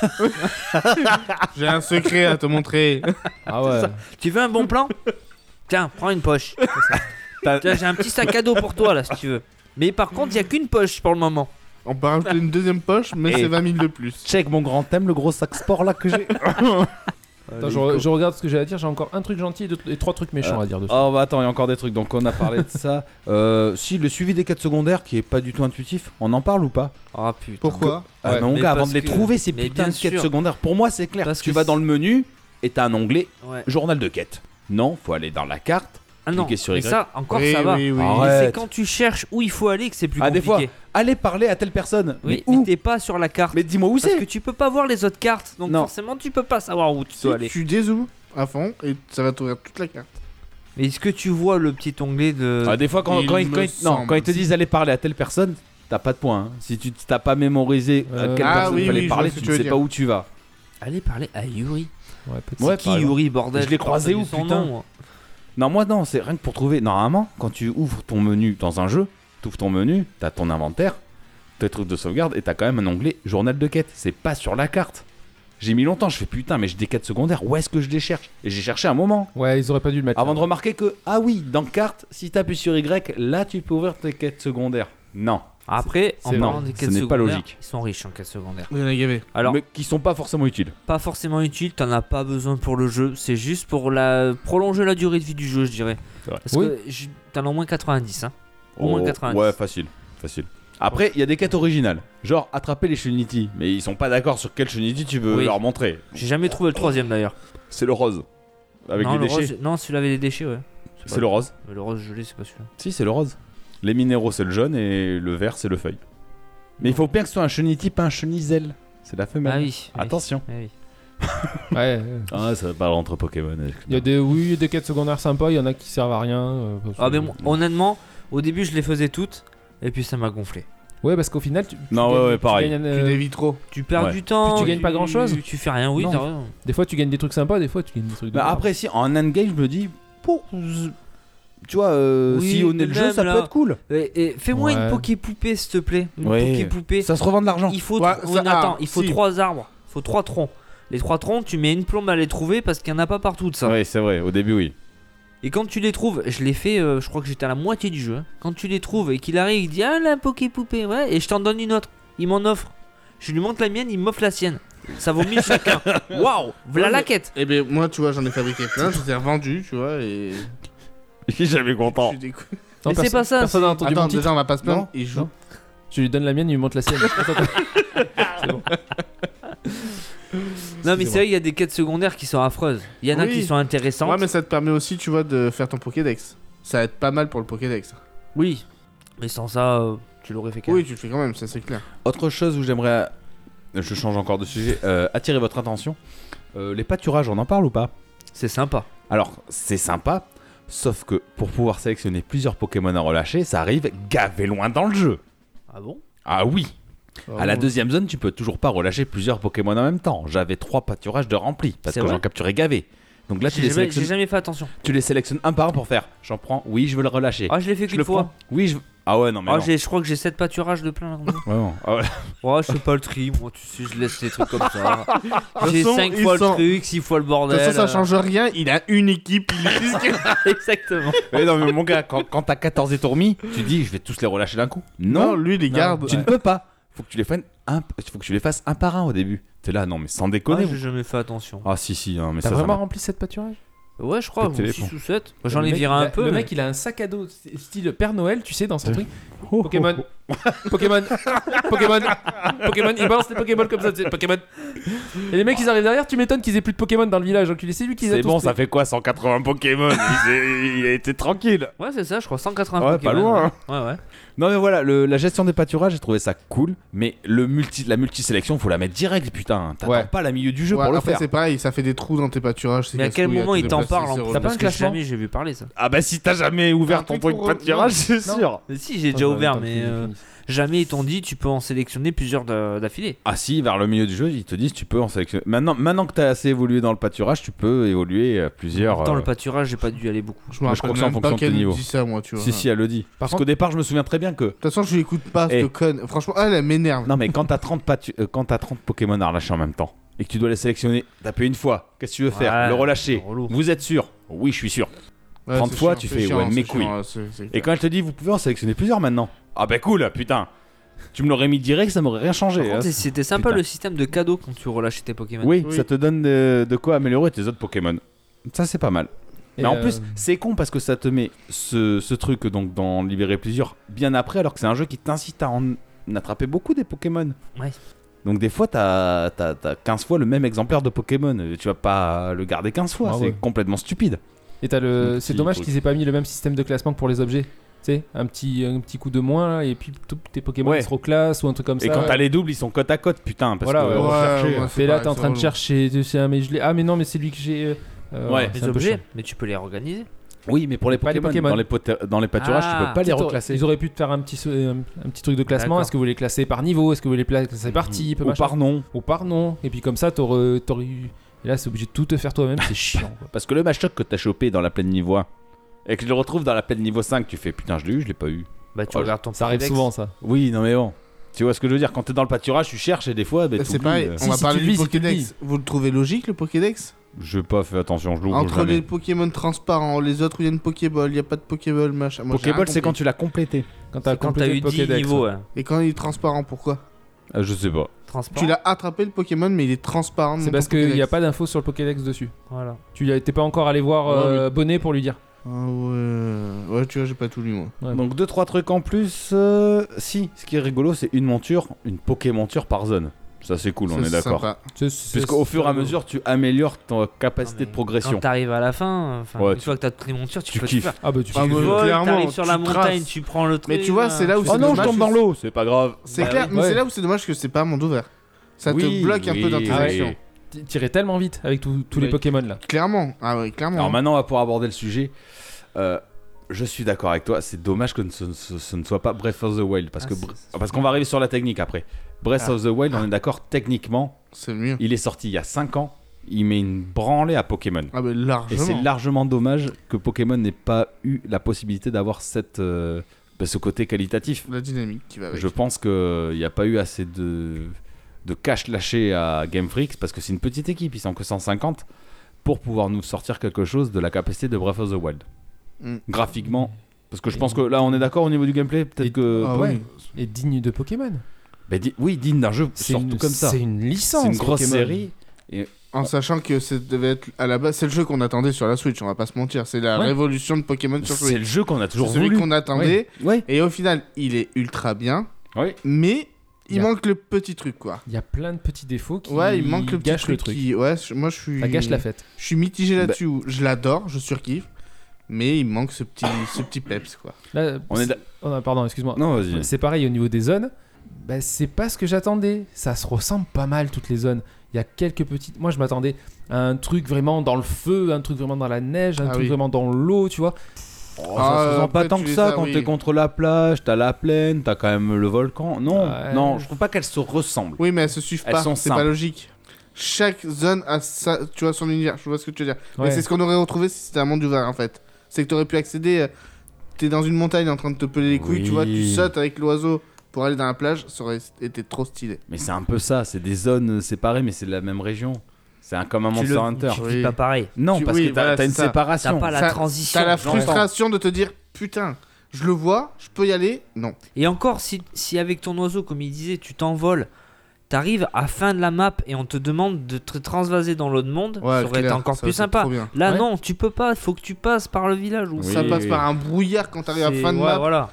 E: J'ai un secret à te montrer.
A: Ah ouais.
D: Tu veux un bon plan? Tiens, prends une poche.
C: T'as-
D: Tiens, j'ai un petit sac à dos pour toi là si tu veux. Mais par contre, il y a qu'une poche pour le moment.
E: On peut rajouter une deuxième poche, mais
C: Et-
E: c'est 20 000 de plus.
C: Check mon grand thème, le gros sac sport là que j'ai.
A: Attends, je regarde ce que j'ai à dire. J'ai encore un truc gentil et 3 trucs méchants à dire dessus.
C: Oh bah attends, il y a encore des trucs. Donc on a parlé de ça. Si le suivi des quêtes secondaires qui est pas du tout intuitif, on en parle ou pas?
D: Ah putain.
E: Pourquoi
C: Ah
A: Ouais,
C: non,
D: mais
C: gars, avant
D: parce
C: de les
D: que-
C: trouver ces
D: mais
C: putains
D: bien
C: de quêtes
D: sûr.
C: secondaires, pour moi c'est clair.
D: Parce
C: Tu
D: que
C: vas
D: c'est-
C: dans le menu et t'as un onglet
D: Ouais.
C: journal de quête. Non, faut aller dans la carte.
D: Ah non.
C: cliquer sur
D: Mais
C: Y.
D: ça, encore
E: Oui,
D: ça va.
E: oui, oui.
C: Ah,
D: Mais
C: Arrête.
D: c'est quand tu cherches où il faut aller que c'est plus
C: Ah, des
D: compliqué.
C: fois. Allez parler à telle personne.
D: Oui,
C: mais où?
D: t'es pas sur la carte.
C: Mais dis-moi où
D: Parce que
C: c'est.
D: tu peux pas voir les autres cartes. Donc
C: Non.
D: forcément, tu peux pas savoir où tu
E: Si
D: dois aller.
E: tu dézoomes à fond et ça va t'ouvrir toute la carte.
D: Mais est-ce que tu vois le petit onglet de.
C: Ah, des fois, quand
E: Il
C: ils
E: me
C: non,
E: semble.
C: quand ils te disent allez parler à telle personne, t'as pas de point. hein. Si tu t'as pas mémorisé à quelle
E: Ah
C: personne
E: oui,
C: fallait
E: oui, je
C: parler,
E: vois ce
C: tu
E: que
C: ne
E: tu veux
C: sais pas
E: dire.
C: où tu vas.
D: Allez parler à Yuri.
A: Ouais, peut-être.
C: Ouais,
D: C'est qui
C: par exemple.
D: Yuri, bordel?
C: Je l'ai
D: crois que
C: croisé
D: t'as
C: où,
D: vu son
C: putain
D: nom, moi.
C: Non, moi non, c'est rien que pour trouver. Normalement, quand tu ouvres ton menu dans un jeu, tu ouvres ton menu, t'as ton inventaire, tes trucs de sauvegarde et t'as quand même un onglet journal de quête. C'est pas sur la carte. J'ai mis longtemps, je fais putain, mais j'ai des quêtes secondaires, où est-ce que je les cherche? Et j'ai cherché un moment.
A: Ouais, ils auraient pas dû le mettre.
C: Avant de remarquer que, ah oui, dans carte, si t'appuies sur Y, là tu peux ouvrir tes quêtes secondaires. Non.
D: Après, en
A: c'est-
D: parlant
C: non,
D: des
C: ce
D: quêtes
C: n'est pas
D: secondaires,
C: logique.
D: ils sont riches en quêtes secondaires.
E: Il y en a gavé.
D: Alors,
C: Mais qui sont pas forcément utiles.
D: pas forcément utile, t'en as pas besoin pour le jeu, c'est juste pour prolonger la durée de vie du jeu, je dirais.
C: C'est vrai.
D: Parce
A: Oui.
D: que t'en as au moins 90, hein. Au moins 90.
C: Ouais, facile. Après, il y a des quêtes originales. Genre, attraper les Shunity. Mais ils sont pas d'accord sur quel Shunity tu veux
D: Oui.
C: leur montrer.
D: J'ai jamais trouvé le troisième d'ailleurs.
C: C'est le rose. Avec
D: non,
C: les
D: le
C: déchets.
D: rose, non, celui-là avait des déchets, ouais.
C: C'est le rose.
D: Mais le rose gelé, c'est pas celui-là.
C: Si, c'est le rose. Les minéraux, c'est le jaune et le vert, c'est le feuille. Mais il faut bien que ce soit un Shunity, pas un Shunizel. C'est la femelle.
D: Ah oui. oui.
C: Attention.
D: Ah oui.
A: Ouais.
C: Ah, ça va pas entre Pokémon.
A: Il y a des, oui, il y a des quêtes secondaires sympas. Il y en a qui servent à rien. Parce
D: Ah,
A: que-
D: mais moi, honnêtement, au début, je les faisais toutes, et puis ça m'a gonflé.
A: Ouais, parce qu'au final, tu
C: Non,
A: gagnes-
C: ouais, pareil.
A: tu gagnes,
E: Tu dévis trop.
D: Tu perds
C: Ouais.
D: du temps.
A: Puis tu gagnes pas grand-chose.
D: Tu fais rien, oui,
A: Non.
D: t'as raison.
A: des fois, tu gagnes des trucs sympas. Des fois, tu gagnes des trucs. de
C: Bah,
A: merde.
C: après, si en endgame, je me dis, tu vois,
D: Oui,
C: si on est le jeu,
D: même
C: ça
D: là.
C: peut être cool.
D: Et fais-moi
A: Ouais.
D: une poké-poupée, s'il te plaît. Une
C: Ouais.
D: poké-poupée.
C: Ça se revend de l'argent.
D: Il faut,
E: Ouais,
D: oui,
E: ça-
D: non, attends,
E: ah,
D: il faut
E: si.
D: 3 arbres. Il faut 3 troncs. Les 3 troncs, tu mets une plombe à les trouver parce qu'il n'y en a pas partout de ça.
C: Ouais, c'est vrai, au début, oui.
D: Et quand tu les trouves, je l'ai fait, je crois que j'étais à la moitié du jeu. hein. Quand tu les trouves et qu'il arrive, il dit ah la poké-poupée, ouais, et je t'en donne une autre. Il m'en offre. Je lui montre la mienne, il m'offre la sienne. Ça vaut 1000 chacun. Waouh, voilà
E: Ouais,
D: la
E: mais-
D: quête.
E: Eh ben moi, tu vois, j'en ai fabriqué plein, je les ai revendus, tu vois, et.
C: Je suis jamais
E: Je
C: content.
E: suis déco-
A: Non,
D: mais c'est pas ça,
A: Personne n'a
D: c'est-
A: entendu
E: Attends,
A: mon titre.
E: déjà, on va pas se plaindre.
A: Non,
E: Il joue.
A: non. Je lui donne la mienne, il me montre la sienne. C'est bon.
D: Non mais c'est vrai, il y a des quêtes secondaires qui sont affreuses. Il y en a
E: Oui.
D: qui sont intéressantes.
E: Ouais, mais ça te permet aussi, tu vois, de faire ton Pokédex. Ça aide pas mal pour le Pokédex.
D: Oui. Mais sans ça, tu l'aurais fait quand
E: Oui,
D: même.
E: tu le fais quand même, ça c'est clair.
C: Autre chose où j'aimerais, je change encore de sujet, attirer votre attention. Les pâturages, on en parle ou pas?
D: C'est sympa.
C: Alors, c'est sympa, sauf que pour pouvoir sélectionner plusieurs Pokémon à relâcher, ça arrive gavé loin dans le jeu.
D: Ah bon?
C: Ah oui.
E: Oh.
C: À la deuxième zone, tu peux toujours pas relâcher plusieurs Pokémon en même temps. J'avais 3 pâturages de remplis parce
D: C'est
C: que
D: vrai
C: j'en capturais gavé. Donc là, tu
D: J'ai
C: les,
D: jamais, j'ai
C: sélectionnes,
D: jamais fait attention.
C: tu les sélectionnes un par un pour faire. J'en prends, oui, je veux le relâcher.
D: Ah, je l'ai fait
C: je
D: qu'une
C: le
D: fois.
C: prends, oui, je. Ah ouais, non, mais
D: Ah,
C: non.
D: je crois que j'ai 7 pâturages de plein.
C: Ouais, non. Ah ouais.
D: Ouais, je fais pas le tri, moi, tu sais, je laisse les trucs comme ça. J'ai
E: façon,
D: 5
E: ils
D: fois
E: sont-
D: le truc, 6 fois le
E: De
D: bordel.
E: toute façon, ça change rien, il a une équipe, il utilise que-
D: Exactement.
C: Ouais, non, mais mon gars, quand t'as 14 étourmis, tu dis, je vais tous les relâcher d'un coup.
E: Non,
C: Non,
E: lui, il les garde.
C: tu ne peux pas. Faut que tu les fasses un par un au début. T'es là, non, mais sans
D: Ah,
C: déconner.
D: j'ai jamais fait attention.
C: Ah, si, non, mais
A: T'as
C: ça.
A: vraiment
C: ça
A: rempli cette pâturage?
D: Ouais, je crois,
C: Peut-être les
D: 6 ou 7. J'en
A: Le
D: ai
A: mec,
D: viré
A: il
D: un
A: a-
D: peu.
A: Le
D: mais-
A: mec, il a un sac à dos style Père Noël, tu sais, dans son truc.
C: Oh,
A: Pokémon,
C: oh,
A: Pokémon, Pokémon, Pokémon, il balance les Pokémon comme ça, tu sais, Pokémon. Et les mecs ils arrivent derrière, tu m'étonnes qu'ils aient plus de Pokémon dans le village, enculé. C'est lui qui les a
C: C'est
A: tous
C: bon,
A: pris.
C: ça fait quoi 180 Pokémon il a été tranquille.
D: Ouais, c'est ça, je crois 180
C: Ouais,
D: Pokémon.
C: pas loin,
D: Ouais.
C: Non mais voilà, la gestion des pâturages, j'ai trouvé ça cool, mais la multi-sélection, faut la mettre direct, putain. T'attends
A: Ouais.
C: pas la milieu du jeu
E: Ouais,
C: pour le
E: après,
C: faire.
E: c'est pareil, ça fait des trous dans tes pâturages. c'est
D: Mais à quel
E: casse-couille,
D: moment
E: te
D: il t'en
E: déplacer,
D: parle en
E: c'est
D: plus?
E: relou.
A: T'as pas un
D: Parce que
A: classement
D: jamais j'ai vu parler ça.
C: Ah bah si t'as jamais ouvert
E: Un
C: ton
E: truc
C: truc
E: pour-
C: pâturage, c'est
A: Non.
C: sûr.
D: Mais si, j'ai déjà ouvert, mais jamais ils t'ont dit tu peux en sélectionner plusieurs d'affilée.
C: Ah si, vers le milieu du jeu, ils te disent tu peux en sélectionner. Maintenant que t'as assez évolué dans le pâturage, tu peux évoluer à plusieurs...
D: Dans le pâturage, j'ai pas dû aller beaucoup.
E: Je me
C: Moi, je crois
E: rappelle
C: que c'est en
E: même pas
C: fonction de tes
E: qu'elle
C: niveaux.
E: dit ça, moi, tu vois.
C: Si, elle le dit. Parce
A: contre-
C: qu'au départ, je me souviens très bien que...
E: De toute façon, je l'écoute pas,
C: Eh.
E: cette conne. Franchement, elle m'énerve.
C: Non mais quand t'as 30 Pokémon à relâcher en même temps, et que tu dois les sélectionner, taper une fois, qu'est-ce que tu veux faire?
D: Ouais,
C: Le relâcher.
D: c'est relou.
C: Vous êtes sûr? Oui, je suis sûr.
E: Ouais,
C: 30
E: c'est
C: fois,
E: chiant,
C: tu
E: c'est
C: fais,
E: chiant,
C: ouais,
E: c'est
C: mes
E: chiant,
C: couilles.
E: c'est
C: Et
E: clair.
C: quand elle te dit vous pouvez en sélectionner plusieurs maintenant. Ah bah cool, putain. Tu me l'aurais mis direct, ça m'aurait rien changé.
D: Par contre,
C: hein.
D: c'était sympa
C: Putain.
D: le système de cadeaux quand tu relâchais tes Pokémon.
C: Oui,
E: Oui.
C: ça te donne de quoi améliorer tes autres Pokémon. Ça c'est pas mal.
A: Et,
C: Mais en plus, c'est con parce que ça te met ce truc donc d'en libérer plusieurs bien après, alors que c'est un jeu qui t'incite à en attraper beaucoup des Pokémon.
D: Ouais.
C: Donc des fois, t'as 15 fois le même exemplaire de Pokémon. Tu vas pas le garder 15 fois,
A: Ah
C: c'est
A: ouais.
C: complètement stupide.
A: Et t'as le...
C: Un
A: c'est
C: petit
A: dommage
C: truc.
A: qu'ils aient pas mis le même système de classement que pour les objets. Tu sais, un petit coup de moins, là, et puis tous tes Pokémon
C: Ouais.
A: ils seront classe ou un truc comme
C: Et
A: ça.
C: quand t'as les doubles, ils sont côte à côte, putain. Parce
A: Voilà,
C: que
A: ouais.
C: rechercher,
E: Ouais,
A: Et là,
E: pareil,
A: t'es en
E: c'est
A: train de
E: relou.
A: chercher, tu sais, mais je l'ai. Ah, mais non, mais c'est lui que j'ai.
C: Ouais,
A: c'est
D: Les
A: un peu
D: objets,
A: chiant.
D: mais tu peux les réorganiser.
C: Oui, mais pour les
A: Pas les
C: Pokémon,
A: Pokémon.
C: dans les pâturages, tu
D: Ah.
C: peux pas les
A: Ils auraient-
C: reclasser.
A: Ils auraient pu te faire un petit truc de classement.
D: D'accord.
A: Est-ce que vous voulez classer par niveau? Est-ce que vous voulez classer par type?
C: Ou
A: machin
C: par nom.
A: Ou par nom. Et puis comme ça, t'aurais eu. Et là, c'est obligé de tout te faire toi-même. C'est chiant. Quoi.
C: Parce que le Machoc que t'as chopé dans la plaine niveau 1 et que je le retrouve dans la plaine niveau 5, tu fais putain, je l'ai eu, je l'ai pas eu.
D: Bah, tu
C: Oh,
D: regardes ton
A: Ça arrive
D: Pokédex.
A: souvent, ça.
C: Oui, non mais bon. Tu vois ce que je veux dire? Quand t'es dans le pâturage, tu cherches et des fois, bah,
E: C'est
C: t'oublies,
E: pareil,
C: euh.
E: on va
A: si
E: parler
A: tu le
E: du
A: lis, si tu le
E: Pokédex. Vous le trouvez logique, le Pokédex?
C: J'ai pas fait attention, je l'ouvre
E: Entre
C: jamais.
E: les Pokémon transparents, les autres où il y a une Pokéball, il y a pas de Pokéball, machin. Moi, j'ai rien
C: Pokéball, c'est quand
E: compris.
C: tu l'as complété.
A: Quand
D: C'est quand t'as
A: complété
D: eu
A: le
D: 10
A: Pokédex,
D: niveaux,
A: ouais.
D: ouais.
E: Et quand il est transparent, pourquoi?
C: Je sais pas.
D: Transparent.
E: Tu l'as attrapé le Pokémon, mais il est transparent.
A: C'est parce qu'il n'y a pas d'infos sur le Pokédex dessus.
D: Voilà.
A: T'es pas encore allé voir
E: Ouais,
A: Bonnet pour lui dire.
E: Ah ouais. Ouais, tu vois, j'ai pas tout lu, moi.
A: Ouais.
C: Donc 2-3 trucs en plus. Si, ce qui est rigolo, c'est une monture, une Pokémonture par zone. Ça c'est cool, on
E: Ça,
C: est
E: c'est
C: d'accord.
E: sympa.
C: Puisqu'au fur et à mesure, tu améliores ta capacité
D: Non, mais
C: de progression.
D: Quand t'arrives à la fin,
C: Ouais,
D: une fois que t'as toutes les montures, tu
C: tu
D: peux
C: kiffes.
D: tout faire.
A: Ah bah tu
E: Ah,
D: Tu
E: bah,
D: voles,
E: clairement,
D: t'arrives sur la
E: tu
D: montagne,
E: traces.
D: tu prends le truc.
E: Mais tu vois, c'est là où
C: Oh
E: c'est
C: non, je
E: dommage
C: tombe dans
E: que-
C: l'eau, c'est pas grave.
E: C'est
D: Bah
E: clair,
D: oui.
E: mais
A: Ouais.
E: c'est là où c'est dommage que c'est pas un monde ouvert. Ça te
C: Oui,
E: bloque un peu dans tes
C: oui,
E: actions.
A: tirais tellement vite avec tous les
E: Oui.
A: Pokémon là.
E: Clairement. Ah ouais, clairement.
C: Alors maintenant, on va pouvoir aborder le sujet. Je suis d'accord avec toi, c'est dommage que ce ne soit pas Breath of the Wild. Parce qu'on va arriver sur la technique après. Breath of the Wild, on est d'accord, techniquement,
E: C'est mieux.
C: il est sorti il y a 5 ans. Il met une branlée à Pokémon.
E: Ah bah
C: Et
E: largement.
C: c'est largement dommage que Pokémon n'ait pas eu la possibilité d'avoir ce côté qualitatif.
E: La dynamique qui va avec.
C: Je pense qu'il n'y a pas eu assez de cash lâché à Game Freak parce que c'est une petite équipe, ils sont que 150 pour pouvoir nous sortir quelque chose de la capacité de Breath of the Wild.
E: Mm.
C: Graphiquement, parce que je pense que là on est d'accord au niveau du gameplay, peut-être
A: Et-
C: que.
E: Ah
A: ouais.
E: oui.
A: Et digne de Pokémon.
C: Bah, oui, digne d'un jeu surtout comme ça.
A: C'est une licence.
C: C'est une grosse
A: Pokémon.
C: série.
E: En sachant que ça devait être à la base, c'est le jeu qu'on attendait sur la Switch, on va pas se mentir. C'est la
A: Ouais.
E: révolution de Pokémon sur
C: C'est
E: Switch.
C: le jeu qu'on a toujours
E: C'est celui
C: voulu.
E: qu'on attendait.
C: Ouais.
E: Et au final, il est ultra bien.
C: Ouais.
E: Mais il
A: Yeah.
E: manque le petit truc, quoi.
A: Il y a plein de petits défauts qui
E: Ouais, il manque le petit
A: gâchent
E: truc
A: le truc.
E: qui. Ouais, moi je suis.
A: Ça gâche la fête.
E: Je suis mitigé là-dessus. Je l'adore, je surkiffe. Mais il manque ce petit peps, quoi.
A: Là,
C: On est
A: pardon, excuse-moi.
C: Non, vas-y.
A: C'est pareil au niveau des zones. Bah, c'est pas ce que j'attendais. Ça se ressemble pas mal toutes les zones. Il y a quelques petites. Moi, je m'attendais à un truc vraiment dans le feu, un truc vraiment dans la neige, un
E: Ah
A: truc
E: oui.
A: vraiment dans l'eau, tu vois.
C: Oh,
E: Ah,
C: ça se ressent
E: après,
C: pas tant
E: tu
C: que
E: les
C: ça
E: as,
C: quand
E: oui.
C: t'es contre la plage, t'as la plaine, t'as quand même le volcan. Non,
A: Ouais.
C: non, je trouve pas qu'elles se ressemblent.
E: Oui, mais elles se suivent
C: Elles
E: pas.
C: sont
E: C'est pas
C: simples.
E: logique. Chaque zone a tu vois, son univers. Je vois ce que tu veux dire.
A: Ouais.
E: Mais c'est ce qu'on aurait retrouvé si c'était un monde ouvert, en fait. C'est que t'aurais pu accéder. T'es dans une montagne en train de te peler les couilles,
C: Oui.
E: tu vois, tu sautes avec l'oiseau pour aller dans la plage, ça aurait été trop stylé.
C: Mais c'est un peu ça, c'est des zones séparées, mais c'est de la même région. C'est comme un
D: Tu
C: Monster
D: le
C: Hunter.
D: tu
E: Oui.
D: vis pas pareil.
C: Non,
E: Tu-
C: parce
E: oui,
C: que t'as
E: voilà,
C: t'as une
E: c'est ça.
C: séparation.
D: T'as pas la
E: Ça-
D: transition.
E: T'as la
C: j'entends.
E: frustration de te dire putain, je le vois, je peux y aller. Non.
D: Et encore, si avec ton oiseau, comme il disait, tu t'envoles, t'arrives à fin de la map et on te demande de te transvaser dans l'autre monde, ça aurait été
E: clair,
D: encore
E: ça,
D: plus
E: c'est
D: sympa.
E: trop bien.
D: Là,
A: Ouais.
D: non, tu peux pas, faut que tu passes par le village. Ou
C: Oui.
E: Ça passe par un brouillard quand t'arrives à
D: c'est-
E: fin de
D: ouais,
E: map.
D: voilà.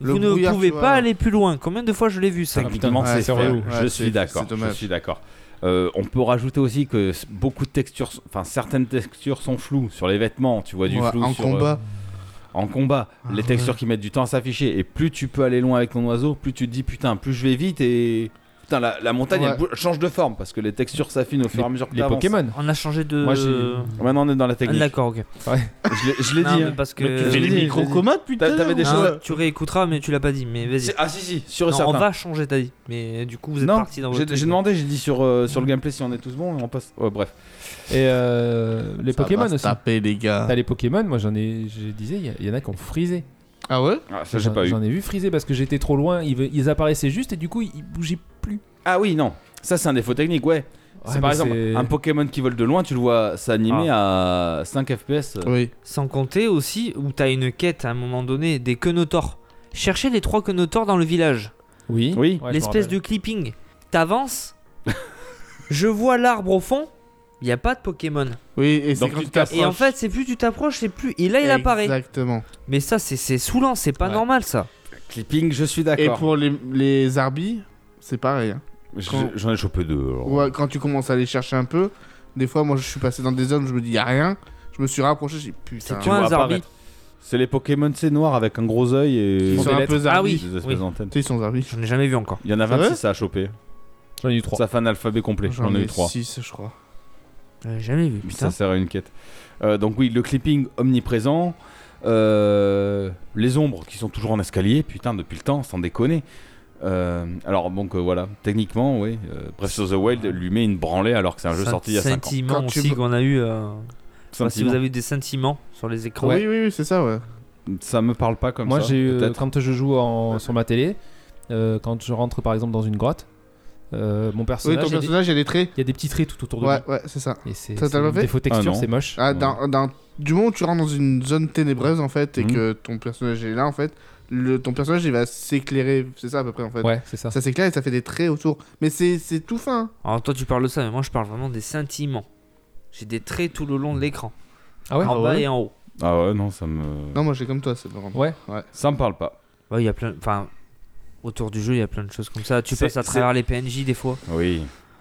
D: Vous ne
E: brouillard,
D: pouvez
E: tu vois.
D: pas aller plus loin. Combien de fois je l'ai vu ça?
C: Techniquement,
E: Ouais,
C: c'est
E: c'est
C: fait.
E: relou.
C: Je
E: Ouais,
C: suis
E: c'est
C: d'accord.
E: dommage.
C: Je suis d'accord. On peut rajouter aussi que beaucoup de textures, enfin certaines textures sont floues sur les vêtements. Tu vois du
E: Ouais,
C: flou
E: en
C: sur,
E: combat.
C: en combat.
E: Ah,
C: les
E: ouais.
C: textures qui mettent du temps à s'afficher. Et plus tu peux aller loin avec ton oiseau, plus tu te dis putain, plus je vais vite et putain la montagne
E: Ouais.
C: elle change de forme parce que les textures s'affinent au fur et à mesure que
A: Les
C: t'avances.
A: Pokémon.
D: On a changé de.
A: Moi, j'ai-
C: Maintenant on est dans la
D: Ah,
C: technique.
D: d'accord, ok.
C: Je l'ai
D: Non,
C: dit.
D: mais
C: hein.
D: parce que.
C: Mais tu fais les
E: micro-commandes, putain.
C: T'avais des
D: Non,
C: choses.
D: tu réécouteras, mais tu l'as pas dit. Mais vas-y.
C: Ah si, sûr et
D: Non,
C: certain.
D: on va changer, t'as dit. Mais du coup, vous êtes
C: Non,
D: parti dans votre.
C: j'ai demandé, j'ai dit sur le gameplay si on est tous bons et on passe. Ouais, bref.
A: Et les Pokémon aussi.
E: Taper, les gars.
A: T'as les Pokémon, moi je disais, il y en a qui ont frisé.
E: Ah ouais?
C: Ah, ça j'ai pas eu.
A: J'en ai vu friser parce que j'étais trop loin, ils apparaissaient juste et du coup ils bougeaient plus.
C: Ah oui, non. Ça c'est un défaut technique, ouais. C'est
A: Ouais,
C: par
A: mais
C: exemple
A: c'est-
C: un Pokémon qui vole de loin, tu le vois s'animer à 5 FPS.
E: Oui.
D: Sans compter aussi où t'as une quête à un moment donné des Quenotors. Cherchez les 3 Quenotors dans le village.
A: Oui.
C: Oui.
A: Ouais, je me
D: L'espèce
A: rappelle.
D: de clipping. T'avances. Je vois l'arbre au fond. Il y a pas de Pokémon.
E: Oui, et c'est
C: Donc
E: quand
C: tu
E: tu
C: t'approches.
D: Et en fait, c'est plus tu t'approches, c'est plus. Et là, il apparaît.
E: Exactement.
D: Mais ça, c'est saoulant, c'est pas
A: Ouais.
D: normal ça.
C: Clipping, je suis
E: Et
C: d'accord.
E: pour les Arbis, c'est pareil. Hein.
C: J'en ai chopé deux. alors.
E: Ouais, quand tu commences à aller chercher un peu, des fois, moi je suis passé dans des zones où je me dis y a rien. Je me suis rapproché, j'ai dit putain.
D: Tu vois un
C: vois
D: Zarbi.
C: apparaître. C'est les Pokémon, c'est noir avec un gros œil et
E: Ils sont un
A: lettres.
E: peu Zarbi.
D: Ah oui.
C: des espèces
D: Oui.
C: d'antennes.
E: Tu sais, ils sont Zarbi.
D: J'en ai jamais vu encore.
C: Il y en a
E: C'est vrai
C: 26 à choper.
A: J'en ai eu 3.
C: Ça fait un alphabet complet. J'en ai eu 3.
E: 6, je crois.
D: J'en ai jamais vu.
C: Ça
D: Putain.
C: sert à une quête. Donc oui, le clipping omniprésent. Les ombres qui sont toujours en escalier, putain, depuis le temps, sans déconner. Alors donc voilà, techniquement, oui. Breath of the Wild lui met une branlée alors que c'est un jeu sorti il y a 5 ans.
D: Sentiment
E: Quand tu
D: aussi
E: me-
D: qu'on a eu. Si
C: Sentiment.
D: vous avez eu des sentiments sur les écrans.
E: Oui, oui, oui, c'est ça, ouais.
C: Ça me parle pas comme
A: Moi
C: ça.
A: j'ai eu,
C: peut-être.
A: quand je joue sur ma télé, quand je rentre par exemple dans une grotte, mon
E: Oui,
A: personnage,
E: ton personnage, il y a des traits.
A: il y a des petits traits tout autour de
E: Ouais,
A: lui.
E: ouais, c'est ça.
A: Et c'est
E: Ça t'a pas fait
A: défaut texture,
C: Ah non.
A: c'est moche.
E: Ah,
C: Ouais.
E: du moment où tu rentres dans une zone ténébreuse en fait et
C: Mhm.
E: que ton personnage est là en fait, ton personnage il va s'éclairer, c'est ça à peu près en fait.
A: Ouais, c'est ça.
E: Ça s'éclaire et ça fait des traits autour. Mais c'est tout fin.
D: Alors toi, tu parles de ça, mais moi, je parle vraiment des sentiments. J'ai des traits tout le long de l'écran.
A: Ah ouais.
D: En bas
E: ouais
D: et en haut.
C: Ah ouais, non, ça me.
E: Non, moi j'ai comme toi, c'est marrant.
A: Ouais.
C: Ça me parle pas.
D: Ouais, il y a plein. Enfin, autour du jeu, il y a plein de choses comme ça. Tu
C: C'est-
D: passes à travers les PNJ des fois.
C: Oui.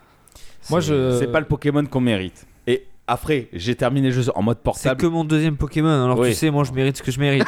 A: Moi je.
C: C'est pas le Pokémon qu'on mérite. Et après, j'ai terminé le jeu en mode
D: C'est
C: portable.
D: que mon deuxième Pokémon. Alors
C: Oui.
D: tu sais, moi, je mérite ce que je mérite.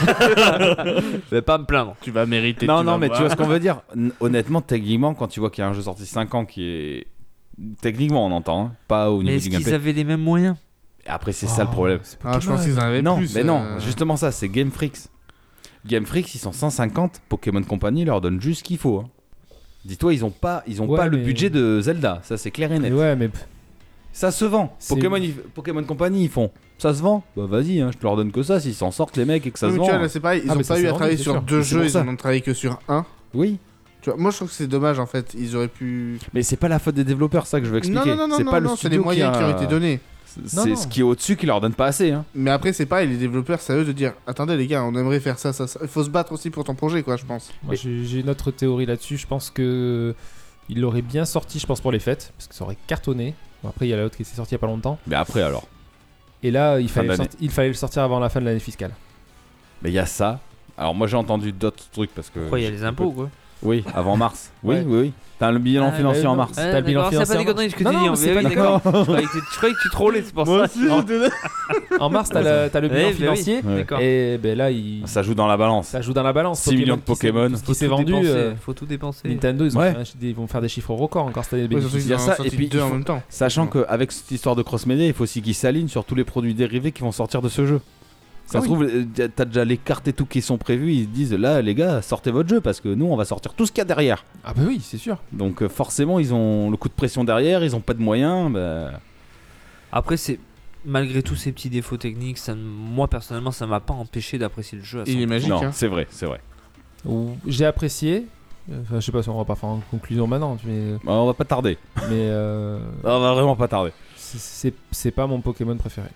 D: Hein. Je vais pas me plaindre.
E: Tu vas mériter.
C: Non,
E: tu
C: non,
E: vas
C: mais
E: voir.
C: tu vois ce qu'on veut dire. Honnêtement, techniquement, quand tu vois qu'il y a un jeu sorti 5 ans qui est. Techniquement, on entend, hein, pas au
D: Mais
C: niveau
D: est-ce
C: du
D: qu'ils
C: gameplay.
D: avaient les mêmes moyens?
C: Et après, c'est ça le problème.
E: Ah, je pense qu'ils en avaient
C: Non,
E: plus.
C: mais non, justement ça, c'est Game Freaks. Game Freaks, ils sont 150, Pokémon Company leur donne juste ce qu'il faut. hein. Dis-toi, ils ont pas
A: Ouais,
C: le
A: mais-
C: budget de Zelda, ça c'est clair et net.
A: Mais ouais, mais
C: Ça se vend.
A: C'est-
C: Pokémon Company, ils font. Ça se vend. Bah vas-y, hein, je te leur donne que ça, s'ils s'en sortent les mecs et que ça
E: Oui,
C: se
E: mais tu vois,
C: vend.
E: là c'est pareil, ils
A: Ah,
E: ont
A: mais ça
E: pas eu
A: s'est
E: à
A: vendu,
E: travailler
A: c'est
E: sur
A: sûr.
E: 2
C: C'est
E: jeux,
C: pour
E: ils
C: ça.
E: en ont travaillé que sur un.
C: Oui,
E: Tu vois, moi je trouve que c'est dommage en fait, ils auraient pu.
C: mais c'est pas la faute des développeurs, ça que je veux expliquer.
E: Non,
C: c'est pas le
E: non, c'est les
C: studio
E: moyens qui
C: a-
E: ont été donnés.
C: C'est
A: Non.
C: ce qui est au-dessus qui leur donne pas assez. Hein.
E: Mais après, c'est pareil, les développeurs, c'est à eux de dire attendez les gars, on aimerait faire ça, ça, ça. Il faut se battre aussi pour ton projet, quoi, je pense.
A: moi j'ai une autre théorie là-dessus. Je pense que il l'aurait bien sorti, je pense pour les fêtes, parce que ça aurait cartonné. Bon, après il y a l'autre qui s'est sorti il y a pas longtemps.
C: Mais après alors.
A: Et là il
C: Fin
A: fallait,
C: d'année.
A: il fallait le sortir avant la fin de l'année fiscale.
C: Mais il y a ça. Alors moi j'ai entendu d'autres trucs parce que.
D: Pourquoi il y a les impôts, quoi?
C: Oui, avant mars. Oui,
A: Ouais.
C: oui, oui. T'as le bilan
D: Ah,
C: financier
A: bah,
C: en
A: non.
C: mars.
A: T'as le bilan
D: d'accord, c'est pas
A: financier
D: des
A: en
D: conneries ce que
A: Non,
D: tu
A: non,
D: dis.
A: mais c'est
D: Oui,
A: pas
D: d'accord. Je croyais que tu trollais, c'est pour ça.
A: En mars t'as le bilan
D: Eh, bah oui.
A: financier.
C: Ouais.
D: D'accord.
A: Et ben là
C: Ça joue dans la balance.
A: ça joue dans la balance.
C: 6 millions de Pokémon.
A: Qui s'est vendu.
D: Faut tout dépenser.
A: Nintendo ils,
C: Ouais.
A: ils vont faire des chiffres records encore cette année. de
E: Ouais, surtout
A: bénéfices.
C: Il y a
E: qu'ils en
C: ça,
E: ont sorti
C: et puis
E: deux
C: il
E: en
C: faut-
E: même temps.
C: Sachant qu'avec cette histoire de cross-média, il faut aussi qu'ils s'alignent sur tous les produits dérivés qui vont sortir de ce jeu. Ça
A: Ah
C: se
A: oui.
C: trouve, t'as déjà les cartes et tout qui sont prévues. Ils se disent là, les gars, sortez votre jeu parce que nous, on va sortir tout ce qu'il y a derrière.
A: Ah bah oui, c'est sûr.
C: Donc forcément, ils ont le coup de pression derrière, ils ont pas de moyens. Bah...
D: Après, c'est malgré tous ces petits défauts techniques, moi personnellement, ça m'a pas empêché d'apprécier le jeu à 100%.
E: Il est magique,
C: Non,
E: hein.
C: c'est vrai, c'est vrai.
A: J'ai apprécié. Enfin, je sais pas si on va pas faire une conclusion maintenant, mais
C: Bah, on va pas tarder. On va vraiment pas tarder.
A: c'est pas mon Pokémon préféré.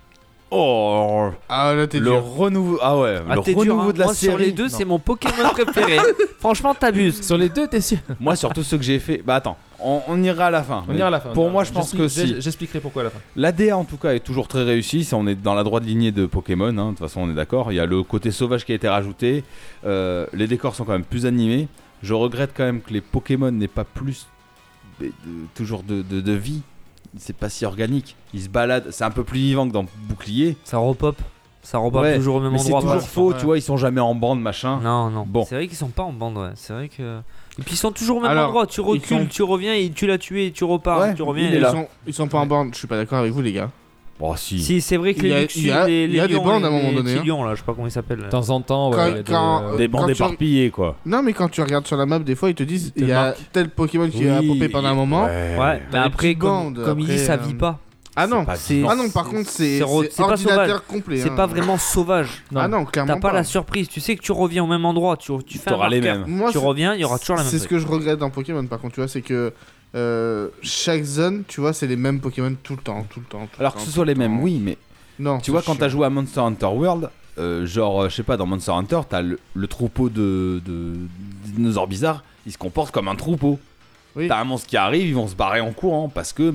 C: Oh,
E: Ah là, t'es
C: le
E: dur.
C: renouveau. Ah ouais,
D: Ah,
C: le
D: t'es dur,
C: renouveau
D: hein.
C: de la
D: Moi,
C: série.
D: sur les deux,
A: Non.
D: c'est mon Pokémon préféré. Franchement, t'abuses.
A: Sur les deux, t'es sûr?
C: Moi, sur tous ceux que j'ai fait. Bah attends, On ira à la fin.
A: On ira à la fin.
C: Pour moi, je pense que si.
A: J'expliquerai pourquoi à la fin.
C: L'ADA en tout cas est toujours très réussi, on est dans la droite lignée de Pokémon, hein. De toute façon on est d'accord, il y a le côté sauvage qui a été rajouté, les décors sont quand même plus animés, je regrette quand même que les Pokémon n'aient pas plus toujours de vie, c'est pas si organique, ils se baladent, c'est un peu plus vivant que dans Bouclier.
D: Ça repop
C: Ouais,
D: toujours au même
C: mais
D: endroit.
C: c'est toujours faux,
A: ouais.
C: tu vois, ils sont jamais en bande machin.
D: Non.
C: Bon.
D: C'est vrai qu'ils sont pas en bande, ouais. C'est vrai que. Et puis ils sont toujours au même
E: Alors,
D: endroit. Tu recules, tu reviens et tu l'as tué, tu repars,
C: Ouais,
D: tu reviens.
C: il est
D: et-
C: là.
E: Ils sont pas en bande, je suis pas d'accord avec vous les gars.
C: Oh si.
D: Si, c'est vrai que
E: Il y a-
D: les Luxus,
E: il y a
D: les
E: des
D: lions,
E: bandes à un
D: les
E: moment donné,
D: petits
E: hein.
D: lions, là, je sais pas comment ils s'appellent.
A: De temps en temps, ouais,
E: Quand-
A: il y a
E: quand-
C: Des bandes
E: quand tu-
C: éparpillées quoi.
E: Non mais quand tu regardes sur la map, des fois ils te disent
A: Ils te
E: il y a
A: marquent.
E: tel Pokémon qui a popé pendant un moment.
D: Ouais, mais
E: T'as des
D: après,
E: petites
D: comme
E: bandes,
D: il dit,
E: après,
D: ça vit pas.
E: Ah non,
C: pas
D: c'est-
C: vivant.
E: ah non, par contre c'est
D: c'est pas
E: ordinateur complet.
D: C'est
E: hein.
D: pas vraiment sauvage.
A: Non.
E: Ah non, clairement
D: T'as pas la surprise. Tu sais que tu reviens au même endroit. Tu fais un
C: T'auras les
D: marqueur.
C: mêmes.
E: Moi,
D: Tu reviens, il y aura toujours la même
E: C'est ce que je regrette dans Pokémon par contre, tu vois, c'est que chaque zone, tu vois, c'est les mêmes Pokémon tout le temps.
C: Alors que ce soit les mêmes, oui, mais
E: Non,
C: tu vois, quand t'as joué à Monster Hunter World, genre, je sais pas, dans Monster Hunter, t'as le troupeau de dinosaures bizarres, ils se comportent comme un troupeau.
E: Oui.
C: T'as un monstre qui arrive, ils vont se barrer en courant parce que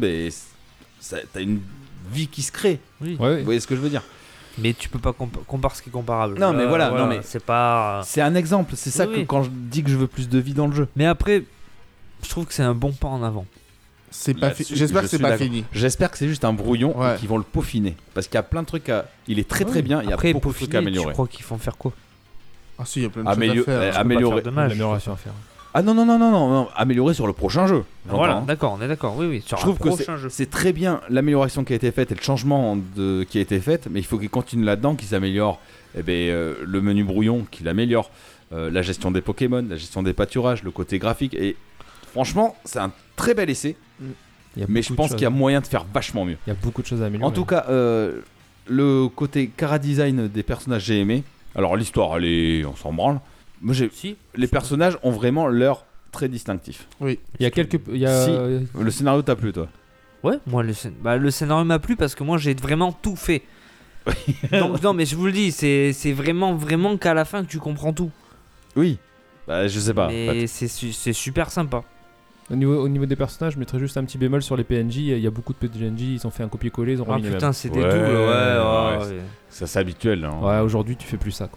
C: t'as une vie qui se crée.
D: Oui.
A: Ouais,
C: Vous voyez ce que je veux dire?
D: Mais tu peux pas comparer ce qui est comparable.
C: Non, mais voilà, non, mais-
D: c'est pas.
C: C'est un exemple, c'est ça
D: Oui.
C: que quand je dis que je veux plus de vie dans le jeu.
D: Mais après, je trouve que c'est un bon pas en avant.
E: c'est pas
C: Là-dessus,
E: j'espère
C: je
E: que c'est
C: suis
E: pas
C: d'accord.
E: fini.
C: J'espère que c'est juste un brouillon
E: Ouais.
C: et qu'ils vont le peaufiner. Parce qu'il y a plein de trucs à. Il est très très bien, il y a
D: Après,
C: beaucoup de trucs à
D: peaufiner,
C: améliorer.
D: Tu crois qu'ils vont faire quoi?
E: Ah si, il y a plein de choses à
C: Améliorer.
E: faire.
D: Tu peux pas
C: Améliorer.
D: faire de mage.
A: L'amélioration à faire.
C: Ah non, améliorer sur le prochain jeu. j'entends,
D: Voilà,
C: hein.
D: d'accord, on est d'accord. Oui, sur
C: Je
D: un
C: trouve que
D: prochain jeu.
C: c'est très bien l'amélioration qui a été faite et le changement qui a été fait, mais il faut qu'il continue là-dedans, qu'il s'améliore le menu brouillon, qu'il améliore la gestion des Pokémon, la gestion des pâturages, le côté graphique. Et franchement, c'est un très bel essai,
A: Il y a
C: mais
A: beaucoup
C: je
A: de
C: pense
A: choses.
C: qu'il y a moyen de faire vachement mieux.
A: Il y a beaucoup de choses à améliorer.
C: En tout cas, le côté chara-design des personnages, j'ai aimé. Alors l'histoire, on s'en branle. Moi,
D: Si.
C: les personnages ont vraiment leur trait distinctif.
A: il y a quelques. Il y a,
C: Si. Le scénario t'a plu, toi?
D: Ouais, moi le scénario m'a plu parce que moi j'ai vraiment tout fait. Donc non, mais je vous le dis, c'est vraiment qu'à la fin que tu comprends tout.
C: Oui. Bah, je sais pas.
D: Mais c'est super sympa.
A: Au niveau des personnages, je mettrais juste un petit bémol sur les PNJ. Il y a beaucoup de PNJ, ils ont fait un copier-coller, ils ont
D: Ah
A: remis les
D: putain,
A: mêmes.
D: c'est des
C: Ouais,
D: doubles.
C: ouais,
D: Ouais.
C: Ça, c'est habituel. Hein.
A: Ouais, aujourd'hui, tu fais plus ça, quoi.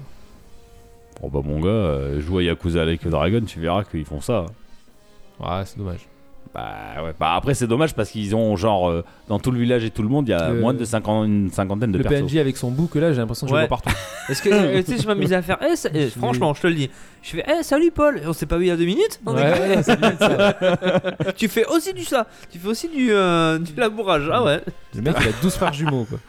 C: Oh bah mon gars, joue à Yakuza Like a Dragon, tu verras qu'ils font ça.
A: Ouais, c'est dommage.
C: Bah ouais. Bah après c'est dommage parce qu'ils ont genre dans tout le village et tout le monde, il y a moins de une cinquantaine de
A: Le
C: persos.
A: PNJ avec son bouc, là, j'ai l'impression que je le
D: Ouais.
A: vois partout.
D: Est-ce que tu sais, je m'amusais à faire. Franchement, je te le dis. Je fais, salut Paul. On s'est pas vu il y a 2 minutes. On est-
A: Ouais, c'est bien ça.
D: Tu fais aussi du ça. Tu fais aussi du labourage. Ah ouais.
A: Le mec, il a 12 frères jumeaux, quoi.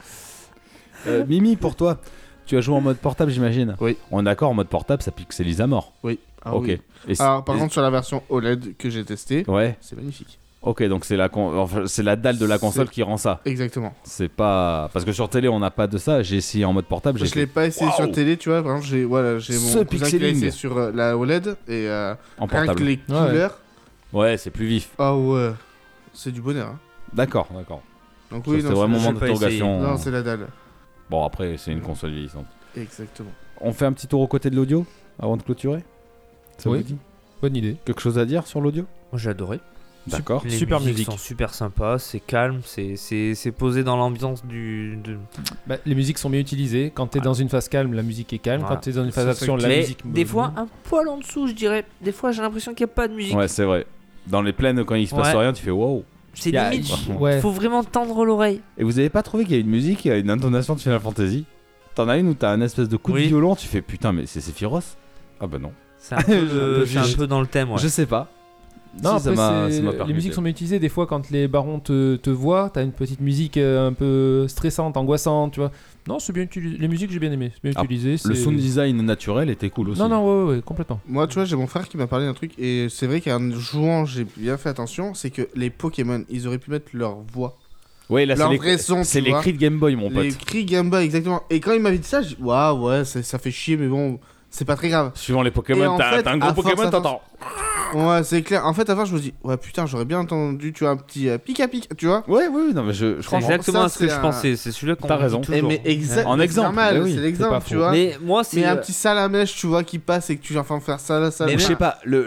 C: Mimi, pour toi, tu as joué en mode portable, j'imagine.
E: Oui.
C: On est d'accord, en mode portable, ça pixelise à mort.
E: Oui. Ah,
C: ok.
E: oui.
C: Et
E: Alors par contre sur la version OLED que j'ai testée,
C: ouais.
E: c'est magnifique.
C: Ok, donc c'est c'est la dalle de la console
E: C'est-
C: qui rend ça.
E: Exactement.
C: C'est pas parce que sur télé on n'a pas de ça. J'ai essayé en mode portable.
E: Je l'ai pas essayé sur télé, tu vois. Par exemple, j'ai
C: Ce
E: mon cousin qui l'a
C: pixeling.
E: essayé sur la OLED et
C: en
E: rien que
C: portable.
E: les couleurs.
C: Ouais, c'est plus vif.
E: Ah ouais, c'est du bonheur. hein.
C: D'accord.
E: Donc
C: Ça,
E: oui,
C: c'était
E: non,
C: vraiment
D: j'ai
C: mon
D: pas
C: interrogation.
E: non, c'est la dalle.
C: Bon, après, c'est une console vieillissante.
E: Exactement.
C: On fait un petit tour aux côtés de l'audio avant de clôturer. Ça
A: Oui.
C: vous dit
A: Bonne idée.
C: Quelque chose à dire sur l'audio?
D: Moi j'ai adoré.
C: D'accord.
D: Les
A: Super
D: musiques
A: musique.
D: sont super sympas. C'est calme. C'est posé dans l'ambiance
A: Bah, les musiques sont bien utilisées. Quand t'es dans une phase calme, la musique est calme.
D: Voilà.
A: Quand t'es dans une phase
E: C'est
A: action,
E: ça
A: la
D: Mais
A: musique.
D: des fois un poil en dessous, je dirais. Des fois j'ai l'impression qu'il n'y a pas de musique.
C: Ouais, c'est vrai. Dans les plaines, quand il se passe
D: Ouais.
C: rien, tu fais wow.
D: C'est
A: Y a-
D: limite.
A: Ouais.
D: Faut vraiment tendre l'oreille.
C: Et vous avez pas trouvé qu'il y a une musique, il y a une intonation de Final Fantasy? T'en as une où t'as un espèce de coup de
D: Oui.
C: violon, tu fais putain, mais c'est Sephiroth? Ah bah non.
D: C'est un, peu,
C: Je-
D: c'est un peu dans le thème. Ouais.
C: Je sais pas.
A: Non,
C: Si, ça
A: après,
C: m'a
A: c'est-
C: percuté.
A: les musiques sont bien utilisées. Des fois, quand les barons te voient, t'as une petite musique un peu stressante, angoissante, tu vois. Non, c'est bien utilisé. Les musiques, j'ai bien aimé. C'est bien
C: Ah,
A: utilisé.
C: Le
A: c'est-
C: sound design naturel était cool aussi.
A: Non, ouais, complètement.
E: Moi, tu vois, j'ai mon frère qui m'a parlé d'un truc et c'est vrai qu'en jouant, j'ai bien fait attention, c'est que les Pokémon, ils auraient pu mettre leur voix.
C: Ouais, là
E: Leur
C: c'est
E: vrai son,
C: c'est
E: tu
C: les
E: vois.
C: cris de Game Boy, mon
E: Les
C: pote.
E: cris Game Boy, exactement. Et quand il m'avait dit ça, j'ai dit, waouh, ouais, ça fait chier, mais bon, c'est pas très grave.
C: Suivant les
E: Et
C: Pokémon,
E: en
C: t'as
E: fait,
C: un gros
E: à force
C: Pokémon,
E: à
C: t'entends.
E: Ouais, c'est clair. En fait, avant, je me dis, ouais, putain, j'aurais bien entendu, tu vois, un petit pic à pic, tu vois.
C: Ouais, oui, non, mais je
D: C'est
C: comprends.
D: exactement
E: ça,
D: ce que
E: c'est
D: je
E: un-
D: pensais. C'est celui-là qu'on
C: T'as
D: dit
C: raison.
D: toujours.
E: Mais exact.
C: En
E: c'est
C: exemple,
E: normal,
A: mais oui,
E: c'est
A: c'est
E: l'exemple,
A: pas
E: tu
A: faux.
E: vois.
D: Mais moi, c'est.
E: Mais un petit salamèche, tu vois, qui passe et que tu viens enfin faire ça, là, ça.
D: Mais
E: là.
C: Je sais pas, le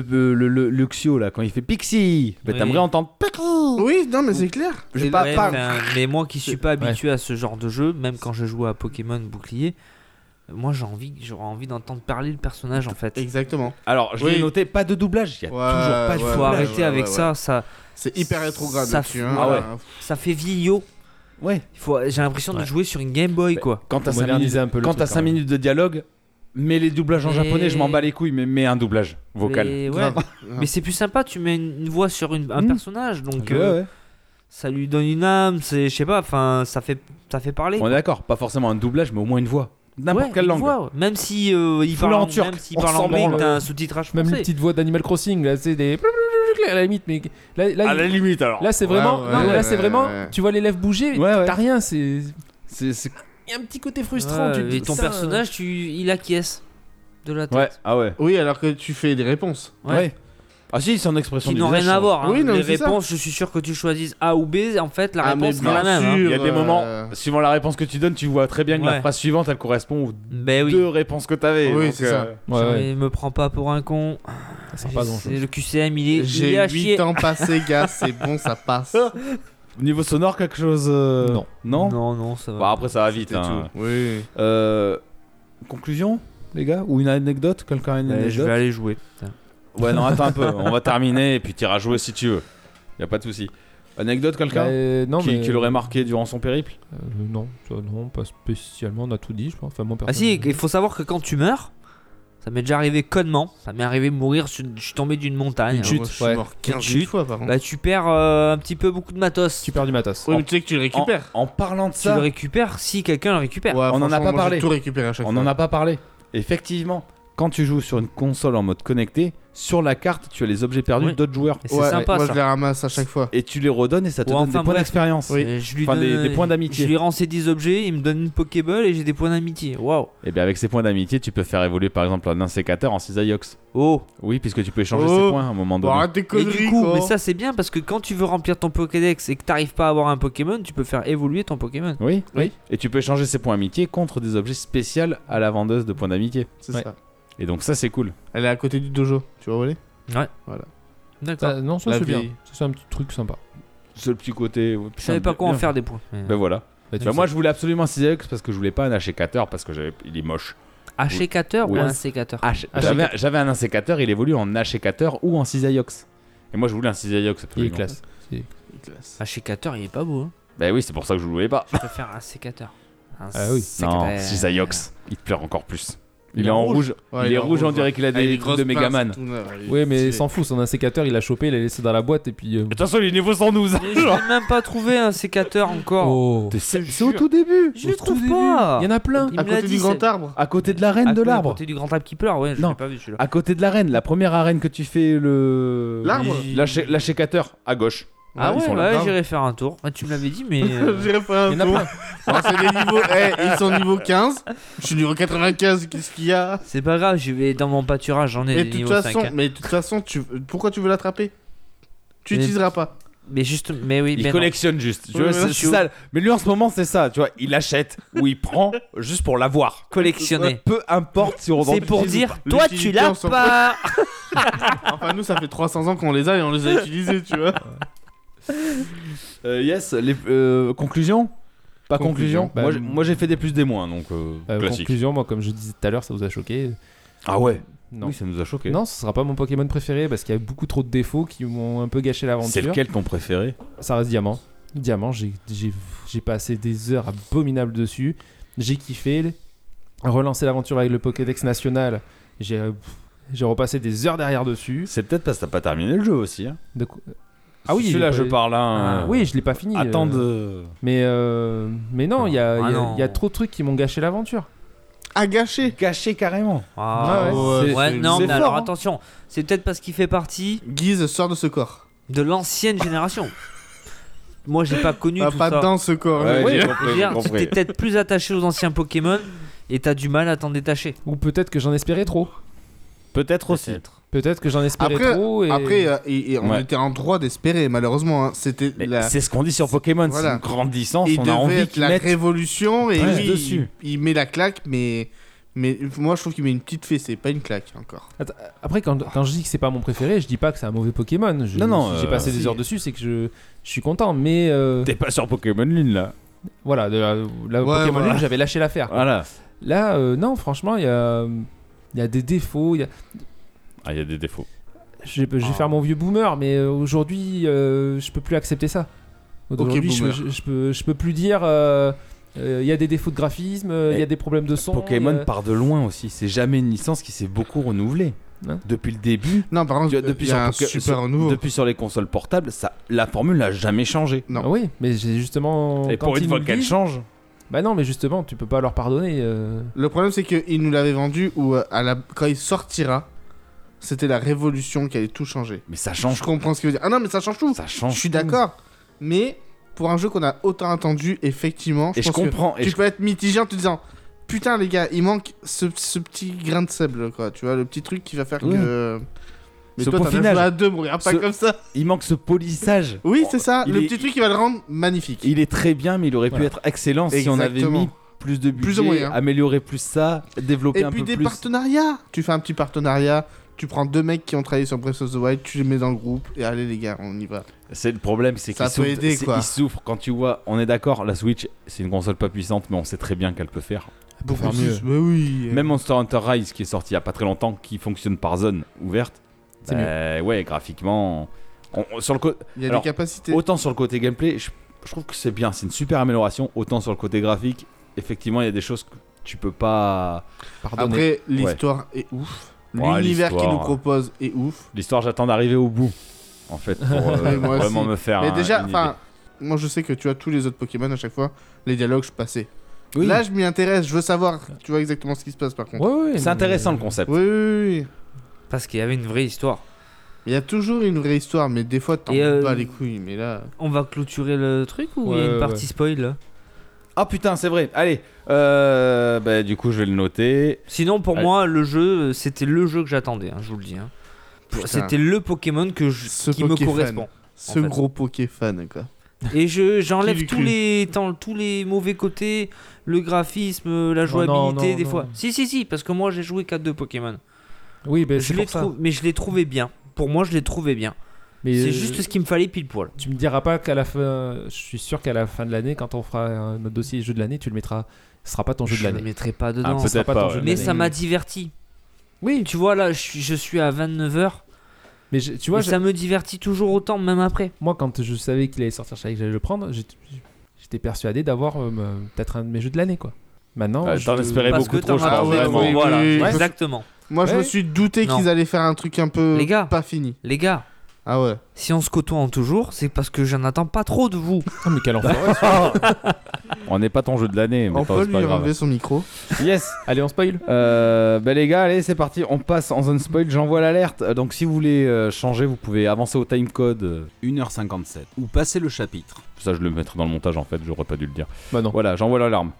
C: Luxio là, quand il fait Pixie, bah,
D: Oui.
C: t'aimerais entendre Pixie.
E: Oui, non, mais c'est clair.
C: J'ai
E: Et
C: pas-
E: là-
D: Ouais,
C: pas-
D: mais moi qui suis pas habitué à ce genre de jeu, même quand je joue à Pokémon Bouclier, moi j'aurais envie d'entendre parler le personnage en fait.
E: Exactement.
C: Alors, je l'ai
E: Oui.
C: noté, pas de doublage. Il y a
E: Ouais,
C: toujours pas de
E: ouais,
D: Faut
C: doublage.
D: arrêter avec
E: ouais.
D: ça,
E: C'est hyper rétrograde
D: Ça
E: là-dessus.
D: fait-
E: Hein.
C: Ah ouais.
D: ça fait vieillot.
C: Ouais.
D: J'ai l'impression de
A: Ouais.
D: jouer sur une Game Boy quoi.
C: Quand t'as
A: Faut
C: 5
A: moderniser
C: minutes,
A: un peu le
C: quand
A: truc,
C: t'as
A: quand
C: 5
A: même.
C: minutes de dialogue, mets les doublages en
D: Mais-
C: japonais, je m'en bats les couilles, mais mets un doublage vocal.
D: Mais, ouais.
E: Grave.
D: Mais c'est plus sympa, tu mets une voix sur un
C: Mm.
D: personnage, donc
C: Ouais, ouais.
D: ça lui donne une âme, c'est, je sais pas, enfin ça fait parler.
C: On est d'accord, pas forcément un doublage, mais au moins une voix. N'importe
D: Ouais,
C: quelle
D: une
C: langue.
D: voix, ouais. Même si il
C: Fous-le
D: parle
C: en turc,
D: même s'il
C: on
D: parle
C: s'en
D: anglais,
C: branle.
D: que t'as un sous-titrage
A: Même les
D: français.
A: petites voix d'Animal Crossing, là, c'est des. À la limite, mais là,
C: À la limite alors.
A: là c'est
E: Ouais,
A: vraiment.
E: ouais,
A: non, mais là,
E: ouais,
A: c'est vraiment.
E: ouais.
A: Tu vois les lèvres bouger,
C: Ouais, ouais.
A: t'as rien, c'est.
C: C'est-
A: Il y a un petit côté frustrant.
D: Ouais,
A: tu te dis,
D: et ton
A: putain,
D: personnage, il acquiesce de la tête.
C: Ouais, ah ouais.
E: Oui, alors que tu fais des réponses.
C: Ouais. Ah si, c'est en expression
D: Qui
C: du
D: n'ont
C: visage,
D: rien à
C: ça.
D: voir. Hein.
E: Oui, non,
D: les
E: mais c'est ça.
D: réponses, je suis sûr que tu choisisses A ou B, en fait, la
E: Ah, mais
D: réponse sera la
E: bien
D: même. hein.
E: sûr.
C: Il y a des moments,
E: Euh,
C: suivant la réponse que tu donnes, tu vois très bien que la
D: Ouais.
C: phrase suivante, elle correspond aux
D: Ben oui.
C: deux réponses que t'avais.
E: Oui,
C: donc,
E: c'est ça.
A: Ouais, ouais.
D: Je me prends pas pour un con.
A: Ça sert pas grand
D: C'est
A: chose.
D: le QCM, il est
E: J'ai
D: à
E: 8
D: chier.
E: ans passés, gars, c'est bon, ça passe.
C: Niveau sonore, quelque chose
A: Non.
C: Non.
D: Non, ça va.
C: Bah, après, ça va vite.
E: C'est
C: hein.
E: tout. Oui.
C: Conclusion, les gars, ou une anecdote, quelqu'un a une
D: Ben, je
C: anecdote
D: vais aller jouer.
C: Ouais, non, attends un peu. On va terminer et puis t'iras jouer si tu veux. Y a pas de souci. Anecdote, quelqu'un
A: Non, mais.
C: qui l'aurait marqué durant son périple
A: Non, ça, non, pas spécialement. On a tout dit, je pense. Enfin, moi,
D: Ah si,
A: personnellement.
D: il faut savoir que quand tu meurs, ça m'est déjà arrivé connement. Ça m'est arrivé de mourir, je suis tombé d'une montagne.
A: Une chute.
E: Moi, je suis
A: ouais.
E: mort
D: Une
E: 15
D: chute.
E: fois par contre.
D: Bah tu perds un petit peu beaucoup de matos.
A: Tu perds du matos.
E: Oui, mais tu sais que tu le récupères.
C: En parlant de
D: Tu
C: ça,
D: le récupères si quelqu'un le récupère.
E: Ouais,
C: on en a
E: franchement,
C: pas
E: moi,
C: parlé.
E: J'ai tout récupéré à chaque
C: on
E: fois.
C: n'en a pas parlé. Effectivement, quand tu joues sur une console en mode connecté, sur la carte, tu as les objets perdus
D: Oui.
C: d'autres joueurs.
D: Et c'est
E: Ouais,
D: sympa
E: moi
D: ça.
E: je les ramasse à chaque fois.
C: Et tu les redonnes et ça te
D: Ouais,
C: donne
D: enfin,
C: des points
D: bref.
C: d'expérience.
E: Oui.
D: Et je lui
C: Enfin,
D: donne,
C: des points d'amitié.
D: Je lui rends ses 10 objets, il me donne une Pokéball et j'ai des points d'amitié. Waouh.
C: Et bien avec ces points d'amitié, tu peux faire évoluer par exemple un insécateur en Cisaiox.
D: Oh.
C: Oui, puisque tu peux échanger
E: Oh.
C: ses points à un moment
E: Bon,
C: donné.
E: arrête tes
D: Et
E: conneries,
D: du coup,
E: quoi.
D: mais ça c'est bien parce que quand tu veux remplir ton Pokédex et que t'arrives pas à avoir un Pokémon, tu peux faire évoluer ton Pokémon.
C: Oui,
E: Oui.
C: Et tu peux échanger ces points amitié contre des objets spéciaux à la vendeuse de points d'amitié.
E: C'est
A: Ouais.
E: ça.
C: Et donc ça c'est cool.
E: Elle est à côté du dojo. Tu vas voler
D: Ouais.
E: Voilà.
D: D'accord.
A: Ça, non, ça
E: La
A: c'est bien.
E: vieille.
A: Ça, c'est un petit truc sympa.
C: C'est le petit côté.
D: Je savais pas quoi en faire des points. mais-
C: Ben voilà.
A: Bah, tu
C: Bah,
A: sais.
C: moi je voulais absolument un Cisaiox parce que je voulais pas un Hachicateur parce que il est moche.
D: Un sécateur
C: Oui.
D: ou un sécateur
C: J'avais un insécateur, il évolue en Hachicateur ou en Cisaiox. Et moi je voulais un Cisaiox
A: Il est
C: absolument.
A: classe.
D: Un sécateur, il est pas beau. Hein.
C: Bah oui, c'est pour ça que je le voulais pas.
D: Je préfère un sécateur. Un
A: Ah oui.
C: Non,
D: sécateur.
C: Cisaiox, il te plaire encore plus.
A: Il
C: Il est en rouge.
E: Ouais,
C: il est rouge, on dirait qu'il a
E: Ah, il
C: des
E: est
C: trucs de
E: grosse
C: Megaman.
E: pince, tout neuf, il est
A: Oui, mais
E: stylé.
A: s'en fout, son insécateur, il l'a chopé, il l'a laissé dans la boîte et puis.
C: De toute façon, il est niveau 112.
D: Mais je n'ai même pas trouvé un sécateur encore.
A: Oh.
C: C'est au tout début.
D: Je le
A: Au tout
D: trouve
A: début.
D: pas.
A: Il y en a plein.
D: Il
E: À
D: me l'a
E: côté
D: dit,
E: du grand
D: c'est-
E: arbre.
C: À côté de l'arène
D: Ah,
C: de
D: oui, à
C: l'arbre.
D: côté du grand arbre qui pleure, ouais, je
C: Non.
D: l'ai pas vu celui-là.
C: À côté de l'arène, la première arène que tu fais le.
E: L'arbre
C: L'Hachicateur à gauche.
D: Ah
C: ils
D: ouais,
C: sont là.
D: ouais,
E: grave.
D: j'irai faire un tour. Ah, tu me l'avais dit, mais.
E: J'irai faire
A: Il y
E: un
A: en a
E: tour.
A: plein.
E: Non, c'est des niveaux. Ils sont niveau 15. Je suis niveau 95. Qu'est-ce qu'il y a
D: C'est pas grave, je vais dans mon pâturage, j'en ai
E: Mais
D: des
E: de toute
D: niveaux 5.
E: façon,
D: hein.
E: pourquoi tu veux l'attraper Tu
D: Mais-
E: n'utiliseras pas.
D: Mais juste, mais oui,
C: Il
D: mais non.
C: collectionne juste. Tu
E: Oui,
C: vois,
E: oui,
C: c'est
E: oui.
C: ça. Mais lui en ce moment, c'est ça. Tu vois, il achète ou il prend juste pour l'avoir.
D: Collectionner.
C: Peu importe si on
D: C'est pour
C: l'utilise ou
D: dire,
C: pas.
D: toi tu
E: L'utilité,
D: l'as
E: on s'en
D: pas.
E: Enfin, nous, ça fait 300 ans qu'on les a et on les a utilisés, tu vois.
C: Yes, les conclusions. Pas conclusion.
A: Conclusion.
C: Moi, j'ai fait des plus des moins, donc classique.
A: Conclusion, moi, comme je disais tout à l'heure, ça vous a choqué.
C: Ah ouais.
A: Non.
C: Oui, ça nous a choqué.
A: Non, ce sera pas mon Pokémon préféré parce qu'il y a beaucoup trop de défauts qui m'ont un peu gâché l'aventure.
C: C'est lequel ton préféré?
A: Ça reste Diamant. Diamant, j'ai passé des heures abominables dessus. J'ai kiffé. Relancé l'aventure avec le Pokédex national. J'ai repassé des heures derrière dessus.
C: C'est peut-être parce que t'as pas terminé le jeu aussi. Hein.
A: De quoi- Ah oui,
C: celui-là,
A: j'ai
C: je
A: pas-
C: parle. Hein,
A: Oui, je l'ai pas fini.
C: Attends de.
A: Mais non, il y a,
D: Ah
A: il y a-
D: non.
A: il y a trop de trucs qui m'ont gâché l'aventure.
E: À gâcher.
C: Caché carrément.
D: Ah,
A: Ouais,
E: ouais,
D: ouais,
E: c'est-
D: non,
C: c'est
D: mais alors
C: fort, hein.
D: attention, c'est peut-être parce qu'il fait partie
E: Guise, sort de ce corps.
D: de l'ancienne génération. Moi, j'ai pas connu tout
E: Pas
D: ça.
E: dans ce corps.
C: Ouais,
E: je veux
C: j'ai
E: dire.
C: compris,
D: Je veux dire,
C: j'ai
D: tu
C: compris.
D: t'es peut-être plus attaché aux anciens Pokémon et t'as du mal à t'en détacher.
A: Ou peut-être que j'en espérais trop.
C: Peut-être aussi.
D: Peut-être.
A: Peut-être que j'en espérais
E: Après,
A: trop.
E: et on
C: Ouais.
E: était en droit d'espérer, malheureusement. Hein. C'était
C: Mais
E: la...
C: c'est ce qu'on dit sur Pokémon,
E: Voilà.
C: c'est une grande licence,
E: Il
C: on a
E: devait
C: envie
E: être
C: qu'ils
E: la
C: mettent...
E: révolution, et
C: Ouais,
E: oui,
C: dessus.
E: il met la claque, mais moi je trouve qu'il met une petite fée, c'est pas une claque encore.
A: Après, quand je dis que c'est pas mon préféré, je dis pas que c'est un mauvais Pokémon.
C: Non,
A: Si j'ai passé des
E: si.
A: heures dessus, c'est que je suis content. Mais
C: T'es pas sur Pokémon Lune, là.
A: voilà, la
E: Ouais,
A: Pokémon
E: voilà.
A: Lune, j'avais lâché l'affaire.
C: Voilà.
A: Là, non, franchement, il y a des défauts.
C: Ah, il y a des défauts.
A: Je vais faire mon vieux boomer, mais aujourd'hui, je peux plus accepter ça. Aujourd'hui,
E: boomer.
A: je peux plus dire. Il y a des défauts de graphisme, il y a des problèmes de son.
C: Pokémon part de loin aussi, c'est jamais une licence qui s'est beaucoup renouvelée.
A: Hein
C: Depuis le début,
E: Non, par contre,
C: depuis
E: il y a un
C: sur-
E: super
C: sur-
E: renouveau.
C: depuis sur les consoles portables, la formule n'a jamais changé.
E: Non.
A: Ah oui, mais j'ai justement.
C: Et
A: quand
C: pour une
A: ils
C: fois
A: nous
C: qu'elle
A: disent-
C: change,
A: Bah non, mais justement, tu peux pas leur pardonner.
E: Le problème, c'est qu'il nous l'avait vendu où, quand il sortira, c'était la révolution qui allait tout changer.
C: mais ça change.
E: Je comprends ce qu'il veut dire. Ah non, mais ça change tout.
C: Ça change.
E: Je suis
C: tout.
E: d'accord. Mais pour un jeu qu'on a autant attendu, effectivement,
C: Et je
E: pense que
C: comprends. Et
E: tu
C: je-
E: peux être mitigé en te disant putain, les gars, il manque ce petit grain de sable, quoi. Tu vois, le petit truc qui va faire
C: Oui.
E: que. Mais
C: Ce
E: toi, t'en as
C: peaufinage.
E: joué à deux, mon gars, pas
C: Ce-
E: comme ça.
C: Il manque ce polissage.
E: Oui, c'est ça.
C: il
E: Le
C: est-
E: petit truc qui va le rendre magnifique.
C: Il est très bien, mais il aurait pu
A: Voilà.
C: être excellent si on avait
E: Exactement.
C: mis plus de budget,
E: Plus de moyens.
C: améliorer plus ça, développer
E: Et
C: un
E: puis
C: peu
E: des
C: plus.
E: partenariats. Tu fais un petit partenariat. Tu prends deux mecs qui ont travaillé sur Breath of the Wild, tu les mets dans le groupe et allez les gars, on y va.
C: C'est le problème, c'est
E: Ça
C: qu'il
E: peut
C: souffre.
E: aider, quoi.
C: Il souffre quand tu vois. On est d'accord, la Switch, c'est une console pas puissante, mais on sait très bien qu'elle peut faire.
A: Pour faire mieux.
E: Mais oui.
C: Même Monster Hunter Rise qui est sorti il y a pas très longtemps, qui fonctionne par zone ouverte.
A: C'est
C: Ouais, graphiquement. Sur le
E: Il y a
C: alors,
E: des capacités.
C: autant sur le côté gameplay, je trouve que c'est bien, c'est une super amélioration. Autant sur le côté graphique, effectivement, il y a des choses que tu peux pas.
A: Pardonner.
E: Après, l'histoire est ouf.
C: Ouais,
E: L'univers qu'il
C: l'histoire,
E: nous propose est ouf.
C: L'histoire, j'attends d'arriver au bout, en fait, pour
E: Oui, moi
C: vraiment
E: aussi.
C: me faire.
E: Mais déjà,
C: une idée.
E: enfin, moi je sais que tu as tous les autres Pokémon à chaque fois, les dialogues, je passais.
C: Oui.
E: Là, je m'y intéresse, je veux savoir, tu vois exactement ce qui se passe par contre.
A: Ouais, ouais,
C: c'est
A: mais-
C: intéressant le concept.
E: Oui, oui, oui.
D: Parce qu'il y avait une vraie histoire.
E: Il y a toujours une vraie histoire, mais des fois, t'en
D: Et,
E: bats les couilles. Mais là,
D: On va clôturer le truc ou il y a
A: Ouais,
D: une partie spoil là?
C: Ah putain, c'est vrai. Allez, bah, du coup, je vais le noter.
D: Sinon, pour
C: Allez.
D: moi, le jeu, c'était le jeu que j'attendais, hein, je vous le dis. Hein.
E: Putain.
D: C'était le Pokémon
E: Ce
D: qui me
E: Pokéfan.
D: correspond.
E: ce
D: en fait.
E: gros Pokéfan, quoi.
D: Et j'enlève
E: Qui
D: tous
E: lui
D: tous les mauvais côtés, le graphisme, la
A: Oh,
D: jouabilité
A: non,
D: des
A: non.
D: fois. Si, parce que moi j'ai joué qu'à 2 Pokémon.
A: Oui, ben,
D: Je
A: c'est
D: l'ai
A: pour ça.
D: mais je l'ai trouvé bien. Pour moi, je l'ai trouvé bien.
A: Mais
D: C'est juste ce qu'il me fallait pile poil.
A: tu me diras pas qu'à la fin, je suis sûr qu'à la fin de l'année, quand on fera notre dossier jeu de l'année, tu le mettras. Ce sera pas ton jeu de
D: Je le
A: l'année.
D: mettrai pas
C: Ah,
D: dedans.
A: Ce sera
C: peut-être
A: pas
C: pas.
A: ton
C: Ouais.
A: jeu de
D: Mais
A: l'année.
D: ça m'a diverti.
A: Oui,
D: Tu vois, là, je suis à 29h.
A: mais tu vois,
D: Et ça me divertit toujours autant, même après.
A: moi, quand je savais qu'il allait sortir, je savais que j'allais le prendre, j'étais persuadé d'avoir peut-être un de mes jeux de l'année, quoi. Maintenant,
C: T'en espérais
D: Parce
C: beaucoup
D: que
C: trop,
D: t'en
C: je pense.
D: attendais
E: vraiment.
D: trop.
E: Oui,
D: Voilà,
E: oui, oui.
D: exactement.
E: Moi, je
A: Ouais.
E: me suis douté
D: Non.
E: qu'ils allaient faire un truc un peu
D: Les gars.
E: pas fini.
D: Les gars,
E: Ah ouais.
D: si on se côtoie en toujours, c'est parce que j'en attends pas trop de vous.
A: Oh, mais quel enfoiré.
C: On n'est pas ton jeu de l'année, mais
E: On peut
C: c'est
E: lui
C: pas grave.
E: enlever son micro.
C: Yes.
A: Allez, on spoil.
C: Bah les gars, allez, c'est parti. On passe en zone spoil. J'envoie l'alerte. Donc si vous voulez changer, vous pouvez avancer au timecode.
B: 1h57. Ou passer le chapitre.
C: Ça, je le mettrai dans le montage en fait. J'aurais pas dû le dire.
A: Bah non.
C: Voilà, j'envoie l'alarme.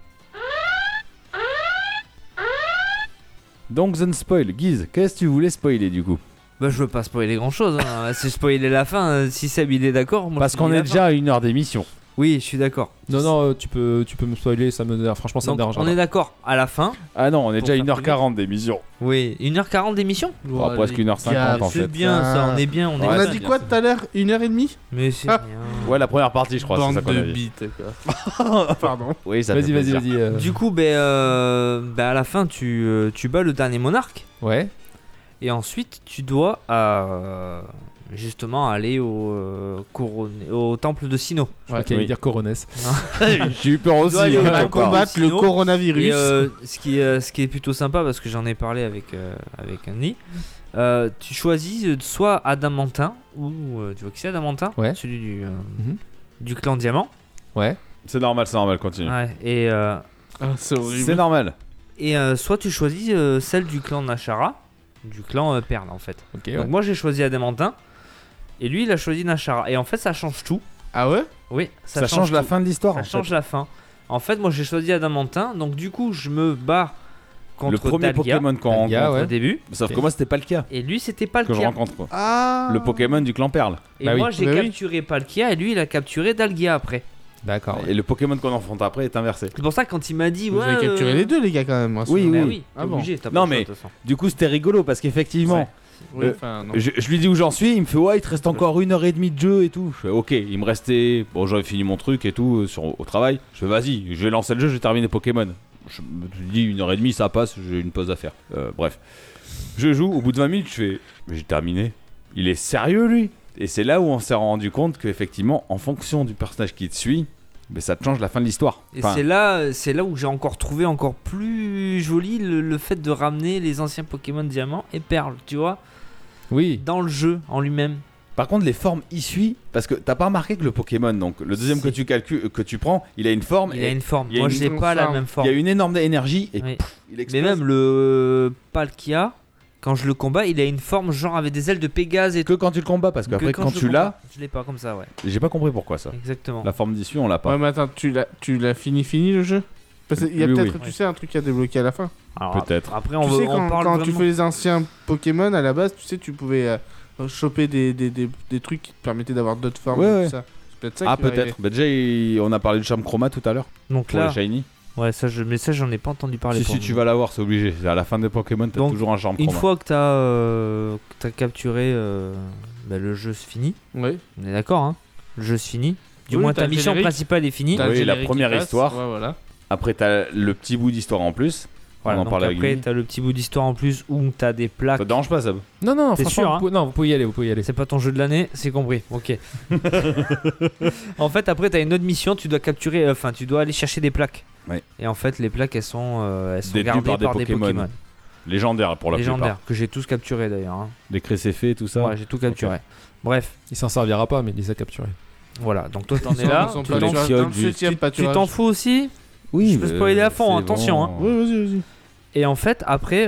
C: Donc zone spoil. Guise, qu'est-ce que tu voulais spoiler du coup?
D: Bah, je veux pas spoiler grand chose. Hein. C'est spoiler la fin. Si Seb il est d'accord, moi
C: Parce
D: je
C: qu'on
D: dis
C: est
D: la
C: déjà à 1 heure d'émission.
D: fin. Oui, je suis d'accord.
A: Non, non, tu peux me spoiler, franchement, ça me
D: Donc,
A: dérange
D: on
A: pas.
D: est d'accord. À la fin,
C: Ah non, on est
D: Pour
C: déjà à
D: faire
C: 1h40 d'émission.
D: oui, 1h40 d'émission.
C: Oh, presque 1h50 en
D: C'est
C: fait.
D: bien ça, on est bien.
E: On
C: Ouais,
E: a
C: c'est
E: dit
C: bien,
E: quoi
C: c'est
E: tout à l'heure 1h30
D: Mais c'est
E: Ah.
D: rien.
C: Ouais, la première partie, je crois. C'est
E: Bande
C: ça qu'on
E: de
C: a dit.
E: bites, quoi. Pardon.
C: Oui, ça fait
A: Vas-y,
C: plaisir.
A: vas-y.
D: Du coup, à la fin, tu bats le dernier monarque.
A: Ouais.
D: Et ensuite, tu dois justement aller au temple de Sinnoh.
A: Ouais,
C: Oui.
A: dire Coronès.
C: J'ai eu peur aussi.
D: dois aller au
C: hein,
D: balcon.
C: d'accord.
E: Combattre le
D: Sinon-
E: coronavirus.
D: Et ce qui est plutôt sympa, parce que j'en ai parlé avec Annie, tu choisis soit Adamantin, ou tu vois qui c'est Adamantin?
A: Ouais.
D: Celui
A: Mhm.
D: du clan Diamant.
A: Ouais.
C: C'est normal, continue.
D: Ouais. Et,
E: Ah, c'est horrible.
C: C'est normal.
D: soit tu choisis celle du clan Nashara, du clan Perle en fait.
A: Ok,
D: Donc
A: ouais.
D: moi j'ai choisi Adamantin, et lui il a choisi Nashara. Et en fait ça change tout.
E: Ah ouais
D: Oui,
C: Ça change la
D: tout.
C: fin de l'histoire.
D: Ça
C: en fait.
D: change la fin. En fait, moi j'ai choisi Adamantin, donc du coup je me bats contre
C: Le premier
D: Dalgia,
C: Pokémon qu'on
A: Dalgia,
C: rencontre.
A: ouais.
D: au début.
C: Sauf
A: Ok.
C: que moi, c'était pas le cas
D: Et lui, c'était
C: que je
D: Palkia.
C: rencontre. Quoi.
E: Ah.
C: Le Pokémon du clan Perle.
D: Et
A: Bah oui.
D: moi, j'ai
E: Bah oui.
D: capturé Palkia et lui, il a capturé Dalgia après.
A: D'accord.
C: Et le Pokémon qu'on affronte après est inversé.
D: C'est pour ça que quand il m'a dit,
E: Vous
D: ouais.
E: avez capturé les deux, les gars, quand même. Moi,
C: Oui,
D: Bah
C: oui.
D: oui,
E: Ah
D: t'es
E: bon.
D: obligé, t'as pas
C: Non,
D: le choix,
C: mais-
D: de toute façon.
C: Du coup, c'était rigolo parce qu'effectivement,
E: Oui,
C: Euh,
E: enfin, non.
C: je lui dis où j'en suis. Il me fait ouais, il te reste encore 1h30 de jeu et tout. Je fais ok, il me restait. Bon, j'avais fini mon truc et tout au travail. Je fais vas-y, je vais lancer le jeu, je vais terminer Pokémon. Je me dis 1h30, ça passe, j'ai une pause à faire. Bref. Je joue, au bout de 20 minutes, je fais mais j'ai terminé. Il est sérieux lui. Et c'est là où on s'est rendu compte qu'effectivement, en fonction du personnage qui te suit, mais ça te change la fin de l'histoire.
D: Et
C: Enfin,
D: c'est là où j'ai encore trouvé encore plus joli le fait de ramener les anciens Pokémon Diamant et Perle, tu vois,
A: Oui.
D: dans le jeu en lui-même.
C: Par contre, les formes y suivent, parce que t'as pas remarqué que le Pokémon, donc le deuxième que
D: Si.
C: que tu prends, il a une forme.
D: Il a une forme.
C: il y a
D: Moi,
C: une
D: je n'ai pas la
E: forme.
D: même
C: Il
D: forme.
C: y a une énorme énergie et
D: Oui.
C: il
D: Mais
C: explose.
D: même le Palkia, quand je le combats, il a une forme genre avec des ailes de Pégase et
C: que quand tu le combats, parce
D: que
C: qu'après quand
D: je le
C: tu l'as,
D: combats, je l'ai pas comme ça, ouais.
C: j'ai pas compris pourquoi ça.
D: Exactement.
C: La forme d'issue, on l'a pas.
E: Ouais, mais attends, tu l'as fini le jeu? Parce qu'il y a
C: Oui,
E: peut-être,
C: oui.
E: tu sais, un truc à débloquer à la fin.
D: Alors,
C: Peut-être.
D: Après,
E: Tu sais,
D: on parle
E: quand
D: vraiment...
E: tu fais les anciens Pokémon, à la base, tu sais, tu pouvais choper des trucs qui te permettaient d'avoir d'autres formes.
C: Ouais,
E: et tout
C: ouais.
E: ça. C'est peut-être ça
C: Ah
E: qui va
C: peut-être. Bah, déjà, on a parlé de Charme Chroma tout à l'heure
D: Donc
C: pour
D: là,
C: les Shiny.
D: ouais, mais ça, j'en ai pas entendu parler.
C: Si
D: pour
C: si
D: le
C: tu
D: moment.
C: vas l'avoir, c'est obligé. À la fin des Pokémon, t'as
D: Donc,
C: toujours un Charme
D: Une
C: Chroma.
D: fois que t'as capturé, le jeu se finit.
E: arriver. Oui.
D: On est d'accord, hein. Le jeu se finit. Du
E: Oui,
D: moins,
E: t'as
D: ta
E: le
D: mission
E: générique.
D: principale est finie.
E: T'as le
C: Oui, la
E: générique
C: première
E: qui passe.
C: histoire.
E: Ouais, voilà.
C: Après, t'as le petit bout d'histoire en plus.
D: Voilà,
C: on en
D: donc
C: parlait avec
D: après,
C: Guy.
D: t'as le petit bout d'histoire en plus où t'as des plaques.
C: Ça te dérange pas, Sab?
A: Non, non,
D: T'es
A: franchement,
D: sûr, hein
A: vous pouvez y aller, vous pouvez y aller.
D: C'est pas ton jeu de l'année, c'est compris. Ok. En fait, après, t'as une autre mission. Tu dois capturer, tu dois aller chercher des plaques.
C: Ouais.
D: Et en fait, les plaques, elles sont
C: Détenues
D: gardées par des Pokémon
C: Légendaire pour la
D: légendaires
C: plupart.
D: que j'ai tous capturés d'ailleurs. Hein.
C: Des Crécéfés, tout ça.
D: Ouais, j'ai tout capturé. Bref,
A: Il s'en servira pas, mais il les a capturés.
D: voilà. Donc toi, t'en
E: Ils
D: es là.
E: sont
C: tu
E: pas
C: t'en
E: dans
C: fioles
E: le
C: juste.
E: 7ème
D: Tu
E: pâturage.
D: t'en fous aussi?
C: Oui,
D: Je peux spoiler à fond,
C: c'est
D: attention, hein.
E: Oui, vas-y, vas-y.
D: Et en fait, après,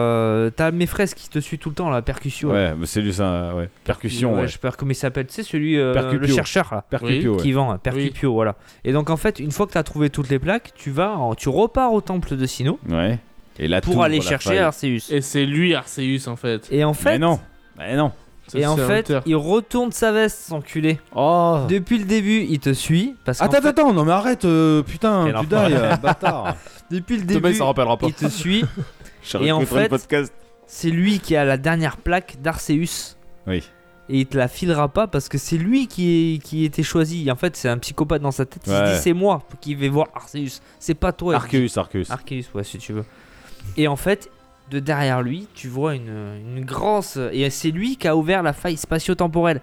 D: t'as mes fraises qui te suit tout le temps, la percussion.
C: Ouais, mais c'est lui ça, ouais. Percussion, ouais.
D: Je sais pas comment il s'appelle. Tu sais, celui,
C: Percupio.
D: le chercheur là.
C: Percupio,
D: Qui
C: ouais.
D: vend, Percupio, voilà. Et donc en fait, une fois que tu as trouvé toutes les plaques, tu repars au temple de Sinnoh
C: Ouais. Et là,
D: pour aller chercher Arceus.
E: Et c'est lui, Arceus, en fait.
D: Et en fait,
C: Mais non. Mais non.
E: C'est
D: et en
E: le
D: fait,
E: serviteur.
D: il retourne sa veste, cet enculé.
C: Oh.
D: Depuis le début, il te suit parce qu'en
C: Attends,
D: fait,
C: attends, non mais arrête, putain,
D: Quel
C: tu
D: enfoiré.
C: die, bâtard.
D: depuis le
A: Thomas,
D: début,
A: il s'en rappellera pas.
D: il te suit.
C: Je
D: Et en
C: réécouterai
D: fait-
C: le podcast.
D: C'est lui qui a la dernière plaque d'Arceus.
C: Oui.
D: Et il te la filera pas parce que c'est lui qui était choisi. En fait, c'est un psychopathe dans sa tête. Il se
C: Ouais.
D: dit c'est moi qui vais voir Arceus. C'est pas toi.
C: Arceus.
D: Arceus, ouais, si tu veux. Et en fait, de derrière lui, tu vois une grosse. Et c'est lui qui a ouvert la faille spatio-temporelle.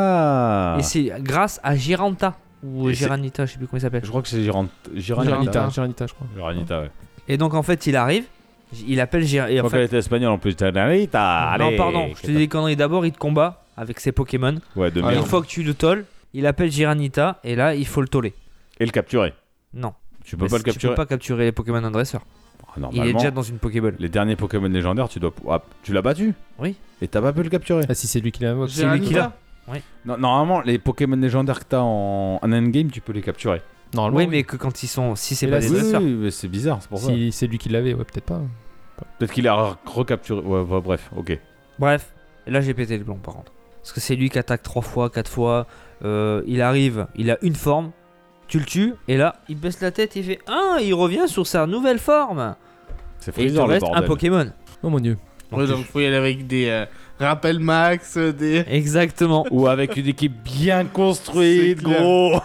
C: Ah.
D: Et c'est grâce à Giranta. Ou
C: Et c'est-
D: Giranita, je sais plus comment il s'appelle.
C: Je crois que c'est Giranita.
A: Giranita, je crois.
C: Giranita, ouais.
D: Et donc en fait, il arrive. Il appelle Giranta.
C: Je crois qu'elle était espagnole en plus. Giranita,
D: Non,
C: allez.
D: pardon, je te dis des conneries. D'abord, il te combat avec ses Pokémon.
C: Ouais, de
D: Et
C: merde.
D: une fois que tu le tolles, il appelle Giranita. Et là, il faut le toller.
C: Et le capturer.
D: Non.
C: Tu peux
D: Mais
C: pas le
D: Tu
C: capturer.
D: peux pas capturer les Pokémon d'un dresseur.
C: Ah,
D: Il est
C: normalement,
D: déjà dans une Pokéball.
C: les derniers Pokémon légendaires, tu dois. Ah, tu l'as battu.
D: Oui.
C: Et t'as pas pu le capturer.
A: Ah, si c'est lui qui l'invoque.
D: C'est lui qui l'a.
C: Non, normalement, les Pokémon légendaires que t'as en endgame, tu peux les capturer.
A: Normalement,
D: Oui, mais que quand ils sont. Si c'est
A: Mais
D: pas
A: là,
D: des
C: Oui,
D: dresseurs.
C: oui, mais c'est bizarre, c'est pour ça.
A: si c'est lui qui l'avait, ouais, peut-être pas.
C: Peut-être qu'il a recapturé. Ouais, bref, ok.
D: Bref, et là j'ai pété le plomb par contre. Parce que c'est lui qui attaque 3 fois, 4 fois. Il arrive, il a une forme. Tu le tues, et là, il baisse la tête et il fait ah, il revient sur sa nouvelle forme.
C: C'est
D: Et il te
C: Freezer le
D: reste un
C: bordel.
D: Pokémon.
A: Oh mon dieu.
E: Ouais, donc faut y aller avec des rappels max, des.
D: Exactement.
C: Ou avec une équipe bien construite,
E: C'est clair.
C: gros.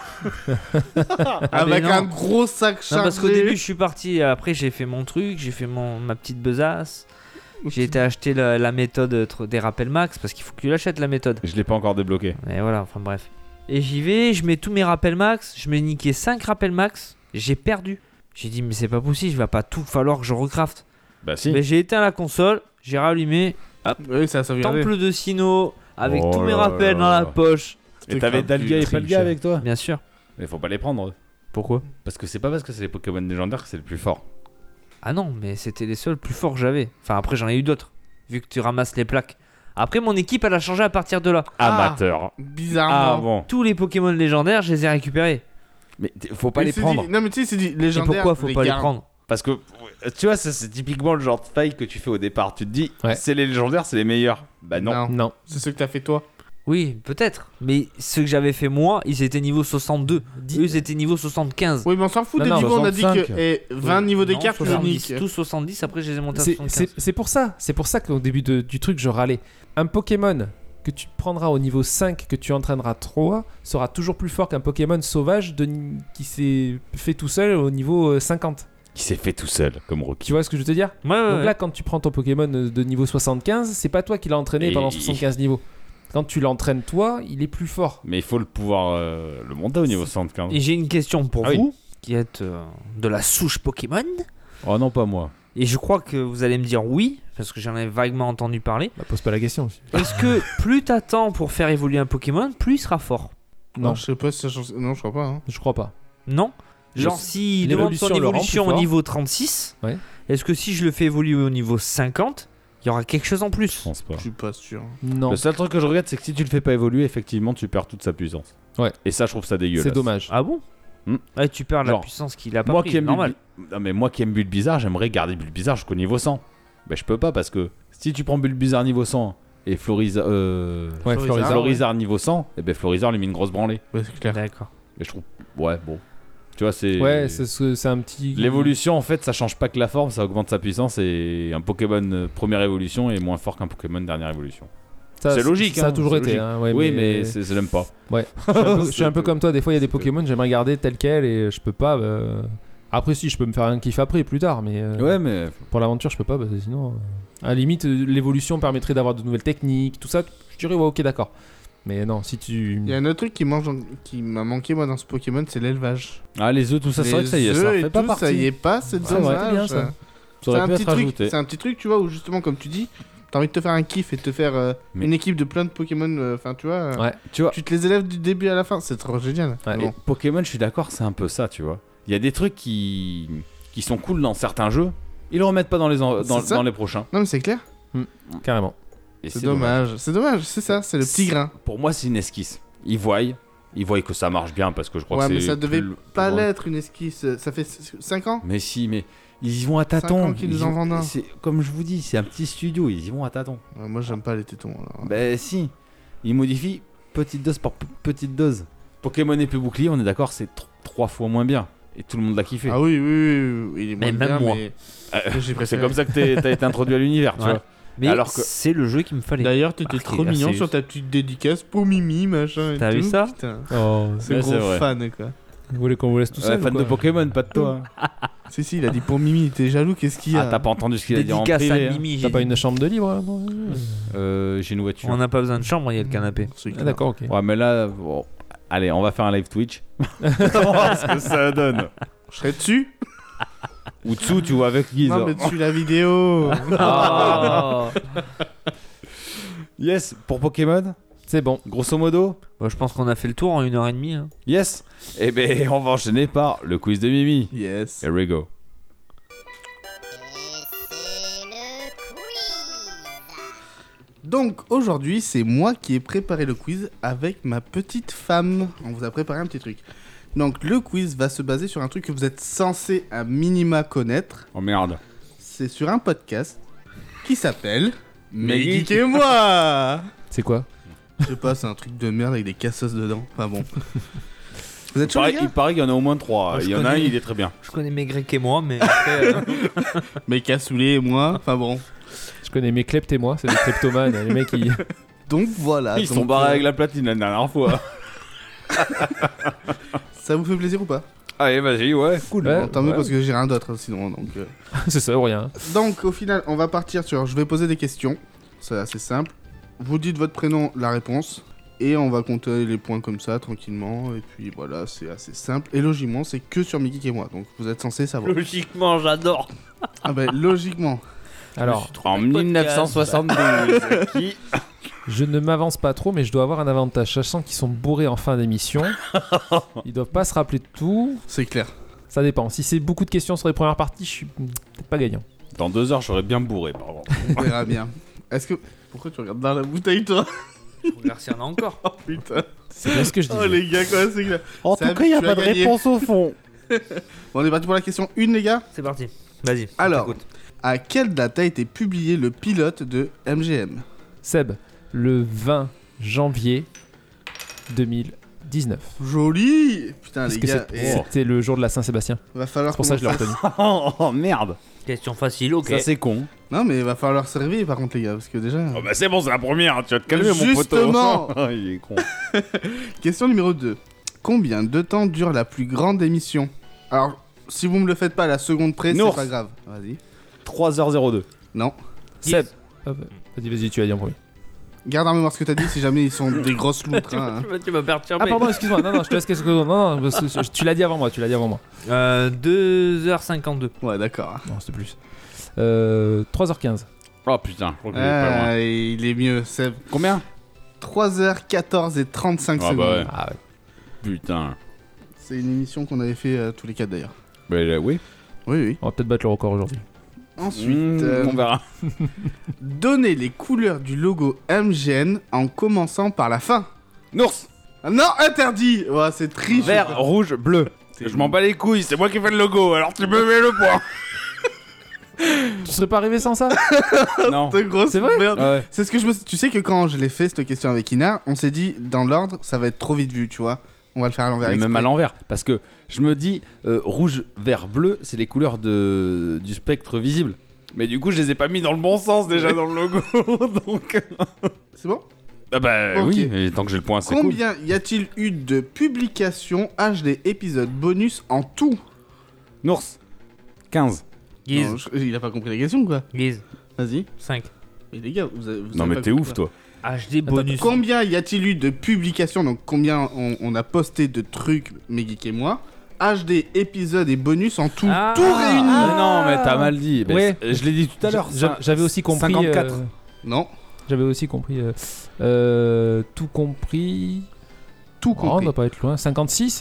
E: avec
D: mais non.
E: un gros sac
D: Non,
E: chargé.
D: parce qu'au début je suis parti, après j'ai fait mon truc, j'ai fait ma petite besace. J'ai été acheter la méthode des rappels max parce qu'il faut que tu l'achètes la méthode.
C: Je l'ai pas encore débloqué.
D: Et voilà, enfin bref. Et j'y vais, je mets tous mes rappels max, je m'ai niqué 5 rappels max, j'ai perdu. J'ai dit mais c'est pas possible, il va pas tout falloir que je recraft.
C: Bah si.
D: Mais j'ai éteint la console, j'ai rallumé,
E: Oui, ça vient.
D: temple de Sinnoh, avec
C: Oh
D: tous mes
C: là
D: rappels
C: là
D: dans la
C: là.
D: poche.
C: Et t'avais Dalga et
A: triche.
C: Palga avec toi.
D: Bien sûr.
C: Mais faut pas les prendre.
D: Pourquoi?
C: Parce que c'est pas parce que c'est les Pokémon légendaires que c'est le plus fort.
D: Ah non, mais c'était les seuls plus forts que j'avais. Enfin après j'en ai eu d'autres, vu que tu ramasses les plaques. Après mon équipe elle a changé à partir de là.
E: Ah.
C: Amateur.
E: Bizarrement.
C: Ah bon.
D: Tous les Pokémon légendaires, je les ai récupérés.
C: Mais faut pas
E: Mais
C: les
E: c'est
C: prendre.
E: dit- Non, mais tu sais, c'est dit
D: Et
E: légendaire.
D: pourquoi faut pas les
E: gardes.
D: prendre?
C: Parce que, tu vois, ça, c'est typiquement le genre de faille que tu fais au départ. Tu te dis, c'est les légendaires, c'est les meilleurs. Bah non.
A: Non.
E: C'est ce que t'as fait toi.
D: Oui, peut-être. Mais ceux que j'avais fait moi, ils étaient niveau 62. Eux, ils étaient niveau 75.
E: Oui, mais on s'en fout des
A: Non,
E: niveaux. On a dit
C: 65.
E: que 20 niveaux d'écart, tu le
D: 70.
E: niques.
D: Tous 70, après je les ai montés à
A: C'est
D: 75.
A: c'est pour ça qu'au début du truc, je râlais. Un Pokémon que tu prendras au niveau 5, que tu entraîneras 3, sera toujours plus fort qu'un Pokémon sauvage qui s'est fait tout seul au niveau 50.
C: Qui s'est fait tout seul, comme Rocky.
A: Tu vois ce que je veux te dire?
D: Ouais, ouais,
A: Donc
D: ouais.
A: là, quand tu prends ton Pokémon de niveau 75, c'est pas toi qui l'as entraîné
C: Et
A: pendant 75 niveaux. Quand tu l'entraînes toi, il est plus fort.
C: Mais il faut le pouvoir le monter au niveau 75.
D: Et j'ai une question pour
C: Ah oui.
D: vous, qui êtes de la souche Pokémon.
C: Oh non, pas moi.
D: Et je crois que vous allez me dire oui, parce que j'en ai vaguement entendu parler.
A: Bah, pose pas la question aussi.
D: Est-ce que plus t'attends pour faire évoluer un Pokémon, plus il sera fort?
A: Non,
E: Je sais pas si ça change. Non, je crois pas. Hein.
A: je crois pas.
D: Non? Genre
A: Je-
D: s'il demande son
A: l'évolution le rend
D: évolution
A: plus
D: au
A: fort.
D: niveau 36,
A: Ouais.
D: est-ce que si je le fais évoluer au niveau 50, il y aura quelque chose en
C: Je
D: plus?
C: pense pas.
E: Je suis pas sûr.
A: Non,
C: Le seul truc que je regrette, c'est que si tu le fais pas évoluer, effectivement, tu perds toute sa puissance.
A: Ouais.
C: Et ça, je trouve ça dégueulasse.
A: c'est dommage.
D: Ah bon?
C: Hmm.
D: Ouais, tu perds la
C: Genre,
D: puissance qu'il a pas
C: Moi
D: pris,
C: qui aime
D: normal.
C: Non, mais moi qui aime Bulbizarre, j'aimerais garder Bulbizarre jusqu'au niveau 100. Ben je peux pas parce que si tu prends Bulbizarre niveau 100 et
E: Florizarre,
C: Florizarre niveau 100, et ben Florizarre lui met une grosse branlée.
E: Ouais, c'est clair.
D: D'accord.
C: Et je trouve ouais, bon. Tu vois, c'est
A: Ouais, c'est un petit.
C: l'évolution en fait, ça change pas que la forme, ça augmente sa puissance et un Pokémon première évolution est moins fort qu'un Pokémon dernière évolution.
A: Ça,
C: c'est logique,
A: Ça a
C: hein,
A: toujours
C: c'est
A: été.
C: logique.
A: Hein, ouais,
C: oui, mais je l'aime pas.
A: Ouais. Je suis un peu comme toi. Des fois, il y a des Pokémon, j'aimerais garder tel quel et je peux pas. Après, si, je peux me faire un kiff après, plus tard. Mais
C: Ouais, mais
A: pour l'aventure, je peux pas. Parce que sinon, à la limite, l'évolution permettrait d'avoir de nouvelles techniques, tout ça. Je dirais, ouais, ok, d'accord. Mais non, si tu.
E: Il y a un autre truc qui m'a manqué moi dans ce Pokémon, c'est l'élevage.
C: ah les œufs tout ça, c'est vrai que ça y est, ça
E: œufs
C: en
E: et
C: fait pas
E: tout,
C: partie.
E: ça y est pas, c'est
A: C'est vrai,
E: dommage.
A: c'est bien, ça.
C: Ça
E: C'est
C: aurait
E: un
C: pu
E: petit
C: être
E: truc.
C: ajouté.
E: C'est un petit truc, tu vois, où justement, comme tu dis, t'as envie de te faire un kiff et de te faire
C: Mais-
E: une équipe de plein de Pokémon. Enfin, tu vois.
A: Ouais.
C: Tu vois,
E: Tu te les élèves du début à la fin, c'est trop génial.
A: Ouais.
E: Mais
C: et
E: bon.
C: Pokémon, je suis d'accord, c'est un peu ça, tu vois. Il y a des trucs qui sont cool dans certains jeux, ils le remettent pas dans
E: C'est ça.
C: dans les prochains.
E: Non, mais c'est clair.
A: Carrément.
C: Et
E: C'est dommage. C'est dommage, c'est ça, c'est le petit grain.
C: Pour moi, c'est une esquisse. Ils voient que ça marche bien parce que je crois
E: Ouais,
C: que
E: mais
C: c'est
E: ça devait
C: plus-
E: pas
C: plus-
E: l'être une esquisse. Ça fait 5 ans.
C: Mais si, mais ils y vont à
E: 5
C: tâtons.
E: ans qu'ils nous
C: Ils
E: en
C: ont-
E: vendent un.
C: c'est- Comme je vous dis, c'est un petit studio, ils y vont à tâtons.
E: Ouais, moi, j'aime pas les tétons. Alors.
C: Ben si, ils modifient petite dose par petite dose. Pokémon épée bouclier, on est d'accord, c'est 3 fois moins bien. Et tout le monde l'a kiffé.
E: Ah oui, il est
D: Mais
E: moins
D: même
E: bien,
D: moi.
E: mais j'ai
C: c'est
E: préféré.
C: comme ça que t'as été introduit à l'univers, tu
D: Ouais.
C: vois.
D: Mais
C: Alors que-
D: c'est le jeu qu'il me fallait.
E: D'ailleurs, t'étais
D: Marqué,
E: trop
D: là,
E: mignon
D: c'est
E: sur ta petite dédicace pour Mimi, machin. et
D: T'as vu
E: tout,
D: ça
E: putain.
A: Oh,
E: C'est
C: Ouais,
E: gros
C: c'est vrai.
E: fan, quoi.
A: vous voulez qu'on vous laisse tout
C: Ouais,
A: seul
C: fan
A: ou
C: de
A: quoi
C: Pokémon, pas de toi.
E: Si, il a dit pour Mimi, t'es jaloux, qu'est-ce qu'il y a
C: Ah, t'as pas entendu ce qu'il a dit en
D: Dédicace
C: privé.
D: à
C: hein.
D: Mimi.
A: T'as pas une chambre de libre non
C: J'ai une voiture.
D: On n'a pas besoin de chambre, il y a le canapé.
E: C'est
A: Ah,
E: clair.
A: d'accord, ok.
C: Ouais, mais là, bon, allez, on va faire un live Twitch. On va voir ce que ça donne.
E: Je serais dessus.
C: Ou dessous, tu vois, avec Guise.
E: Non, mais dessus la vidéo.
D: Oh.
C: Yes, pour Pokémon,
A: C'est bon.
C: grosso modo.
D: Bah, je pense qu'on a fait le tour en 1h30. Hein.
C: Yes. Eh ben, on va enchaîner par le quiz de Mimi.
E: Yes.
C: Here we go.
E: Donc aujourd'hui, c'est moi qui ai préparé le quiz avec ma petite femme. On vous a préparé un petit truc. Donc le quiz va se baser sur un truc que vous êtes censé à minima connaître.
C: Oh merde.
E: C'est sur un podcast qui s'appelle
C: Mes
E: Geek et moi.
A: C'est quoi?
E: Je sais pas, c'est un truc de merde avec des cassos dedans. Enfin bon. Vous êtes chaud les
C: Il
E: gars?
C: paraît qu'il y en a au moins 3.
D: Ah, je
C: Il y en a un,
D: connais.
C: il est très bien.
D: Je connais mes Grecs et moi, mais après,
E: Mais Cassoulet et moi. Enfin bon.
A: Je connais mes kleptes et moi, c'est des kleptomanes. Les mecs, ils.
E: Donc voilà.
C: Ils
E: donc,
C: sont barrés avec la platine la dernière fois.
E: Ça vous fait plaisir ou pas?
C: Allez, vas-y, ouais, cool.
A: Ouais.
E: Bon, tant mieux parce que j'ai rien d'autre sinon.
A: C'est ça ou rien.
E: Donc au final, on va partir sur. Je vais poser des questions. C'est assez simple. Vous dites votre prénom, la réponse. Et on va compter les points comme ça, tranquillement. Et puis voilà, c'est assez simple. Et logiquement, c'est que sur Mickey et moi. Donc vous êtes censé savoir.
D: logiquement, j'adore.
E: Ah bah logiquement.
A: Alors,
C: En 1972, qui
A: je ne m'avance pas trop, mais je dois avoir un avantage. Sachant qu'ils sont bourrés en fin d'émission, ils doivent pas se rappeler de tout.
E: C'est clair.
A: Ça dépend. Si c'est beaucoup de questions sur les premières parties, je suis peut-être pas gagnant.
C: Dans 2 heures, j'aurais bien bourré, par contre.
E: On verra bien. Est-ce que. Pourquoi tu regardes dans la bouteille, toi?
D: Je regarde s'il y en a encore.
E: Oh putain.
A: C'est bien ce que je dis.
E: Oh les gars, quoi, c'est clair.
C: En
E: Ça,
C: tout cas, il n'y a
E: tu as
C: pas de
E: gagné.
C: réponse au fond.
E: Bon, on est parti pour la question 1, les gars.
D: C'est parti. Vas-y.
E: Alors,
D: écoute.
E: à quelle date a été publié le pilote de MGM?
A: Seb, le 20 janvier 2019.
E: Joli. Putain,
A: Parce
E: les
A: que
E: gars,
A: c'était le jour de la Saint-Sébastien.
E: va falloir
A: C'est pour ça que je l'ai retenu.
C: Oh merde.
D: Question facile, ok.
C: Ça c'est con.
E: Non, mais il va falloir se réveiller par contre, les gars, parce que déjà.
C: Oh bah c'est bon, c'est la première, tu vas te calmer
E: Justement.
C: mon poteau. Il est con.
E: Question numéro 2. Combien de temps dure la plus grande émission? Alors, si vous me le faites pas à la seconde près, c'est
C: Nours.
E: pas grave. Vas-y.
C: 3h02.
E: Non.
A: Seb, hop, vas-y, tu vas dire en premier.
E: Garde en mémoire ce que t'as dit si jamais ils sont des grosses loutres. Hein.
D: Tu m'as perturbé.
A: Ah pardon, excuse-moi, non, je te laisse quelques secondes. Non, parce que tu l'as dit avant moi,
D: 2h52.
E: Ouais, d'accord.
A: Non, c'était plus. 3h15.
C: Oh putain, je crois que je l'ai pas loin.
E: Ah, il est mieux, Seb.
C: Combien?
E: 3h14 et 35
C: Ah
E: secondes.
C: bah ouais.
A: Ah ouais.
C: Putain.
E: C'est une émission qu'on avait fait tous les quatre d'ailleurs.
C: Bah oui.
E: Oui, oui.
A: On va peut-être battre le record aujourd'hui.
E: Ensuite,
C: On verra.
E: donnez les couleurs du logo MGN en commençant par la fin.
C: Nours.
E: Ah non, interdit. Ouais, c'est triche.
C: Vert, rouge, bleu. Je m'en bats les couilles, c'est moi qui fais le logo, alors tu me mets le point.
A: Tu serais pas arrivé sans ça?
C: Non.
E: De grosse
A: C'est vrai
E: merde.
C: Ouais.
E: C'est ce que je me. Tu sais que quand je l'ai fait cette question avec Ina, on s'est dit dans l'ordre, ça va être trop vite vu, tu vois. On va le faire à l'envers.
C: Mais même
E: exprès.
C: à l'envers, parce que je me dis rouge, vert, bleu, c'est les couleurs du spectre visible. Mais du coup, je les ai pas mis dans le bon sens déjà dans le logo, donc.
E: C'est bon.
C: Ah bah
E: Ok.
C: oui, et tant que j'ai le point, c'est cool.
E: Combien y a-t-il eu de publications HD épisodes bonus en tout?
C: Nours. 15.
D: Guise.
E: Non, il a pas compris la question quoi.
D: Guise.
E: Vas-y.
D: 5.
E: Mais les gars, vous avez
C: Non
E: pas
C: mais t'es
E: compris,
C: ouf toi.
D: HD bonus.
E: Combien y a-t-il eu de publications? Donc combien on a posté de trucs, mes geeks et moi, HD épisodes et bonus en tout,
D: Ah.
E: tout réuni.
C: Mais non, mais t'as mal dit. Ben,
A: Ouais.
C: je l'ai dit tout à l'heure.
A: J'avais aussi compris.
C: 54.
E: Non,
A: J'avais aussi compris. Tout compris.
E: tout
A: Oh, on
E: compris.
A: doit pas être loin. 56?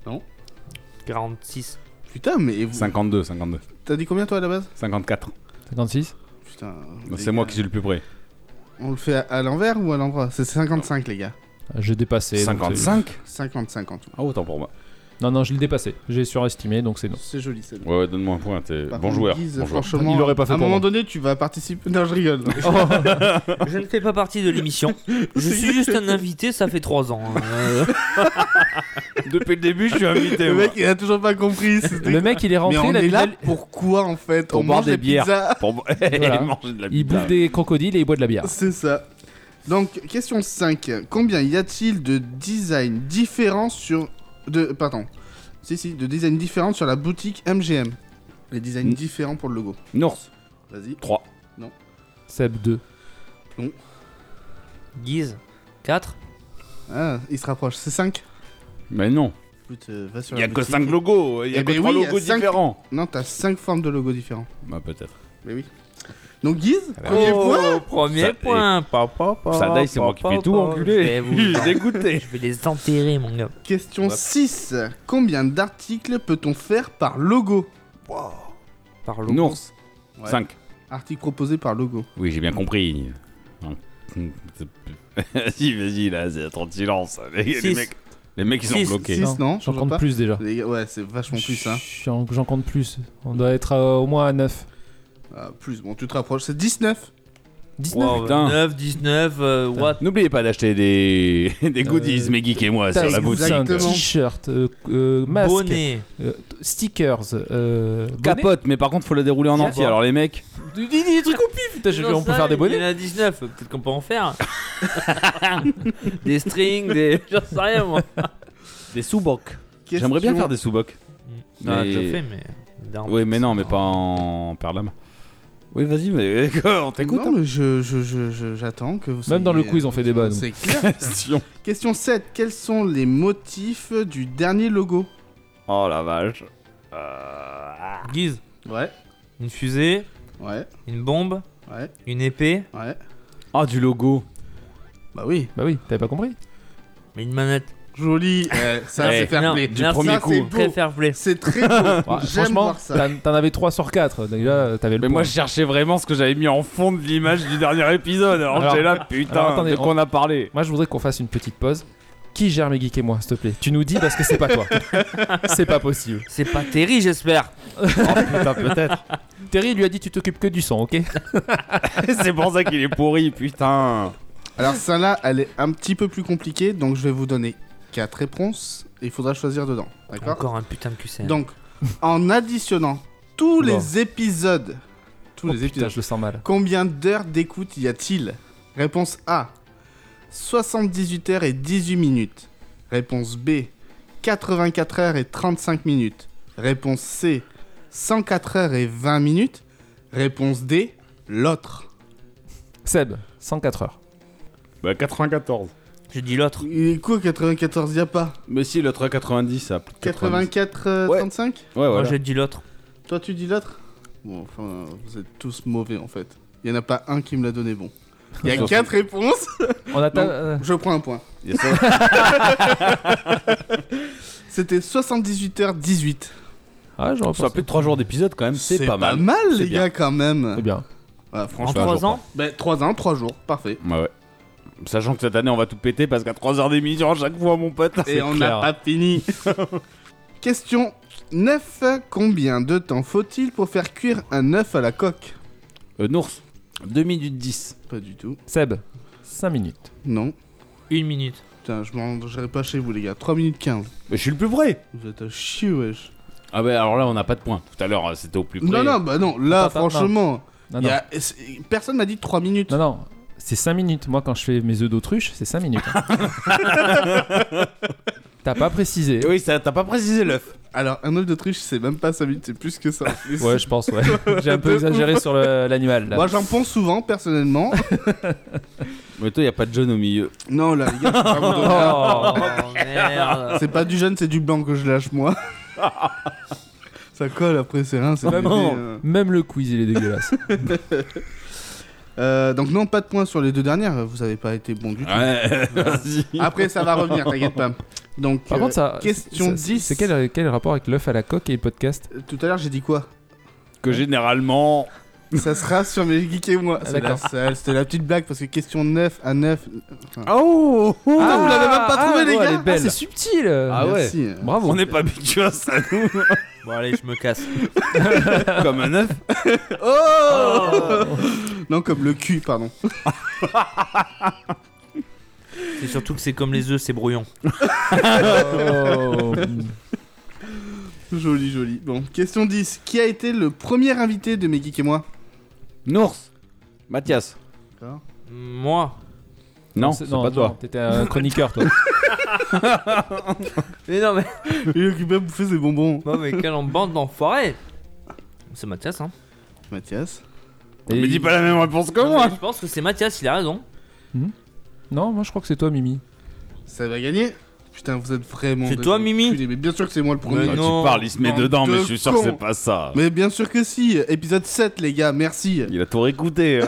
D: 46.
E: Putain, mais
C: 52.
E: t'as dit combien toi à la base?
C: 54.
A: 56?
E: Putain.
C: C'est
E: les
C: moi
E: gars.
C: qui suis le plus près.
E: On le fait à l'envers ou à l'endroit? C'est 55 les gars.
A: J'ai dépassé. donc
C: 55.
E: 55 en tout.
C: Ah autant pour moi.
A: Non, je l'ai dépassé. J'ai surestimé, donc c'est non.
E: C'est joli, c'est
C: Ouais, donne-moi un point. T'es
E: Par
C: bon
E: contre,
C: joueur.
E: Guise,
C: Bon joueur.
E: franchement,
A: Il l'aurait pas fait
E: à un
A: pour
E: moment
A: moi.
E: donné, tu vas participer. Non, je rigole.
D: Je ne fais pas partie de l'émission. Je suis juste un invité, ça fait 3 ans.
C: Depuis le début, je suis invité.
E: Le
C: moi.
E: mec, il a toujours pas compris.
A: Le mec, il est
E: Mais
A: rentré,
E: on
A: il a
E: est
A: vu
E: là
A: la-
E: pourquoi en fait?
C: Pour
E: On
C: boire
E: mange
C: des
E: des
C: bières.
E: pizzas.
C: Pour
A: Voilà.
C: manger de la
A: il
C: pizza.
A: bouffe des crocodiles et il boit de la bière.
E: C'est ça. Donc, question 5. Combien y a-t-il de designs différents sur... Pardon. De designs différents sur la boutique MGM? Les designs différents pour le logo.
C: Nours.
E: Vas-y.
C: 3.
A: Seb 2.
D: Guise. 4.
E: Ah, il se rapproche. C'est 5.
C: Mais non.
E: Écoute, va sur
C: Il y
E: la
C: a que
E: boutique.
C: 5 logos. Il y a
E: Eh
C: que
E: ben
C: 3
E: oui, il y a
C: logos
E: cinq-
C: différents.
E: Non, t'as 5 formes de logos différents.
C: Bah peut-être.
E: Mais oui. Donc, Guise,
C: Ah bah
E: premier point.
D: Premier
C: Ça-
D: point.
C: Ça, c'est moi qui fais tout, enculé.
D: Je
C: Je suis dégoûté.
D: vais les enterrer, mon gars.
E: Question 6. Combien d'articles peut-on faire par logo?
D: Par logo.
C: Nours.
E: Ouais.
C: 5.
E: Article proposé par logo.
C: Oui, j'ai bien compris. Vas-y, là, c'est trop de silence.
D: Six.
C: Les mecs, ils sont
D: Six.
C: bloqués.
E: 6, non?
A: J'en
E: je vois
A: compte
E: pas.
A: plus déjà.
E: Les gars, ouais, c'est vachement plus, hein.
A: J'en compte plus. On doit être au moins à 9.
E: Ah, plus, bon, tu te rapproches. C'est 19.
A: 19.
D: Wow,
C: Putain.
D: 9, 19, what?
C: N'oubliez pas d'acheter des goodies, mes geeks et moi, sur la
A: Tasse,
C: boutique.
E: exactement.
A: t-shirt, masque,
D: Bonnet.
A: stickers, bonnet.
C: Capote, mais par contre, faut la dérouler en
A: Tiens,
C: entier.
A: bon.
C: Alors, les mecs,
A: Des trucs au pif. Putain, on peut faire des
D: Il y
A: bonnets.
D: en a 19, peut-être qu'on peut en faire. Des strings, des. J'en sais rien, moi.
C: des sous-bocs. J'aimerais bien faire des sous-bocs.
D: Ah,
C: Mais-
D: je le fais, mais.
C: Oui, mais non, mais pas en perle à main. Oui, vas-y, mais on t'écoute.
E: Non, mais j'attends que vous
A: Même dans le
E: soyez,
A: quiz, on fait débat, nous.
E: C'est clair.
C: Question.
E: Question 7. Quels sont les motifs du dernier logo?
C: Oh la vache.
D: Guise.
E: Ouais,
D: Une fusée,
E: ouais,
D: une bombe,
E: ouais,
D: une épée,
E: ouais.
C: Ah, du logo.
E: Bah oui.
A: Bah oui, t'avais pas compris.
D: mais une manette.
E: Joli. Ça, c'est fair
D: Non,
E: play.
D: merci.
C: premier
E: Ça,
C: coup.
E: c'est beau.
D: Très fair play.
E: C'est très beau.
A: Ouais,
E: J'aime
A: franchement,
E: voir ça.
A: t'en avais 3 sur 4. Déjà, t'avais le
C: Mais
A: point.
C: moi, je cherchais vraiment ce que j'avais mis en fond de l'image du dernier épisode. Alors,
A: Alors-
C: j'étais là, putain,
A: alors, attendez,
C: de quoi on a parlé.
A: Moi, je voudrais qu'on fasse une petite pause Qui gère mes geeks et moi, s'il te plaît? Tu nous dis parce que c'est pas toi. C'est pas possible.
D: C'est pas Terry, j'espère.
C: Oh putain, peut-être.
A: Terry lui a dit tu t'occupes que du son, ok?
C: C'est pour ça qu'il est pourri, putain.
E: Alors celle-là, elle est un petit peu plus compliquée, donc je vais vous donner 4 réponses et il faudra choisir dedans. D'accord?
D: Encore un putain de QCM.
E: Donc, en additionnant tous les épisodes,
A: Putain, je le sens mal.
E: combien d'heures d'écoute y a-t-il? Réponse A, 78 heures et 18 minutes. Réponse B, 84 heures et 35 minutes. Réponse C, 104 heures et 20 minutes. Réponse D, l'autre.
A: Seb, 104 heures.
C: Bah 94.
D: J'ai dit l'autre.
E: Il est quoi 94, y a pas?
C: Mais si, l'autre 90, ça a plus de 90.
E: 84,
C: Ouais.
E: 35?
C: Ouais,
D: Moi
C: voilà.
D: j'ai dit l'autre.
E: Toi tu dis l'autre? Bon, enfin, vous êtes tous mauvais en fait. Il y en a pas un qui me l'a donné bon. Il y a 4 réponses.
A: On attend.
E: Donc, je prends un point.
C: Il y a ça.
E: C'était 78 heures 18.
A: Ah, j'aurais
C: Ça a plus de 3 jours d'épisode quand même, c'est pas mal.
E: les
C: bien.
E: gars, quand même.
A: C'est bien.
E: Ouais,
D: En
E: franchement.
D: 3 ans.
E: 3 ans, 3 jours, parfait.
C: Ouais, ouais. Sachant que cette année on va tout péter parce qu'à 3 heures d'émission à chaque fois, mon pote.
E: Et on n'a pas fini. Question 9. Combien de temps faut-il pour faire cuire un œuf à la coque?
C: Nours, 2 minutes 10.
E: Pas du tout.
A: Seb, 5 minutes.
E: Non.
D: 1 minute.
E: Putain, je mangerai pas chez vous, les gars. 3 minutes 15.
C: Mais je suis le plus près.
E: Vous êtes à chier, wesh.
C: Ah bah alors là on n'a pas de points. Tout à l'heure c'était au plus près.
E: Non, bah non. Là,
A: Attends,
E: franchement.
A: Non,
E: y a- Personne m'a dit 3 minutes.
A: non, c'est 5 minutes. Moi, quand je fais mes œufs d'autruche, c'est 5 minutes. T'as pas précisé.
C: Oui, ça t'as pas précisé l'œuf.
E: Alors, un œuf d'autruche, c'est même pas 5 minutes, c'est plus que ça.
A: Ouais, je pense, ouais. J'ai un peu exagéré sur l'animal, là.
E: Moi, j'en pense souvent, personnellement.
C: Mais toi y a pas de jaune au milieu.
E: Non, là, les gars, c'est pas mon donneur.
A: Oh.
D: Oh merde.
E: C'est pas du jaune, c'est du blanc que je lâche, moi. Ça colle après, c'est rien, c'est
A: Même,
E: pété,
A: même le quiz, il est dégueulasse.
E: Donc, non, pas de points sur les 2 dernières, vous avez pas été bon du tout.
C: Ouais, vas-y.
E: Après, ça va revenir, t'inquiète pas. Donc,
A: Par contre, ça.
E: question
A: ça-
E: 10.
A: C'est quel rapport avec l'œuf à la coque et le podcast?
E: Tout à l'heure, j'ai dit quoi?
C: Que généralement.
E: Ça sera sur mes geeks et moi.
A: Ah,
E: C'est
A: d'accord.
E: C'était la petite blague parce que question 9 à 9.
C: Oh
E: vous l'avez même pas trouvé, les
A: ouais,
E: gars.
A: elle est belle. C'est subtil.
C: Ah ouais.
E: Merci.
A: Bravo.
C: On n'est pas habitué à ça nous.
D: Bon allez, je me casse.
C: Comme un œuf.
E: Oh Non, comme le cul, pardon.
D: C'est surtout que c'est comme les œufs, c'est brouillon.
A: Oh.
E: Joli, joli. Bon, question 10. Qui a été le premier invité de mes geeks et moi?
C: Nours. Mathias.
D: Moi.
C: Non, c'est pas toi.
A: T'étais un chroniqueur, toi.
D: Mais non mais.
E: Il est occupé à bouffer ses bonbons.
D: Non mais quelle bande d'enfoirés. C'est Mathias hein.
E: Mathias.
C: Mais dis pas la même réponse que moi.
D: Je pense que c'est Mathias, il a raison.
A: Non, moi je crois que c'est toi, Mimi.
E: Ça va gagner? Putain, vous êtes vraiment.
D: C'est
E: des
D: toi, Mimi
E: enculés. Mais bien sûr que c'est moi le premier.
D: Mais
C: Ah,
D: non.
C: tu parles, il se met
E: Bande
C: dedans, mais
E: de
C: je suis sûr que
E: cons.
C: c'est pas ça.
E: Mais bien sûr que si. Épisode 7, les gars, merci.
C: Il a tout réécouté.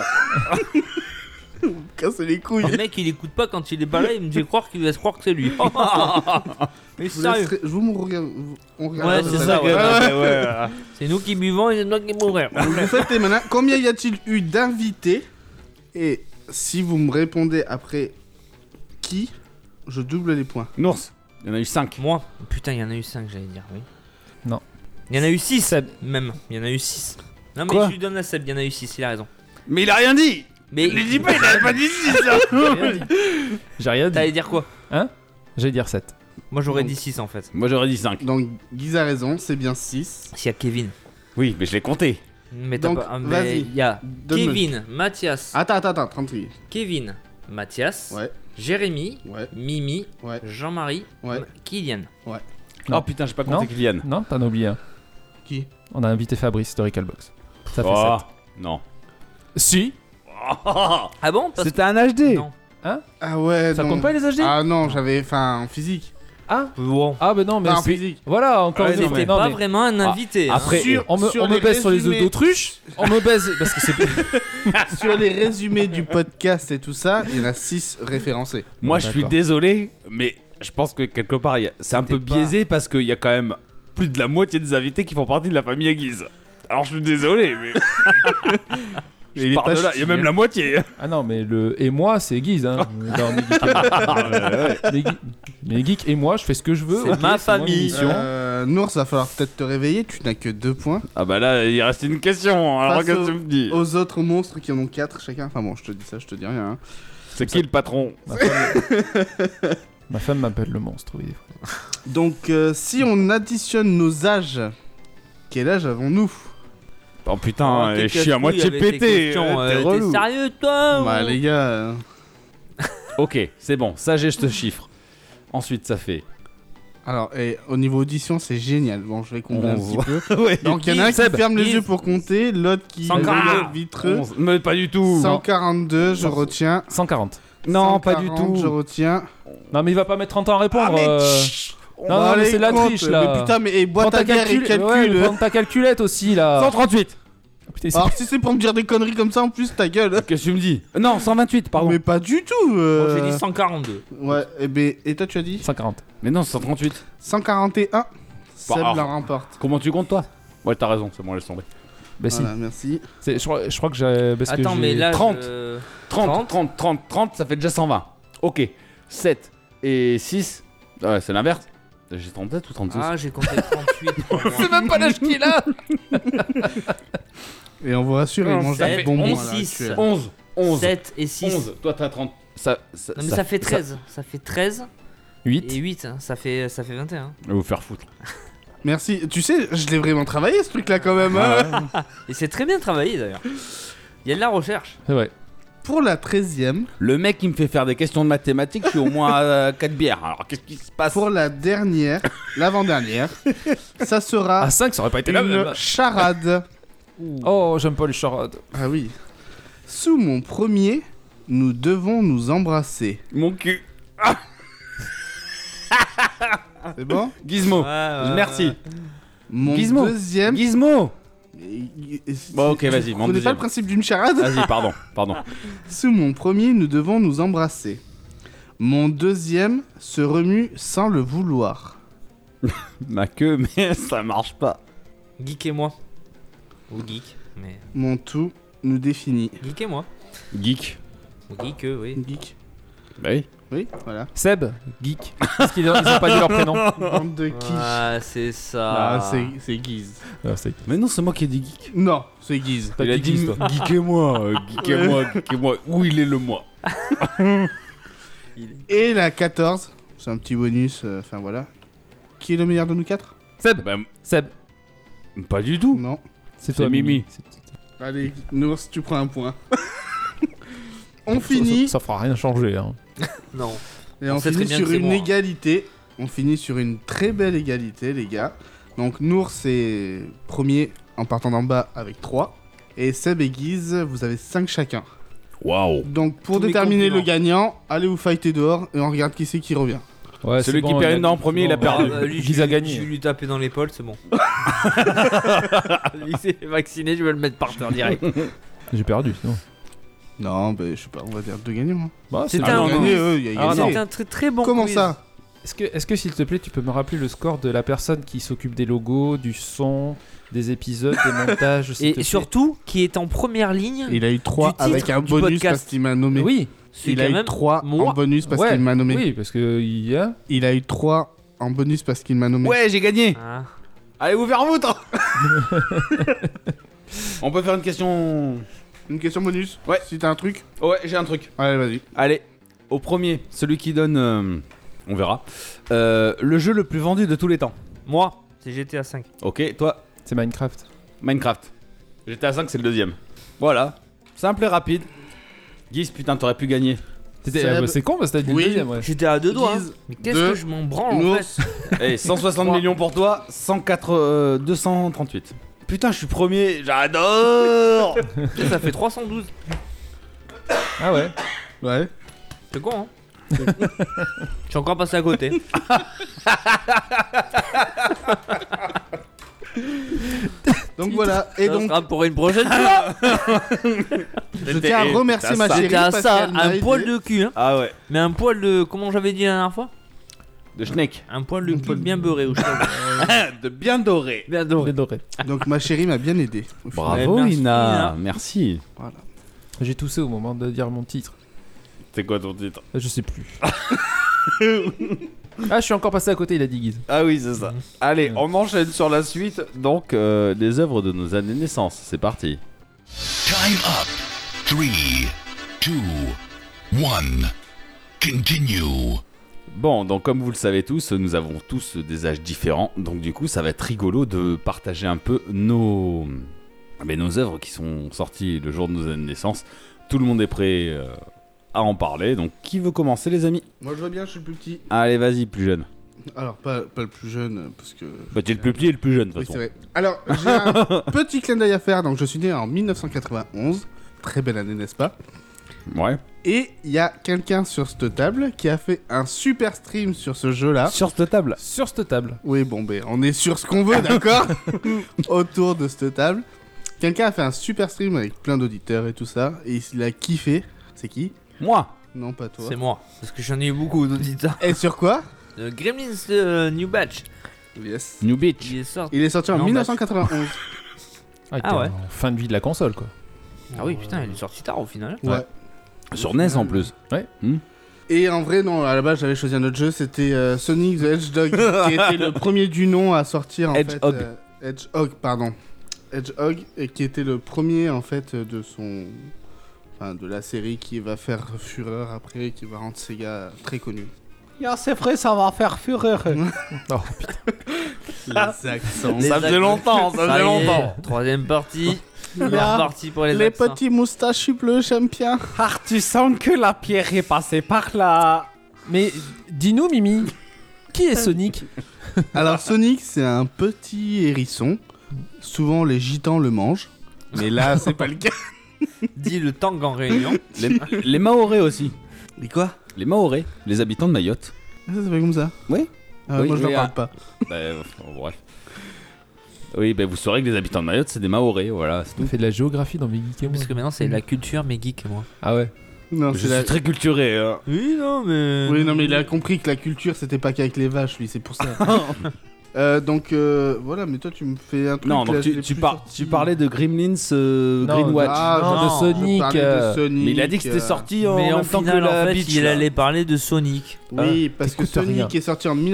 E: Cassez les couilles.
D: Le mec il écoute pas quand il est pas là, il me dit croire qu'il laisse croire que c'est lui. Mais
E: Vous
D: sérieux.
E: laisserez- Je vous regarde. On regarde.
D: Ouais, c'est ça, ouais.
C: ouais.
D: C'est nous qui buvons et c'est nous qui mourrons.
E: Vous faites les malins. Combien y a-t-il eu d'invités? Et si vous me répondez après qui, je double les points.
C: Nours. Il y en a eu 5.
D: Moi, putain, il y en a eu 5, j'allais dire, oui.
A: Non.
D: Il y en a eu 6, même. Il y en a eu 6. Non, mais
C: Quoi
D: je lui donne la Seb, il y en a eu 6, il a raison.
C: Mais il a rien dit.
D: Mais.
C: Il dit pas, il avait pas dit 6 là.
A: J'ai rien dit.
D: T'allais dire quoi?
A: J'allais dire 7.
D: Moi, j'aurais
E: Donc.
D: dit 6 en fait.
C: Moi j'aurais dit 5.
E: Donc Guise a raison, c'est bien 6.
D: S'il y a Kevin.
C: Oui, mais je l'ai compté.
D: Mais t'as
E: Donc,
D: pas.
E: vas-y.
D: Mais il y a
E: Donne-le.
D: Kevin, Mathias.
E: Attends, 38.
D: Kevin, Mathias.
E: Ouais,
D: Jérémy.
E: ouais,
D: Mimi.
E: ouais.
D: Jean-Marie.
E: Ouais.
D: Kylian.
A: Non.
C: Oh putain, j'ai pas compté
A: Non.
C: Kylian.
A: Non, t'en as oublié un.
E: Qui?
A: On a invité Fabrice de Recalbox. Ça fait
C: Oh, non.
A: 7. Si.
D: Ah bon? Parce-
C: C'était un HD.
D: Non.
E: Ah ouais,
A: Ça
E: non.
A: compte pas les HD?
E: Ah non, j'avais. Enfin, en physique.
A: Ah
D: Bon.
A: Ah, bah non, mais
E: Enfin, en
A: c'est-
E: physique.
A: Voilà, encore
C: Ouais,
A: une
C: non,
A: fois.
C: mais-
A: Non,
D: Pas
A: mais
D: vraiment un invité. hein.
C: après,
A: on me,
E: Sur
A: on me
E: les
A: baise sur les œufs
E: résumés.
A: d'autruche. On me baise parce que c'est.
E: Sur les résumés du podcast et tout ça, il y en a 6 référencés.
C: Moi je suis
A: D'accord.
C: désolé, mais je pense que quelque part c'est un peu
E: C'était pas-
C: biaisé parce qu'il y a quand même plus de la moitié des invités qui font partie de la famille Aguise. Alors je suis désolé, mais.
E: Il est
C: Par
E: pas
C: de là, il y a
E: ch'ti,
C: même
E: hein.
C: la moitié.
A: Ah non, mais le et moi, c'est Guise. Hein, dans mes geeks et moi. Mais Geek et moi, je fais ce que je veux.
D: C'est
A: ok,
D: ma
A: mon
D: famille.
A: émission.
E: Nours, va falloir peut-être te réveiller. Tu n'as que 2 points.
C: Ah bah là, il reste une question. Alors
E: Face
C: qu'est-ce que
E: au-
C: tu me dis
E: Aux autres monstres qui en ont 4 chacun. Enfin bon, je te dis ça, je te dis rien. Hein.
C: C'est qui le patron?
A: Ma femme m'appelle le monstre, oui. Des fois.
E: Donc, si on additionne nos âges, quel âge avons-nous?
C: Oh putain,
D: Quel
C: je suis à
D: casse-couille
C: moitié
D: avec tes
C: pété.
D: questions,
C: T'es
D: T'es
C: relou.
D: sérieux, toi
E: Bah, les gars.
C: Ok, c'est bon, ça j'ai ce chiffre. Ensuite, ça fait.
E: Alors, et au niveau audition, c'est génial. Bon, je vais compter un petit peu.
C: Ouais.
E: Donc, il y en a un qui
A: Seb,
E: ferme les
D: Guise.
E: yeux pour compter, l'autre qui
D: 140.
E: regarde vitreux.
C: Mais pas du tout.
E: 142, je retiens.
A: 140.
C: Non, pas du
E: 140, je
C: tout.
E: retiens.
A: Non, mais il va pas mettre 30 ans à répondre. Non, non, mais
E: Allez,
A: c'est la
E: compte.
A: triche là.
E: Mais putain, mais boîte
A: Prends
E: à bière et
A: ouais,
E: calcul.
A: prends ta calculette aussi là.
C: 138.
A: Putain, c'est-
E: Alors, si c'est pour me dire des conneries comme ça, en plus, ta gueule.
C: Qu'est-ce que tu me dis? Non, 128, pardon.
E: Mais pas du tout.
D: Moi, j'ai dit 142.
E: Ouais, et toi, tu as dit
A: 140.
C: Mais non, c'est 138.
E: 141. Seb
C: Bah,
E: la remporte.
C: Comment tu comptes toi? Ouais, t'as raison, c'est bon, laisse tomber.
A: Bah si.
E: Voilà, merci.
A: Je crois que j'ai. parce que
D: Attends,
A: j'ai-
D: mais là.
C: 30.
D: je-
C: 30, ça fait déjà 120. Ok, 7 et 6. Ouais, c'est l'inverse. J'ai 37 ou 36?
D: Ah, j'ai compté 38. pour moi.
A: C'est même pas l'âge qu'il a.
E: Et on vous rassure, il mange
D: sept,
E: des bonbons à l'heure
D: 6.
E: actuelle.
C: 11.
D: 7 et 6.
C: 11. Toi, t'as 30. Ça,
D: Non, mais ça fait 13. Ça fait 13
A: 8.
D: et 8. hein. Ça fait 21.
C: Va vous faire foutre.
E: Merci. Tu sais, je l'ai vraiment travaillé ce truc-là quand même. hein.
D: Et c'est très bien travaillé d'ailleurs. Il y a de la recherche.
A: C'est vrai.
E: Pour la 13e,
C: Le mec qui me fait faire des questions de mathématiques, je suis au moins à 4 bières. Alors qu'est-ce qui se passe?
E: pour la dernière, l'avant-dernière, ça sera
A: À 5, ça aurait pas été là.
E: une charade.
A: Oh, j'aime pas les charades.
E: Ah oui. Sous mon premier, nous devons nous embrasser.
C: Mon cul.
E: C'est bon?
C: Gizmo.
D: Ouais.
C: Merci.
E: Mon
C: Gizmo.
E: deuxième.
C: Gizmo. Bon, ok,
E: Vous
C: vas-y, mon
E: connaissez pas
C: deuxième.
E: le principe d'une charade?
C: Vas-y, pardon.
E: Sous mon premier, nous devons nous embrasser. Mon deuxième se remue sans le vouloir.
C: Ma queue, mais ça marche pas.
D: Geek et moi. Ou geek. Mais.
E: Mon tout nous définit.
D: Geek et moi.
C: Geek.
D: Ou geek, oui.
E: Geek.
C: Bah oui.
E: Oui, voilà.
A: Seb, geek. Parce qu'ils ont pas dit leur prénom.
E: Bande de quiche.
D: Ah, c'est ça.
E: Ah, c'est Guise.
A: Ah, c'est-
C: Mais non, c'est moi qui ai dit geek.
E: Non, c'est Guise.
A: T'as
C: Il a
A: dit
C: dit
A: geek, toi.
C: geekez-moi, geekez-moi. Où il est le moi?
E: Et la 14, c'est un petit bonus, enfin voilà. Qui est le meilleur de nous 4?
A: Seb,
C: Bah,
A: Seb,
C: pas du tout.
E: Non.
A: c'est
C: C'est
A: toi,
C: Mimi.
E: Allez, Nours, tu prends un point. On finit,
A: Ça fera rien changer. Hein.
D: Non.
E: et
D: on
E: on
D: sait très
E: finit
D: bien
E: sur
D: que c'est
E: une
D: moi.
E: égalité. On finit sur une très belle égalité, les gars. Donc Nours est premier en partant d'en bas avec 3. Et Seb et Guise, vous avez 5 chacun.
C: Waouh.
E: Donc pour
D: Tous mes
E: déterminer le
D: compliments.
E: gagnant, allez vous fighter dehors et on regarde qui c'est qui revient.
A: Ouais,
C: Celui
A: c'est
C: qui
A: bon,
C: perd
A: il
C: une dent en premier, il a
A: c'est bon.
C: perdu.
D: Lui,
A: Guise a gagné.
D: Je vais lui taper dans l'épaule, c'est bon. Il s'est fait vacciner, je vais le mettre par terre direct.
A: J'ai perdu sinon.
E: Non, bah je sais pas, on va dire 2 gagnants. Hein.
A: Bah,
D: C'était
A: c'est
D: un-
A: bon.
D: non, non.
E: Il y a
A: Ah,
E: gagné.
A: non.
D: C'était un très très bon
E: Comment
D: quiz.
E: ça?
A: Est-ce que s'il te plaît, tu peux me rappeler le score de la personne qui s'occupe des logos, du son, des épisodes, des montages s'il te
D: Et
A: plaît.
D: surtout, qui est en première ligne,
E: Il a eu 3
D: Du titre
E: avec un
D: du
E: bonus
D: podcast.
E: parce qu'il m'a nommé.
A: Oui,
D: c'est
E: Il
D: quand
E: a eu
D: même
E: 3
D: moi.
E: en bonus parce
A: ouais,
E: qu'il m'a nommé.
A: Oui, parce que il y a.
E: Il a eu 3 en bonus parce qu'il m'a nommé.
C: Ouais, j'ai gagné.
D: Ah.
C: Allez vous faire foutre. On peut faire une question.
E: Une question bonus?
C: Ouais.
E: Si t'as un truc?
C: Ouais, j'ai un truc.
E: Allez, vas-y.
C: Allez, au premier, celui qui donne. On verra. Le jeu le plus vendu de tous les temps.
D: Moi, c'est GTA 5.
C: Ok, toi,
A: C'est Minecraft.
C: Minecraft. GTA 5, c'est le deuxième. Voilà. Simple et rapide. Guise, putain, t'aurais pu gagner.
E: Seb.
A: C'est con parce que t'as dit
E: Oui.
A: le deuxième, ouais.
D: J'étais à deux doigts. hein.
E: Guise,
D: Mais qu'est-ce
E: deux,
D: que je m'en branle en
E: Nours.
D: fait
C: Et 160 millions pour toi, 238. Putain, je suis premier, j'adore.
D: Ça fait 312.
A: Ah ouais.
E: Ouais.
D: C'est con, hein. Je suis encore passé à côté.
E: Donc voilà. Et
D: Ça
E: donc,
D: sera pour une prochaine fois.
E: je tiens à remercier ma chérie
D: C'était à
E: parce
D: ça,
E: qu'elle m'a
D: un
E: aidé.
D: poil de cul, hein.
C: Ah ouais.
D: Mais un poil de. Comment j'avais dit la dernière fois
C: De Schneck.
D: Un poil de cul bien beurré au chocolat.
C: De bien doré.
D: Bien doré.
A: Doré.
E: Donc ma chérie m'a bien aidé. au final.
C: Bravo,
D: merci,
C: Ina.
D: Ina.
C: Merci.
E: Voilà.
A: J'ai toussé au moment de dire mon titre.
C: C'est quoi ton titre?
A: Je sais plus. Ah, je suis encore passé à côté, il a dit Guise.
C: Ah oui, c'est ça. Allez, on enchaîne sur la suite. Donc, les œuvres de nos années de naissance. C'est parti.
F: Time up. 3, 2, 1. Continue.
C: Bon, donc comme vous le savez tous, nous avons tous des âges différents. Donc du coup, ça va être rigolo de partager un peu nos œuvres qui sont sorties le jour de nos années de naissance. Tout le monde est prêt à en parler. Donc qui veut commencer, les amis?
E: Moi je vois bien, je suis le plus petit.
C: Allez, vas-y, plus jeune.
E: Alors pas le plus jeune parce que.
C: Bah, tu es le plus petit et le plus jeune, de toute
E: Oui,
C: façon.
E: c'est vrai. Alors j'ai un petit clin d'œil à faire. Donc je suis né en 1991. Très belle année, n'est-ce pas?
C: Ouais.
E: Et il y a quelqu'un sur cette table qui a fait un super stream sur ce jeu-là.
C: Sur cette table.
A: Sur cette table.
E: Oui, bon, ben, on est sur ce qu'on veut, d'accord? Autour de cette table. Quelqu'un a fait un super stream avec plein d'auditeurs et tout ça. Et il a kiffé. C'est qui?
C: Moi.
E: Non, pas toi.
D: C'est moi. Parce que j'en ai eu beaucoup d'auditeurs.
E: Et sur quoi?
D: Gremlins New Batch.
E: Yes.
C: New Beach.
D: Il est sorti.
E: Il est sorti en
D: Non,
E: 1991.
A: Ah,
D: Ah ouais.
A: en fin de vie de la console, quoi.
D: Ah oui, putain, il est sorti tard au final.
E: Ouais.
C: Sur NES en plus.
E: Et en vrai, non, à la base, j'avais choisi un autre jeu. C'était Sonic the Hedgehog, qui était le premier du nom à sortir en
C: Hedgehog.
E: fait. Hedgehog, pardon. Hedgehog, et qui était le premier en fait de son. Enfin, de la série qui va faire fureur après, qui va rendre Sega très connu.
C: C'est vrai, ça va faire fureur.
A: Oh,
E: Les accents.
C: Ça faisait longtemps, ça
D: Ça
C: faisait
D: y est,
C: longtemps.
D: Troisième partie. On est
E: Là,
D: reparti pour les
E: Les
D: accents.
E: petits moustachus bleus, j'aime bien.
C: Ah, tu sens que la pierre est passée par là.
A: mais dis-nous, Mimi, qui est Sonic?
E: Alors Sonic, c'est un petit hérisson. Souvent les gitans le mangent. Mais là, c'est pas le cas.
D: Dit le Tang en réunion.
C: Les Mahorais aussi.
E: Et quoi?
C: Les Mahorais, les habitants de Mayotte.
E: Ça s'appelle comme ça?
C: Oui. Oui,
E: moi, je
C: oui,
E: n'en parle pas.
C: Bah, bref. Oui, bah, vous saurez que les habitants de Mayotte, c'est des Mahorais, voilà, c'est
A: On
C: tout.
A: fait de la géographie dans Big Geek et moi.
D: Parce que maintenant, c'est la culture, mais geek, moi.
A: Ah ouais.
E: Non,
C: Je
E: c'est
C: suis
E: la...
C: très culturé. Hein.
D: Oui, non, mais.
E: Oui, non, mais il a compris que la culture, c'était pas qu'avec les vaches, lui, c'est pour ça. Donc, voilà, mais toi, tu me fais un truc...
C: Non,
E: là,
C: donc
E: je l'ai plus sorti.
C: tu parlais de Gremlins Greenwatch.
E: Ah,
A: Non,
E: non,
A: de Sonic,
E: je parlais de Sonic.
C: Mais il a dit que c'était sorti en
D: Mais
C: même
D: en
C: temps
D: final,
C: que la
D: en fait,
C: Beach.
D: il
C: là.
D: allait parler de Sonic.
E: Oui, parce que
A: t'écoutes
E: Sonic
A: rien.
E: est sorti en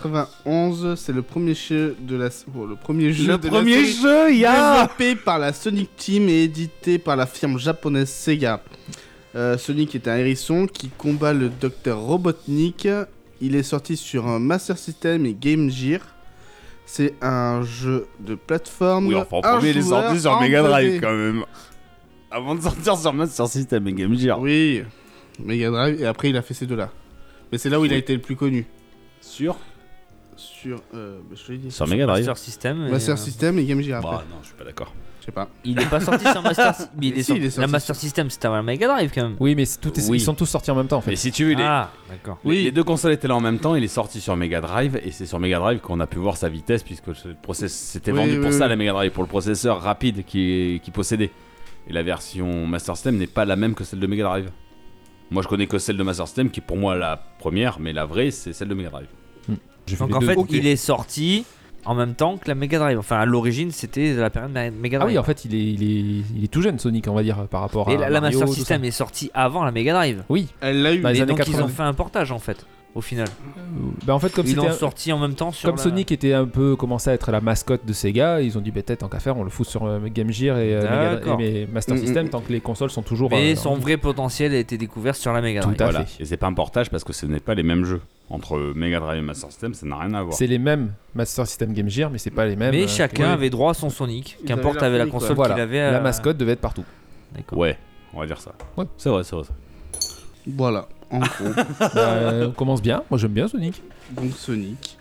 E: 1991, c'est le premier jeu de la... le premier jeu
C: Le
E: de
C: premier
E: la série
C: jeu,
E: développé par la Sonic Team et édité par la firme japonaise Sega. Sonic est un hérisson qui combat le Dr Robotnik. Il est sorti sur un Master System et Game Gear. C'est un jeu de plateforme.
C: Oui, enfin, en
E: un
C: premier, il est
E: joueur
C: sorti sur
E: en
C: Mega
E: 2D.
C: Drive quand même. Avant de sortir sur Master System et Game Gear.
E: Oui, Mega Drive, et après il a fait ces deux-là. Mais c'est là où il a été le plus connu.
C: Sur
E: Sur, je te l'ai dit.
C: Sur Mega Drive.
D: Master System. et,
E: Master System et Game Gear après.
C: Bah non, je suis pas d'accord.
E: Je sais pas.
D: Il est pas sorti sur Master System. Mais il est
E: Si, il
D: sorti.
E: est sorti
D: La Master System, c'était avant la Mega Drive quand même.
A: Oui, mais
C: Oui.
A: ils sont tous sortis en même temps en fait.
C: Mais si tu veux,
D: Ah, d'accord.
C: oui, les deux consoles étaient là en même temps. Il est sorti sur Mega Drive et c'est sur Mega Drive qu'on a pu voir sa vitesse puisque c'était
E: Oui,
C: vendu
E: oui,
C: pour ça
E: oui.
C: la Mega Drive, pour le processeur rapide qui possédait. Et la version Master System n'est pas la même que celle de Mega Drive. Moi, je connais que celle de Master System qui est pour moi la première, mais la vraie c'est celle de Mega Drive.
A: J'ai fait
D: Donc
A: les
D: en
A: deux.
D: fait,
E: Ok.
D: il est sorti en même temps que la Mega Drive. Enfin, à l'origine, c'était la période de la Mega
A: Ah
D: Drive.
A: oui, en fait, il est tout jeune, Sonic, on va dire, par rapport à.
D: Et la
A: Mario,
D: Master
A: tout
D: System
A: ça.
D: est sortie avant la Mega Drive.
A: Oui.
E: Elle l'a eu.
A: Bah, les
D: Et
A: années
D: donc ils
A: 80.
D: ont fait un portage en fait, au final.
A: Bah, en fait, comme
D: Ils l'ont
A: c'était.
D: sorti en même temps sur
A: Comme
D: la-
A: Sonic était un peu commencé à être la mascotte de Sega, ils ont dit peut-être tant qu'à faire, on le fout sur Game Gear et,
D: D'accord.
A: et Master System tant que les consoles sont toujours.
D: Mais son vrai potentiel a été découvert sur la Mega
A: Tout
D: Drive.
A: à
C: Voilà.
A: fait.
C: Et c'est pas un portage parce que ce n'est pas les mêmes jeux. Entre Mega Drive et Master System, ça n'a rien à voir.
A: C'est les mêmes Master System Game Gear, mais c'est pas les mêmes.
D: Mais chacun
A: oui.
D: avait droit à son Sonic,
E: Ils
D: qu'importe
E: avaient
D: avait la
E: leur Sonic,
D: console
A: Voilà,
D: qu'il avait.
A: la mascotte devait être partout.
D: D'accord.
C: Ouais, on va dire ça.
A: Ouais.
C: C'est vrai, c'est vrai.
E: Voilà, en gros.
A: On commence bien, moi j'aime bien Sonic.
E: Donc Sonic.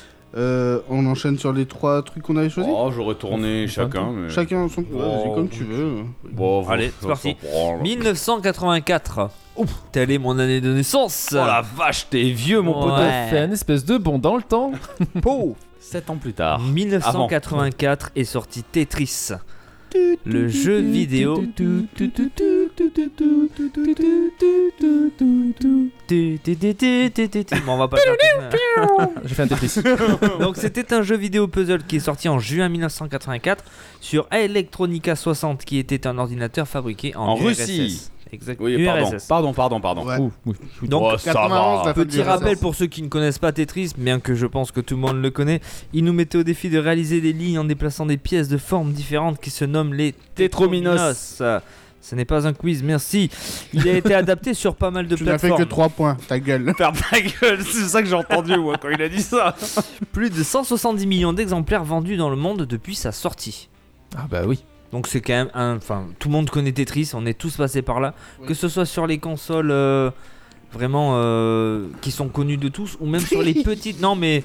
E: On enchaîne sur les trois trucs qu'on avait choisis.
C: Oh, j'aurais tourné chacun. Mais...
E: Chacun son.
C: Oh,
E: Vas-y, comme tu veux.
C: Bon,
D: Allez, c'est parti. 1984. Telle est mon année de naissance.
C: Oh la vache, t'es vieux, mon poteau.
D: Ouais.
A: Fait un espèce de bond dans le temps.
C: 7 ans plus tard.
D: 1984 est sorti Tetris. Le jeu vidéo Bon, on va pas le faire.
A: J'ai fait un Tetris.
D: Donc c'était un jeu vidéo puzzle qui est sorti en juin 1984 sur Electronica 60 qui était un ordinateur fabriqué en URSS.
C: Russie.
D: Exact.
C: Oui,
D: URSS.
C: pardon.
E: Ouais.
D: Donc,
C: Oh, ça
E: 91,
C: va.
E: la fête
D: petit
E: du
D: rappel
E: RSS.
D: pour ceux qui ne connaissent pas Tetris, bien que je pense que tout le monde le connaît, il nous mettait au défi de réaliser des lignes en déplaçant des pièces de formes différentes qui se nomment les Tétrominos. Ce n'est pas un quiz, merci. Il a été adapté sur pas mal de
E: Tu n'as fait
D: plateformes.
E: que 3 points, ta gueule.
C: Ferme ta gueule, c'est ça que j'ai entendu moi quand il a dit ça.
D: Plus de 170 millions d'exemplaires vendus dans le monde depuis sa sortie.
A: Ah bah oui.
D: Donc c'est quand même enfin tout le monde connaît Tetris, on est tous passés par là,
E: Oui.
D: que ce soit sur les consoles vraiment qui sont connues de tous ou même sur les petites. Non mais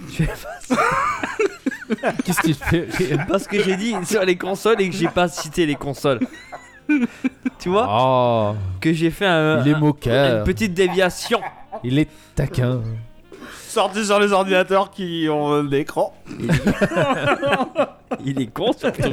A: Qu'est-ce qu'il fait rire?
D: parce que j'ai dit sur les consoles et que j'ai pas cité les consoles. Tu vois
A: Oh,
D: que j'ai fait
A: il est moqueur.
D: une petite déviation.
A: Il est taquin.
C: Sorti sur les ordinateurs qui ont l'écran.
D: Il est con surtout.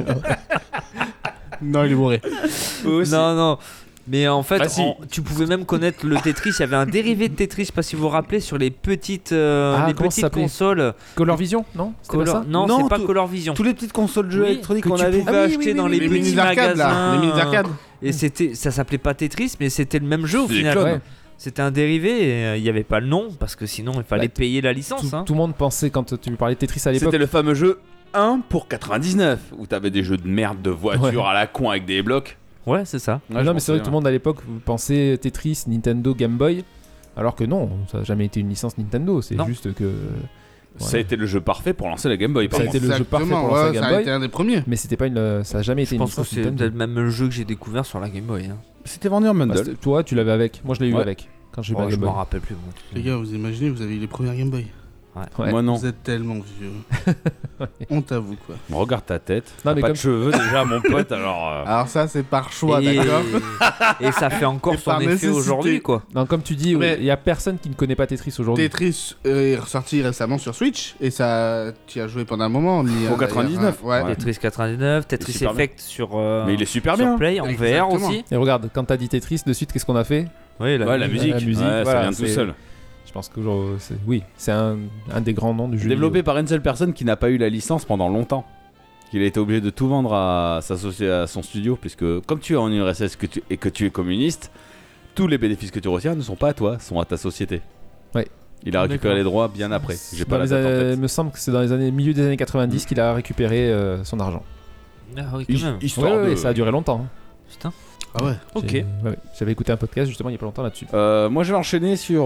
E: Non, il est bourré.
D: Non. Mais en fait,
C: Ah, si.
D: tu pouvais même connaître le Tetris. Il y avait un dérivé de Tetris, je sais pas si vous vous rappelez, sur les petites,
A: Ah,
D: les
A: comment ça
D: petites
A: s'appelait
D: consoles.
A: Color Vision, non? C'était pas ça?
D: Non,
C: Non,
D: c'est pas
C: tout-
D: Color Vision.
C: Tous les petites consoles de jeux
D: Oui,
C: électroniques
D: que
C: qu'on
D: tu
C: avait.
D: pouvais acheter dans les
E: Les
D: petits
E: mini arcades là,
D: magasins.
E: les mini arcades.
D: Et ça s'appelait pas Tetris, mais c'était le même jeu au
C: C'est des
D: final.
C: clones.
A: Ouais.
D: C'était un dérivé et il n'y avait pas le nom parce que sinon il fallait
A: Bah,
D: payer la licence.
A: Tout,
D: hein.
A: tout le monde pensait quand tu parlais de Tetris à l'époque.
C: C'était le fameux jeu 1 pour 99 où t'avais des jeux de merde de voitures
A: Ouais.
C: à la con avec des blocs.
D: Ouais, c'est ça.
C: Ouais, je
A: non, mais
C: m'en
A: c'est vrai que tout
C: souviens.
A: le monde à l'époque pensait Tetris, Nintendo, Game Boy. Alors que non, ça n'a jamais été une licence Nintendo. C'est
D: Non.
A: juste que.
C: Ça a été le jeu parfait pour lancer la Game Boy. par
A: Ça a
C: contre.
A: été le jeu parfait pour
E: Exactement,
A: lancer la
E: ouais,
A: Game
E: ça a
A: Boy.
E: été un des premiers.
A: Mais c'était pas une, ça a jamais été
D: Je
A: une
D: pense que
A: licence
D: c'est
A: Nintendo.
D: peut-être même le jeu que j'ai découvert sur la Game Boy. Hein.
C: C'était vendu en
A: Bah,
C: bundle.
A: c'était- toi, tu l'avais avec. Moi, je l'ai eu
C: Ouais.
A: avec. Quand j'ai eu
D: Oh,
A: ma
D: je
A: Game
D: m'en
A: Boy.
D: rappelle plus. Moi.
E: Les gars, vous imaginez, vous avez eu les premières Game Boy.
A: Ouais.
C: Moi non.
E: Vous êtes tellement vieux. Honte à vous, quoi.
C: Regarde ta tête.
A: Non,
C: T'as
A: mais
C: pas
A: comme-
C: de cheveux déjà, mon pote. Alors.
E: Alors ça, c'est par choix,
D: et...
E: d'accord.
D: et ça fait encore
E: Et
D: son
E: par
D: effet
E: nécessité.
D: aujourd'hui, quoi.
A: Non, comme tu dis,
E: Mais-
A: il y a personne qui ne connaît pas Tetris aujourd'hui.
E: Tetris est ressorti récemment sur Switch et ça, tu y as joué pendant un moment.
C: Au 99.
E: Ouais.
C: Ouais.
D: Tetris 99, Tetris
C: super
D: Effect sur,
C: Mais il est super
D: sur
C: bien.
D: Play en VR
E: Exactement.
D: aussi.
A: Et regarde, quand t'as dit Tetris, de suite, qu'est-ce qu'on a fait?
D: Oui,
C: Ouais, la musique.
A: la musique,
C: Ouais, ça
A: voilà,
C: vient tout
A: c'est-
C: seul.
A: Je pense que oui, c'est un des grands noms du jeu.
C: Développé
A: vidéo.
C: par une seule personne qui n'a pas eu la licence pendant longtemps. Il a été obligé de tout vendre à s'associer à son studio, puisque comme tu es en URSS et que tu es communiste, tous les bénéfices que tu retiens ne sont pas à toi, sont à ta société.
A: Ouais.
C: Il a récupéré
D: D'accord.
C: les droits bien après. J'ai pas
A: Dans
C: la
A: les
C: date en
A: années-
C: tête.
A: Il me semble que c'est dans les milieu des années 90 qu'il a récupéré son argent.
D: Ah oui, quand même.
C: Histoire
A: Ouais,
C: de...
A: ça a duré longtemps. hein.
D: Putain.
E: Ah ouais.
D: Ok.
A: J'avais écouté un podcast justement il y a pas longtemps là-dessus.
C: Moi je vais enchaîner sur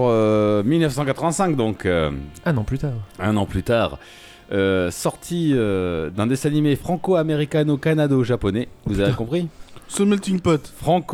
C: 1985, donc
A: Un an plus tard.
C: un an plus tard. Sortie d'un dessin animé franco-américano-canado-japonais. Vous avez compris?
E: Ce melting pot.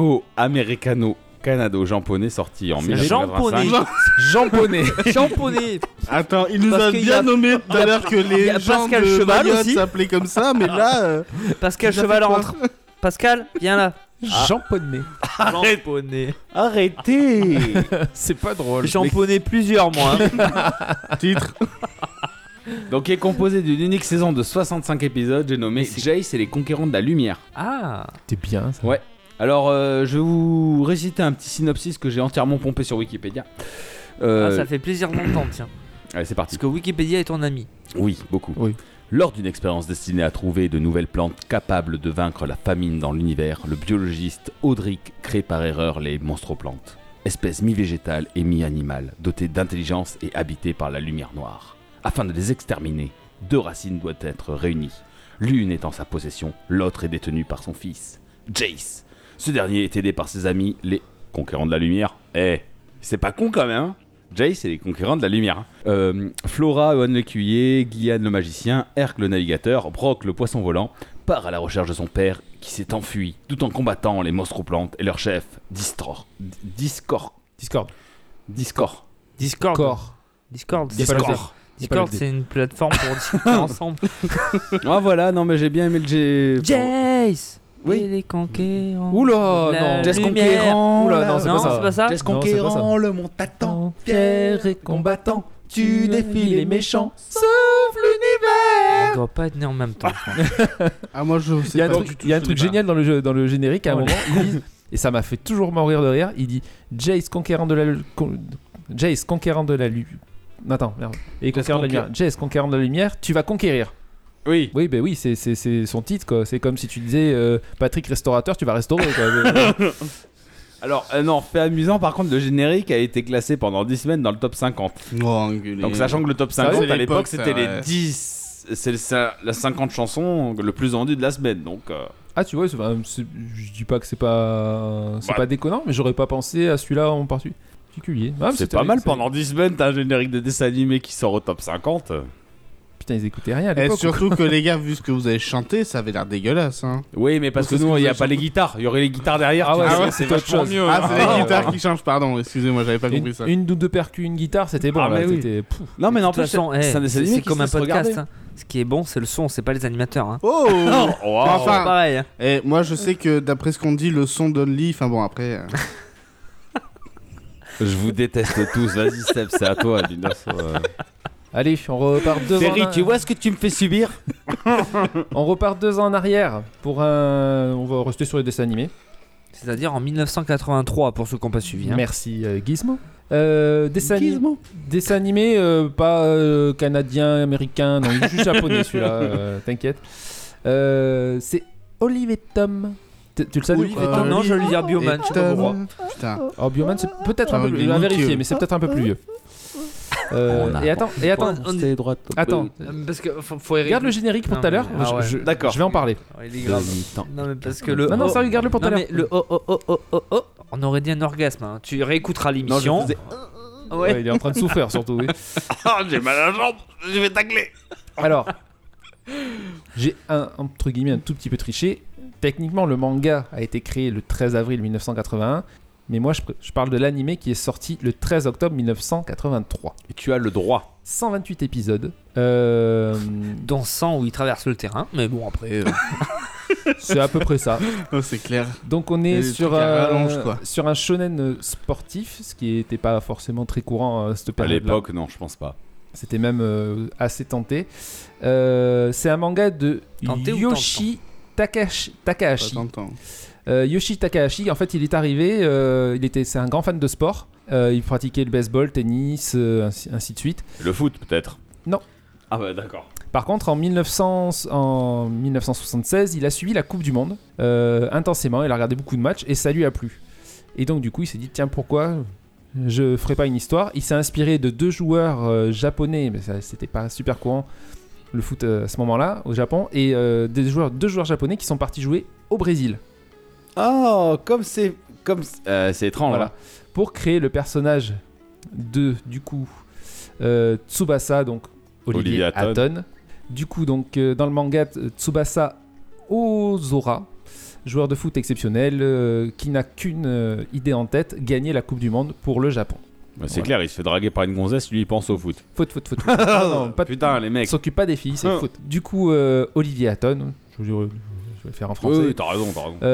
C: Franco-américano-canado-japonais, sorti en
D: C'est
C: 1985.
A: Jamponais.
D: Champonné.
E: Attends, il nous
D: Parce
E: a
D: qu'il y
E: bien
D: a-
E: nommé tout à l'heure que
D: il y
E: les
D: a
E: gens
D: Pascal
E: de
D: Cheval
E: Mayotte
D: aussi.
E: s'appelaient comme ça, mais là,
D: Pascal
E: il a fait
D: Cheval
E: quoi
D: rentre. Pascal, viens là.
A: Jamponais.
D: Champonné.
C: Arrêtez.
A: C'est pas drôle.
D: Champonné plusieurs mois.
E: titre.
C: Donc, il est composé d'une unique saison de 65 épisodes. J'ai nommé Jace et les Conquérants de la Lumière.
D: Ah.
A: T'es bien ça.
C: Ouais. Alors, je vais vous réciter un petit synopsis que j'ai entièrement pompé sur Wikipédia.
D: Ah, ça fait plaisir d'entendre, tiens.
C: Allez, c'est parti.
D: Parce que Wikipédia est ton ami.
C: Oui, beaucoup.
A: Oui.
C: Lors d'une expérience destinée à trouver de nouvelles plantes capables de vaincre la famine dans l'univers, le biologiste Audric crée par erreur les monstroplantes. Espèces mi-végétales et mi-animales, dotées d'intelligence et habitées par la lumière noire. Afin de les exterminer, deux racines doivent être réunies. L'une est en sa possession, l'autre est détenue par son fils, Jace. Ce dernier est aidé par ses amis, les Conquérants de la Lumière. C'est pas con quand même, hein? Jace et les Conquérants de la Lumière. Flora, Owen l'écuyer, Guyane le magicien, Herc le navigateur, Brock le poisson volant, part à la recherche de son père qui s'est enfui, tout en combattant les monstroplantes et leur chef, Discord.
A: Discord.
D: Discord.
A: Corps.
D: Discord.
A: Y a pas le
D: Discord.
A: D.
D: Discord, c'est une plateforme pour discuter ensemble.
C: Ah voilà, non mais j'ai bien aimé le G.
D: Jace.
C: Oui.
D: Et les conquérants.
A: Oula,
D: La
A: non.
C: Jace
D: lumière.
C: Conquérant.
A: Oula, non, c'est
D: Non,
A: pas ça.
D: c'est pas ça.
C: Jace
A: Non, c'est pas
C: Conquérant, le mont t'attend.
A: Pierre et combattant. tu défies les méchants, sauve l'univers.
D: On doit pas être né en même temps.
E: Ah, moi, je
A: Il
E: sais
A: y a un
E: pas
A: truc,
E: du tout.
A: il y a un
E: je
A: truc
E: connais pas.
A: génial dans le générique à un moment. Ils disent, et ça m'a fait toujours mourir de rire. Il dit Jace conquérant de la Jace conquérant de la Attends, merde. Et conquérant de la lumière. Jace conquérant de la lumière, tu vas conquérir.
C: Oui.
A: Oui, ben oui, c'est son titre quoi. C'est comme si tu disais Patrick restaurateur, tu vas restaurer quoi.
C: Alors, non, fait amusant, par contre, le générique a été classé pendant 10 semaines dans le top 50.
E: Oh, enculé.
C: Donc, sachant que le top 50,
E: c'est
C: à l'époque,
E: l'époque, ça,
C: c'était
E: ouais.
C: les 10. C'est la 50 chansons le plus vendues de la semaine. Donc,
A: Ah tu vois, je dis pas que c'est pas
C: Ouais.
A: pas déconnant, mais j'aurais pas pensé à celui-là en particulier. Ah, mais
C: c'est pas mal. Pendant 10 semaines, t'as un générique de dessin animé qui sort au top 50.
A: Putain, ils écoutaient rien à
E: Et
A: l'époque.
E: surtout que les gars, vu ce que vous avez chanté, ça avait l'air dégueulasse. Hein.
C: Oui, mais parce
E: Parce
C: que
E: que
C: nous, il n'y a
E: vous
C: pas
E: avez
C: les guitares. Il y aurait les guitares derrière.
A: Ah
C: tu
A: ouais,
C: vois,
A: c'est
C: c'est
A: autre
C: vachement
A: chose.
C: mieux.
E: Ah, c'est
A: Ah,
E: les guitares
A: ouais.
E: qui changent, pardon. Excusez-moi, j'avais pas compris ça.
A: Une ou deux percus, une guitare, c'était bon.
C: Ah,
A: là,
C: mais oui.
A: c'était- Pouf.
C: Non, mais
D: De
C: non,
D: toute façon,
C: c'est un dessin animé
D: c'est
C: qui
D: comme un
C: se laisse
D: podcast.
C: regarder.
D: Hein. Ce qui est bon, c'est le son, c'est pas les animateurs. Hein.
E: Oh Enfin,
D: Pareil. Hein.
E: et moi je sais que d'après ce qu'on dit, le son d'Only, enfin bon, après.
C: Je vous déteste tous. Vas-y, Seb, c'est à toi.
A: Allez, on repart 2 ans.
C: Terry, tu vois ce que tu me fais subir?
A: On repart 2 ans en arrière pour un. On va rester sur les dessins animés.
D: C'est-à-dire en 1983 pour ceux qui n'ont pas suivi. Hein.
A: Merci Gizmo. Dessin animé, pas canadien, américain, non, il est juste japonais celui-là, t'inquiète. C'est Olive et Tom. Tu le savais
E: Olive et
D: Non, je vais lui dire Bioman, je sais pas pourquoi.
E: Putain.
A: Oh, Bioman, c'est peut-être un peu
E: il
A: plus.
E: est
A: À vérifier,
E: nickel.
A: mais c'est peut-être un peu plus vieux. Et attends. Attends.
D: Parce que faut
A: Regarde le générique pour
D: Non,
A: tout à l'heure.
D: mais- ah ouais.
C: D'accord.
A: Je vais en parler.
D: Il est grave. Non, mais parce que le.
A: Non, ça regarde-le pour tout à
D: Non,
A: l'heure.
D: mais le on aurait dit un orgasme. Hein. Tu réécouteras
C: Non, je
D: l'émission.
C: faisais.
A: Ouais, il est en train de souffrir surtout. Oui.
C: Ah, j'ai mal à la jambe. Je vais tacler.
A: Alors, j'ai entre guillemets un tout petit peu triché. Techniquement, le manga a été créé le 13 avril 1981, mais moi je parle de l'animé qui est sorti le 13 octobre 1983.
C: Et tu as le droit.
A: 128 épisodes.
D: Dans 100 où il traverse le terrain. Mais bon, après.
A: C'est à peu près ça.
E: Oh, c'est clair.
A: Donc on est
E: Les
A: sur
E: trucs à rallonge, quoi.
A: sur un shonen sportif, ce qui n'était pas forcément très courant à cette
C: À
A: période-là.
C: l'époque, non, je pense pas.
A: C'était même assez tenté. C'est un manga de
D: Tenté ou
A: Yoshi Takahashi.
E: Pas tentant.
A: Yoshi Takahashi, en fait, il est arrivé, c'est un grand fan de sport. Il pratiquait le baseball, tennis, ainsi de suite.
C: Le foot, peut-être?
A: Non.
C: Ah, bah d'accord.
A: Par contre, en 1976, il a suivi la Coupe du Monde intensément. Il a regardé beaucoup de matchs et ça lui a plu. Et donc, du coup, il s'est dit tiens, pourquoi je ferais pas une histoire? Il s'est inspiré de 2 joueurs japonais, mais c'était pas super courant le foot à ce moment-là au Japon, et 2 joueurs japonais qui sont partis jouer au Brésil.
C: Oh, c'est étrange.
A: Voilà.
C: Hein.
A: Pour créer le personnage de, du coup, Tsubasa, donc Olivier
C: Olivier Hatton.
A: Hatton. Du coup, donc, dans le manga, Tsubasa Ozora, joueur de foot exceptionnel, qui n'a qu'une idée en tête, gagner la Coupe du Monde pour le Japon.
C: Bah, c'est
A: Voilà.
C: clair, il se fait draguer par une gonzesse, lui il pense au foot.
A: Foot. Ah non, pas de...
C: Putain, les mecs.
A: s'occupe pas des filles, c'est
C: Ah.
A: foot. Du coup, Olivier Hatton, je vais le faire en français.
C: Oui, t'as raison.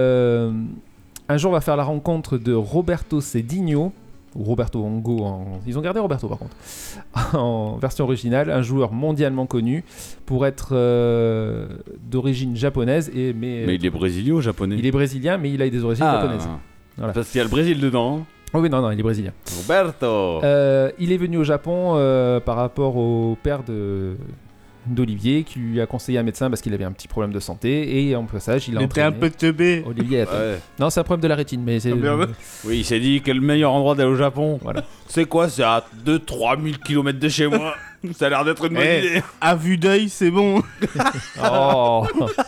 A: Un jour, on va faire la rencontre de Roberto Cedinho, ou Roberto Hongo, ils ont gardé Roberto par contre, en version originale, un joueur mondialement connu pour être d'origine japonaise,
C: Mais il est brésilien ou japonais?
A: il est brésilien, mais il a des origines japonaises. Voilà.
C: Parce qu'il y a le Brésil dedans. Hein.
A: Oh oui, non, il est brésilien.
C: Roberto.
A: Il est venu au Japon par rapport au père d'Olivier qui lui a conseillé un médecin parce qu'il avait un petit problème de santé, et en passage, il a
E: Il était un
A: entraîné
E: peu teubé.
A: Olivier Hatton.
C: Ouais.
A: Non, c'est un problème de la rétine, mais c'est...
E: Ah, merde.
C: Oui, il s'est dit quel meilleur endroit d'aller au Japon.
A: Voilà.
C: C'est quoi? C'est à 2-3 000 km de chez moi. Ça a l'air d'être une bonne
E: Eh.
C: idée.
E: À vue d'œil, c'est bon.
A: Oh.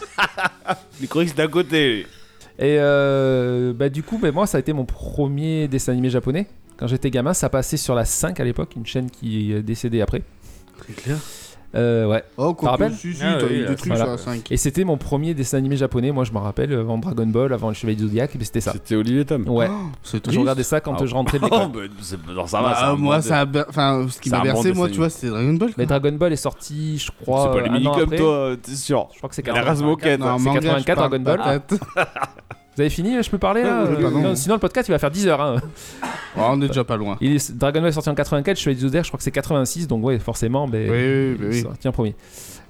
C: Il croyait que c'était à côté.
A: Et du coup, moi, ça a été mon premier dessin animé japonais. Quand j'étais gamin, ça passait sur la 5 à l'époque, une chaîne qui est décédée après.
E: C'est clair.
A: Ouais.
E: Oh,
A: T'en rappelles?
E: si,
D: Ah
E: t'as
D: oui,
E: eu des trucs
A: voilà.
E: sur la 5.
A: Et c'était mon premier dessin animé japonais. Moi, je me rappelle, avant Dragon Ball, avant le Chevalier du Zodiac, mais c'était ça.
C: C'était Olivier Tom.
A: Ouais.
E: C'est
A: Je
E: triste.
A: regardais ça quand
C: Ah.
A: je rentrais de
C: Oh,
A: l'école.
C: non, ça va,
E: Bah,
C: ça.
E: moi, ça a enfin, ce qui
C: C'est
E: m'a
C: un bon
E: bercé, moi,
C: dessin
E: tu vois, c'était Dragon Ball.
A: Mais
E: quoi.
A: Dragon Ball est sorti, je
C: C'est
A: crois,
C: pas les
A: un an
C: mini-clubs,
A: après.
C: toi, t'es sûr?
A: Je crois que c'est
C: La
A: 84.
C: Razmoken.
E: Non,
A: c'est
E: manga,
A: 84
E: je parle
A: Dragon Ball.
E: pas tête.
A: Vous avez fini? Je peux parler là?
E: Pardon.
A: Non, sinon le podcast il va faire 10 heures. Hein.
E: Oh, on est déjà pas loin.
A: Dragon Ball est sorti en 84, Chevalier du Zodiac je crois que c'est 86, donc ouais forcément
E: Oui.
A: sorti en premier.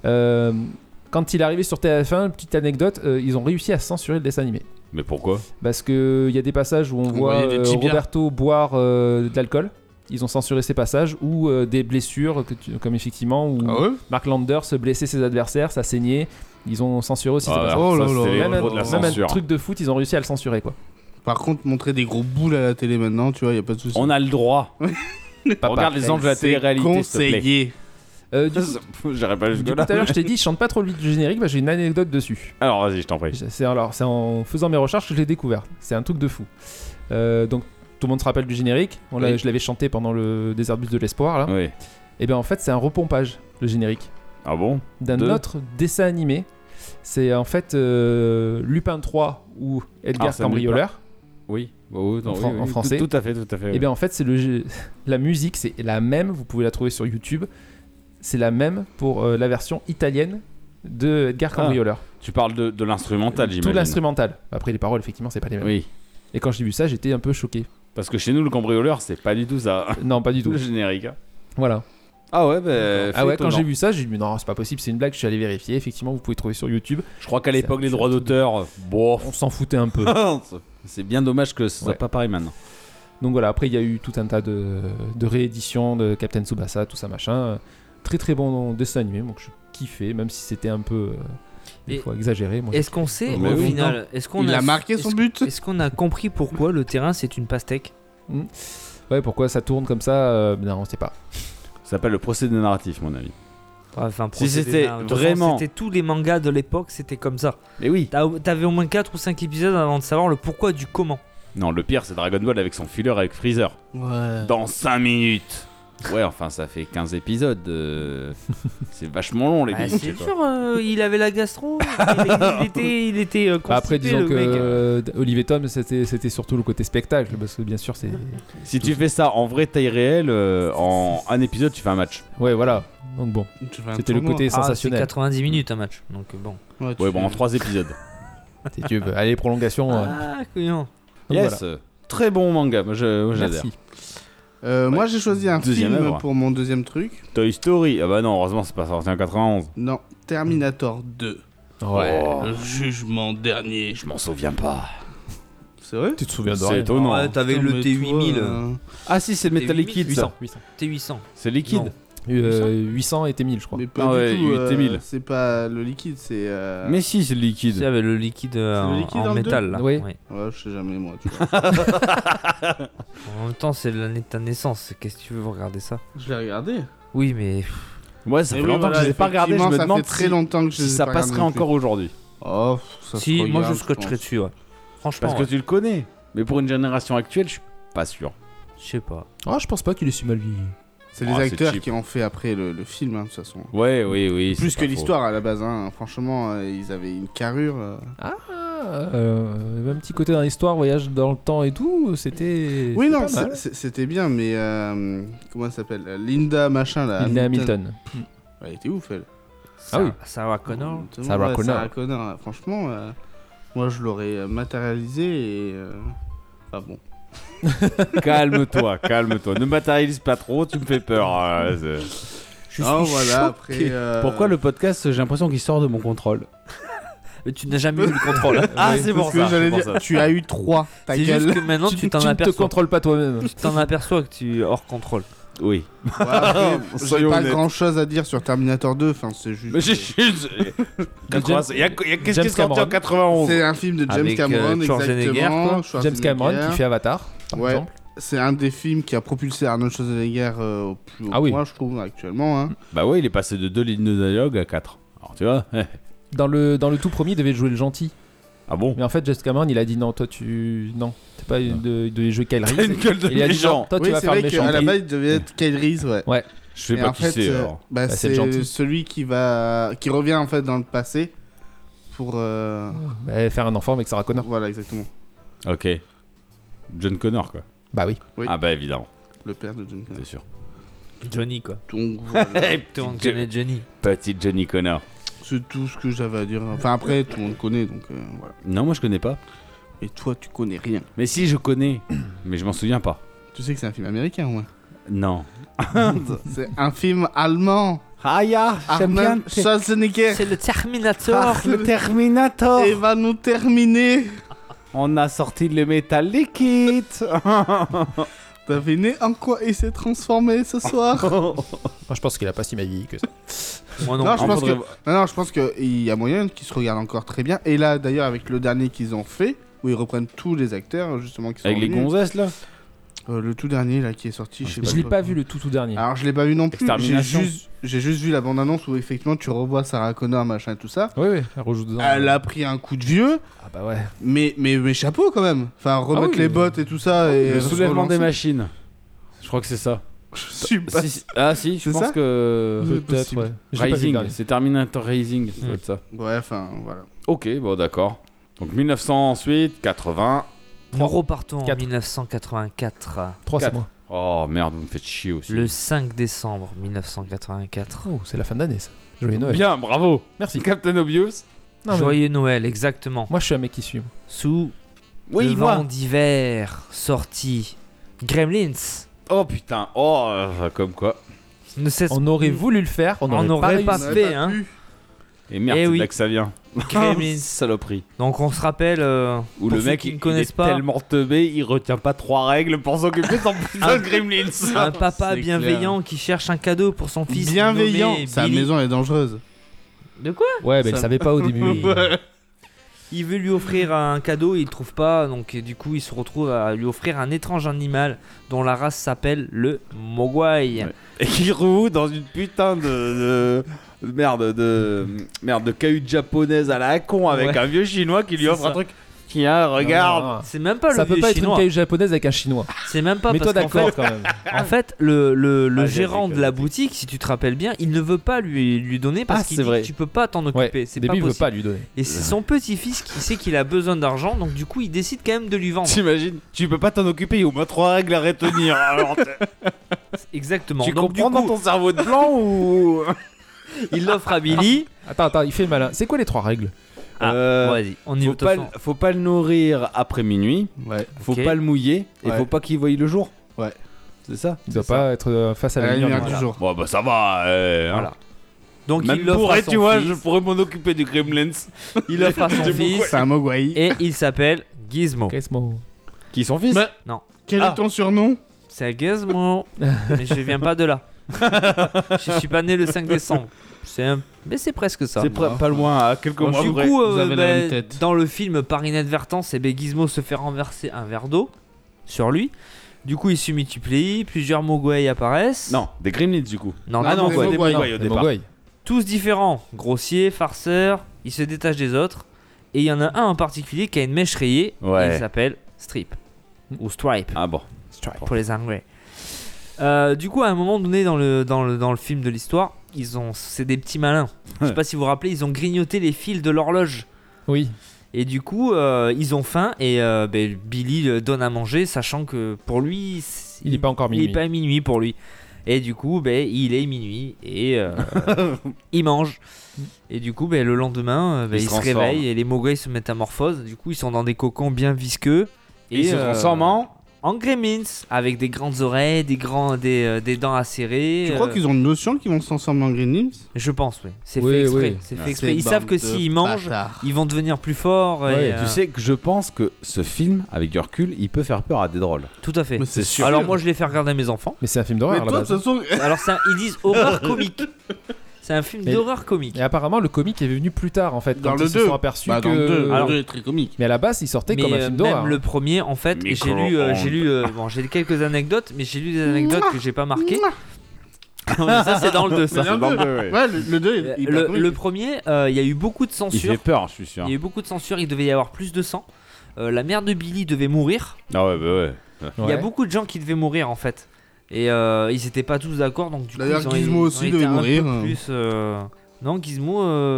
A: Quand il est arrivé sur TF1, petite anecdote, ils ont réussi à censurer le dessin animé.
C: Mais pourquoi?
A: Parce qu'il y a des passages où on voit
D: voyait des tibias.
A: Roberto boire de l'alcool. Ils ont censuré ces passages ou des blessures, comme effectivement, où
E: Ah ouais?
A: Mark Landers blessait ses adversaires, ça saignait. Ils ont censuré aussi ces passages.
E: Oh là
C: ça,
E: là.
C: c'était les
A: Même
C: gros de la
A: un
C: censure.
A: truc de foot, ils ont réussi à le censurer quoi.
E: Par contre, montrer des gros boules à la télé maintenant, tu vois, y a pas de souci.
C: On a le droit.
A: Papa.
C: Regarde les anges de la télé-réalité, s'il te plaît.
E: conseillé.
A: Du coup,
C: J'irai pas
A: du coup, tout
C: jusque-là.
A: à l'heure, je t'ai dit, je chante pas trop le générique, bah, j'ai une anecdote dessus.
C: Alors, vas-y, je t'en prie.
A: C'est en faisant mes recherches que je l'ai découvert. C'est un truc de fou. Donc, tout le monde se rappelle du générique.
C: Oui.
A: Je l'avais chanté pendant le Désert-Bus de l'Espoir. Là.
C: Oui.
A: Et bien, en fait, c'est un repompage, le générique,
C: Ah bon?
A: d'un
C: De
A: autre dessin animé. C'est en fait Lupin 3 ou Edgar
C: Arsène
A: Cambrioleur.
C: Oui. Oh, non,
A: En
C: oui.
A: français.
C: Tout à fait.
A: Et bien, en fait, c'est la musique, c'est la même. Vous pouvez la trouver sur YouTube. C'est la même pour la version italienne de Edgar Cambrioleur.
C: Tu parles de l'instrumental, j'imagine.
A: Tout l'instrumental. Après, les paroles, effectivement, c'est pas les mêmes.
C: Oui.
A: Et quand j'ai vu ça, j'étais un peu choqué.
C: Parce que chez nous, le cambrioleur, c'est pas du tout ça.
A: Non, pas du tout.
C: Le générique. hein.
A: Voilà.
C: Ah ouais, bah.
A: Ah ouais,
C: fait
A: quand j'ai
C: étonnant.
A: vu ça, j'ai dit non, c'est pas possible, c'est une blague. Je suis allé vérifier. Effectivement, vous pouvez trouver sur YouTube.
C: Je crois qu'à
A: C'est
C: l'époque,
A: un-
C: les
A: c'est
C: droits
A: un truc
C: d'auteur, bon.
A: On s'en foutait un peu.
C: C'est bien dommage que ce soit
A: Ouais.
C: pas pareil maintenant.
A: Donc voilà, après il y a eu tout un tas de rééditions de Captain Tsubasa, tout ça machin. Très très bon dessin animé, donc je kiffais, même si c'était un peu des
D: Et
A: fois exagéré. Moi,
D: Est-ce qu'on sait
C: Mais
D: au
C: oui.
D: final, est-ce qu'on
E: Il a marqué son but.
D: Est-ce qu'on a compris pourquoi le terrain c'est une pastèque?
A: ouais, pourquoi ça tourne comme ça Non, on sait pas.
C: Ça s'appelle le procédé narratif, mon ami.
D: Enfin,
C: Si
D: procédé
C: c'était
D: d'un- de toute façon,
C: vraiment-
D: c'était tous les mangas de l'époque, c'était comme ça.
C: Mais oui.
D: T'avais au moins 4 ou 5 épisodes avant de savoir le pourquoi du comment.
C: Non, le pire, c'est Dragon Ball avec son filler avec Freezer.
E: Ouais.
C: Dans 5 minutes. Ouais, enfin, ça fait 15 épisodes. C'est vachement long, les
D: Bah,
C: bisous.
D: c'est sûr, il avait la gastro. il était
A: Bah, après,
D: constipé,
A: disons
D: le mec.
A: que Olivier Tom, c'était surtout le côté spectacle, parce que bien sûr, c'est.
C: Si tu fais ça en vraie taille réelle, en un épisode, tu fais un match.
A: Ouais, voilà. Donc bon,
E: Tu fais un
A: c'était le
E: tournoi.
A: côté
D: Ah, c'est
A: sensationnel.
D: 90 minutes un match. Donc bon.
E: Ouais, tu
C: Ouais,
E: fais-
C: bon, en 3 épisodes.
A: Si tu veux. Allez, prolongation.
D: Ah, couillon.
A: Donc
C: Yes.
A: voilà.
C: Très bon manga, moi j'adhère.
A: Merci.
E: Moi, j'ai choisi un
C: Deuxième
E: film
C: œuvre.
E: pour mon deuxième truc.
C: Toy Story. Ah bah non, heureusement, c'est pas sorti en 91.
E: Non, Terminator 2.
A: Ouais.
C: Oh,
E: Le jugement dernier.
C: je m'en souviens pas.
E: C'est vrai?
A: Tu te souviens de
C: C'est
A: rien.
C: étonnant.
D: Ouais, t'avais
E: Putain,
D: le
E: mais
D: T8000.
E: toi,
C: Ah si, c'est le Metal
D: T'es
C: Liquid,
A: 800.
C: ça.
A: 800.
D: T800.
C: C'est liquide.
D: Non.
A: 800 et T1000, je crois.
E: Mais pas
C: Ah ouais,
E: du tout.
C: 8000.
E: C'est pas le liquide, c'est.
C: Mais si, c'est le
D: Tu
C: liquide.
D: sais, avec le liquide,
E: le liquide
D: en
E: dans le
D: métal
E: deux
D: là.
A: Oui.
E: Ouais, je sais jamais, moi. Tu vois.
D: En même temps, c'est l'année de ta naissance. Qu'est-ce que tu veux regarder ça?
E: Je l'ai regardé.
D: Oui, mais
C: Ouais, ça
E: Mais
C: fait
E: oui,
C: longtemps que
E: voilà,
C: je les ai pas regardés. Je
E: effectivement,
C: me
E: ça
C: demande
E: fait très
C: si,
E: longtemps que je
C: si
E: les ai
C: ça
E: pas regardés
C: passerait
E: non plus.
C: encore aujourd'hui.
E: Oh, ça se
D: si, moi je
E: regarde,
D: scotcherais
E: pense.
D: dessus, ouais. Franchement,
C: Parce que tu le connais. Mais pour une génération actuelle, je suis pas sûr.
D: je sais pas.
A: Ah, je pense pas qu'il est si mal vieilli.
E: C'est les
C: Oh, c'est
E: acteurs
C: cheap.
E: qui ont fait après le film, hein, de toute façon.
C: Ouais, oui.
E: Plus
C: c'est
E: que
C: pas faux.
E: l'histoire à la base, hein. Franchement, ils avaient une carrure.
A: Un petit côté dans l'histoire, voyage dans le temps et tout, c'était.
E: Oui,
A: c'était
E: non,
A: pas mal.
E: c'était bien, mais comment elle s'appelle? Linda machin là.
A: Il est Hamilton.
E: Elle était ouf, elle.
A: Ah oui.
D: Sarah Connor.
A: Sarah
E: Ouais,
A: Connor.
E: Sarah Connor, franchement, moi je l'aurais matérialisé et. Enfin bon.
C: Calme-toi. Ne matérialise pas trop, tu me fais peur.
E: Oh voilà, après.
C: Pourquoi le podcast, j'ai l'impression qu'il sort de mon contrôle.
D: Mais tu n'as jamais eu le contrôle.
C: Ah,
E: Ouais,
C: c'est pour
E: ce que
C: ça.
E: j'allais
C: c'est pour
E: dire.
C: ça.
E: Tu as eu 3, ta
D: C'est
E: gueule.
D: juste que maintenant tu t'en
A: ne te
D: aperçois.
A: contrôles pas toi-même.
D: Tu t'en aperçois que tu es hors contrôle.
C: Oui.
E: Ouais, après, j'ai
C: Soyons
E: pas
C: honnêtes.
E: grand chose à dire sur Terminator 2, enfin c'est juste.
C: Mais j'ai juste. Il y a qu'est-ce qui est
A: James
C: sorti en
A: Cameron.
C: 91?
E: C'est un film de James
D: Avec,
E: Cameron,
D: Schwarzenegger,
E: exactement.
D: quoi.
A: James
E: Schwarzenegger.
A: Cameron qui fait Avatar, par
E: Ouais.
A: exemple.
E: C'est un des films qui a propulsé Arnold Schwarzenegger au plus haut
A: Ah oui.
E: point, je trouve, actuellement. Hein.
C: Bah ouais, il est passé de 2 lignes de dialogue à 4. Alors tu vois.
A: Dans le tout premier, il devait jouer le gentil.
C: Ah bon?
A: Mais en fait, James Cameron, il a dit non, toi tu. Non, t'es pas de jouer Kyle
C: T'as une
A: Reese.
C: gueule de
A: Il a dit
C: méchant.
A: non, toi tu
E: Oui,
A: vas
E: c'est
A: faire le
E: vrai
A: méchant.
E: qu'à la base, il devait être Kyle Reese, ouais.
C: Je sais
E: Et
C: pas
E: en
C: qui
E: fait,
C: c'est alors.
E: bah,
A: c'est le gentil.
E: c'est celui qui revient en fait dans le passé pour.
A: Bah, faire un enfant avec Sarah Connor.
E: Voilà, exactement.
C: Ok. John Connor quoi.
A: Bah oui.
E: Oui.
C: Ah bah évidemment,
E: Le père de John Connor.
C: c'est sûr.
D: Johnny quoi.
E: Donc voilà,
D: Tout le monde connaît Johnny.
C: Petit Johnny Connor.
E: c'est tout ce que j'avais à dire. Enfin après, tout le monde connaît, donc voilà.
C: Non, moi je connais pas.
E: Et toi, tu connais rien.
C: Mais si, je connais, mais je m'en souviens pas.
E: Tu sais que c'est un film américain, au moins.
C: Non.
E: C'est un film allemand.
C: Ah ya, j'aime bien.
E: Arnold Schwarzenegger.
D: C'est le Terminator.
C: Le Terminator.
E: Et va nous terminer.
C: On a sorti le Metal Liquid.
E: T'as deviné en quoi il s'est transformé ce soir?
A: Moi, je pense qu'il a pas si mal vieilli que ça.
D: Moi non.
E: Non, je pense que
C: faudrait-
E: non, je pense qu'il y a moyen qu'ils se regardent encore très bien. Et là, d'ailleurs, avec le dernier qu'ils ont fait, où ils reprennent tous les acteurs, justement, qui sont
C: Avec les
E: revenus.
C: gonzesses là.
E: Le tout dernier, là, qui est sorti, je sais
A: Je l'ai pas vu le tout dernier.
E: Alors, je l'ai pas vu non plus.
C: Extermination.
E: J'ai juste vu la bande-annonce où, effectivement, tu revois Sarah Connor, machin et tout ça.
A: Oui, elle rejoue dedans.
E: Elle a pris un coup de vieux,
A: Ah bah ouais.
E: mais chapeau quand même. Enfin, remettre
A: oui,
E: les
A: mais-
E: bottes et tout ça. Et
C: Le
E: se
C: soulèvement des
E: relancer.
C: machines. Je crois que c'est ça.
E: Je suis pas
C: Ah si, je
E: C'est
C: pense
E: ça
C: que...
A: Peut-être,
E: possible.
A: ouais. J'ai pas vu le
C: Rising,
A: dernier.
C: c'est Terminator Rising, ça doit être ça.
E: Ouais, enfin, voilà.
C: Ok, bon d'accord. Donc 1900 ensuite, 80.
D: Nous repartons en
A: 4.
D: 1984.
A: 3, c'est
C: 4.
A: moi.
C: Oh merde, vous me faites chier aussi.
D: Le 5 décembre 1984.
A: Oh, c'est la fin d'année, ça. Joyeux Noël.
C: Bien, bravo.
A: Merci.
C: Captain Obvious.
A: Non, mais
D: Joyeux Noël, exactement.
A: moi, je suis un mec qui suit.
D: Sous
C: Oui,
D: le
C: moi.
D: vent d'hiver, sorti Gremlins.
C: Oh putain, oh, comme quoi.
D: Ne cesse...
A: On aurait voulu le faire, on
D: On
A: n'aurait
D: n'aurait
A: pas
D: pas
A: réussi.
D: fait, hein.
C: Et merde,
D: Eh
C: c'est
D: oui.
C: là que ça vient.
D: Gremlins.
C: Saloperie.
D: Donc on se rappelle,
C: Où
D: pour
C: le
D: ceux
C: mec
D: qui ne
C: il
D: connaissent
C: est
D: pas,
C: tellement teubé, il retient pas 3 règles pour s'occuper de son putain de Gremlins.
D: un papa
E: C'est
D: bienveillant qui cherche un cadeau pour son fils.
E: Bienveillant.
D: nommé
E: Sa
D: Billy.
E: maison est dangereuse.
D: De quoi?
A: Ouais, mais
E: Ça-
A: elle savait pas au début.
D: Il veut lui offrir un cadeau, il trouve pas, donc du coup il se retrouve à lui offrir un étrange animal dont la race s'appelle le Mogwai.
C: Ouais. Et qui roule dans une putain de cahute japonaise à la con avec
D: Ouais.
C: un vieux chinois qui lui
D: C'est
C: offre un
D: ça.
C: truc. Tiens, regarde.
A: Non, non,
D: C'est même pas
A: non. Ça
D: le
A: peut
D: vieux
A: pas être
D: chinois.
A: une caille japonaise avec un chinois.
D: C'est même pas
A: Mets-toi
D: parce qu'en
A: d'accord
D: fait,
A: quand même.
D: en fait, le
C: Ah,
D: gérant
C: j'ai
D: de la
C: compris.
D: boutique, si tu te rappelles bien, il ne veut pas lui donner parce
C: Ah,
D: qu'il
C: c'est
D: dit
C: vrai.
D: que tu peux pas t'en occuper.
A: Ouais,
D: C'est
A: au début,
D: pas
A: il veut
D: possible.
A: pas lui donner.
D: Et c'est son petit-fils qui sait qu'il a besoin d'argent, donc du coup il décide quand même de lui vendre.
C: T'imagines, tu peux pas t'en occuper, il y a au moins 3 règles à retenir. Alors,
D: Exactement.
C: tu
D: Donc du
C: comprends
D: coup,
C: dans ton cerveau de blanc ou
D: il l'offre à Billy.
A: Attends, il fait le malin. C'est quoi les 3 règles?
D: Vas-y, on y va.
C: faut pas le nourrir après minuit,
E: Ouais.
C: faut
D: Ok.
C: pas le mouiller et
E: Ouais.
C: faut pas qu'il voie le jour.
E: Ouais.
C: C'est ça.
A: Il doit
E: C'est
A: pas être face à
E: À
A: la
E: la
A: lumière.
E: lumière du jour.
C: Bon bah ça va.
D: Voilà. Donc
C: Même
D: il l'offre à
C: bourré,
D: son
C: tu vois,
D: fils.
C: je pourrais m'en occuper du Gremlins.
D: Il l'offre à son fils
E: C'est un Mogwai.
D: et il s'appelle Gizmo.
A: Gizmo.
C: Qui son fils?
E: Mais-
D: Non.
E: Quel
C: Ah.
E: est ton surnom?
D: C'est Gizmo. Mais je viens pas de là. Je suis pas né le 5 décembre. Mais c'est presque ça.
C: C'est pas loin, à quelques mois
D: Du
C: près.
D: coup,
E: Vous avez la même tête.
D: dans le film, par inadvertance, Gizmo se fait renverser un verre d'eau sur lui. Du coup, il se multiplie, plusieurs Mogwai apparaissent.
C: Non, des Gremlins du coup.
D: Non,
E: Ah
D: non,
E: non,
C: quoi, des
E: Mogwai.
C: Mogwai au
A: Les
C: départ.
A: Mogwai.
D: tous différents, grossiers, farceurs, ils se détachent des autres. Et il y en a un en particulier qui a une mèche rayée.
C: Ouais.
D: Et il s'appelle Strip. Ou Stripe,
C: Ah bon.
D: pour les Anglais. Du coup, à un moment donné dans le film de l'histoire, c'est des petits malins. Je sais pas si vous vous rappelez, ils ont grignoté les fils de l'horloge.
A: Oui.
D: Et du coup, ils ont faim et Billy donne à manger, sachant que pour lui,
A: Il est pas encore
D: il
A: minuit.
D: est pas minuit pour lui. Et du coup, il est minuit et il mange. Et du coup, le lendemain,
C: Il
D: il
C: se
D: se
C: transforme.
D: réveille et les Mogwai se métamorphosent. Du coup, ils sont dans des cocons bien visqueux.
C: Et il se transforme
D: en Gremlins, avec des grandes oreilles, des dents acérées.
E: Tu crois qu'ils ont une notion qu'ils vont se transformer en Gremlins?
D: Je pense, oui. C'est
A: Oui,
D: fait exprès.
A: oui.
D: C'est
C: Ah,
D: fait exprès. Ils savent que s'ils mangent, ils vont devenir plus forts.
A: Ouais,
D: et,
C: Tu sais que je pense que ce film, avec du recul, il peut faire peur à des drôles.
D: tout à fait.
E: Mais c'est sûr.
D: Alors moi, je l'ai fait regarder à mes enfants.
A: Mais c'est un film
E: Mais
A: d'horreur à la
E: toi, de
A: base.
E: toute façon.
D: Alors ils disent horreur comique. C'est un film
A: Mais-
D: d'horreur comique.
A: Et apparemment, le comique est venu plus tard en fait.
E: Dans
A: Quand
E: le
A: ils se
E: 2.
A: sont aperçus
E: Bah,
A: que.
E: dans le 2,
D: Alors-
E: le 2 est très comique.
A: Mais à la base, il sortait comme un film d'horreur.
D: même le premier, en fait, et j'ai quelques anecdotes, mais j'ai lu des anecdotes que j'ai pas marquées. Non, mais ça c'est dans le 2 ça.
E: C'est dans le 2, ouais, le 2 est hyper
D: Le
E: comique.
D: premier, il y a eu beaucoup de
C: Il
D: censure.
C: fait peur, je suis sûr.
D: Il y a eu beaucoup de censure, il devait y avoir plus de sang. La mère de Billy devait mourir.
C: Ah ouais, bah ouais.
D: Il y a beaucoup de gens qui devaient mourir en fait. Et ils étaient pas tous d'accord, donc du coup
E: D'ailleurs,
D: ils ont
E: Gizmo
D: ils ont
E: aussi
D: été
E: devait
D: un peu
E: mourir.
D: Plus, Non, Gizmo,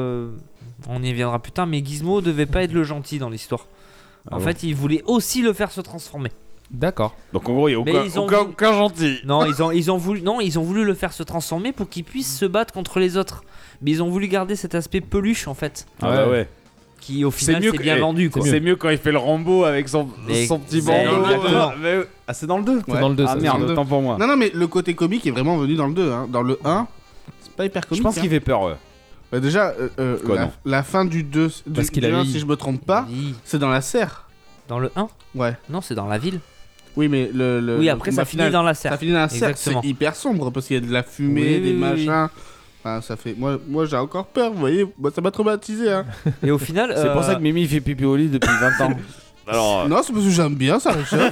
D: on y viendra plus tard, mais Gizmo devait pas être le gentil dans l'histoire.
C: Ah
D: En
C: bon.
D: fait, il voulait aussi le faire se transformer.
A: D'accord.
C: Donc en gros, il n'y a
D: Mais ils ont voulu-
C: aucun gentil.
D: Non, ils ont voulu le faire se transformer pour qu'il puisse se battre contre les autres. Mais ils ont voulu garder cet aspect peluche en fait.
C: Ah bah ouais.
D: qui au final
C: mieux
D: s'est
C: que-
D: bien vendu quoi.
C: C'est mieux quand il fait le Rambo avec son petit
D: C'est
C: bandeau.
D: exactement.
C: Ah, c'est dans le 2
A: C'est dans le 2,
C: Ah
A: ça,
C: merde,
E: c'est dans le
C: autant pour moi.
E: Non, mais le côté comique est vraiment venu dans le 2. Hein. Dans le 1, c'est pas hyper comique.
C: Je pense qu'il fait peur, ouais.
E: Bah, déjà,
C: Quoi, non
E: la fin du 2,
A: Parce qu'il
E: du
A: a
E: 1,
A: vieilli.
E: si je me trompe pas,
D: Oui.
E: c'est dans la serre.
D: Dans le 1
E: Ouais.
D: Non, c'est dans la ville.
E: Oui, mais
D: Oui, après ça finit dans la
E: Ça
D: serre.
E: finit dans la serre,
D: Exactement.
E: c'est hyper sombre parce qu'il y a de la fumée,
D: Oui,
E: des
D: oui, oui.
E: machins. Enfin, ça fait. Moi j'ai encore peur, vous voyez, moi, ça m'a traumatisé. Hein.
D: Et au final,
C: C'est pour ça que Mimi fait pipi au lit depuis 20 ans. Alors,
E: Non, c'est parce que j'aime bien ça, Richard.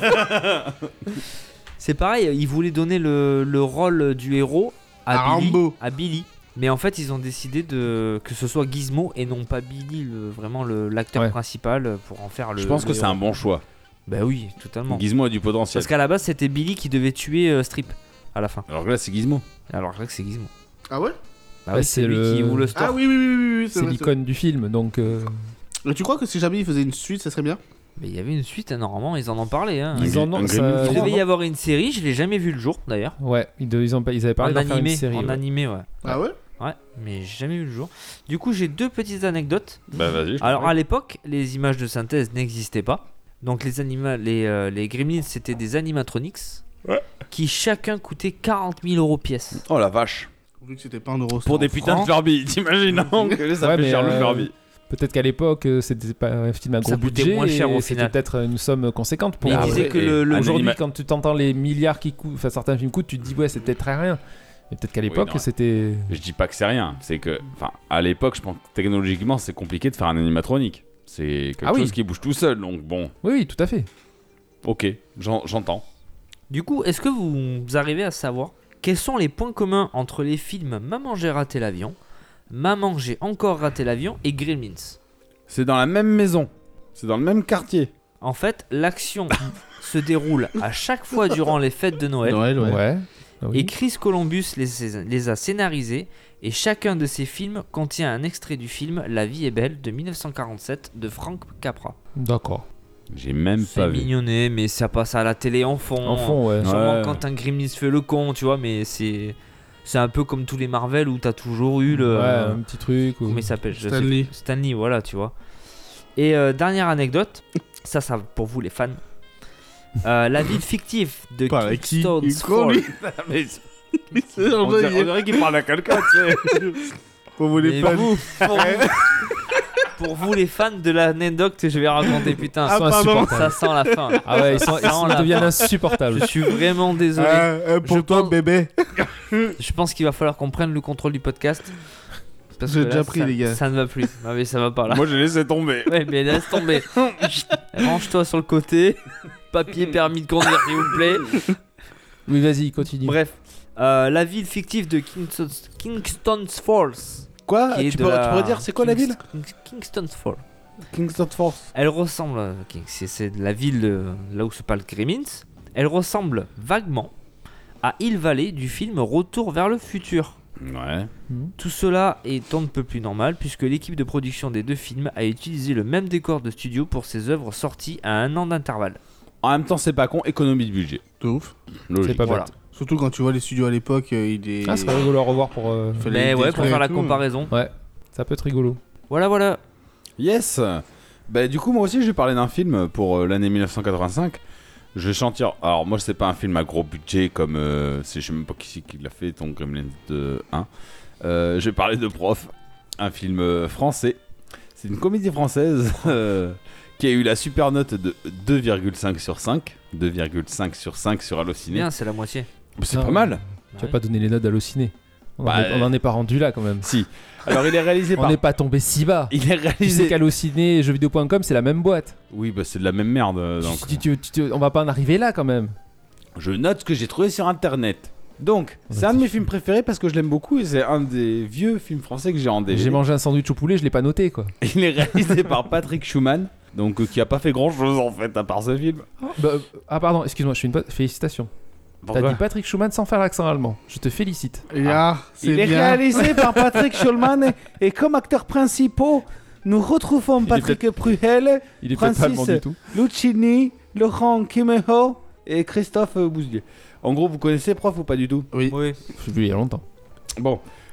D: c'est pareil, ils voulaient donner le rôle du héros
E: À
D: Billy,
E: Rambo.
D: à Billy. Mais en fait, ils ont décidé que ce soit Gizmo et non pas Billy, vraiment l'acteur
A: Ouais.
D: principal, pour en faire le.
C: je pense que
D: le
C: c'est un
D: héros.
C: bon choix.
D: Bah oui, totalement.
C: Gizmo a du potentiel.
D: Parce qu'à la base, c'était Billy qui devait tuer Strip à la fin.
C: Alors que là, c'est Gizmo.
D: Alors là, c'est Gizmo.
E: Ah ouais
D: Bah
A: Ouais,
D: oui, c'est
A: c'est
D: lui
A: le-
D: qui ouvre le store.
E: Ah oui, oui,
A: C'est
E: vrai,
A: l'icône du film, donc.
E: Mais tu crois que si jamais il faisait une suite, ça serait bien?
D: Mais il y avait une suite, hein, normalement, ils en ont parlé. Hein.
A: Ils en ont.
C: un
A: ça-
C: Gremlins
D: Il
C: 3,
D: devait y avoir une série, je l'ai jamais vu le jour d'ailleurs.
A: Ouais, ils avaient parlé
D: En
A: d'en faire une
D: animé,
A: série.
D: en
A: ouais.
D: animé, ouais.
E: Ah ouais?
D: Ouais, mais j'ai jamais vu le jour. Du coup, j'ai deux petites anecdotes.
C: Bah vas-y. je
D: Alors
C: t'en
D: à l'époque, les images de synthèse n'existaient pas. Donc les Gremlins, c'était des animatronics qui chacun coûtaient 40 000 € pièce.
C: prie. Oh la vache.
E: Vu que c'était pas un euro.
C: Pour des putains de Furby, t'imagines hein, que là, ça
A: Ouais,
C: fait
A: mais,
C: cher le Furby.
A: Peut-être qu'à l'époque, c'était pas un film à gros
D: Ça coûtait
A: budget.
D: moins cher
A: et
D: au
A: c'était
D: final.
A: peut-être une somme conséquente pour.
D: Mais il
C: Ah,
D: disait
C: ouais,
D: que
C: et
D: le
C: un
A: Aujourd'hui,
C: anima-
A: quand tu t'entends les milliards qui coûtent, enfin certains films coûtent, tu te dis ouais, c'est peut-être très rien. Mais peut-être qu'à l'époque,
C: non.
A: c'était.
C: Je dis pas que c'est rien, c'est que, enfin, à l'époque, je pense que technologiquement, c'est compliqué de faire un animatronique. C'est quelque
A: Ah oui.
C: chose qui bouge tout seul, donc bon,
A: Oui, oui, tout à fait.
C: ok, j'entends.
D: Du coup, est-ce que vous arrivez à savoir quels sont les points communs entre les films Maman j'ai raté l'avion, Maman j'ai encore raté l'avion et Gremlins?
C: C'est dans la même maison, c'est dans le même quartier.
D: En fait, l'action se déroule à chaque fois durant les fêtes de Noël.
E: Noël, ouais.
A: Ouais. Ah oui.
D: Et Chris Columbus les a scénarisés et chacun de ces films contient un extrait du film La vie est belle de 1947 de Frank Capra.
A: D'accord.
C: J'ai même
D: C'est
C: pas vu.
D: mignonné, mais ça passe à la télé en fond.
A: En fond, ouais.
D: Sûrement
C: Ouais.
D: quand un Gremlins fait le con, tu vois, mais c'est un peu comme tous les Marvel où t'as toujours eu le...
A: Ouais, un petit truc. Ou...
D: Comment il s'appelle? Je sais
E: Stanley.
D: plus. Stanley, voilà, tu vois. Et dernière anecdote, ça pour vous les fans. La ville fictive de
E: Par qui?
D: Kingston
E: Il croit,
D: Falls.
E: lui.
C: Mais
E: On dirait-
C: dirait qu'il parle à quelqu'un, tu sais.
E: Pour vous les
D: Mais
E: fans.
D: pour vous les fans de l'anecdote que je vais raconter, putain,
E: Ah,
A: Ils sont
E: pardon.
A: insupportables.
D: ça sent la fin.
A: Ah ouais, ils
D: Ça sent la
A: deviennent
D: fin.
A: insupportables.
D: Je suis vraiment désolé.
E: Pour
D: Je
E: toi,
D: pense-
E: bébé.
D: Je pense qu'il va falloir qu'on prenne le contrôle du podcast. Parce
E: J'ai
D: que là,
E: déjà pris,
D: ça-
E: les gars.
D: Ça ne va plus. Ah mais ça va pas là.
C: Moi, j'ai laissé tomber.
D: Ouais, mais laisse tomber. Range-toi sur le côté. Papier permis de conduire, s'il vous plaît.
A: Oui, vas-y, continue.
D: Bref, la ville fictive de Kingston Falls.
C: Quoi
D: qui est
C: tu
D: de
C: pourrais dire, c'est quoi la ville
D: Kingston Falls.
C: Kingston Force.
D: Elle ressemble, c'est la ville là où se parle Gremlins. Elle ressemble vaguement à Hill Valley du film Retour vers le futur.
C: Ouais.
D: Tout cela est on ne peut plus normal puisque l'équipe de production des deux films a utilisé le même décor de studio pour ses œuvres sorties à 1 an d'intervalle.
C: En même temps, c'est pas con, économie de budget.
E: De ouf.
C: Logique.
A: C'est pas
D: Voilà.
A: bête.
E: Surtout quand tu vois les studios à l'époque, il est.
A: Ah, ça serait rigolo à revoir pour.
E: Fallait
D: Mais
E: les
D: ouais, pour
E: détruire
D: faire
E: et
D: la
E: tout.
D: comparaison.
A: Ouais, ça peut être rigolo.
D: Voilà.
C: Yes. Bah du coup, moi aussi, je vais parler d'un film pour l'année 1985. Je vais chanter. Alors moi, c'est pas un film à gros budget comme. Je sais même pas qui l'a fait, ton Gremlins 1. Je vais parler de Prof, un film français. C'est une comédie française qui a eu la super note de 2,5 sur 5. 2,5 sur 5 sur Allociné.
D: Bien, c'est la moitié.
C: C'est
A: Ah,
C: pas mal.
A: Tu vas pas donner les notes d'Allociné. On
C: Bah,
A: en est pas rendu là quand même.
C: Si. Alors il est réalisé
A: On
C: par.
A: n'est pas tombé si bas.
C: Il est
A: Tu sais
C: réalisé.
A: qu'Allociné et jeuxvideo.com c'est la même boîte.
C: Oui, bah c'est de la même merde. Donc.
A: On va pas en arriver là quand même.
C: Je note ce que j'ai trouvé sur internet. Donc, c'est un de mes films préférés parce que je l'aime beaucoup et c'est un des vieux films français que j'ai en DVD.
A: J'ai mangé un sandwich au poulet, je l'ai pas noté quoi.
C: Il est réalisé par Patrick Schumann, donc qui a pas fait grand chose en fait à part ce film.
A: Ah pardon, excuse-moi, je fais une félicitations. T'as dit Patrick Schumann sans faire l'accent allemand. Je te félicite.
E: Ah, c'est
C: Il est
E: bien.
C: réalisé par Patrick Schumann et comme acteurs principaux, nous retrouvons
A: Il est
C: Patrick Pruel,
A: Il est peut-être pas allemand
C: Francis
A: du tout.
C: Lucchini, Laurent Kimeho et Christophe Bouzlier. En gros, vous connaissez Prof ou pas du tout?
E: Oui.
D: Oui.
A: Je l'ai vu il y a longtemps.
C: Bon,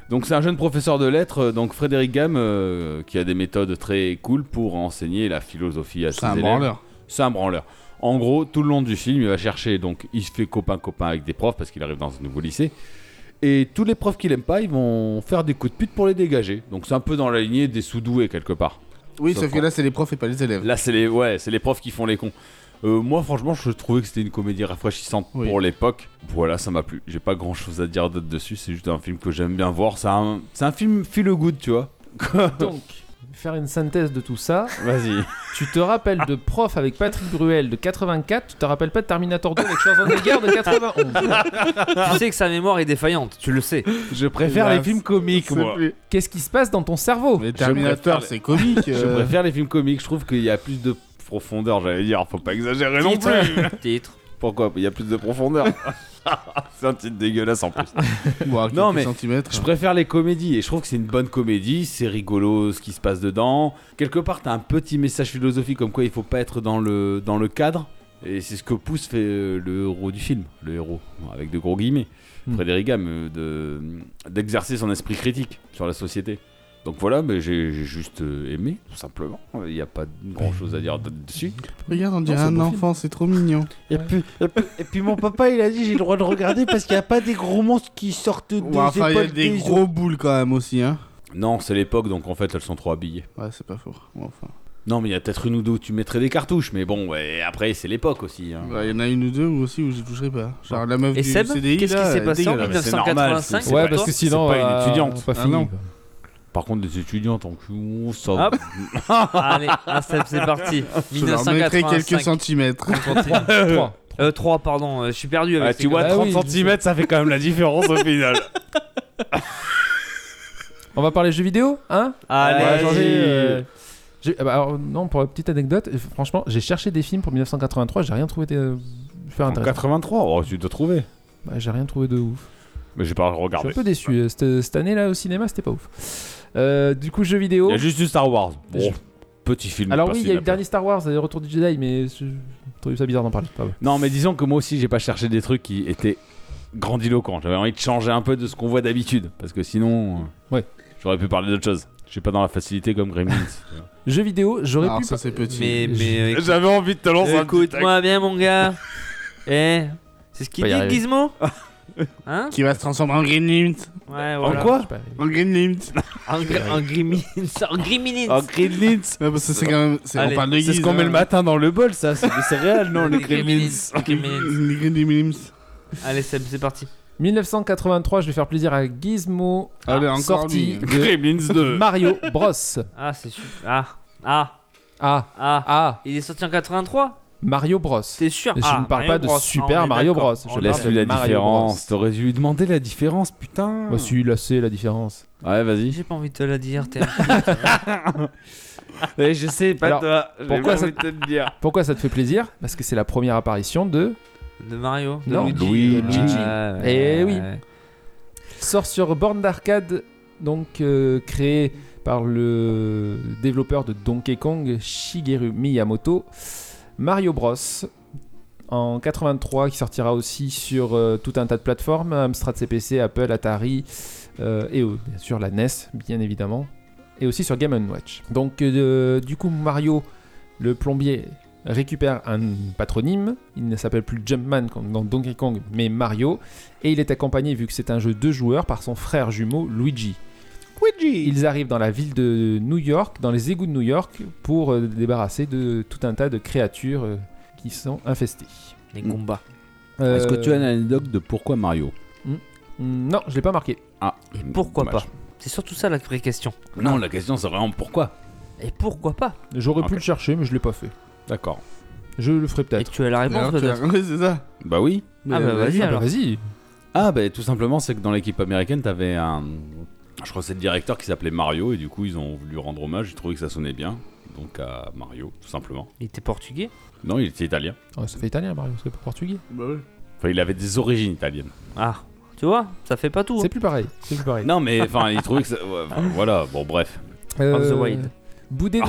C: Donc c'est un jeune professeur de lettres, donc Frédéric Gamme, qui a des méthodes très cool pour enseigner la philosophie à ses élèves. C'est un branleur. En gros, tout le long du film, il va chercher, donc il se fait copain-copain avec des profs parce qu'il arrive dans un nouveau lycée. Et tous les profs qu'il aime pas, ils vont faire des coups de pute pour les dégager. Donc c'est un peu dans la lignée des sous-doués quelque part.
E: Oui, sauf que là, c'est les profs et pas les élèves.
C: Là, c'est les profs qui font les cons. Moi, franchement, je trouvais que c'était une comédie rafraîchissante pour l'époque. Voilà, ça m'a plu. J'ai pas grand chose à dire d'autre dessus. C'est juste un film que j'aime bien voir. C'est un film feel good, tu vois.
A: Donc, faire une synthèse de tout ça.
C: Vas-y.
A: Tu te rappelles de Prof avec Patrick Bruel de 84. Tu te rappelles pas de Terminator 2 avec Schwarzenegger de 91.
D: Tu sais que sa mémoire est défaillante, tu le sais.
C: Je préfère les films comiques, moi.
A: Qu'est-ce qui se passe dans ton cerveau?
E: Mais Terminator, c'est comique.
C: Je préfère les films comiques. Je trouve qu'il y a plus de profondeur, j'allais dire. Faut pas exagérer non plus.
D: Titre.
C: Pourquoi? Il y a plus de profondeur. C'est un titre dégueulasse en plus.
E: Bon,
C: Non, mais
E: centimètres.
C: je préfère les comédies et je trouve que c'est une bonne comédie. C'est rigolo ce qui se passe dedans. Quelque part, t'as un petit message philosophique comme quoi il faut pas être dans le cadre. Et c'est ce que pousse fait le héros du film, le héros, avec de gros guillemets, Frédéric Gamme, d'exercer son esprit critique sur la société. Donc voilà, mais j'ai juste aimé, tout simplement. Il n'y a pas grand chose à dire dessus.
E: Regarde, on dirait un enfant, c'est trop mignon.
C: Et puis mon papa, il a dit j'ai le droit de regarder parce qu'il n'y a pas des gros monstres qui sortent des
E: Enfin, il y a
C: épaules
E: des gros boules quand même aussi, hein.
C: Non, c'est l'époque, donc en fait, elles sont trop habillées.
E: Ouais, c'est pas faux. Enfin.
C: Non, mais il y a peut-être une ou deux où tu mettrais des cartouches, mais bon, ouais, après, c'est l'époque aussi. Hein.
E: Il y en a une ou deux aussi où je toucherai pas. Genre la meuf
D: Et
E: du
D: Seb,
E: CDI,
D: qu'est-ce qui
E: là,
D: s'est passé en
E: dégueulasse.
C: C'est normal,
D: 1985
C: c'est
A: Ouais,
C: pas
A: parce
C: toi,
A: que sinon,
C: c'est pas une étudiante.
A: pas fini.
E: non.
A: quoi.
C: Par contre, des étudiantes en cul, ça...
D: Hop. Allez, un step, c'est parti.
E: Je leur mettrai
D: 1985.
E: quelques centimètres.
D: 3, pardon, je suis perdu avec
C: tu vois,
A: Ah
C: 30
A: oui, je
C: cm, ça fait quand même la différence au final.
A: On va parler jeux vidéo, hein?
D: Allez,
A: On va
D: vas-y.
A: changer, alors, non, pour la petite anecdote, franchement, j'ai cherché des films pour 1983, j'ai rien trouvé de super
C: En
A: intéressant.
C: 83, oh, tu dois trouver.
A: Bah, j'ai rien trouvé de ouf.
C: Mais j'ai pas
A: Je suis
C: regardé.
A: un peu déçu. Cette année-là au cinéma, c'était pas ouf. Du coup, jeux vidéo.
C: Il y a juste du Star Wars. Bon,
A: Je-
C: petit film.
A: Alors
C: pas
A: oui,
C: si
A: il y a eu le
C: nappe.
A: dernier Star Wars, le Retour du Jedi, mais je trouve ça bizarre d'en parler. Pas vrai.
C: Non, mais disons que moi aussi, j'ai pas cherché des trucs qui étaient grandiloquents. J'avais envie de changer un peu de ce qu'on voit d'habitude. Parce que sinon,
A: Ouais.
C: j'aurais pu parler d'autre chose. Je suis pas dans la facilité comme Gremlins.
A: Jeux vidéo, j'aurais
E: Alors
A: pu.
E: ça c'est petit.
D: Mais
C: J'avais envie de te lancer un petit
D: écoute-moi bien, mon gars. C'est ce qu'il
A: Pas y
D: dit,
A: arriver.
D: Gizmo. Hein?
E: Qui va se transformer en Green Limit.
D: Ouais,
C: En
D: voilà.
C: quoi
A: Je sais pas.
E: En Green Limit.
D: En Griminins. En Griminins.
C: En Gremlins.
E: Ouais, parce que c'est quand même.
D: Allez,
E: on parle de
C: C'est ce
E: Guise,
C: qu'on met
E: hein.
C: le matin dans le bol, ça. C'est des céréales, non, les Gremlins.
D: Griminins.
E: Les Green Limits.
D: Allez, Seb, c'est parti.
A: 1983, je vais faire plaisir à Gizmo.
E: Allez, encore
A: sortie
E: lui.
A: de
C: Gremlins 2.
A: Mario Bros.
D: Ah, c'est super. Ah.
A: Ah,
D: Il est sorti en 83?
A: Mario Bros.
D: T'es sûr?
A: Je
D: Ah,
A: ne parle
D: Mario
A: pas de
D: Bros.
A: Super
D: Ah, on est
A: Mario
D: d'accord.
A: Bros.
D: On
A: Je
D: est
A: laisse
C: Laisse-lui la
A: Mario
C: différence.
A: Bros.
C: T'aurais dû lui demander la différence, putain.
A: Bah si, là c'est la différence.
C: Ouais, vas-y.
D: J'ai pas envie de te la dire, t'es
C: Je sais pas
A: Alors,
C: toi.
A: pourquoi ça-
C: envie de te le dire?
A: Pourquoi ça te fait plaisir? Parce que c'est la première apparition de...
D: de Mario. De
A: Non,
D: Luigi.
C: Luigi.
A: Eh oui. Sort sur borne d'arcade, donc créé par le développeur de Donkey Kong, Shigeru Miyamoto. Mario Bros. En 83, qui sortira aussi sur tout un tas de plateformes, Amstrad CPC, Apple, Atari, et bien sûr la NES, bien évidemment, et aussi sur Game & Watch. Donc du coup, Mario, le plombier, récupère un patronyme. Il ne s'appelle plus Jumpman comme dans Donkey Kong, mais Mario, et il est accompagné, vu que c'est un jeu de joueurs, par son frère jumeau Luigi. Ils arrivent dans la ville de New York, dans les égouts de New York, pour débarrasser de tout un tas de créatures qui sont infestées.
D: Les combats.
C: Est-ce que tu as une anecdote de pourquoi Mario?
A: Non, je l'ai pas marqué.
C: Ah,
D: Et pourquoi
C: dommage.
D: pas? C'est surtout ça la vraie question.
C: Non, la question c'est vraiment pourquoi.
D: Et pourquoi pas?
A: J'aurais pu
C: Ok.
A: le chercher, mais je l'ai pas fait.
C: D'accord.
A: Je le ferai
D: Et
A: peut-être.
D: tu as la réponse
E: Alors,
D: peut-être?
E: Oui, c'est ça.
C: Bah oui.
D: Ah bah vas-y
A: Ah bah
D: alors.
A: vas-y.
C: Ah bah tout simplement c'est que dans l'équipe américaine t'avais un... Je crois que c'est le directeur qui s'appelait Mario et du coup ils ont voulu rendre hommage, ils trouvaient que ça sonnait bien. Donc à Mario, tout simplement.
D: Il était portugais?
C: Non, il était italien.
A: Oh, ça fait italien, Mario, c'est pas portugais.
E: Bah ouais.
C: Enfin il avait des origines italiennes.
D: Ah, tu vois, ça fait pas tout.
A: C'est plus pareil. C'est plus pareil.
C: Non mais enfin il trouvait que ça... ouais, enfin, voilà, bon bref.
D: Of the Wild.
A: Boudé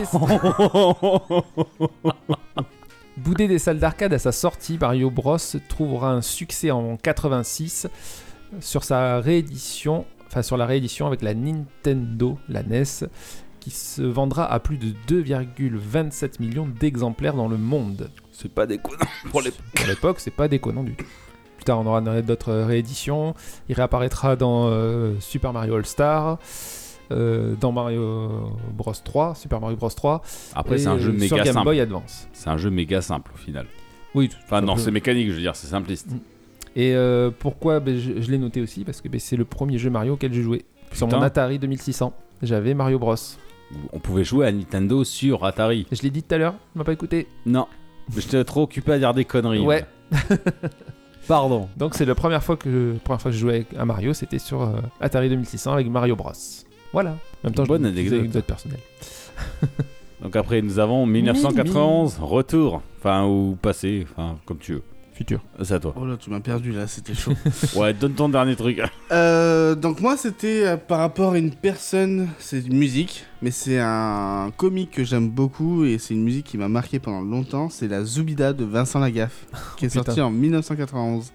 A: Boudé des salles d'arcade à sa sortie, Mario Bros trouvera un succès en 86 sur sa réédition sur la réédition avec la Nintendo, la NES, qui se vendra à plus de 2,27 millions d'exemplaires dans le monde.
C: C'est pas déconnant pour les.
A: Pour l'époque, c'est pas déconnant du tout. Plus tard, on aura d'autres rééditions. Il réapparaîtra dans Super Mario All-Star, dans Mario Bros 3, Super Mario Bros 3.
C: Après,
A: et
C: c'est un jeu
A: sur
C: méga
A: Game
C: simple.
A: Boy Advance.
C: C'est un jeu méga simple au final.
A: Oui,
C: Enfin, dans ses mécaniques, je veux dire, c'est simpliste.
A: Et pourquoi je l'ai noté aussi parce que c'est le premier jeu Mario auquel j'ai joué. Sur mon
C: Putain.
A: Atari 2600, j'avais Mario Bros.
C: On pouvait jouer à Nintendo sur Atari.
A: Je l'ai dit tout à l'heure, tu m'as pas écouté.
C: Non, j'étais trop occupé à dire des conneries.
A: Ouais.
C: Pardon.
A: Donc c'est la première fois que je jouais à Mario, c'était sur Atari 2600 avec Mario Bros. Voilà. En même temps,
C: Bonne
A: je faisais
C: anecdote.
A: une anecdote personnelle.
C: Donc après, nous avons 1991, retour. Enfin, ou passé, enfin, comme tu veux.
A: Futur.
C: C'est à toi.
E: Oh là, tu m'as perdu là, c'était chaud.
C: Ouais, donne ton dernier truc.
E: Donc moi c'était par rapport à une personne, c'est une musique, mais c'est un comique que j'aime beaucoup et c'est une musique qui m'a marqué pendant longtemps, c'est la Zoubida de Vincent Lagaffe, qui est
A: Putain.
E: sortie en 1991.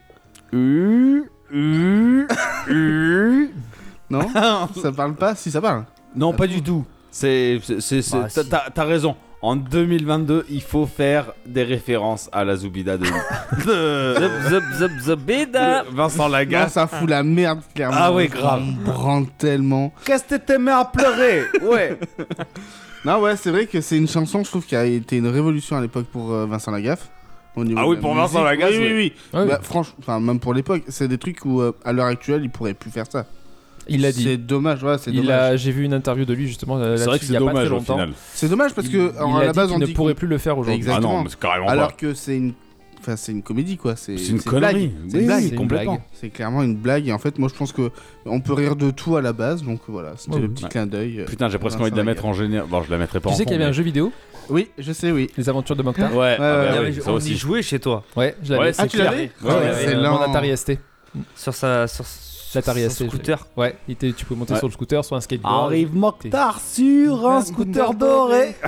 E: Non Ça parle pas? Si, ça parle.
C: Non, pas du tout. C'est,
D: Bah, si.
C: t'as raison. En 2022, il faut faire des références à la Zoubida de
D: Zobida.
C: Vincent
E: Là,
C: Lagaffe.
E: ça fout la merde, clairement.
C: Ah ouais, grave.
E: On me branle tellement.
C: Qu'est-ce que t'étais mis à pleurer? Ouais.
E: Non, ouais, c'est vrai que c'est une chanson, je trouve, qui a été une révolution à l'époque pour Vincent Lagaffe. Au niveau
C: Ah oui,
E: de la
C: pour Vincent
E: musique.
C: Lagaffe,
E: Oui,
C: ouais.
E: oui, oui.
A: Ah oui.
E: Bah, franchement, enfin, même pour l'époque, c'est des trucs où, à l'heure actuelle, il pourrait plus faire ça.
A: Il l'a dit.
E: C'est dommage, ouais, c'est dommage.
A: J'ai vu une interview de lui justement
C: C'est vrai
A: là-dessus
C: que
A: il
C: c'est
A: y a pas
C: dommage
A: très
C: au
A: longtemps.
C: final.
E: C'est dommage parce que,
A: Il
E: à
A: a
E: la
A: dit
E: base,
A: qu'il
E: on
A: ne
E: dit
A: pourrait
E: qu'on-
A: plus le faire aujourd'hui.
C: Ah
E: Exactement.
C: non, mais c'est carrément
E: Alors
C: pas.
E: que c'est une... Enfin, c'est une comédie, quoi. C'est
C: C'est une
E: blague.
C: connerie.
E: C'est une blague.
A: c'est une
C: complètement.
A: blague.
E: C'est clairement une blague. Et en fait, moi, je pense que on peut rire de tout à la base. Donc voilà, c'était
A: Ouais,
E: le
A: ouais.
E: petit clin d'œil.
C: Putain, j'ai presque
E: Vincent
C: envie de la
E: Lagaffe.
C: mettre en général. Bon, je la mettrai pas
A: Tu
C: en
A: sais qu'il y avait
C: fond,
A: un jeu vidéo,
E: Oui, je sais, oui.
A: Les Aventures de Mokhtar.
C: mais- Ouais, ah bah
E: ouais,
C: oui,
E: ouais.
C: ça
D: On y
C: aussi.
D: jouait chez toi.
A: Ouais, je l'avais.
C: Ouais, c'est
E: tu
C: clair.
E: l'avais
C: Ouais, ouais,
E: excellent.
A: Mon Atari ST.
D: Sur sa. Sur
A: L'Atari
D: son
A: ST. je l'ai.
D: scooter.
A: Ouais, tu peux monter
C: Ouais.
A: sur le scooter, sur un skateboard.
C: Arrive Mokhtar sur un scooter doré.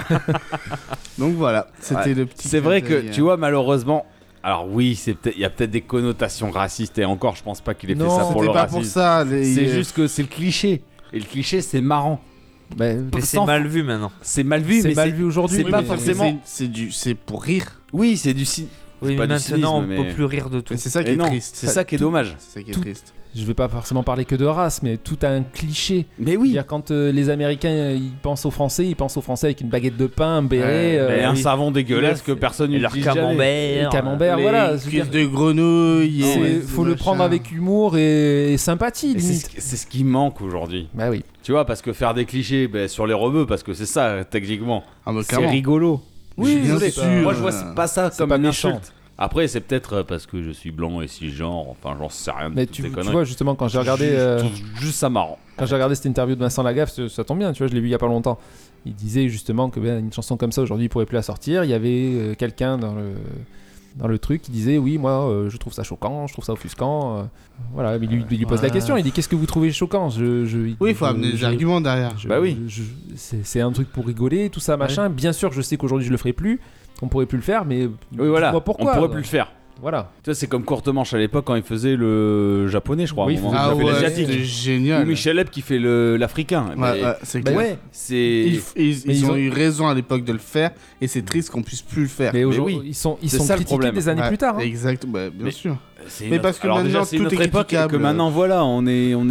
E: Donc voilà, c'était
C: Ouais.
E: le petit.
C: C'est
E: clin
C: vrai que,
E: d'œil,
C: tu vois, malheureusement. Alors oui, il y a peut-être des connotations racistes et encore, je pense pas qu'il ait fait
A: Non,
C: ça pour le
E: C'était pas
C: racisme.
E: pour ça.
C: C'est juste que c'est le cliché. Et le cliché, c'est marrant.
A: Bah,
D: Mais c'est
C: Sans-
D: mal vu maintenant.
C: C'est mal vu,
A: c'est
C: mais
A: mal vu aujourd'hui.
C: c'est
E: Oui,
C: pas
E: mais
C: forcément-
E: C'est pour rire.
C: Oui, c'est du cinéma.
D: Oui,
C: pas
D: mais
C: du
D: maintenant,
C: cynisme,
D: on
C: mais-
D: peut plus rire de tout.
E: Mais c'est ça qui
C: Et
E: est
C: non,
E: triste.
C: c'est ça qui est dommage.
E: C'est ça qui est
A: Tout-
E: triste.
A: Je vais pas forcément parler que de race, mais tout a un cliché.
C: Mais oui.
A: C'est-à-dire quand les Américains ils pensent aux Français avec une baguette de pain, un béret,
C: Et un
D: oui.
C: savon dégueulasse que personne
D: Et leur
C: n'utilise jamais.
A: et
D: camembert.
A: camembert,
E: Les
A: voilà. je veux
E: cuisses
A: dire,
E: de grenouille.
A: c'est-
E: et
A: faut le
E: machin.
A: prendre avec humour et sympathie,
C: Et
A: limite.
C: c'est ce qui manque aujourd'hui.
A: Bah oui.
C: Tu vois, parce que faire des clichés sur les rebeux, parce que c'est ça, techniquement.
E: Ah bah
C: C'est
E: clairement.
C: rigolo.
E: Oui, bien
C: désolé.
E: sûr.
C: Moi, je vois c'est pas ça
A: C'est
C: comme
A: pas
C: une
A: méchant.
C: insulte. Après, c'est peut-être parce que je suis blanc et cisgenre. Enfin, j'en sais rien. de
A: Mais
C: toutes
A: tu
C: ces conneries.
A: vois justement quand j'ai regardé
C: Je trouve juste ça marrant.
A: cette interview de Vincent Lagaffe, ça tombe bien, tu vois, je l'ai vu il y a pas longtemps. Il disait justement que une chanson comme ça aujourd'hui il pourrait plus la sortir. Il y avait quelqu'un dans le truc qui disait oui moi je trouve ça choquant, je trouve ça offusquant. Voilà, mais il lui pose la
E: Ouais.
A: question, il dit qu'est-ce que vous trouvez choquant.
E: Oui, il faut amener des arguments derrière.
C: Bah oui.
A: C'est un truc pour rigoler, tout ça machin. Bien sûr, je sais qu'aujourd'hui je le ferai plus, qu'on pourrait plus le faire, mais
C: Oui, voilà.
A: dis-moi pourquoi.
C: On pourrait plus le faire.
A: Voilà.
C: Tu vois, c'est comme Courte Manche à l'époque quand il faisait le japonais, je crois.
A: Oui,
C: à un moment,
E: Ah
C: il a fait
E: ouais,
C: l'asiatique.
E: c'était
C: Ou
E: génial.
C: Michel Hebb qui fait l'africain.
E: Ouais,
C: Mais-
E: ouais, c'est
A: Bah
E: clair.
A: ouais.
C: C'est.
E: Ils
A: Mais ils
E: ont
A: ont-
E: eu raison à l'époque de le faire et c'est triste qu'on puisse plus le faire.
A: Mais aujourd'hui,
C: oui.
A: ils sont
C: C'est ça le
A: critiqués
C: problème.
A: des années
E: Ouais,
A: plus tard. hein.
E: Exact, bah, bien
C: Mais-
E: sûr.
C: C'est
E: Mais
C: notre-
E: parce que
C: alors
E: maintenant,
C: déjà, c'est
E: tout
C: notre
E: est
C: époque et que
E: critiquable.
C: maintenant voilà, on est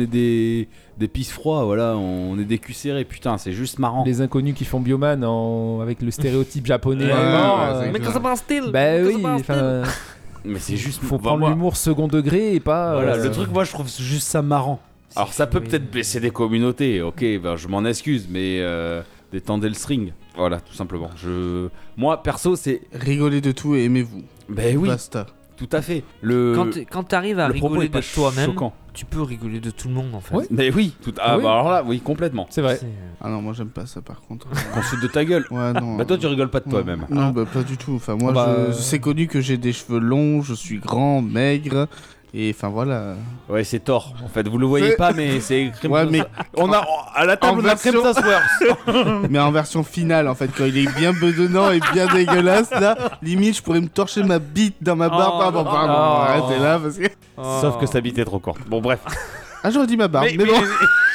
C: des pisse froids, voilà, on est des culs serrés, putain, c'est juste marrant.
A: Les inconnus qui font Bioman avec le stéréotype japonais.
E: Ouais,
A: mort,
E: ouais, c'est
D: Mais
E: clair.
D: que ça passe-t-il
A: bah
D: Que
A: oui,
D: ça passe-t-il
A: enfin,
C: Mais c'est juste
A: faut
C: bah,
A: prendre
C: moi,
A: l'humour second degré et pas.
C: Voilà, le truc, moi je trouve juste ça marrant. Alors ça peut
D: oui.
C: peut-être blesser des communautés, ok, ben, je m'en excuse, mais détendez le string. Voilà, tout simplement. Moi, perso, c'est.
E: Rigolez de tout et aimez-vous.
C: Ben oui,
E: Basta.
C: tout à fait.
D: Quand t'arrives à
C: le propos
D: rigoler
C: est pas
D: de toi-même,
C: choquant.
D: tu peux rigoler de tout le monde en fait.
A: Ouais.
C: Mais oui,
A: Ah oui.
C: bah, alors là, oui, complètement.
A: C'est vrai.
D: C'est-
E: Ah non, moi j'aime pas ça par contre.
C: Qu'on se foute de ta gueule.
E: Ouais, non.
C: Bah toi, tu rigoles pas de toi-même.
E: Non, bah pas du tout. Enfin, moi,
A: Bah,
E: c'est connu que j'ai des cheveux longs, je suis grand, maigre. Et enfin voilà.
C: Ouais, c'est tort. En fait, vous le voyez
E: C'est-
C: pas, mais c'est crème.
E: Ouais, mais
C: on a à la table
E: En
C: on a crème
E: version-
C: Sasworth.
E: mais en version finale, en fait, quand il est bien bedonnant et bien dégueulasse, là, limite, je pourrais me torcher ma bite dans ma barbe.
D: Oh,
E: Pardon,
A: non.
E: pardon,
A: Oh.
E: arrêtez là parce que.
C: Sauf que sa bite est trop courte. Bon, bref.
E: Ah, j'aurais dit ma barbe, mais bon.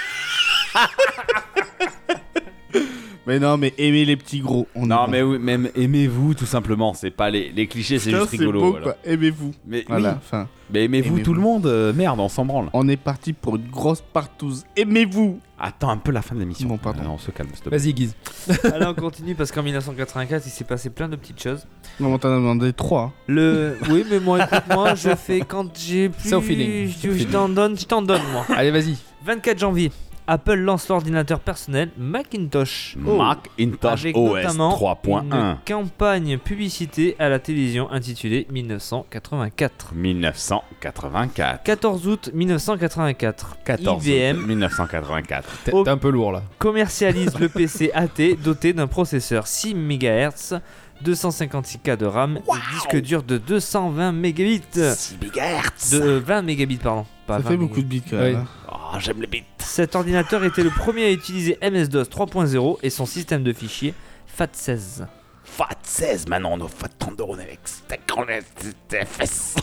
E: Mais non, mais aimez les petits gros.
C: Non, mais oui, même aimez-vous tout simplement. C'est pas les clichés, c'est juste rigolo.
E: Beau,
C: voilà.
E: quoi. Aimez-vous.
C: Mais
E: Voilà,
C: oui.
E: enfin.
C: Mais aimez-vous tout le monde. Merde, on s'en branle.
E: On est parti pour une grosse partouze. Aimez-vous.
C: Attends un peu la fin de l'émission.
E: Bon, pardon.
C: On se calme, s'il te plaît.
A: Vas-y, Guise.
D: Allez, on continue parce qu'en 1984, il s'est passé plein de petites choses.
E: Non, on t'en a demandé 3.
D: Oui, mais moi, écoute-moi, je fais quand j'ai plus.
A: C'est au feeling.
D: Je t'en donne, moi.
A: Allez, vas-y.
D: 24 janvier, Apple lance l'ordinateur personnel Macintosh.
C: Macintosh
D: Avec
C: OS
D: notamment
C: 3.1.
D: une campagne publicité à la télévision intitulée 1984.
C: 1984.
D: 14 août 1984.
C: 14
D: IBM
C: 1984.
A: T'es un peu lourd là.
D: commercialise le PC AT doté d'un processeur 6 MHz, 256K de RAM et disque dur de 220 mégabits.
C: 6 MHz.
D: De 20 mégabits, pardon. Pas
E: Ça
D: 20
E: fait beaucoup de bits quand même.
A: Oui.
E: hein.
C: Oh, j'aime les bits.
D: Cet ordinateur était le premier à utiliser MS-DOS 3.0 et son système de fichiers FAT16.
C: FAT16, maintenant on offre FAT32 avec TFS.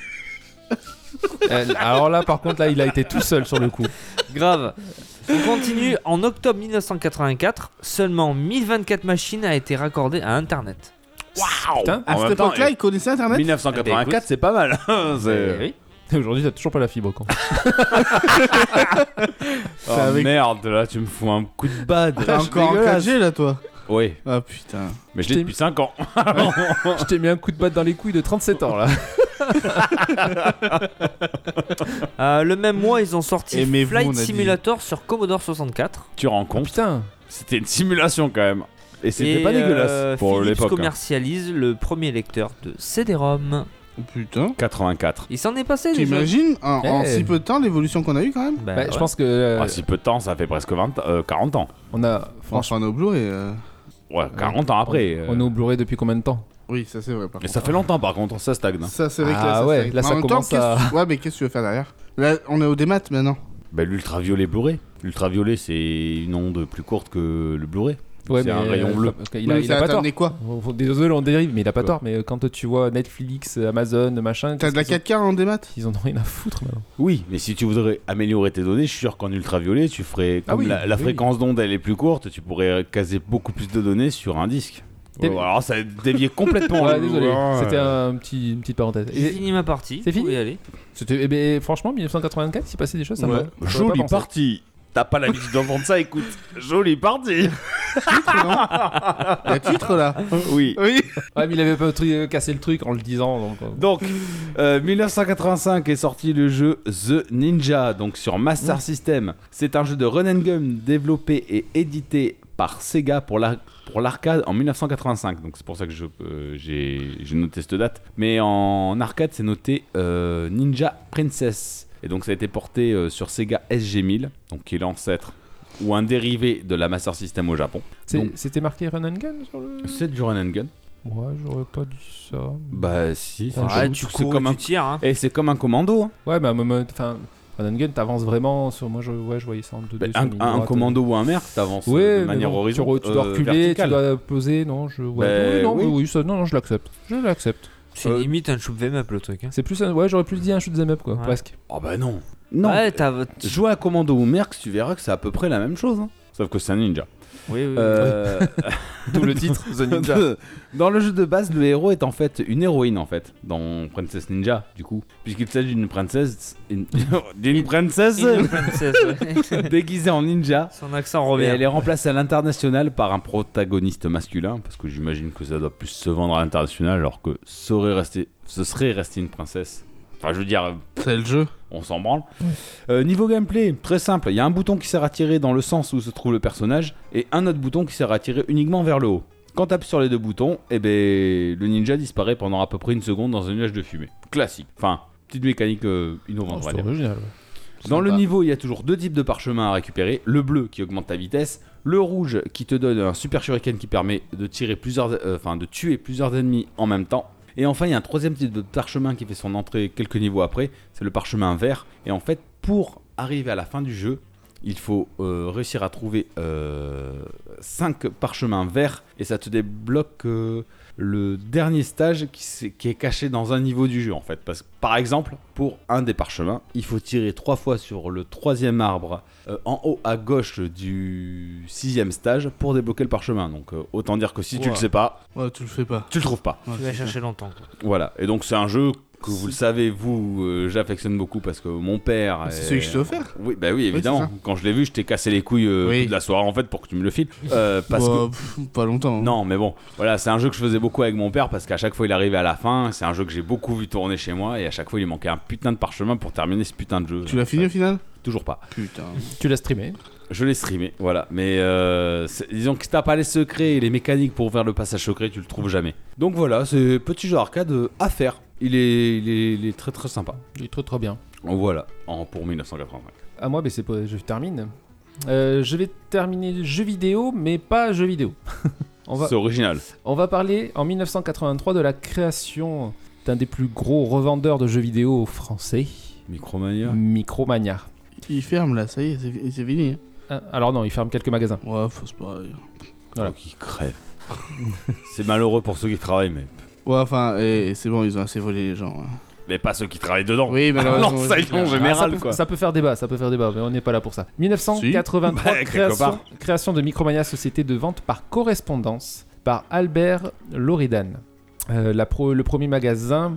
A: Alors là, par contre, là, il a été tout seul sur le coup.
D: Grave. On continue. En octobre 1984, seulement 1024 machines a été raccordées à Internet.
C: Waouh.
A: Putain.
E: À
C: En
E: cette
C: même temps,
E: époque-là, ils connaissaient Internet.
C: 1984, c'est pas mal. C'est-
D: Oui.
A: Aujourd'hui, t'as toujours pas la fibre, quoi.
C: Oh
E: avec-
C: merde, là tu me fous un coup de bad.
E: T'es encore en 4G là, toi.
C: Oui,
E: Ah putain.
C: mais je l'ai depuis 5 ans.
A: Je t'ai mis un coup de batte dans les couilles de 37 ans, là.
D: Le même mois, ils ont sorti
E: Aimez-vous, on
D: Flight
E: a dit.
D: Simulator sur Commodore 64.
C: Tu rends compte,
A: Putain.
C: c'était une simulation quand même. Et c'était
D: Et,
C: pas dégueulasse pour
D: Philips
C: l'époque. hein.
D: commercialise le premier lecteur de CD-ROM.
E: Oh, putain.
C: 84.
D: Il s'en est passé des choses.
E: T'imagines en
A: Eh.
E: si peu de temps l'évolution qu'on a eu quand même.
D: Bah,
A: Bah,
D: ouais.
A: Je pense que.
C: Ah, si peu de temps, ça fait presque 40 ans.
A: On a. Franchement.
E: Enfin, nos Blu-ray.
C: Ouais, 40 ans après.
A: On est au Blu-ray depuis combien de temps?
E: Oui, ça c'est vrai. Par
C: Mais
E: contre.
C: ça fait longtemps par contre, ça stagne. hein.
E: Ça c'est vrai que
A: Ah
E: là, ça
A: ouais,
E: stagne.
A: là, ça
E: En même temps,
A: commence à-
E: Ouais, mais qu'est-ce que tu veux faire derrière? Là, on est au démat maintenant.
C: Bah, l'ultraviolet Blu-ray. L'ultraviolet, c'est une onde plus courte que le Blu-ray.
A: Ouais,
C: C'est un rayon bleu.
A: Il a
E: ça
A: pas tort.
E: amené quoi?
A: Désolé, on dérive, mais il a pas
C: Ouais.
A: tort. Mais quand tu vois Netflix, Amazon, machin.
E: T'as de la
A: qu'est-ce
E: 4K en démat?
A: qu'ils ont rien à foutre maintenant.
C: Oui, mais si tu voudrais améliorer tes données, je suis sûr qu'en ultraviolet, tu ferais.
A: Ah
C: Comme
A: oui,
C: la
A: oui,
C: fréquence d'onde elle est plus courte, tu pourrais caser beaucoup plus de données sur un disque.
A: Et-
C: Alors ça a dévié complètement.
A: Ouais,
C: le-
A: désolé.
C: Ouais.
A: C'était une petite parenthèse.
D: J'ai
A: Et
D: fini ma partie.
A: C'est
D: Vous pouvez
A: fini
D: y aller.
A: c'était, eh ben, franchement, 1984, il s'est passé des choses, ça
E: Ouais.
A: me j'aurais pas
C: Jolie
A: pensé.
C: partie. T'as pas l'habitude d'entendre ça, écoute. Jolie partie.
E: Il y a titre là.
C: Oui.
E: Oui.
A: Ouais, mais il avait pas cassé le truc en le disant. Donc,
C: Donc, 1985 est sorti le jeu The Ninja, donc sur Master System. C'est un jeu de run and gun développé et édité par Sega pour l'arcade en 1985. Donc c'est pour ça que j'ai noté cette date. Mais en arcade, c'est noté Ninja Princess. Et donc ça a été porté sur Sega SG-1000, donc qui est l'ancêtre ou un dérivé de la Master System au Japon. Donc,
A: c'était marqué Run and Gun sur le.
C: c'est du run and gun.
A: Ouais, j'aurais pas dit ça.
C: Bah si, c'est
D: Ouais,
C: un
D: tu
C: jeu, c'est
D: cours,
C: comme
D: tu
C: un
D: tires. Hein.
C: et c'est comme un commando. Hein.
A: Ouais, mais à un moment, enfin, Run and Gun, t'avances vraiment sur. Moi, je voyais ça en 2D.
C: Bah,
A: sur une ligne
C: un
A: droite.
C: commando ou un merc, t'avances
A: Ouais,
C: de manière
A: mais bon,
C: horizontale.
A: tu dois reculer, tu dois poser, non, je. Ouais,
C: Ben,
A: oui, non,
C: oui.
A: oui, ça, non, je l'accepte. Je l'accepte.
D: C'est limite un shoot 'em up le truc. Hein.
A: C'est plus, ouais, j'aurais plus dit un shoot 'em up, quoi,
D: Ouais.
A: presque.
C: Oh bah non. Non.
D: Ouais, t'as.
C: Jouer à commando ou merc, tu verras que c'est à peu près la même chose. Hein. Sauf que c'est un ninja.
D: Oui, oui.
A: D'où le titre, The Ninja.
C: Dans le jeu de base, le héros est en fait une héroïne en fait dans Princess Ninja du coup, puisqu'il s'agit d'une princesse, d'une princesse
D: Une princesse, ouais.
C: déguisée en ninja.
D: Son accent
C: Et
D: revient.
C: elle est remplacée à l'international par un protagoniste masculin, parce que j'imagine que ça doit plus se vendre à l'international, alors que ce serait resté une princesse. Enfin, je veux dire,
E: C'est le jeu.
C: on s'en branle. Niveau gameplay, très simple. Il y a un bouton qui sert à tirer dans le sens où se trouve le personnage, et un autre bouton qui sert à tirer uniquement vers le haut. Quand tu appuies sur les deux boutons, eh ben, le ninja disparaît pendant à peu près une seconde dans un nuage de fumée. Classique. Enfin, petite mécanique innovante, on va
A: C'est
C: dire.
A: original.
C: Dans le
E: Sympa.
C: niveau, il y a toujours deux types de parchemins à récupérer. Le bleu qui augmente ta vitesse, le rouge qui te donne un super shuriken qui permet de tuer plusieurs ennemis en même temps. Et enfin, il y a un troisième type de parchemin qui fait son entrée quelques niveaux après, c'est le parchemin vert. Et en fait, pour arriver à la fin du jeu, il faut réussir à trouver 5 parchemins verts et ça te débloque le dernier stage qui est caché dans un niveau du jeu en fait. Parce que par exemple, pour un des parchemins, il faut tirer 3 fois sur le 3e arbre en haut à gauche du 6e stage pour débloquer le parchemin. Donc autant dire que si tu le sais pas,
E: Ouais, tu le fais pas.
C: tu le trouves pas.
E: Ouais,
D: Tu vas
E: c'est
D: chercher longtemps. Quoi.
C: Voilà, et donc c'est un jeu que vous le savez, j'affectionne beaucoup parce que mon père.
E: C'est celui que je t'ai offert.
C: Oui, bah oui, évidemment.
E: c'est ça.
C: Quand je l'ai vu, je t'ai cassé les couilles
E: Oui.
C: toute la soirée en fait pour que tu me le files. Parce que.
E: Pas longtemps. hein.
C: Non, mais bon, voilà, c'est un jeu que je faisais beaucoup avec mon père parce qu'à chaque fois il arrivait à la fin. C'est un jeu que j'ai beaucoup vu tourner chez moi et à chaque fois il manquait un putain de parchemin pour terminer ce putain de jeu.
E: Tu l'as fini au final?
C: Toujours pas.
E: Putain.
A: Tu l'as streamé.
C: Je l'ai streamé, voilà. Mais disons que si t'as pas les secrets et les mécaniques pour faire le passage secret, tu le trouves jamais. Donc voilà, c'est petit jeu arcade à faire. Il est très très sympa.
A: Il est trop bien.
C: Voilà, pour 1985.
A: À moi, je termine. Je vais terminer jeux vidéo, mais pas jeux vidéo.
C: C'est original.
A: On va parler en 1983 de la création d'un des plus gros revendeurs de jeux vidéo français,
C: Micromania.
A: Micromania.
E: Il ferme là, ça y est, c'est fini.
A: Alors non, il ferme quelques magasins.
E: Ouais, faut se pareil.
A: Voilà.
C: Oh, qui crève. C'est malheureux pour ceux qui travaillent, mais.
E: Ouais, enfin, c'est bon, ils ont assez volé les gens. hein.
C: Mais pas ceux qui travaillent dedans.
E: Oui, malheureusement.
C: non, ça, ils ont en général, quoi.
A: Ça peut faire débat, mais on n'est pas là pour ça. 1983,
C: Si. Bah, quelque part.
A: création de Micromania, société de vente par correspondance, par Albert Loridan. Le premier magasin,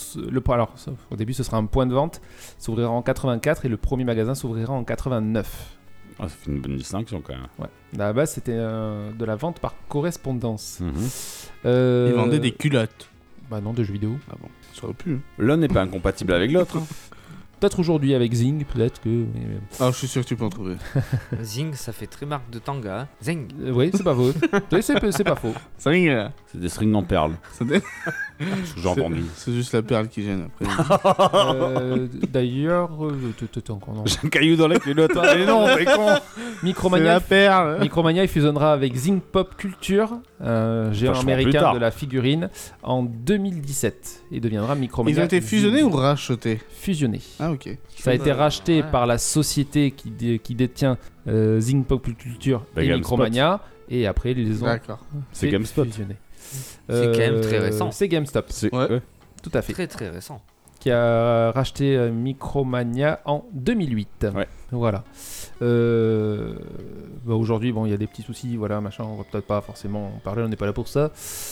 A: au début ce sera un point de vente, s'ouvrira en 84 et le premier magasin s'ouvrira en 89.
C: Ah, ça fait une bonne distinction quand même.
A: Ouais. À la base c'était de la vente par correspondance.
E: Ils vendaient des culottes.
A: Bah non, de jeux vidéo.
E: Ah bon, ça aurait pu.
C: L'un n'est pas incompatible avec l'autre.
A: Peut-être aujourd'hui avec Zing, peut-être que...
E: Ah, je suis sûr que tu peux en trouver.
D: Zing, ça fait très marque de tanga. Hein. Zing.
A: Oui, c'est pas faux. Oui, c'est pas faux.
E: Ça ring là.
C: C'est des strings en perles.
E: Ça dé-
C: Ce que j'ai entendu.
E: C'est juste la perle qui gêne après.
A: D'ailleurs... encore non.
C: J'ai un caillou dans la culotte. Mais non, t'es con.
E: C'est
A: Micromania,
E: la perle.
A: Micromania il fusionnera avec Zing Pop Culture, géant
C: Vachement plus
A: américain
C: tard.
A: de la figurine, en 2017 et deviendra Micromania.
E: Ils ont été fusionnés
A: Zing.
E: ou rachetés?
A: Fusionnés.
E: Ah, ok.
A: Ça a été racheté
D: ouais.
A: par la société qui détient Zing Pop Culture
C: Bah,
A: et
C: GameSpot.
A: Micromania, et après ils les ont
E: D'accord.
C: C'est
A: fait
C: GameSpot.
A: fusionner.
D: C'est quand même très récent.
A: C'est GameStop,
E: Ouais.
A: tout à fait,
D: Très très récent.
A: qui a racheté Micromania en 2008.
C: Ouais.
A: Voilà. Aujourd'hui, bon, il y a des petits soucis, voilà, machin, on va peut-être pas forcément en parler, on n'est pas là pour ça.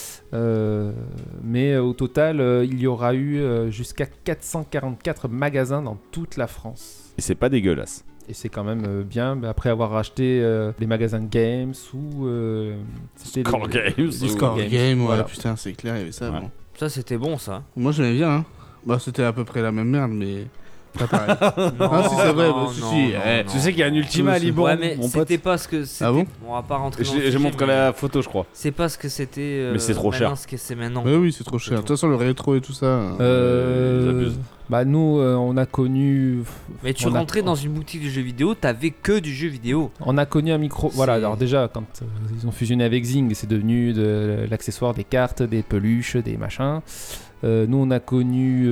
A: Mais au total, il y aura eu jusqu'à 444 magasins dans toute la France.
C: Et c'est pas dégueulasse.
A: Et c'est quand même bien, mais après avoir racheté les magasins Games ou... c'était
C: Score Games.
A: du
E: Score
A: Games,
E: Game, ouais,
A: voilà.
E: putain, c'est clair, il y avait ça
C: Ouais.
E: avant.
D: Ça, c'était bon, ça.
E: Moi, j'aimais bien, hein. Bah, c'était à peu près la même merde, mais pas pareil.
D: Non,
E: Ah, si, c'est vrai,
D: non,
E: bah, si,
D: non,
E: si,
D: non,
E: eh,
D: non.
C: Tu sais qu'il y a un Ultima à
E: Ouais,
C: Libourne,
D: Ouais, mais
C: mon pote.
D: c'était pas ce que c'était.
E: Ah bon
D: On va pas rentrer dans le
C: J'ai
D: sujet,
C: montré
D: mais
C: la photo, je crois.
D: C'est pas ce que c'était.
C: Mais c'est trop cher.
D: maintenant, ce que c'est maintenant.
E: Ouais, oui, c'est trop cher. De toute façon, le rétro et tout ça.
C: Ils abusent.
A: Bah nous, on a connu...
D: Mais tu
A: on a-
D: rentrais dans une boutique de jeux vidéo, t'avais que du jeu vidéo.
A: On a connu un micro. Voilà, alors déjà, quand ils ont fusionné avec Zing, c'est devenu de l'accessoire, des cartes, des peluches, des machins. Nous, on a connu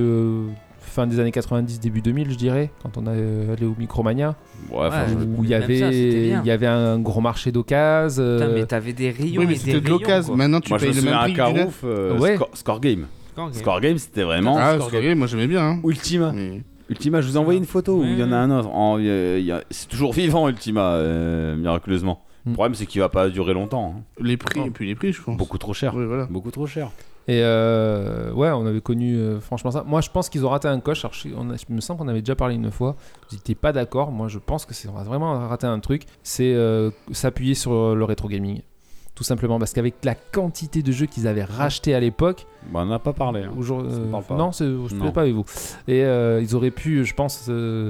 A: fin des années 90, début 2000, je dirais, quand on est allé au Micromania,
C: Ouais, enfin,
D: Ouais.
A: où il y
D: Même ça, c'était
A: avait,
D: bien.
A: il y avait un gros marché d'occasion.
D: Putain, mais t'avais des rayons
E: Oui, mais
D: et des
E: c'était de
D: rayons.
E: l'occasion.
D: quoi.
E: Maintenant, tu
C: moi je me
E: payes le
C: souviens
E: même
C: à
E: prix que du neuf.
C: Carouf,
A: Ouais.
C: Score Game.
D: Ok.
C: Score Game, c'était vraiment.
E: Ah,
C: Score
E: Score Game, moi, j'aimais bien. Hein.
C: Ultima.
E: Mais...
C: Ultima, je vous ai envoyé une photo où il y en a un autre. C'est toujours vivant, Ultima, miraculeusement. Le problème, c'est qu'il va pas durer longtemps. hein.
E: Les prix, et puis les prix, je pense.
C: Beaucoup trop cher.
E: Oui, voilà.
C: Beaucoup trop cher.
A: Et ouais, on avait connu franchement ça. Moi, je pense qu'ils ont raté un coche. Alors, il me semble qu'on avait déjà parlé une fois. Vous n'étiez pas d'accord. Moi, je pense que on a vraiment raté un truc. C'est s'appuyer sur le rétro gaming. Tout simplement parce qu'avec la quantité de jeux qu'ils avaient rachetés à l'époque,
C: Bah, on n'a pas parlé. hein.
A: aujourd'hui,
C: Ça parle pas.
A: non, je ne
C: Non.
A: pas avec vous. Et ils auraient pu, je pense,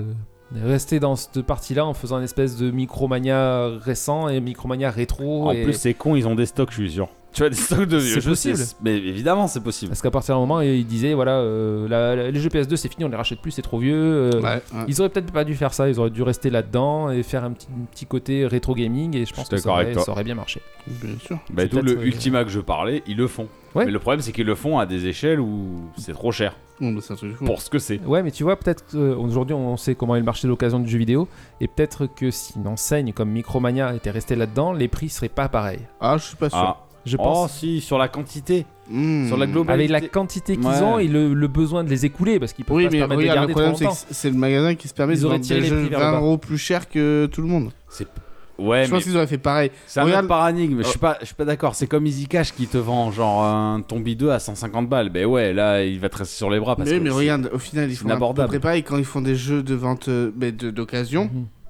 A: rester dans cette partie-là en faisant une espèce de Micromania récent et Micromania rétro.
C: En
A: et...
C: plus, c'est con, ils ont des stocks, je suis sûr. Tu as des stocks de vieux
A: C'est
C: jeux,
A: possible.
C: Mais évidemment, c'est possible.
A: Parce qu'à partir d'un moment, ils disaient voilà, les jeux PS2 c'est fini, on les rachète plus, c'est trop vieux.
E: Ouais, ouais.
A: Ils auraient peut-être pas dû faire ça, ils auraient dû rester là-dedans et faire un petit côté rétro gaming et je pense
C: suis
A: que ça
C: d'accord avec
A: aurait,
C: toi.
A: ça aurait bien marché.
E: Bien sûr.
C: Bah,
A: c'est
C: d'où
A: peut-être,
C: le Ultima que je parlais, ils le font.
A: Ouais.
C: Mais le problème, c'est qu'ils le font à des échelles où c'est trop cher
E: Bon, bah, c'est un truc de fou.
C: pour ce que c'est.
A: Ouais, mais tu vois, peut-être aujourd'hui on sait comment est le marché de l'occasion du jeu vidéo et peut-être que si une enseigne comme Micromania était restée là-dedans, les prix seraient pas pareils.
E: Ah, je suis pas sûr.
C: Ah.
A: Je
C: Oh,
A: pense.
C: si, sur la quantité. Sur la globalité.
A: Avec la quantité qu'ils
C: Ouais.
A: ont et le besoin de les écouler parce qu'ils peuvent
E: Oui,
A: pas se
E: mais
A: permettre de
E: regarde, le
A: garder trop
E: problème, c'est
A: longtemps.
E: que c'est le magasin qui se permet
A: Ils
E: de
A: auraient
E: vendre
A: tiré
E: des
A: les
E: jeux
A: prix vers le
E: 20
A: bas.
E: euros plus cher que tout le monde.
C: Ouais,
E: Je
C: mais
E: pense qu'ils auraient fait pareil.
C: c'est un
E: Regarde-
C: autre paradigme. Je suis pas d'accord. C'est comme Easy Cash qui te vend genre un Tombi 2 à 150 balles. Ben ouais, là, il va te rester sur les bras parce
E: Mais,
C: que
E: mais
C: c'est-
E: regarde, au final, ils
C: c'est
E: font un peu
C: inabordable.
E: préparer quand ils font des jeux de vente d'occasion.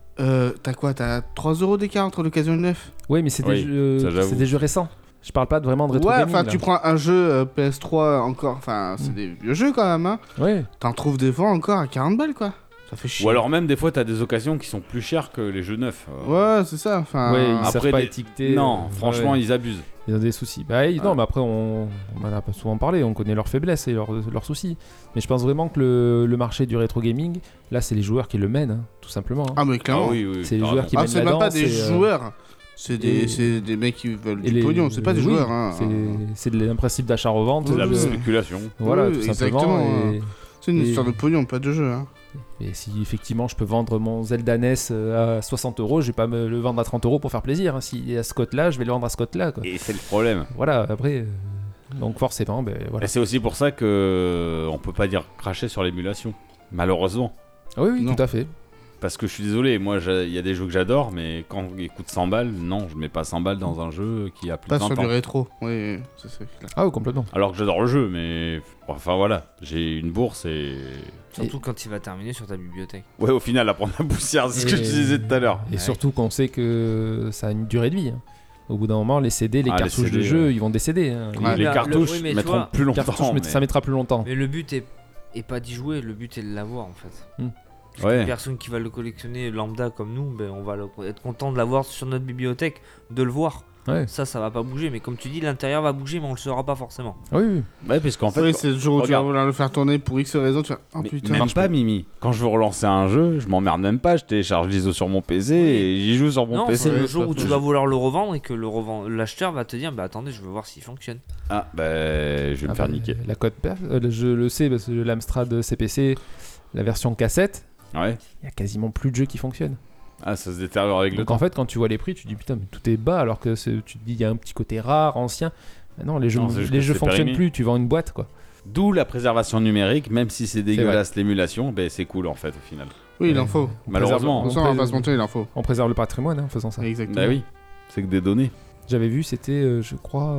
E: T'as quoi? T'as 3 euros d'écart entre l'occasion et le neuf?
A: Oui, mais c'est
C: Oui, ça, j'avoue.
A: des jeux récents. Je parle pas vraiment de rétro
E: Ouais,
A: gaming.
E: enfin,
A: là.
E: tu prends un jeu PS3 encore, enfin, c'est des vieux jeux quand même, hein.
A: Ouais.
E: T'en trouves des fois encore à 40 balles, quoi. Ça fait chier.
C: Ou alors même des fois, t'as des occasions qui sont plus chères que les jeux neufs.
E: Ouais, c'est ça. Enfin,
A: Ouais, ils
C: après,
A: savent pas
C: des-
A: étiqueter.
C: Non, franchement,
A: ouais.
C: ils abusent.
A: Ils ont des soucis. Bah, non, mais après, on en a pas souvent parlé. On connaît leurs faiblesses et leurs soucis. Mais je pense vraiment que le marché du rétro gaming, là, c'est les joueurs qui le mènent, hein, tout simplement. hein.
E: Ah, mais
C: Ah
E: clairement.
C: oui, oui.
A: C'est les
C: t'as
A: joueurs
C: raison.
A: qui
E: Ah,
A: mènent
E: c'est même
A: là-dedans.
E: pas des
A: c'est,
E: joueurs. C'est
A: et-
E: des mecs qui veulent
A: et
E: du pognon, c'est pas des
A: oui,
E: joueurs. Hein.
A: C'est un principe d'achat-revente.
C: C'est de la
E: Oui,
C: spéculation.
A: Voilà,
E: Oui,
A: tout simplement.
E: exactement, C'est une
A: Et-
E: histoire de pognon, pas de jeu. Hein.
A: Et si effectivement je peux vendre mon Zelda NES à 60 euros, je vais pas me le vendre à 30 euros pour faire plaisir. Hein. S'il est à ce cote-là, je vais le vendre à ce cote-là. Quoi.
C: Et c'est le problème.
A: Voilà, après. Donc forcément, ben voilà.
C: Et c'est aussi pour ça que on peut pas dire cracher sur l'émulation. Malheureusement.
A: Ah oui, oui,
E: Non.
A: tout à fait.
C: Parce que je suis désolé, moi il y a des jeux que j'adore, mais quand ils coûtent 100 balles, non, je mets pas 100 balles dans un jeu qui a plus
E: Pas
C: de 20
E: sur
C: ans.
E: du rétro. Oui, ça c'est clair.
A: Ah oui, complètement.
C: Alors que j'adore le jeu, mais enfin voilà, j'ai une bourse et.
D: Surtout quand il va terminer sur ta bibliothèque.
C: Ouais, au final, à prendre la poussière, c'est ce que je te disais tout à l'heure.
A: Et
D: Ouais.
A: surtout qu'on sait que ça a une durée de vie. hein. Au bout d'un moment, les CD, les
C: Ah, les
A: cartouches
C: CD,
A: de jeu,
C: ouais.
A: ils vont décéder. hein.
E: Ouais,
C: Les
D: mais
C: cartouches
D: oui, mais tu
C: mettront
D: vois,
C: plus longtemps.
A: Cartouches,
C: mais-
A: ça mettra plus longtemps.
D: Mais le but est pas d'y jouer, le but est de l'avoir en fait. Une
C: Ouais.
D: personne qui va le collectionner lambda comme nous, ben, on va être content de l'avoir sur notre bibliothèque, de le voir.
A: Ouais.
D: Ça va pas bouger, mais comme tu dis, l'intérieur va bouger, mais on le saura pas forcément.
A: Ah oui, oui.
C: Ouais, parce qu'en fait,
E: Oui, c'est le jour où tu vas
C: regarde.
E: vouloir le faire tourner pour X raison, tu vas. Oh
C: mais
E: putain.
C: même pas Mimi. Quand je veux relancer un jeu, je m'emmerde même pas, je télécharge l'ISO sur mon PC et j'y joue sur mon
D: Non,
C: PC.
D: c'est le
E: ouais,
D: jour
E: c'est
D: où
E: pas
D: tu
E: faux.
D: vas vouloir le revendre et que l'acheteur va te dire, bah attendez, je veux voir s'il fonctionne.
C: Ah, bah, je vais me
A: Ah
C: faire
A: bah,
C: niquer.
A: La code perte, je le sais parce que l'Amstrad CPC, la version cassette,
C: Ouais.
A: il y a quasiment plus de jeux qui fonctionnent.
C: Ah, ça se détériore avec le
A: Donc
C: temps.
A: en fait, quand tu vois les prix, tu te dis putain, mais tout est bas alors que tu te dis il y a un petit côté rare, ancien. Mais non, les jeux,
C: Non, c'est juste
A: les
C: que
A: jeux
C: c'est
A: fonctionnent
C: périmé.
A: plus, tu vends une boîte quoi.
C: D'où la préservation numérique, même si c'est dégueulasse l'émulation, ben c'est cool en fait au final.
E: Oui, il en faut.
C: Malheureusement.
E: De toute façon, on va pas se mentir, il en faut.
A: On préserve le patrimoine hein, en faisant ça.
E: Exactement.
C: Bah oui, c'est que des données.
A: J'avais vu, c'était, je crois,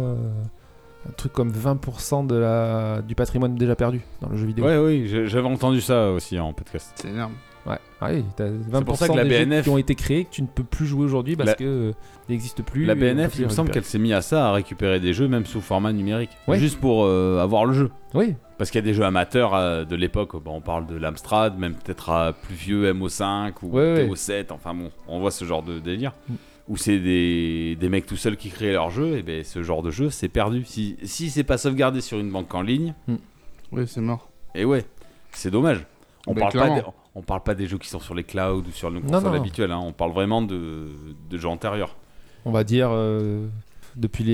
A: un truc comme 20% du patrimoine déjà perdu dans le jeu vidéo.
C: Ouais, oui, j'avais entendu ça aussi en podcast.
E: C'est énorme.
A: Ouais. Ah oui, t'as 20%
C: pour ça que la
A: des jeux
C: BNF
A: qui ont été créés que tu ne peux plus jouer aujourd'hui parce
C: La-
A: que n'existe plus.
C: La
A: et on peut
C: BNF,
A: plus
C: il me
A: les
C: semble
A: récupérer.
C: qu'elle s'est mise à ça, à récupérer des jeux même sous format numérique.
A: Ouais.
C: Juste pour avoir le jeu.
A: Oui,
C: Parce qu'il y a des jeux amateurs de l'époque, bon, on parle de l'Amstrad, même peut-être à plus vieux MO5 ou
A: Ouais, ouais.
C: TO7, enfin bon, on voit ce genre de délire.
A: Mm.
C: Où c'est des mecs tout seuls qui créent leur jeu, et ben ce genre de jeu c'est perdu. Si c'est pas sauvegardé sur une banque en ligne,
E: Oui, c'est mort.
C: et ouais, c'est dommage. On
E: Ben,
C: parle pas
E: clairement.
C: des- on parle pas des jeux qui sont sur les clouds ou sur nos
A: Non,
C: consoles
A: non.
C: habituelles, hein. On parle vraiment de jeux antérieurs.
A: on va dire depuis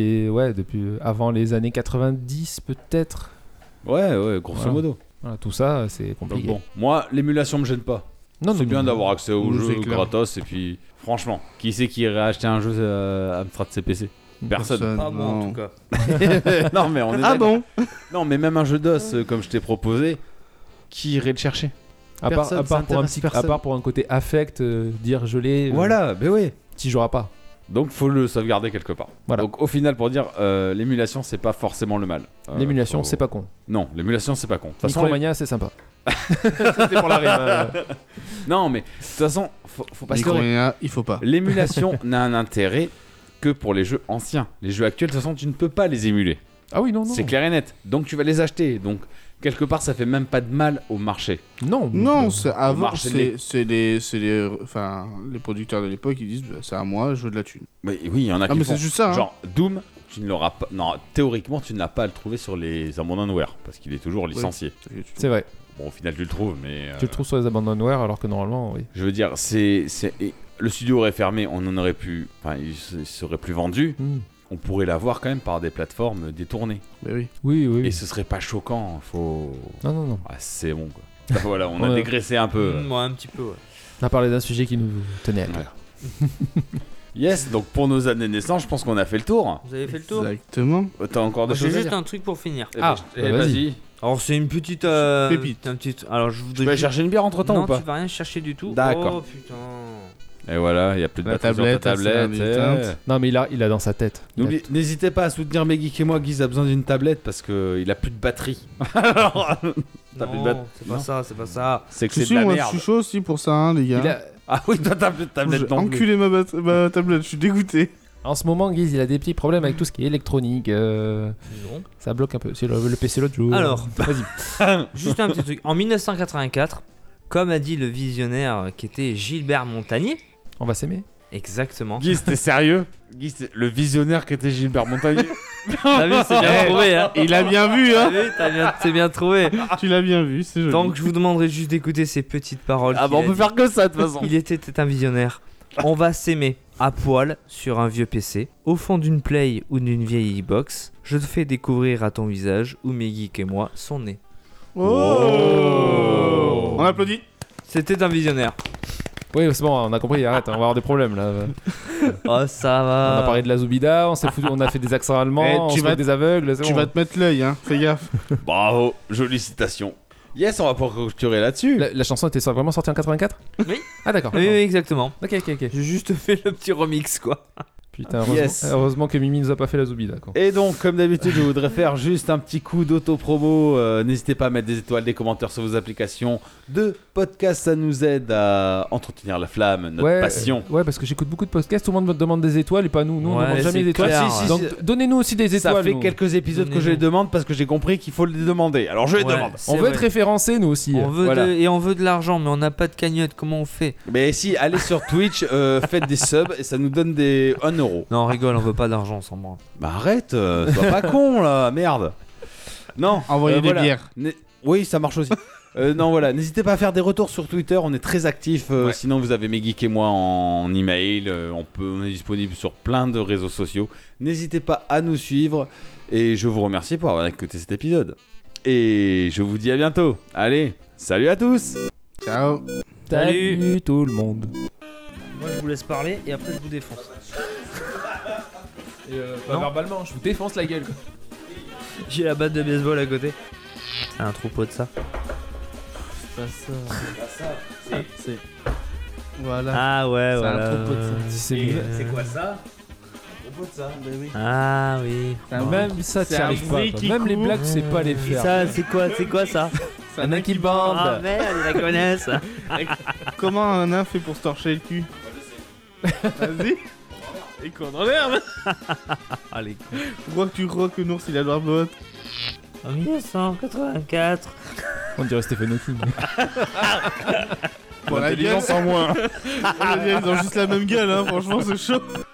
A: avant les années 90 peut-être.
C: Ouais, grosso
A: Voilà.
C: modo.
A: Voilà, tout ça, c'est
C: Donc
A: compliqué.
C: bon, moi l'émulation me gêne pas.
A: Non,
C: C'est
A: non,
C: bien
A: non.
C: d'avoir accès aux
E: Oui,
C: jeux
E: c'est clair.
C: gratos et puis franchement, qui c'est qui irait acheter un jeu Amstrad CPC? Personne.
D: Pas moi en tout cas.
C: Non mais on est
E: Ah
C: d'accord.
E: bon?
C: Non mais même un jeu d'os comme je t'ai proposé, qui irait le chercher?
A: À part,
C: Personne,
A: à part
C: ça
A: pour un
C: intéresse
A: petit,
C: personne.
A: à part pour un côté affect, dire je l'ai.
C: Voilà, ben ouais.
A: Tu joueras pas.
C: Donc faut le sauvegarder quelque part.
A: Voilà.
C: Donc au final pour dire l'émulation c'est pas forcément le mal.
A: L'émulation,
C: faut-
A: c'est pas con.
C: Non, l'émulation c'est pas con. De toute façon,
A: Micromania, c'est sympa. C'était pour la rime.
C: non mais de toute façon faut pas se leurrer.
E: Micromania, il faut pas.
C: L'émulation n'a un intérêt que pour les jeux anciens. Les jeux actuels de toute façon tu ne peux pas les émuler.
A: Ah oui, non, non.
C: C'est clair et net. Donc tu vas les acheter. Donc quelque part ça fait même pas de mal au marché.
A: Non.
E: Non, c'est avant,
C: marché
E: c'est les producteurs de l'époque qui disent bah, c'est à moi, je veux de la thune.
C: Mais oui, il y en a
E: Ah
C: qui
E: mais
C: font.
E: c'est juste ça. Hein.
C: Genre Doom, tu ne l'auras pas. Non, théoriquement, tu ne l'as pas à le trouver sur les Abandonware parce qu'il est toujours licencié.
A: C'est vrai.
C: Bon, au final, tu le trouves, mais.
A: Tu le trouves sur les Abandonware alors que normalement, oui.
C: Je veux dire, et le studio aurait fermé, on en aurait pu. Enfin, il serait plus vendu. On pourrait l'avoir quand même par des plateformes détournées.
E: Bah oui.
A: Oui, oui.
C: Et ce serait pas choquant. Faut.
A: Non, non, non.
C: Ah, c'est bon quoi. Voilà, on a
A: Ouais.
C: dégraissé un peu.
D: Ouais, un petit peu, ouais.
A: On a parlé d'un sujet qui nous tenait à cœur.
C: Ouais. Yes, donc pour nos années de naissance, je pense qu'on a fait le tour.
D: Vous avez fait le tour?
E: Exactement.
C: T'as encore des
D: J'ai
C: choses à
D: juste
C: dire?
D: un truc pour finir.
C: Eh ben, vas-y.
D: Alors c'est une petite
E: Pépite.
D: Alors je
C: Tu vas chercher une bière entre temps
D: non,
C: ou pas?
D: tu vas rien chercher du tout.
C: D'accord.
D: Oh putain.
C: Et voilà, il y a plus de
E: La
C: batterie sur ta
E: tablette,
C: tablette.
E: c'est un éteinte.
A: Non, mais il a dans sa tête.
C: N'hésitez pas à soutenir mes geeks et moi. Guise a besoin d'une tablette parce qu'il a plus de batterie. Alors, t'as plus de
D: Non,
C: batterie.
D: c'est pas ça, c'est pas ça.
C: C'est que
E: Je
C: c'est
E: suis
C: de la
E: moi, je
C: merde.
E: suis chaud aussi pour ça, hein, les gars.
A: Il a-
C: Ah oui, toi t'as plus de tablette
E: J'ai
C: non plus.
E: enculé ma tablette, je suis dégoûté.
A: En ce moment, Guise, il a des petits problèmes avec tout ce qui est électronique.
D: Non.
A: Ça bloque un peu. C'est le PC l'autre jour.
D: Alors.
A: Vas-y.
D: Juste un petit truc. En 1984, comme a dit le visionnaire qui était Gilbert Montagnier,
A: On va s'aimer.
D: exactement.
C: Guise, t'es sérieux? Guise, c'est le visionnaire qui était Gilbert Montagnier.
D: T'as vu, c'est bien trouvé, hein.
E: Il a bien vu,
D: T'as
E: hein.
D: vu, c'est bien trouvé.
E: Tu l'as bien vu, c'est joli.
D: Donc je vous demanderai juste d'écouter ces petites paroles.
C: Ah
D: qu'il
C: bah on
D: a
C: peut
D: dit.
C: faire que ça de toute façon.
D: Il était un visionnaire. On va s'aimer à poil sur un vieux PC, au fond d'une Play ou d'une vieille Xbox. Je te fais découvrir à ton visage où mes geeks et moi sont nés.
E: Oh. On applaudit.
D: C'était un visionnaire.
A: Oui, c'est bon, on a compris. Arrête, on va avoir des problèmes là.
D: Oh, ça va.
A: On a parlé de la Zoubida, on a fait des accents allemands,
E: Eh,
A: on
E: tu
A: se
E: vas
A: moque des aveugles. c'est
E: Tu
A: bon.
E: vas te mettre l'œil, hein. Fais gaffe.
C: Bravo, jolie citation. Yes, on va pouvoir clôturer là-dessus.
A: La chanson était vraiment sortie en 84?
D: Oui.
A: Ah d'accord.
D: Oui, oui, exactement.
A: Ok, ok, ok.
D: J'ai juste fait le petit remix, quoi.
A: Putain, heureusement,
C: Yes.
A: heureusement que Mimi nous a pas fait la Zoubida. Quoi.
C: Et donc, comme d'habitude, je voudrais faire juste un petit coup d'auto-promo. N'hésitez pas à mettre des étoiles, des commentaires sur vos applications de podcast. Ça nous aide à entretenir la flamme, notre passion.
A: Ouais, parce que j'écoute beaucoup de podcasts, tout le monde me demande des étoiles et pas nous. Nous, on
D: Ouais,
A: demande jamais
D: c'est
A: des étoiles.
D: clair.
C: Ah, si, si,
A: Donc,
C: si.
A: donnez-nous aussi des étoiles.
C: Ça fait
A: nous.
C: quelques épisodes que je
D: Donnez-nous.
C: les demande parce que j'ai compris qu'il faut les demander. Alors je les
D: Ouais.
C: demande.
A: On veut
D: vrai.
A: être référencés, nous aussi.
D: On veut
C: Voilà.
D: et on veut de l'argent, mais on n'a pas de cagnotte. Comment on fait?
C: Mais si, allez sur Twitch, faites des subs et ça nous donne des 1 euro.
D: Non, on rigole, on veut pas d'argent sans moi.
C: Bah arrête, sois pas con là, merde. Non,
E: Envoyez des
C: voilà.
E: bières.
C: Oui, ça marche aussi. Non, voilà, n'hésitez pas à faire des retours sur Twitter, on est très actifs.
A: Ouais.
C: Sinon, vous avez mes geeks et moi en email. On est disponible sur plein de réseaux sociaux. N'hésitez pas à nous suivre. Et je vous remercie pour avoir écouté cet épisode. Et je vous dis à bientôt. Allez, salut à tous.
E: Ciao.
A: Salut tout le monde.
D: Moi, je vous laisse parler et après, je vous défonce.
A: Et pas verbalement, je vous défonce la gueule. Quoi.
D: J'ai la batte de baseball à côté. C'est un troupeau de ça.
E: Pas ça. C'est. Voilà.
D: Ah ouais,
E: C'est
D: voilà.
E: un troupeau de ça.
A: C'est
C: quoi ça?
D: Ah oui.
A: Même ça, t'y
E: C'est un
A: arrives pas.
E: bruit
A: quoi.
E: qui
A: Même les
E: court.
A: blagues, tu sais pas les faire.
D: Ça, c'est quoi ça?
E: C'est un nain qui bande.
D: Ah merde, ils la connaissent.
E: Comment un nain fait pour se torcher le cul? Vas-y. Et qu'on en l'herbe.
D: Allez.
E: Pourquoi que tu crois que Nours il a le barbotte?
D: En 1984.
A: On dirait Stephen Hawking.
E: Pour la gueule.
C: en moins.
E: Ils ont juste la même gueule, hein. Franchement, c'est chaud.